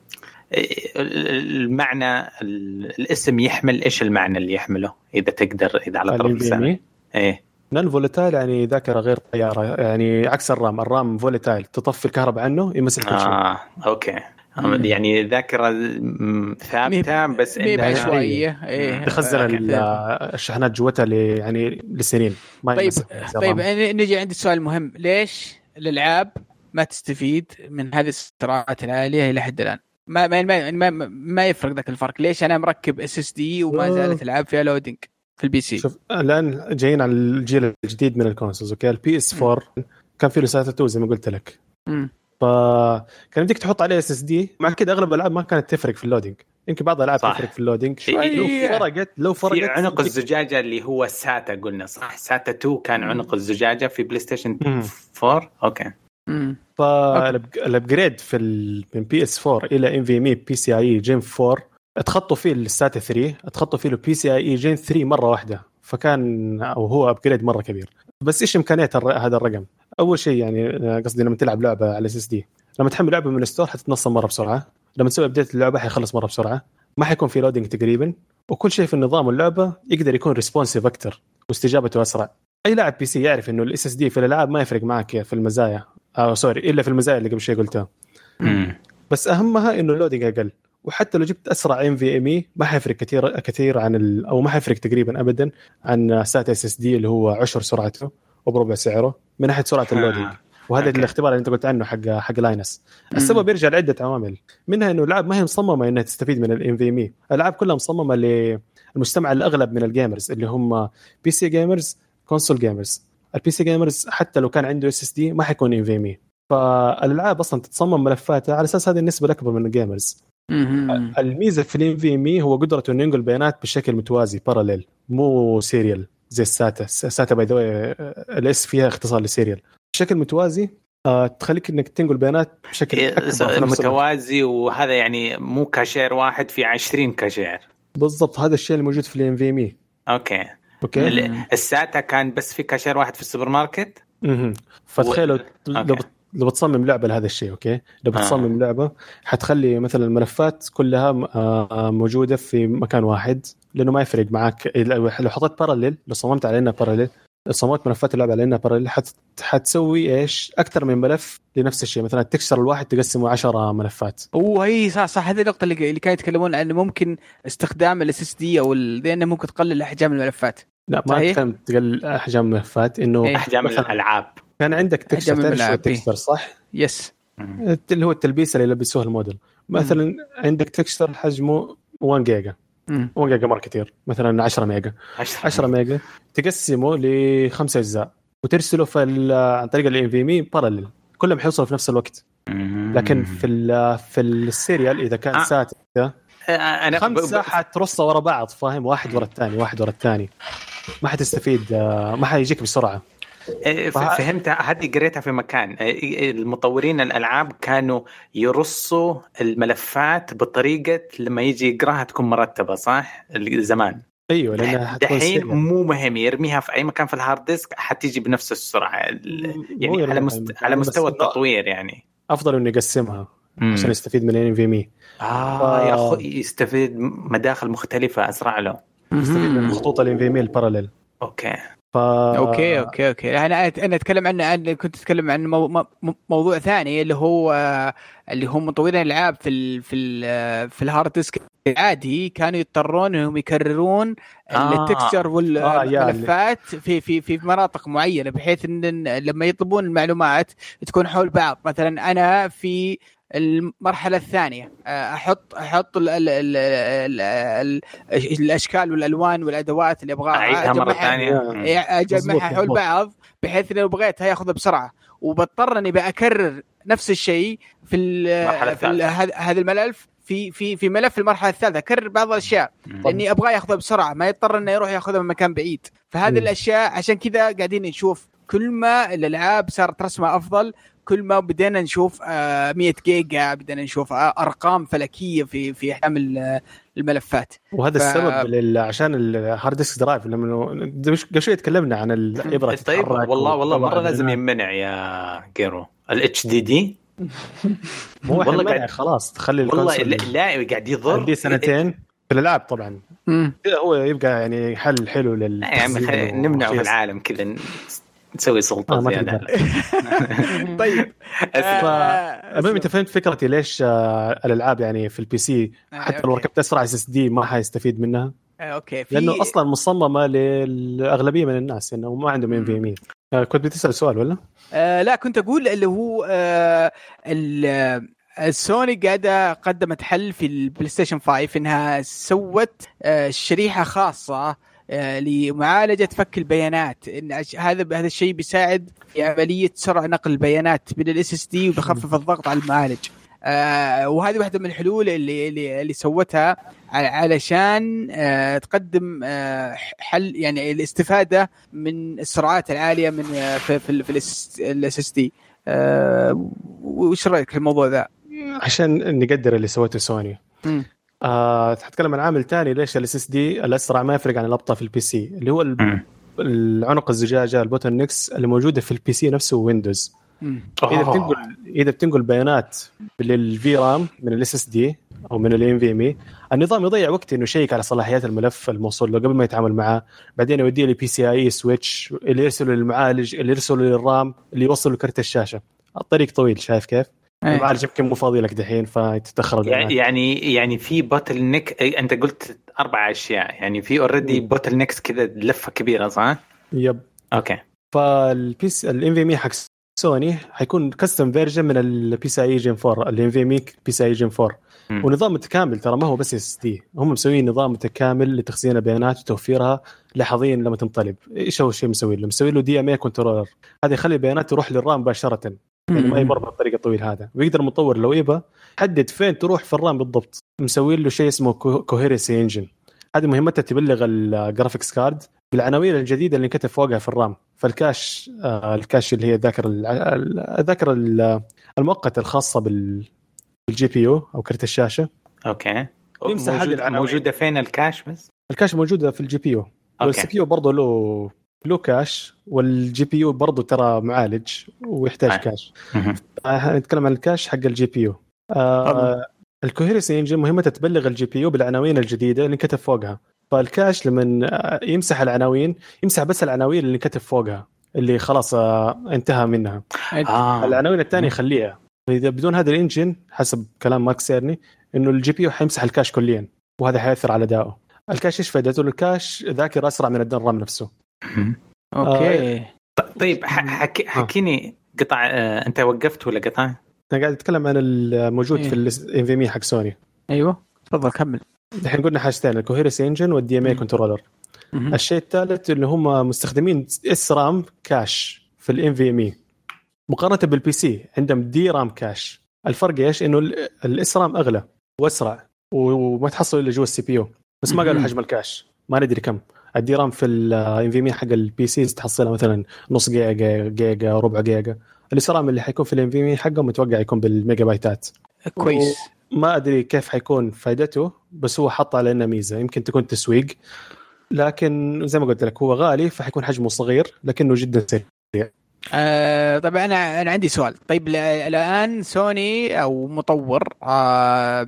[SPEAKER 3] المعنى الاسم يحمل ايش المعنى اللي يحمله اذا تقدر اذا على طرف لسانك؟ ايه
[SPEAKER 5] نون فولاتايل يعني ذاكره غير طياره يعني عكس الرام. الرام فولاتايل تطفي الكهرباء عنه يمسك كل شيء.
[SPEAKER 3] اه اوكي مم. يعني ذاكره ثابته بس
[SPEAKER 2] انها شويه ايه
[SPEAKER 5] تخزن الشحنات جوتها يعني لسنين ما
[SPEAKER 2] طيب طيب نجي عندي سؤال مهم. ليش الالعاب ما تستفيد من هذه السرعات العاليه الى حد الان؟ ما ما ما, ما يفرق ذاك الفرق. ليش انا مركب اس اس دي وما زالت العاب فيها لودينج في البي سي؟
[SPEAKER 5] شوف الان جايين على الجيل الجديد من الكونسولز. اوكي البي اس أربعة كان فيه ساتا اثنين زي ما قلت لك
[SPEAKER 2] م.
[SPEAKER 5] فكان بدك تحط عليه اس اس دي. مع كده اغلب الالعاب ما كانت تفرق في اللودينج، يمكن بعض الالعاب تفرق في اللودينج شوي. لو فرقت لو فرقت
[SPEAKER 3] عنق الزجاجه اللي هو ساتا قلنا صح، ساتا تو كان عنق الزجاجه في بلاي ستيشن فور. اوكي
[SPEAKER 5] فالابجريد في من بي اس فور الى ام في ام اي بي سي اي جين فور اتخطوا فيه الساتا ثري، اتخطوا فيه البي سي اي جين ثري مره واحده، فكان او هو ابجريد مره كبير. بس ايش امكانيات هذا الرقم؟ اول شيء يعني قصدي لما تلعب لعبه على اس اس دي، لما تحمل لعبه من الستور حتتنصب مره بسرعه، لما تسوي ابديت اللعبه حيخلص مره بسرعه، ما حيكون في لودينج تقريبا، وكل شيء في النظام اللعبه يقدر يكون ريسبونسيف اكثر واستجابته اسرع. اي لاعب بي سي يعرف انه الاس اس دي في الالعاب ما يفرق معك في المزايا او سوري الا في المزايا اللي قبل شيء قلتها، بس اهمها انه اللودينج اقل. وحتى لو جبت اسرع ام في ام اي ما حيفرق كثير كثير عن ال... او ما حيفرق تقريبا ابدا عن سات اس اس دي اللي هو عشر سرعته وبربع سعره من ناحيه سرعه اللودينج. وهذا الاختبار اللي انت قلت عنه حق حق لاينس. السبب يرجع لعده عوامل، منها انه الالعاب ما هي مصممه انها تستفيد من الام في ام اي، الالعاب كلها مصممه للمجتمع الاغلب من الجيمرز اللي هم بي سي جيمرز كونسول جيمرز. البي سي جيمرز حتى لو كان عنده اس اس دي ما حيكون ام في ام اي، فالالعاب اصلا تتصمم ملفاتها على اساس هذه النسبه الاكبر من الجيمرز. الميزه في الام في ام اي هو قدرته انه ينقل بيانات بشكل متوازي باراليل مو سيريال زي الساتا. الساتا باي ذا واي الاس فيها اختصار لسيريال. بشكل متوازي أه تخليك انك تنقل بيانات بشكل
[SPEAKER 3] اكبر متوازي، وهذا يعني مو كاشير واحد في عشرين كاشير بالضبط.
[SPEAKER 5] هذا الشيء الموجود في الام في ام اي.
[SPEAKER 3] اوكي اوكي. الساتا كان بس في كاشير واحد في السوبر ماركت.
[SPEAKER 5] اها فتخيلوا و... لو لو بتصمم لعبه لهذا الشيء اوكي، لو بتصمم آه. لعبه حتخلي مثلا الملفات كلها موجوده في مكان واحد، لانه ما يفرق معك لو حطيت باراليل، لو صممت علينا باراليل، صممت ملفات اللعبه علينا باراليل حت... حتسوي ايش اكثر من ملف لنفس الشيء. مثلا التكستر الواحد تقسمه عشرة ملفات.
[SPEAKER 2] وهي صح صح هذه النقطه اللي اللي كانوا يتكلمون عن ممكن استخدام الاس اس دي او لانه ممكن تقلل احجام الملفات.
[SPEAKER 5] لا ما تفهم تقلل احجام الملفات، انه
[SPEAKER 3] إيه؟ احجام الالعاب.
[SPEAKER 5] كان عندك تكستر تكستر صح
[SPEAKER 2] يس
[SPEAKER 5] اللي هو التلبيسه اللي يلبسوها الموديل. مثلا مم. عندك تكستر حجمه واحد جيجا، واحد جيجا مره كثير، مثلا عشرة ميجا عشرة ميجا تقسمه لخمسة اجزاء وترسله في عن طريق الام في ام اي باراليل، كلهم حيوصلوا في نفس الوقت. لكن في ال في السيريال اذا كان آه. سات انا خمسه حترصه ورا بعض، فاهم؟ واحد ورا الثاني واحد ورا الثاني، ما حتستفيد، ما حيجيك بسرعه.
[SPEAKER 3] فهمت. هذه قريتها في مكان المطورين الألعاب كانوا يرصوا الملفات بطريقة لما يجي يقراها تكون مرتبة صح زمان.
[SPEAKER 5] ايوه لانها
[SPEAKER 3] دحين مو مهم يرميها في اي مكان في الهارد ديسك حتيجي بنفس السرعة يعني على مست... على مستوى التطوير يعني
[SPEAKER 5] افضل انه يقسمها مم. عشان يستفيد من الان في ام اي.
[SPEAKER 3] اه ف... يا اخي يستفيد مداخل مختلفة اسرع له،
[SPEAKER 5] يستفيد من خطوط الان في ام اي الباراليل.
[SPEAKER 3] اوكي
[SPEAKER 2] ف... اوكي اوكي اوكي انا انا اتكلم عن عن كنت اتكلم عن مو... موضوع ثاني اللي هو اللي هم مطورين الالعاب في ال... في ال... في الهارد ديسك العادي كانوا يضطرون انهم يكررون آه. التكستشر والملفات آه في في في مناطق معينه، بحيث ان لما يطلبون المعلومات تكون حول بعض. مثلا انا في المرحلة الثانية أحط أحط ال ال ال ال ال الأشكال والألوان والأدوات اللي أبغاها
[SPEAKER 3] مرة ثانية
[SPEAKER 2] أجمعها حول بعض، بحيث إنه بغيت هياخذها بسرعة، وبضطر إني بأكرر نفس الشيء في في هذا الملف في في في ملف المرحلة الثالثة، أكرر بعض الأشياء لأني أبغى ياخذها بسرعة، ما يضطر إنه يروح ياخذها من مكان بعيد. فهذه الأشياء عشان كذا قاعدين نشوف كل ما الألعاب صارت رسمها أفضل، كل ما بدينا نشوف مية جيجا، بدينا نشوف أرقام فلكية في في أحجام الملفات.
[SPEAKER 5] وهذا ف... السبب عشان الهارد ديسك درايف لما قبل شوي تكلمنا عن الإبرة.
[SPEAKER 3] طيب والله والله مرة لازم يمنع يا جيرو ال إتش دي دي.
[SPEAKER 5] مو والله قاعد خلاص تخلي
[SPEAKER 3] والله لا قاعد يضر
[SPEAKER 5] عندي سنتين في الألعاب طبعا كذا هو يبقى يعني حل حلو لل
[SPEAKER 3] يعني نمنعه في العالم كذا نسوي سلطة
[SPEAKER 5] آه
[SPEAKER 3] زيادة.
[SPEAKER 2] طيب
[SPEAKER 5] المهم انت فهمت فكرتي ليش الالعاب يعني في البي سي حتى لو ركبت اسرع اس اس دي ما حيستفيد منها.
[SPEAKER 2] اوكي في...
[SPEAKER 5] لانه اصلا مصممه للاغلبيه من الناس انه ما عندهم ام في ام. كنت بتسال سؤال ولا؟
[SPEAKER 2] آه لا كنت اقول اللي هو آه السوني قاعدة قدمت حل في البلاي ستيشن خمسة انها سوت آه شريحة خاصة لمعالجة فك البيانات. إن هذا هذا الشيء بيساعد في عملية سرعة نقل البيانات من الاس اس دي وبخفف الضغط على المعالج. آه وهذه واحدة من الحلول اللي اللي, اللي سوتها علشان آه تقدم آه حل يعني الاستفادة من السرعات العالية من آه في في, في الاس اس دي. آه وش رأيك في الموضوع ذا؟
[SPEAKER 5] عشان نقدر اللي سوته سوني. آه تتكلم عن عامل تاني ليش الاس اس دي الاسرع ما يفرق عن الابطأ في البي سي، اللي هو العنق الزجاجة البوتل نيكس اللي موجودة في البي سي نفسه ويندوز. اذا بتنقل اذا بتنقل بيانات للفي رام من الاس اس دي او من الام في ام اي، النظام يضيع وقت انه يشيك على صلاحيات الملف الموصول له قبل ما يتعامل معه، بعدين يوديه لبي سي اي سويتش اللي يرسله للمعالج اللي يرسله للرام اللي يوصل لكرت الشاشه. الطريق طويل، شايف كيف؟ المعالج يمكن مو فاضي لك دحين فتتاخر.
[SPEAKER 3] يعني يعني في بوتل نيك، انت قلت اربع اشياء، يعني في اوريدي بوتل نيكس كذا لفه كبيره صح؟
[SPEAKER 5] يب
[SPEAKER 3] اوكي.
[SPEAKER 5] فالبيس الام في ام اي حق سوني حيكون كاستم فيرجن من البي سي اي جين فور، الام في ام اي بي سي اي جين فور، ونظام متكامل ترى ما هو بس اس دي، هم مسويين نظام متكامل لتخزين البيانات وتوفيرها لحظيا لما تنطلب. ايش هو الشيء مسوي له؟ مسوي له دي ام اي كنترولر، هذا يخلي البيانات تروح للرام مباشره، يعني ما يمر بالطريقه الطويله هذا، ويقدر المطور لو يبغى يحدد فين تروح في الرام بالضبط. مسوي له شيء اسمه كوهيرنسي انجن، هذه مهمتها تبلغ الجرافيكس كارد بالعناوين الجديده اللي انكتب فوقها في الرام. فالكاش آه الكاش اللي هي الذاكره الذاكره المؤقته الخاصه بالجي بي يو او كرت الشاشه.
[SPEAKER 3] اوكي.
[SPEAKER 5] موجود
[SPEAKER 3] موجوده فين الكاش؟ بس الكاش
[SPEAKER 5] موجوده في الجي بي يو، والسي بي يو برضه له له كاش، والجي بي يو برضه ترى معالج ويحتاج آه. كاش. نتكلم عن الكاش حق الجي بي يو. آه الكوهيرنسي انجن مهمته تبلغ الجي بي يو بالعناوين الجديده اللي كتب فوقها. فالكاش لما يمسح العناوين يمسح بس العناوين اللي كتب فوقها اللي خلاص انتهى منها. آه. العناوين الثانيه يخليها. اذا بدون هذا الانجن حسب كلام مارك سيرني انه الجي بي يو حيمسح الكاش كليا، وهذا حيأثر على ادائه. الكاش ايش فائدته؟ الكاش ذاكره اسرع من الرام نفسه.
[SPEAKER 2] اوكي.
[SPEAKER 3] آه. طيب حكي حكيني قطع. آه. انت وقفت ولا قطع؟
[SPEAKER 5] انا قاعد اتكلم عن الموجود إيه؟ في الام في ام اي حق سوني.
[SPEAKER 2] ايوه تفضل كمل.
[SPEAKER 5] الحين قلنا حاجتين، الكوهيرنسي انجن والدي ام اي كنترولر. الشيء الثالث اللي هم مستخدمين اس رام كاش في الام في ام اي مقارنه بالبي سي عندهم دي رام كاش. الفرق ايش؟ انه الاس رام اغلى واسرع وما تحصل الا جوا السي بي يو، بس ما قالوا حجم الكاش، ما ندري كم. الدي رام في الام في ام اي حق البي سي تحصلها مثلا نص جيجا جيجا ربع جيجا. الاس رام اللي حيكون في الام في ام اي حقه متوقع يكون بالميجا بايتات.
[SPEAKER 2] كويس.
[SPEAKER 5] ما أدري كيف حيكون فائدته، بس هو حط على إنه ميزة، يمكن تكون تسويق، لكن زي ما قلت لك هو غالي فحيكون حجمه صغير لكنه جدا سريع.
[SPEAKER 2] آه طبعا أنا أنا عندي سؤال. طيب الآن سوني أو مطور آه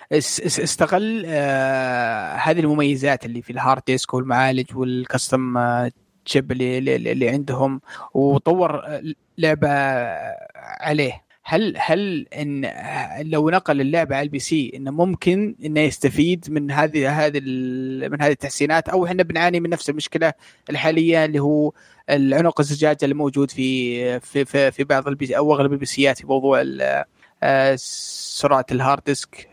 [SPEAKER 2] استغل آه هذه المميزات اللي في الهارد ديسك والمعالج والكاستم آه شيب اللي, اللي اللي عندهم وطور لعبة عليه. هل هل ان لو نقل اللعبه على البي سي انه ممكن انه يستفيد من هذه هذه من هذه التحسينات، او احنا بنعاني من نفس المشكله الحاليه اللي هو العنق الزجاجه اللي موجود في في في, في بعض البي او اغلب البيسيات في موضوع سرعه الهارد ديسك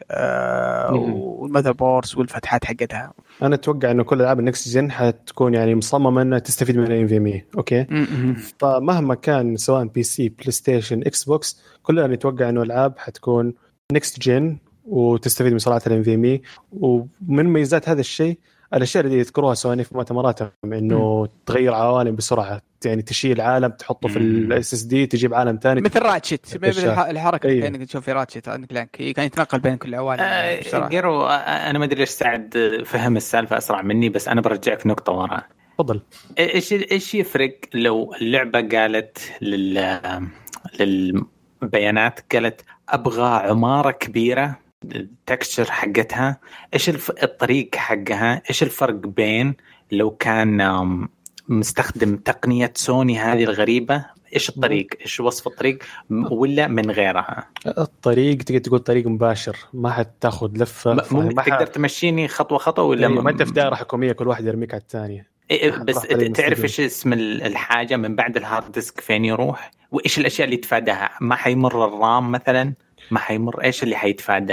[SPEAKER 2] والمذر بورس والفتحات حقتها؟
[SPEAKER 5] انا اتوقع انه كل العاب النكست جن حتكون يعني مصممه انها تستفيد من الام في ام اي. اوكي. فمهما كان سواء بي سي بلاي ستيشن اكس بوكس كلنا نتوقع انه العاب حتكون نكست جن وتستفيد من سرعه الام في ام اي. ومن ميزات هذا الشيء الاشياء اللي يذكروها سوني في مؤتمراتهم انه م. تغير عوالم بسرعه، يعني تشيل عالم تحطه في الاس اس دي تجيب عالم ثاني
[SPEAKER 2] مثل راتشت. مثل الحركه اللي كانك تشوف في راتشت عندك لانك كان يتنقل بين كل العوالم
[SPEAKER 3] آه بسرعه. جيرو انا ما ادري ليش سعد فهم السالفه اسرع مني، بس انا برجعك نقطه وراء.
[SPEAKER 5] تفضل.
[SPEAKER 3] ايش ايش يفرق لو اللعبه قالت لل للبيانات قالت ابغى عماره كبيره التكستشر حقتها، ايش الطريق حقها؟ ايش الفرق بين لو كان مستخدم تقنية سوني هذه الغريبة، ايش الطريق، ايش وصف الطريق، ولا من غيرها؟
[SPEAKER 5] الطريق تقدر تقول طريق مباشر، ما حتاخذ لفة،
[SPEAKER 3] ممكن تقدر تمشيني خطوة خطوة ولا
[SPEAKER 5] ما انت في دائرة حكومية كل واحد يرميك على الثانية.
[SPEAKER 3] بس تعرف ايش اسم الحاجة من بعد الهارد ديسك فين يروح، وايش الاشياء اللي يتفاداها؟ ما حيمر الرام مثلا، ما حيمر، ايش اللي حيتفاداه؟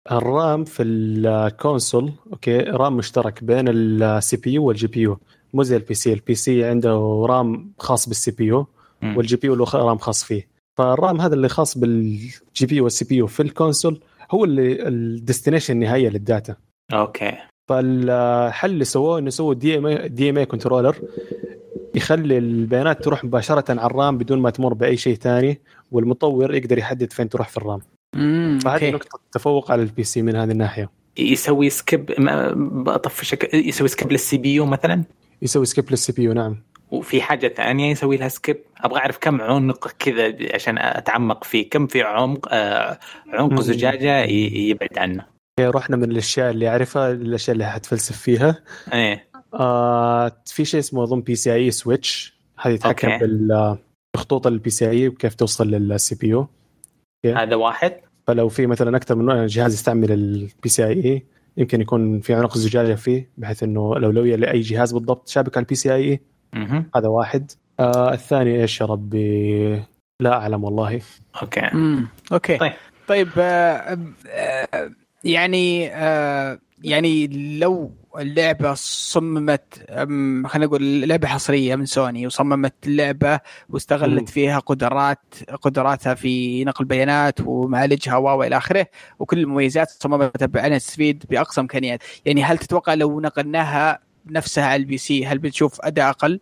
[SPEAKER 5] الرام في الكونسول اوكي رام مشترك بين السي بي يو والجي بي يو، مو زي البي سي. البي سي عنده رام خاص بالسي بي يو والجي بي يو له رام خاص فيه. فالرام هذا اللي خاص بالجي بي يو والسي بي يو في الكونسول هو اللي الديستنيشن النهائيه للداتا.
[SPEAKER 3] اوكي.
[SPEAKER 5] فالحل اللي سووه انه سووا دي ام اي دي ام اي كنترولر يخلي البيانات تروح مباشره على الرام بدون ما تمر باي شيء ثاني، والمطور يقدر يحدد فين تروح في الرام. فهذه نقطه تفوق على البي سي من هذه الناحيه.
[SPEAKER 3] يسوي سكيب بطفش يسوي سكيب للسي بي يو مثلا،
[SPEAKER 5] يسوي سكيب للسي بي يو. نعم.
[SPEAKER 3] وفي حاجة ثانية يسوي لها سكيب. أبغى أعرف كم عنق كذا عشان أتعمق فيه، كم في عمق آه عنق زجاجة يبعد عنه.
[SPEAKER 5] رحنا من الأشياء اللي أعرفها للأشياء اللي هتفلسف فيها.
[SPEAKER 3] إيه.
[SPEAKER 5] آه في شيء اسمه ضم بي سي اي سويتش، هذه يتحكم بالخطوط البي سي اي وكيف توصل للسي بي يو.
[SPEAKER 3] هذا واحد.
[SPEAKER 5] فلو في مثلا أكثر من جهاز يستعمل البي سي اي يمكن يكون في عنق زجاجة فيه، بحيث إنه الأولوية لأي جهاز بالضبط شابك على البي سي اي. هذا واحد. آه الثاني ايش يا ربي لا اعلم والله.
[SPEAKER 3] اوكي.
[SPEAKER 2] امم اوكي. طيب, طيب آه آه يعني آه يعني لو اللعبه صممت خلينا نقول لعبه حصريه من سوني وصممت اللعبه واستغلت فيها قدرات قدراتها في نقل بيانات ومعالجها والى اخره وكل المميزات صممتها بأن تستفيد باقصى امكانيات، يعني هل تتوقع لو نقلناها نفسها على البي سي هل بنشوف اداء اقل؟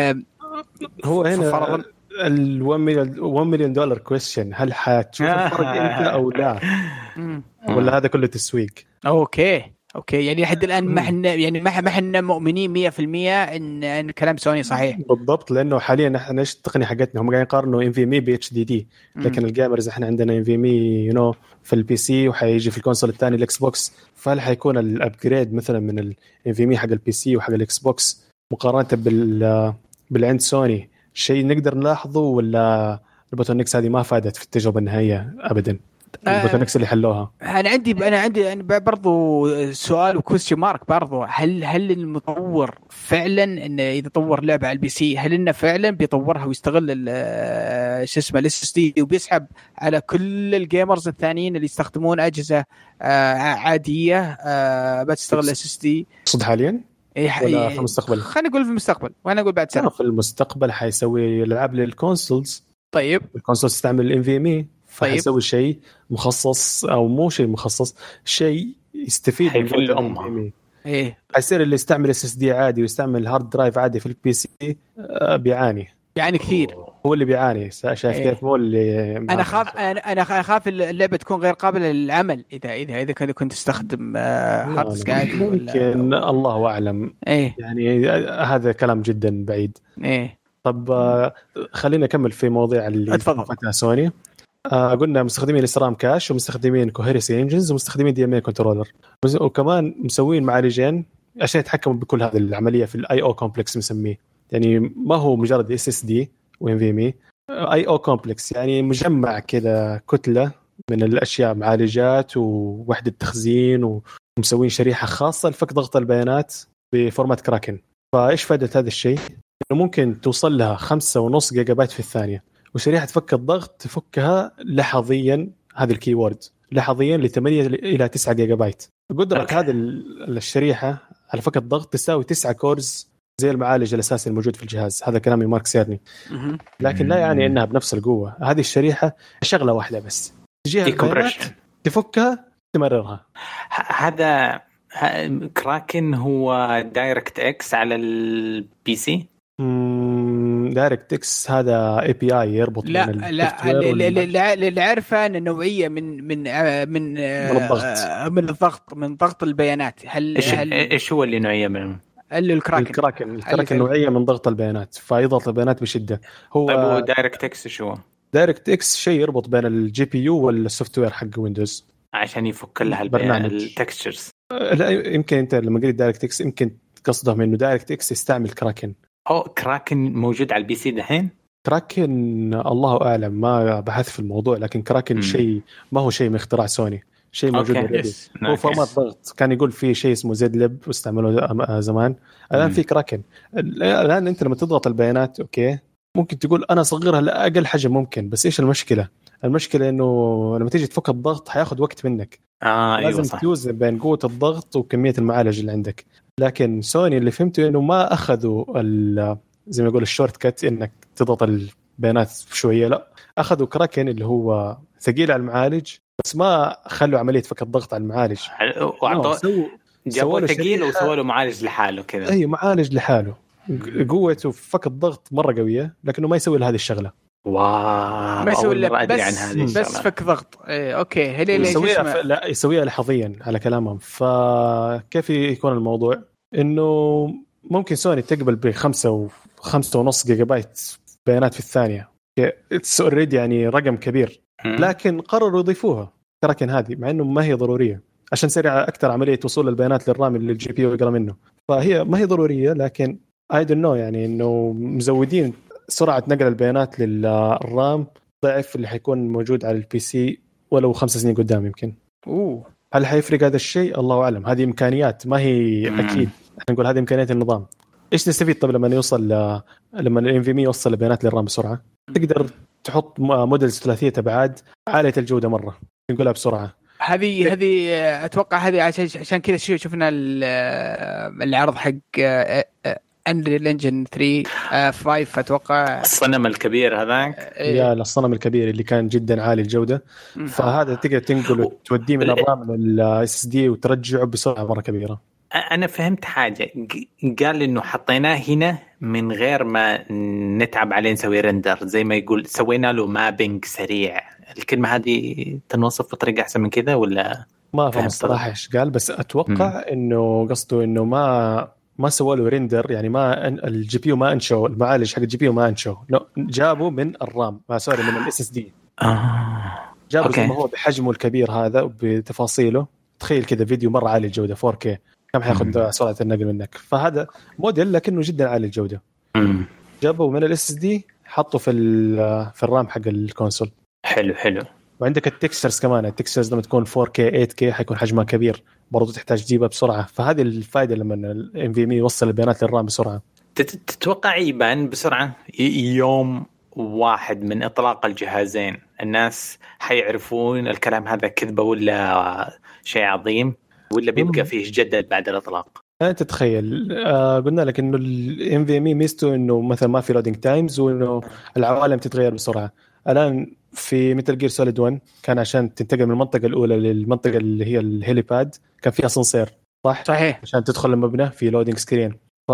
[SPEAKER 5] هو هنا ال واحد مليون دولار كويستشن، هل حتشوف الفرق انت او لا ولا هذا كله تسويق؟
[SPEAKER 2] اوكي اوكي يعني لحد الان ما احنا يعني ما ما احنا مؤمنين مية بالمية ان ان كلام سوني صحيح.
[SPEAKER 5] بالضبط، لانه حاليا احنا ايش التقنيه حقتنا، هم قاعدين يقارنوا ان في ام اي ب اتش دي دي، لكن الجيمرز احنا عندنا ان في ام اي يو نو في البي سي وحيجي في الكونسول الثاني الاكس بوكس. فهل حيكون الابجريد مثلا من الان في ام اي حق البي سي وحق الاكس بوكس مقارنه بال بالعند سوني شيء نقدر نلاحظه، ولا البوتونكس هذه ما فادت في التجربه النهائيه ابدا؟ البوتونكس اللي حلوها.
[SPEAKER 2] انا عندي انا عندي أنا برضو سؤال وكويستشن مارك برضو، هل هل المطور فعلا انه اذا طور لعبه على البي سي هل انه فعلا بيطورها ويستغل شو اسمه الاس اس دي وبيسحب على كل الجيمرز الثانيين اللي يستخدمون اجهزه عاديه بتستغل الاس اس دي
[SPEAKER 5] صد حاليا ولا في المستقبل؟
[SPEAKER 2] خلينا نقول في المستقبل وانا اقول بعد سنه.
[SPEAKER 5] في المستقبل حيسوي العاب للكونسولز.
[SPEAKER 2] طيب
[SPEAKER 5] الكونسولز تستعمل الان في ام اي، فحيسوي شيء مخصص او مو شيء مخصص، شيء يستفيد من الام.
[SPEAKER 2] ايه
[SPEAKER 5] حيصير اللي يستعمل اس اس دي عادي ويستعمل هارد درايف عادي في البي سي بيعاني
[SPEAKER 2] بيعاني كثير.
[SPEAKER 5] هو اللي بيعاني شايف إيه؟ كيف هو اللي
[SPEAKER 2] انا خاف انا انا اخاف اللعبه تكون غير قابله للعمل اذا اذا اذا كنت تستخدم هارد ديسك عادي.
[SPEAKER 5] ممكن ولا... الله اعلم.
[SPEAKER 2] ايه
[SPEAKER 5] يعني هذا كلام جدا بعيد.
[SPEAKER 2] ايه
[SPEAKER 5] طب خلينا نكمل في مواضيع اللي فتحها سوني. آه قلنا مستخدمين السرام كاش ومستخدمين كوهيرسي انجنز ومستخدمين دي ام اي كنترولر، وكمان مسوين معالجين عشان يتحكموا بكل هذه العمليه في الاي او كومبلكس مسميه. يعني ما هو مجرد اس اس دي وان في ام اي، اي او كومبلكس يعني مجمع كذا كتله من الاشياء، معالجات ووحده تخزين، ومسوين شريحه خاصه لفك ضغط البيانات بفورمات كراكن. فايش فائده هذا الشيء؟ انه ممكن توصل لها خمسة ونص جيجا بايت في الثانيه، وشريحه فك الضغط تفكها لحظيا، هذا الكيورد لحظيا ل ثمانية الى تسعة جيجا بايت. قدرة هذه الشريحه على فك الضغط تساوي تسعة كورز زي المعالج الاساسي الموجود في الجهاز. هذا كلامي مارك سيرني، لكن لا يعني انها بنفس القوه. هذه الشريحه شغله واحده بس، تجيها تفكها تمررها.
[SPEAKER 3] هذا كراكن هو دايركت اكس على البي سي.
[SPEAKER 5] امم دايركت اكس هذا اي بي اي يربط
[SPEAKER 2] لا بين لا لا اللي عارفه ان النوعيه من من من من الضغط من الضغط من ضغط البيانات. هل
[SPEAKER 3] ايش هل... ايش هو اللي نوعيه من
[SPEAKER 5] الكراكن؟ الكراكن الكراكن نوعيه من ضغط البيانات، فيضغط البيانات بشده. هو
[SPEAKER 3] طيب هو دايركت اكس شو؟
[SPEAKER 5] دايركت اكس شيء يربط بين الجي بي يو والسوفت وير حق ويندوز
[SPEAKER 3] عشان يفك لها البيانات التكستشرز.
[SPEAKER 5] لا يمكن انت لما قلت دايركت اكس يمكن قصدهم انه دايركت اكس يستعمل كراكن.
[SPEAKER 3] او كراكن موجود على البي سي دحين؟
[SPEAKER 5] كراكن الله اعلم، ما بحث في الموضوع، لكن كراكن شيء ما هو شيء من اختراع سوني، شيء موجود اوريدي. هو فورمات ضغط. كان يقول في شيء اسمه زد لب واستعملوه زمان، الان في كراكن. الان انت لما تضغط البيانات اوكي ممكن تقول انا صغرها لاقل حجم ممكن، بس ايش المشكله؟ المشكله انه لما تيجي تفك الضغط حياخد وقت منك.
[SPEAKER 3] آه
[SPEAKER 5] لازم
[SPEAKER 3] أيوة
[SPEAKER 5] توزن بين قوه الضغط وكميه المعالج اللي عندك. لكن سوني اللي فهمته انه ما اخذوا زي ما يقول الشورت كات انك تضغط البيانات شويه، لا اخذوا كراكن اللي هو ثقيل على المعالج بس ما خلوا عمليه فك الضغط على المعالج،
[SPEAKER 3] وعطوا
[SPEAKER 5] سووا
[SPEAKER 3] جابوا ثقيل وسووا له معالج لحاله كذا.
[SPEAKER 5] اي معالج لحاله قوته فك الضغط مره قويه لكنه ما يسوي هذه الشغله.
[SPEAKER 3] واو
[SPEAKER 2] ما يسوي له بس
[SPEAKER 3] عن هذه
[SPEAKER 2] بس فك ضغط. إيه اوكي هل
[SPEAKER 5] يسويها ف... لا يسويها لحظيا على كلامهم. فكيف يكون الموضوع انه ممكن سوني تقبل بخمسة وخمسة ونص جيجا بايت بيانات في الثانيه، اتس اوريدي يعني رقم كبير، لكن قرروا يضيفوها كراكن هذه مع انه ما هي ضروريه عشان سريع اكثر عمليه وصول البيانات للرام اللي الجي بي يو يقرا منه. فهي ما هي ضروريه لكن اي دونت نو يعني انه مزودين سرعه نقل البيانات للرام ضعف اللي حيكون موجود على البي سي ولو خمس سنين قدام يمكن.
[SPEAKER 2] اوه
[SPEAKER 5] هل حيفرق هذا الشيء؟ الله اعلم. هذه امكانيات ما هي اكيد، احنا نقول هذه امكانيات النظام. ايش نستفيد طب لما يوصل ل... لما الام في ام يوصل البيانات للرام بسرعه؟ تقدر تحط موديلز ثلاثيه ابعاد عاليه الجوده مره نقولها بسرعه.
[SPEAKER 2] هذه هذه اتوقع هذه عشان كذا شفنا العرض حق أنريل إنجن ثلاثة خمسة اتوقع
[SPEAKER 3] الصنم الكبير هذاك.
[SPEAKER 5] يا الصنم الكبير اللي كان جدا عالي الجوده. فهذا تقدر تنقله وتوديه من الرام للاس اس دي وترجعه بسرعه مره كبيره.
[SPEAKER 3] انا فهمت حاجه، قال انه حطيناه هنا من غير ما نتعب عليه نسوي رندر، زي ما يقول سوينا له مابينج سريع. الكلمه هذه تنوصف بطريقه احسن من كذا ولا
[SPEAKER 5] ما فهم الصراحه ايش قال؟ بس اتوقع م. انه قصده انه ما ما سووا له ريندر، يعني ما الجي بي يو ما انشوا المعالج حق الجي بي يو ما انشوا، جابوا من الرام ما سوري من الاس اس دي.
[SPEAKER 3] اه
[SPEAKER 5] جابوا زي ما هو بحجمه الكبير هذا وبتفاصيله. تخيل كذا فيديو مره عالي الجوده فور كي كم حياخذ سرعه النقل منك. فهذا موديل لكنه جدا عالي الجوده.
[SPEAKER 3] امم
[SPEAKER 5] جابوا من الاس اس دي حطوا في في الرام حق الكونسول.
[SPEAKER 3] حلو حلو.
[SPEAKER 5] وعندك التكستشرز كمان، التكستشرز لما تكون فور كي ثمانية كي حيكون حجمها كبير برضو تحتاج تجيبها بسرعه. فهذه الفائده لما الام في ام يوصل البيانات للرام بسرعه.
[SPEAKER 3] تتوقع يبان بسرعه يوم واحد من اطلاق الجهازين الناس حيعرفون الكلام هذا كذبه ولا شيء عظيم ولا بيبقى فيه جدل بعد الاطلاق؟
[SPEAKER 5] انت تتخيل آه قلنا لك انه الام في ام ميزته انه مثلا ما في لودينج تايمز وانه العوالم تتغير بسرعه. الان في ميتال جير سوليد واحد كان عشان تنتقل من المنطقه الاولى للمنطقه اللي هي الهيليباد كان فيها اسانسير صح
[SPEAKER 2] صحيح
[SPEAKER 5] عشان تدخل المبنى في لودينج سكرين.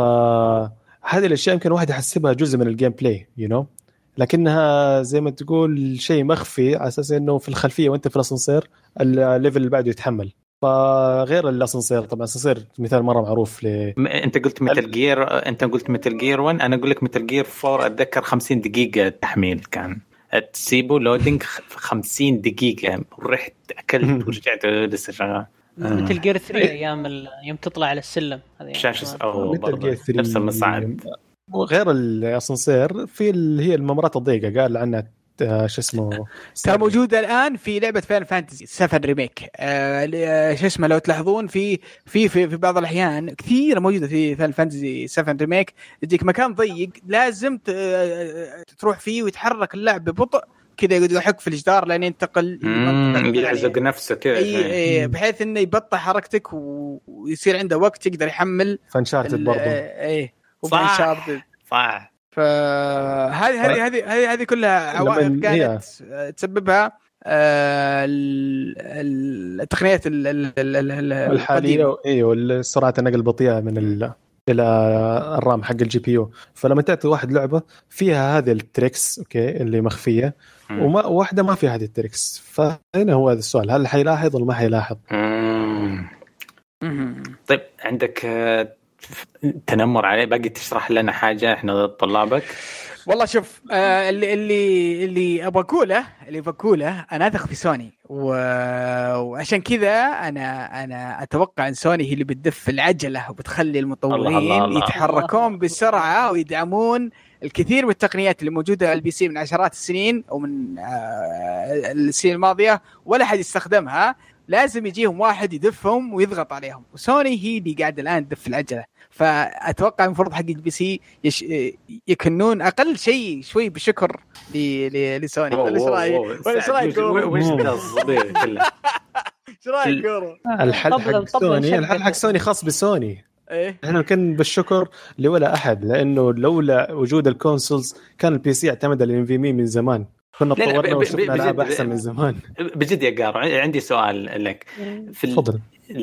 [SPEAKER 5] فهذه الاشياء يمكن واحد يحسبها جزء من الجيم بلاي يو نو لكنها زي ما تقول شيء مخفي على اساس انه في الخلفيه وانت في الاسانسير الليفل اللي بعده يتحمل. فغير الاسانسير طبعا الاسانسير مثال مره معروف ل
[SPEAKER 3] م... انت قلت ميتال جير انت قلت ميتال جير واحد انا اقول لك ميتال جير أربعة اتذكر خمسين دقيقه تحميل كان تسيبه لودينج خمسين دقيقه ورحت اكلت ورجعت لسه شغال.
[SPEAKER 4] ميتال جير ثلاثة ايام ال... يوم تطلع على السلم هذه
[SPEAKER 3] شاشه او نفس المصعد.
[SPEAKER 5] وغير الاسانسير في اللي هي الممرات الضيقه قال عنها شو اسمه
[SPEAKER 2] كان موجودة الآن في لعبة فاينل فانتسي سبعة ريميك. آه شو اسمه لو تلاحظون في في في, في بعض الأحيان كثير موجودة في فاينل فانتسي سبعة ريميك يديك مكان ضيق لازم تروح فيه ويتحرك اللعب ببطء كذا يقعد يحك في الجدار لين ينتقل
[SPEAKER 3] يعزق نفسه كذا
[SPEAKER 2] أي بحيث إنه يبطئ حركتك ويصير عنده وقت يقدر يحمل
[SPEAKER 5] فانشارتد برضه.
[SPEAKER 2] إيه
[SPEAKER 3] وفانشارتد صح.
[SPEAKER 2] فهذه هذه هذه هذه هذه كلها عوائق كانت تسببها التقنيات
[SPEAKER 5] الحاليه ايوه السرعه النقل البطيئه من ال الى الرام حق الجي بي يو. فلما تعطي واحد لعبه فيها هذه التريكس اوكي اللي مخفيه وما واحده ما فيها هذه التريكس فهنا هو هذا السؤال هل حيلاحظ ولا ما حيلاحظ؟
[SPEAKER 3] طيب عندك تنمر عليه باقي تشرح لنا حاجة احنا طلابك؟
[SPEAKER 2] والله شوف آه اللي اللي اللي ابغى اقوله اللي بقوله انا اثق في سوني و... وعشان كذا انا انا اتوقع ان سوني هي اللي بتدف العجله وبتخلي المطورين الله الله الله. يتحركون بسرعه ويدعمون الكثير من التقنيات اللي موجوده على البي سي من عشرات السنين او من آه السنين الماضيه ولا حد يستخدمها لازم يجيهم واحد يدفهم ويضغط عليهم، وسوني هي اللي قاعده الان تدف العجله. فاتوقع المفروض حق البي سي يش... يكنون اقل شيء شوي بشكر ل... ل... لسوني. ولا ايش رايك؟ ولا ايش رايك؟
[SPEAKER 3] وش تصديق كله؟
[SPEAKER 2] ايش رايك كورة؟
[SPEAKER 5] الحل حق سوني، الحل حق سوني خاص بسوني.
[SPEAKER 2] ايه
[SPEAKER 5] احنا كان بالشكر لولا احد، لانه لولا وجود الكونسولز كان البي سي يعتمد على الام في مي من زمان، كنا طورنا وشفنا العاب احسن من زمان.
[SPEAKER 3] بجد يا قارو عندي سؤال لك. في
[SPEAKER 5] تفضل.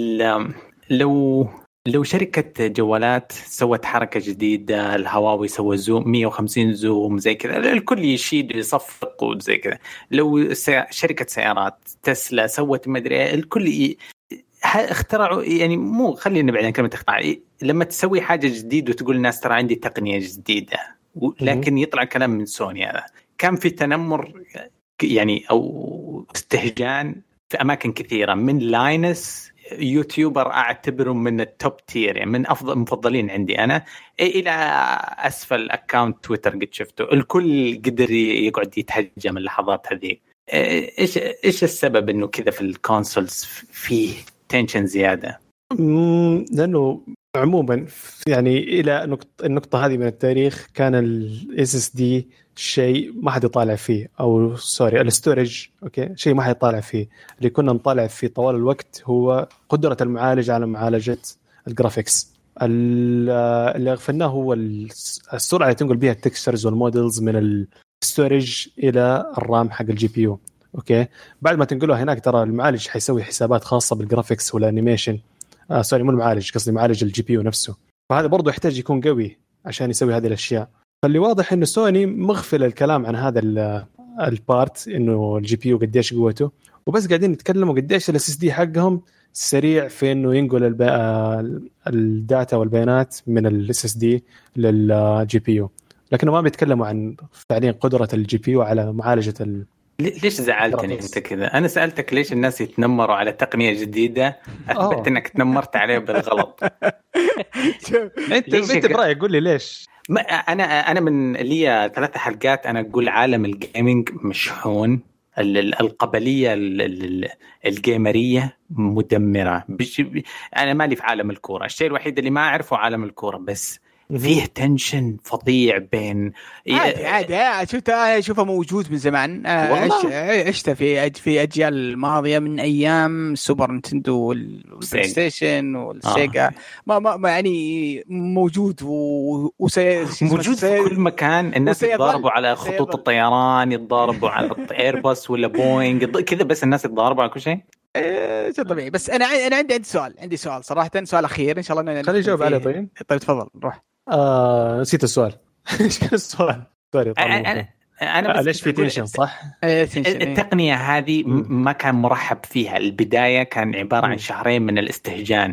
[SPEAKER 3] لو لو شركة جوالات سوت حركة جديدة، الهواوي سوى زوم مية وخمسين زوم زي كذا، الكل يشيد ويصفق وزي كذا. لو شركة سيارات تسلا سوت ما ادري، الكل ي... اخترعوا، يعني مو خلينا نبعد عن كلمة اختراع، لما تسوي حاجة جديدة وتقول الناس ترى عندي تقنية جديدة، لكن يطلع كلام من سوني. هذا كان في تنمر يعني أو استهجان في أماكن كثيرة من لاينس، يوتيوبر أعتبره من التوب تير، يعني من أفضل مفضلين عندي أنا، إلى أسفل أكاونت تويتر قد شفته، الكل قدر يقعد يتهجم اللحظات هذه. إيش إيش السبب إنه كذا في الكونسولز فيه تنشن زيادة؟
[SPEAKER 5] لأنه عموما يعني إلى نقطة النقطة هذه من التاريخ كان ال إس إس دي شيء ما حد يطالع فيه، أو سوري الستورج أوكي شيء ما حد يطالع فيه. اللي كنا نطالع فيه طوال الوقت هو قدرة المعالج على معالجة الجرافيكس. اللي غفلناه هو السرعة اللي تنقل بها التكستشرز والمودلز من الستورج إلى الرام حق الجي بي يو. أوكي بعد ما تنقلها هناك ترى المعالج حيسوي حسابات خاصة بالجرافيكس والانيميشن. آه سوري مو المعالج، قصدي معالج الجي بي يو نفسه، فهذا برضو يحتاج يكون قوي عشان يسوي هذه الأشياء. فاللي واضح إنه سوني مغفل الكلام عن هذا البارت، إنه الجي بي يو قديش قوته، وبس قاعدين يتكلموا قديش الاس اس دي حقهم سريع في إنه ينقل الب... الداتا والبيانات من الاس اس دي للجي بي يو، لكنه ما بيتكلموا عن فعليا قدرة الجي بي يو على معالجة ال...
[SPEAKER 3] ليش زعلتني انت كذا؟ انا سألتك ليش الناس يتنمروا على تقنية جديدة، اثبت انك تنمرت عليه بالغلط.
[SPEAKER 5] انت انت برايك قول لي ليش؟
[SPEAKER 3] ما انا انا من لي ثلاث حلقات انا اقول عالم الجيمنج مشحون، القبلية الجيمرية مدمرة. انا مالي في عالم الكورة، الشيء الوحيد اللي ما اعرفه عالم الكورة، بس فيه تنشن فظيع بين
[SPEAKER 2] عادي عادي شفت اشوفه موجود من زمان. عشت في في اجيال الماضيه من ايام سوبر نينتندو والبلاي ستيشن والسيجا. آه. ما ما يعني موجود وسي
[SPEAKER 3] موجود في كل مكان. الناس يتضاربوا على خطوط الطيران، يتضاربوا على ايرباص ولا بوينغ كذا، بس الناس يتضاربوا على كل شيء.
[SPEAKER 2] ايه طبيعي. بس انا انا عندي عندي سؤال عندي سؤال صراحه، سؤال اخير ان شاء الله
[SPEAKER 5] خليني اجاوب عليه. طيب
[SPEAKER 2] طيب تفضل روح.
[SPEAKER 5] آه نسيت السؤال. ايش كان السؤال؟ سوري
[SPEAKER 3] انا انا
[SPEAKER 5] ليش في تنشن صح؟
[SPEAKER 3] التقنيه هذه ما كان مرحب فيها. البدايه كان عباره عن شهرين من الاستهجان.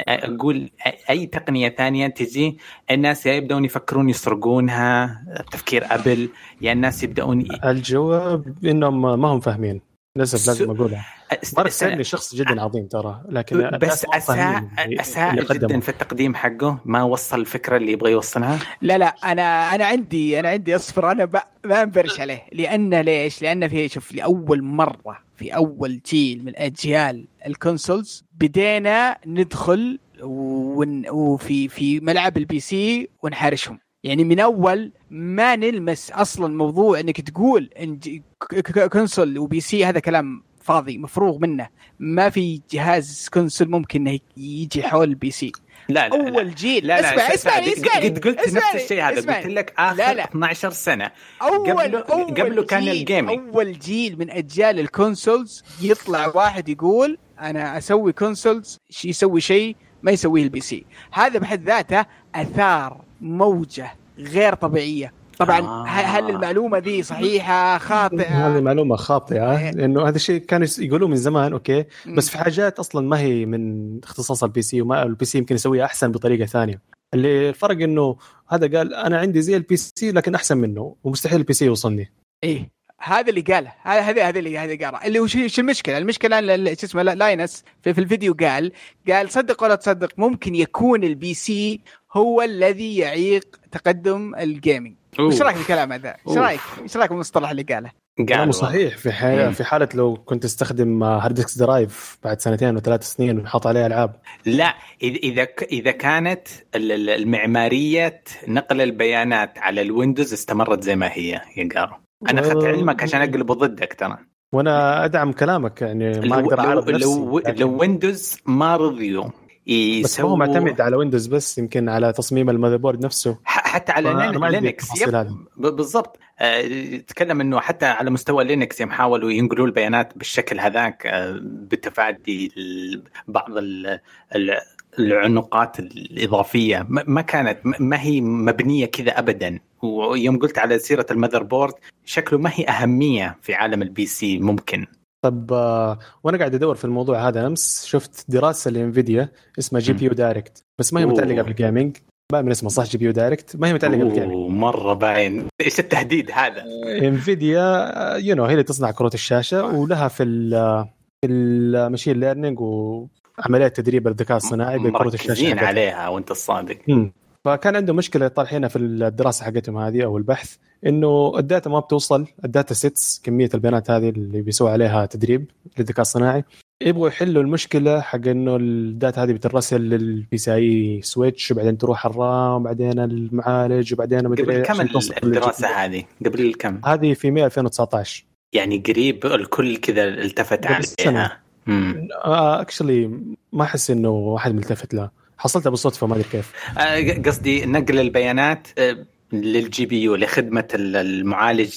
[SPEAKER 3] اقول اي تقنيه ثانيه تجي الناس يبداون يفكرون يسرقونها، تفكير ابل، يعني الناس يبداون ي...
[SPEAKER 5] الجواب انهم ما هم فاهمين للاسف. لازم اقولها. مارك سيرني شخص جدا عظيم ترى، لكن
[SPEAKER 3] بس اساء اساء جدا في التقديم حقه، ما وصل الفكره اللي يبغى يوصلها.
[SPEAKER 2] لا لا انا انا عندي انا عندي اصفر، انا ما انبرش عليه. لان ليش؟ لان في شوف لاول مره في اول جيل من اجيال الكونسولز بدينا ندخل ون... وفي في ملعب البي سي ونحارشهم. يعني من أول ما نلمس أصلا موضوع أنك تقول إن كونسول وبي سي، هذا كلام فاضي مفروغ منه. ما في جهاز كونسول ممكن يجي حول البي سي.
[SPEAKER 3] لا لا
[SPEAKER 2] أول
[SPEAKER 3] لا
[SPEAKER 2] جيل
[SPEAKER 3] لا لا
[SPEAKER 2] اسمع اسمع اسمع
[SPEAKER 3] قد قلت اسمعني. نفس الشيء هذا اسمعني. قلت لك آخر لا لا. اثنا عشر سنة
[SPEAKER 2] أول
[SPEAKER 3] قبله,
[SPEAKER 2] أول
[SPEAKER 3] قبله كان الجيمينج.
[SPEAKER 2] أول جيل من أجيال الكونسولز يطلع واحد يقول أنا أسوي كونسولز يسوي شيء ما يسويه البي سي. هذا بحد ذاته أثار موجة غير طبيعية. طبعا آه. هل المعلومة دي صحيحة خاطئة؟
[SPEAKER 5] هذه معلومة خاطئة، لأنه هذا الشيء كانوا يقولوه من زمان أوكي، بس في حاجات أصلا ما هي من اختصاص البي سي، وما البي سي يمكن يسويها أحسن بطريقة ثانية. اللي الفرق إنه هذا قال أنا عندي زي البي سي لكن أحسن منه، ومستحيل البي سي يوصلني.
[SPEAKER 2] إيه هذا اللي قاله، هذا هذا هذا اللي هذا قاله. اللي هو شو المشكلة؟ المشكلة شو اسمه لاينس في, في الفيديو قال قال صدق ولا تصدق ممكن يكون البي سي هو الذي يعيق تقدم الجيمنج. ايش رايك بالكلام هذا؟ ايش رايك ايش رايك بالمصطلح اللي قاله؟
[SPEAKER 5] كلامه صحيح. في حالة في حالة لو كنت استخدم هارد ديسك درايف بعد سنتين وثلاث سنين وحط عليه ألعاب.
[SPEAKER 3] لا إذا إذا كانت المعمارية نقل البيانات على الويندوز استمرت زي ما هي يا قارو. أنا أخذت علمك عشان أقلبه ضدك ترى.
[SPEAKER 5] وأنا أدعم كلامك يعني ما أقدر أعرض نفسي.
[SPEAKER 3] لو, لو ويندوز ما رضيوا
[SPEAKER 5] بس هو معتمد على ويندوز بس يمكن على تصميم المذر بورد نفسه
[SPEAKER 3] حتى على لينكس بالضبط. أه تكلم انه حتى على مستوى لينكس يوم حاولوا ينقلوا البيانات بالشكل هذاك أه بتفادي بعض العنقات الإضافية ما كانت ما هي مبنية كذا أبدا. ويوم قلت على سيرة المذر بورد شكله ما هي أهمية في عالم البي سي ممكن.
[SPEAKER 5] طب آه، وانا قاعد ادور في الموضوع هذا امس شفت دراسه لانفيديا اسمها جي بي يو دايركت بس ما هي متعلقه بالجيمنج. باين من اسمه صح جي بي يو دايركت ما هي متعلقه بالجيمنج
[SPEAKER 3] مره باين. ايش التهديد هذا؟
[SPEAKER 5] انفيديا يو نو هي اللي تصنع كروت الشاشه ولها في ال في الماشين ليرنينج وعمليات تدريب الذكاء الصناعي بكروت الشاشه
[SPEAKER 3] عليها وانت الصادق.
[SPEAKER 5] م. فكان عنده مشكله طالحينها في الدراسه حقتهم هذه او البحث انه الداتا ما بتوصل الداتا سيتس كميه البيانات هذه اللي بيسوي عليها تدريب للذكاء الصناعي. يبغوا يحلوا المشكله حق انه الداتا هذه بترسل للبي سي اي سويتش وبعدين تروح الرام وبعدين المعالج وبعدين
[SPEAKER 3] قبل كم الدراسه هذه قبل كم؟
[SPEAKER 5] هذه في مية ألفين وتسعطعش يعني
[SPEAKER 3] قريب الكل كذا التفت عليها.
[SPEAKER 5] اكشلي ما احس انه واحد ملتفت له حصلتها بالصدفه ما ادري كيف.
[SPEAKER 3] قصدي نقل البيانات للجي بي يو لخدمة المعالج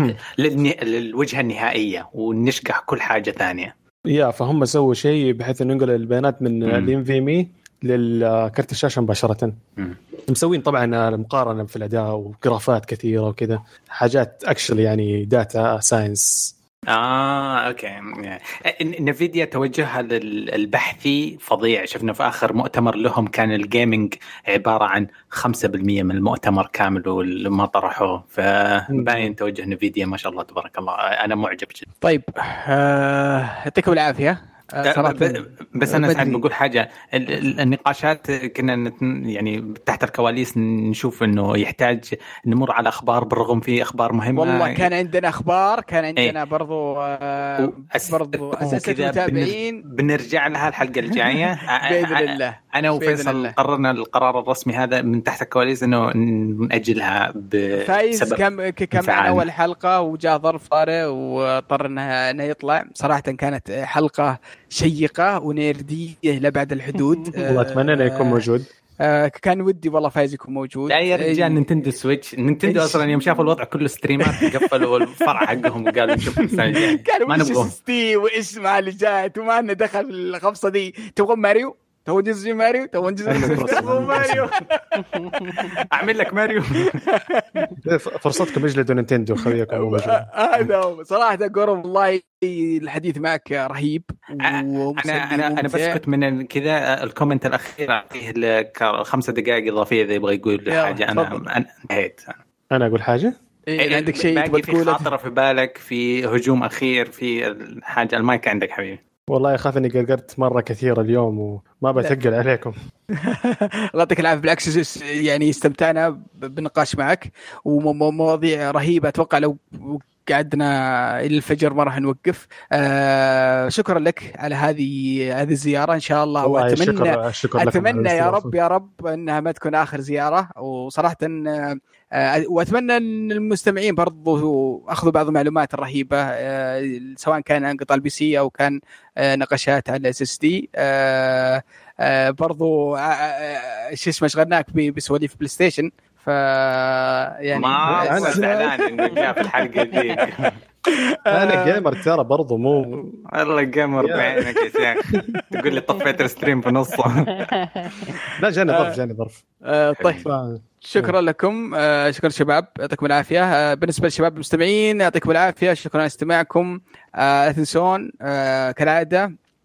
[SPEAKER 3] للوجهة النهائية ونشكح كل حاجة ثانية.
[SPEAKER 5] يا فهم سووا شيء بحيث انه ينقل البيانات من الام في ام اي للكرت الشاشة مباشرة. مسوين طبعا مقارنة في الأداء وجرافات كثيرة وكذا حاجات اكشلي يعني داتا ساينس.
[SPEAKER 3] آه أوكي. نفيديا توجهها للبحثي فظيع. شفنا في آخر مؤتمر لهم كان الجيمينج عبارة عن خمسة بالمية من المؤتمر كامل وما طرحوه. فباين توجه نفيديا ما شاء الله تبارك الله. أنا معجب جدا.
[SPEAKER 2] طيب يعطيكم العافية.
[SPEAKER 3] بس أنا سعد بقول حاجة. النقاشات كنا يعني تحت الكواليس نشوف إنه يحتاج نمر على أخبار بالرغم في أخبار مهمة.
[SPEAKER 2] والله كان عندنا أخبار كان عندنا ايه؟ برضو آه أس... برضو أساسا متابعين
[SPEAKER 3] بنرجع لها الحلقة الجاية
[SPEAKER 2] بإذن الله.
[SPEAKER 3] أنا وفيصل قررنا القرار الرسمي هذا من تحت الكواليس إنه نأجلها
[SPEAKER 2] فايز كم كم عن أول حلقة وجاء ظرف طارئ واضطر إنها إنه يطلع. صراحة كانت حلقة شيقة ونيردية لبعد الحدود.
[SPEAKER 5] والله أتمنى أنه يكون موجود.
[SPEAKER 2] آه كان ودي والله فايز يكون موجود.
[SPEAKER 3] لا يا رجال نينتندو سويتش نينتندو أصلا يوم شافوا الوضع كله ستريمات قفلوا الفرع حقهم وقالوا نشوف السنة الجاية
[SPEAKER 2] ما نبغى ستي وإيش مع اللي جات وما لنا دخل في الخبصة دي. تبغون ماريو تو جزء ماريو تو جزء ماريو
[SPEAKER 3] أعمل لك ماريو.
[SPEAKER 5] فرصتكم اجلدوا نينتندو خويكم موجود.
[SPEAKER 2] هذا صراحة قرب والله الحديث معك رهيب.
[SPEAKER 3] أنا أنا أنا بس كنت من كذا الكومنت الأخير أعطيه لك خمسة دقائق إضافية إذا يبغى يقول حاجة. أنا أنا انتهيت.
[SPEAKER 5] أنا أقول حاجة.
[SPEAKER 2] إيه عندك شيء تبغى
[SPEAKER 3] تقوله؟ في خاطرة في بالك في هجوم أخير في حاجة المايك عندك حبيبي.
[SPEAKER 5] والله أخاف إني قلقت مرة كثيرة اليوم وما بتقل عليكم.
[SPEAKER 2] الله يعطيك العافية. بالعكس يعني استمتعنا بالنقاش معك ومواضيع رهيبة. أتوقع لو قعدنا إلى الفجر ما راح نوقف. آه شكرا لك على هذه هذه الزيارة إن شاء الله. وأتمنى
[SPEAKER 5] شكرا شكرا
[SPEAKER 2] أتمنى يا رب يا رب أنها ما تكون آخر زيارة. وصراحة آه وأتمنى أن المستمعين برضو أخذوا بعض المعلومات الرهيبة آه سواء كان عن قطع البي سي أو كان آه نقاشات على اس اس دي. آه آه برضو ايش آه اسمه شغلناك بسواليف بلاي ستيشن. ف يعني
[SPEAKER 3] ما انا زعلان انه جاء في الحلقه دي.
[SPEAKER 5] انا جيمر ترى برضو مو
[SPEAKER 3] والله جيمر بعينك يا شيخ. تقول لي طفيت الستريم في نصه.
[SPEAKER 5] لا جاني ظرف جاني ظرف.
[SPEAKER 2] آه طيب شكرا لكم. آه شكرا شباب يعطيكم العافيه. آه بالنسبه للشباب المستمعين يعطيكم العافيه. شكرا على استماعكم. آه لا تنسون آه كالعاده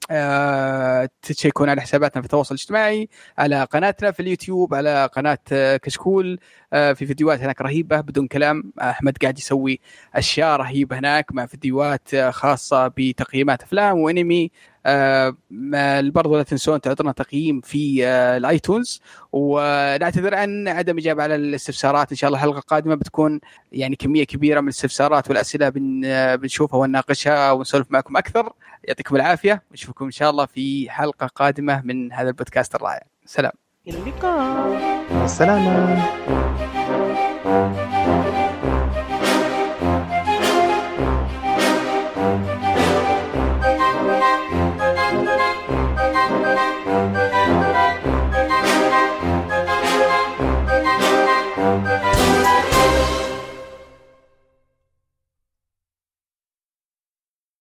[SPEAKER 2] آه تشيكون على حساباتنا في التواصل الاجتماعي، على قناتنا في اليوتيوب، على قناة آه كشكول. آه في فيديوهات هناك رهيبة بدون كلام. أحمد قاعد يسوي أشياء رهيبة هناك مع فيديوهات آه خاصة بتقييمات أفلام وأنمي. آه برضو لا تنسون تعطونا تقييم في آه الايتونز، ونعتذر عن عدم إجابة على الاستفسارات. إن شاء الله الحلقة القادمة بتكون يعني كمية كبيرة من الاستفسارات والأسئلة بن آه بنشوفها ونناقشها ونسولف معكم أكثر. يعطيكم العافية، ونشوفكم إن شاء الله في حلقة قادمة من هذا البودكاست الرائع. سلام.
[SPEAKER 4] إلى اللقاء.
[SPEAKER 5] السلامة.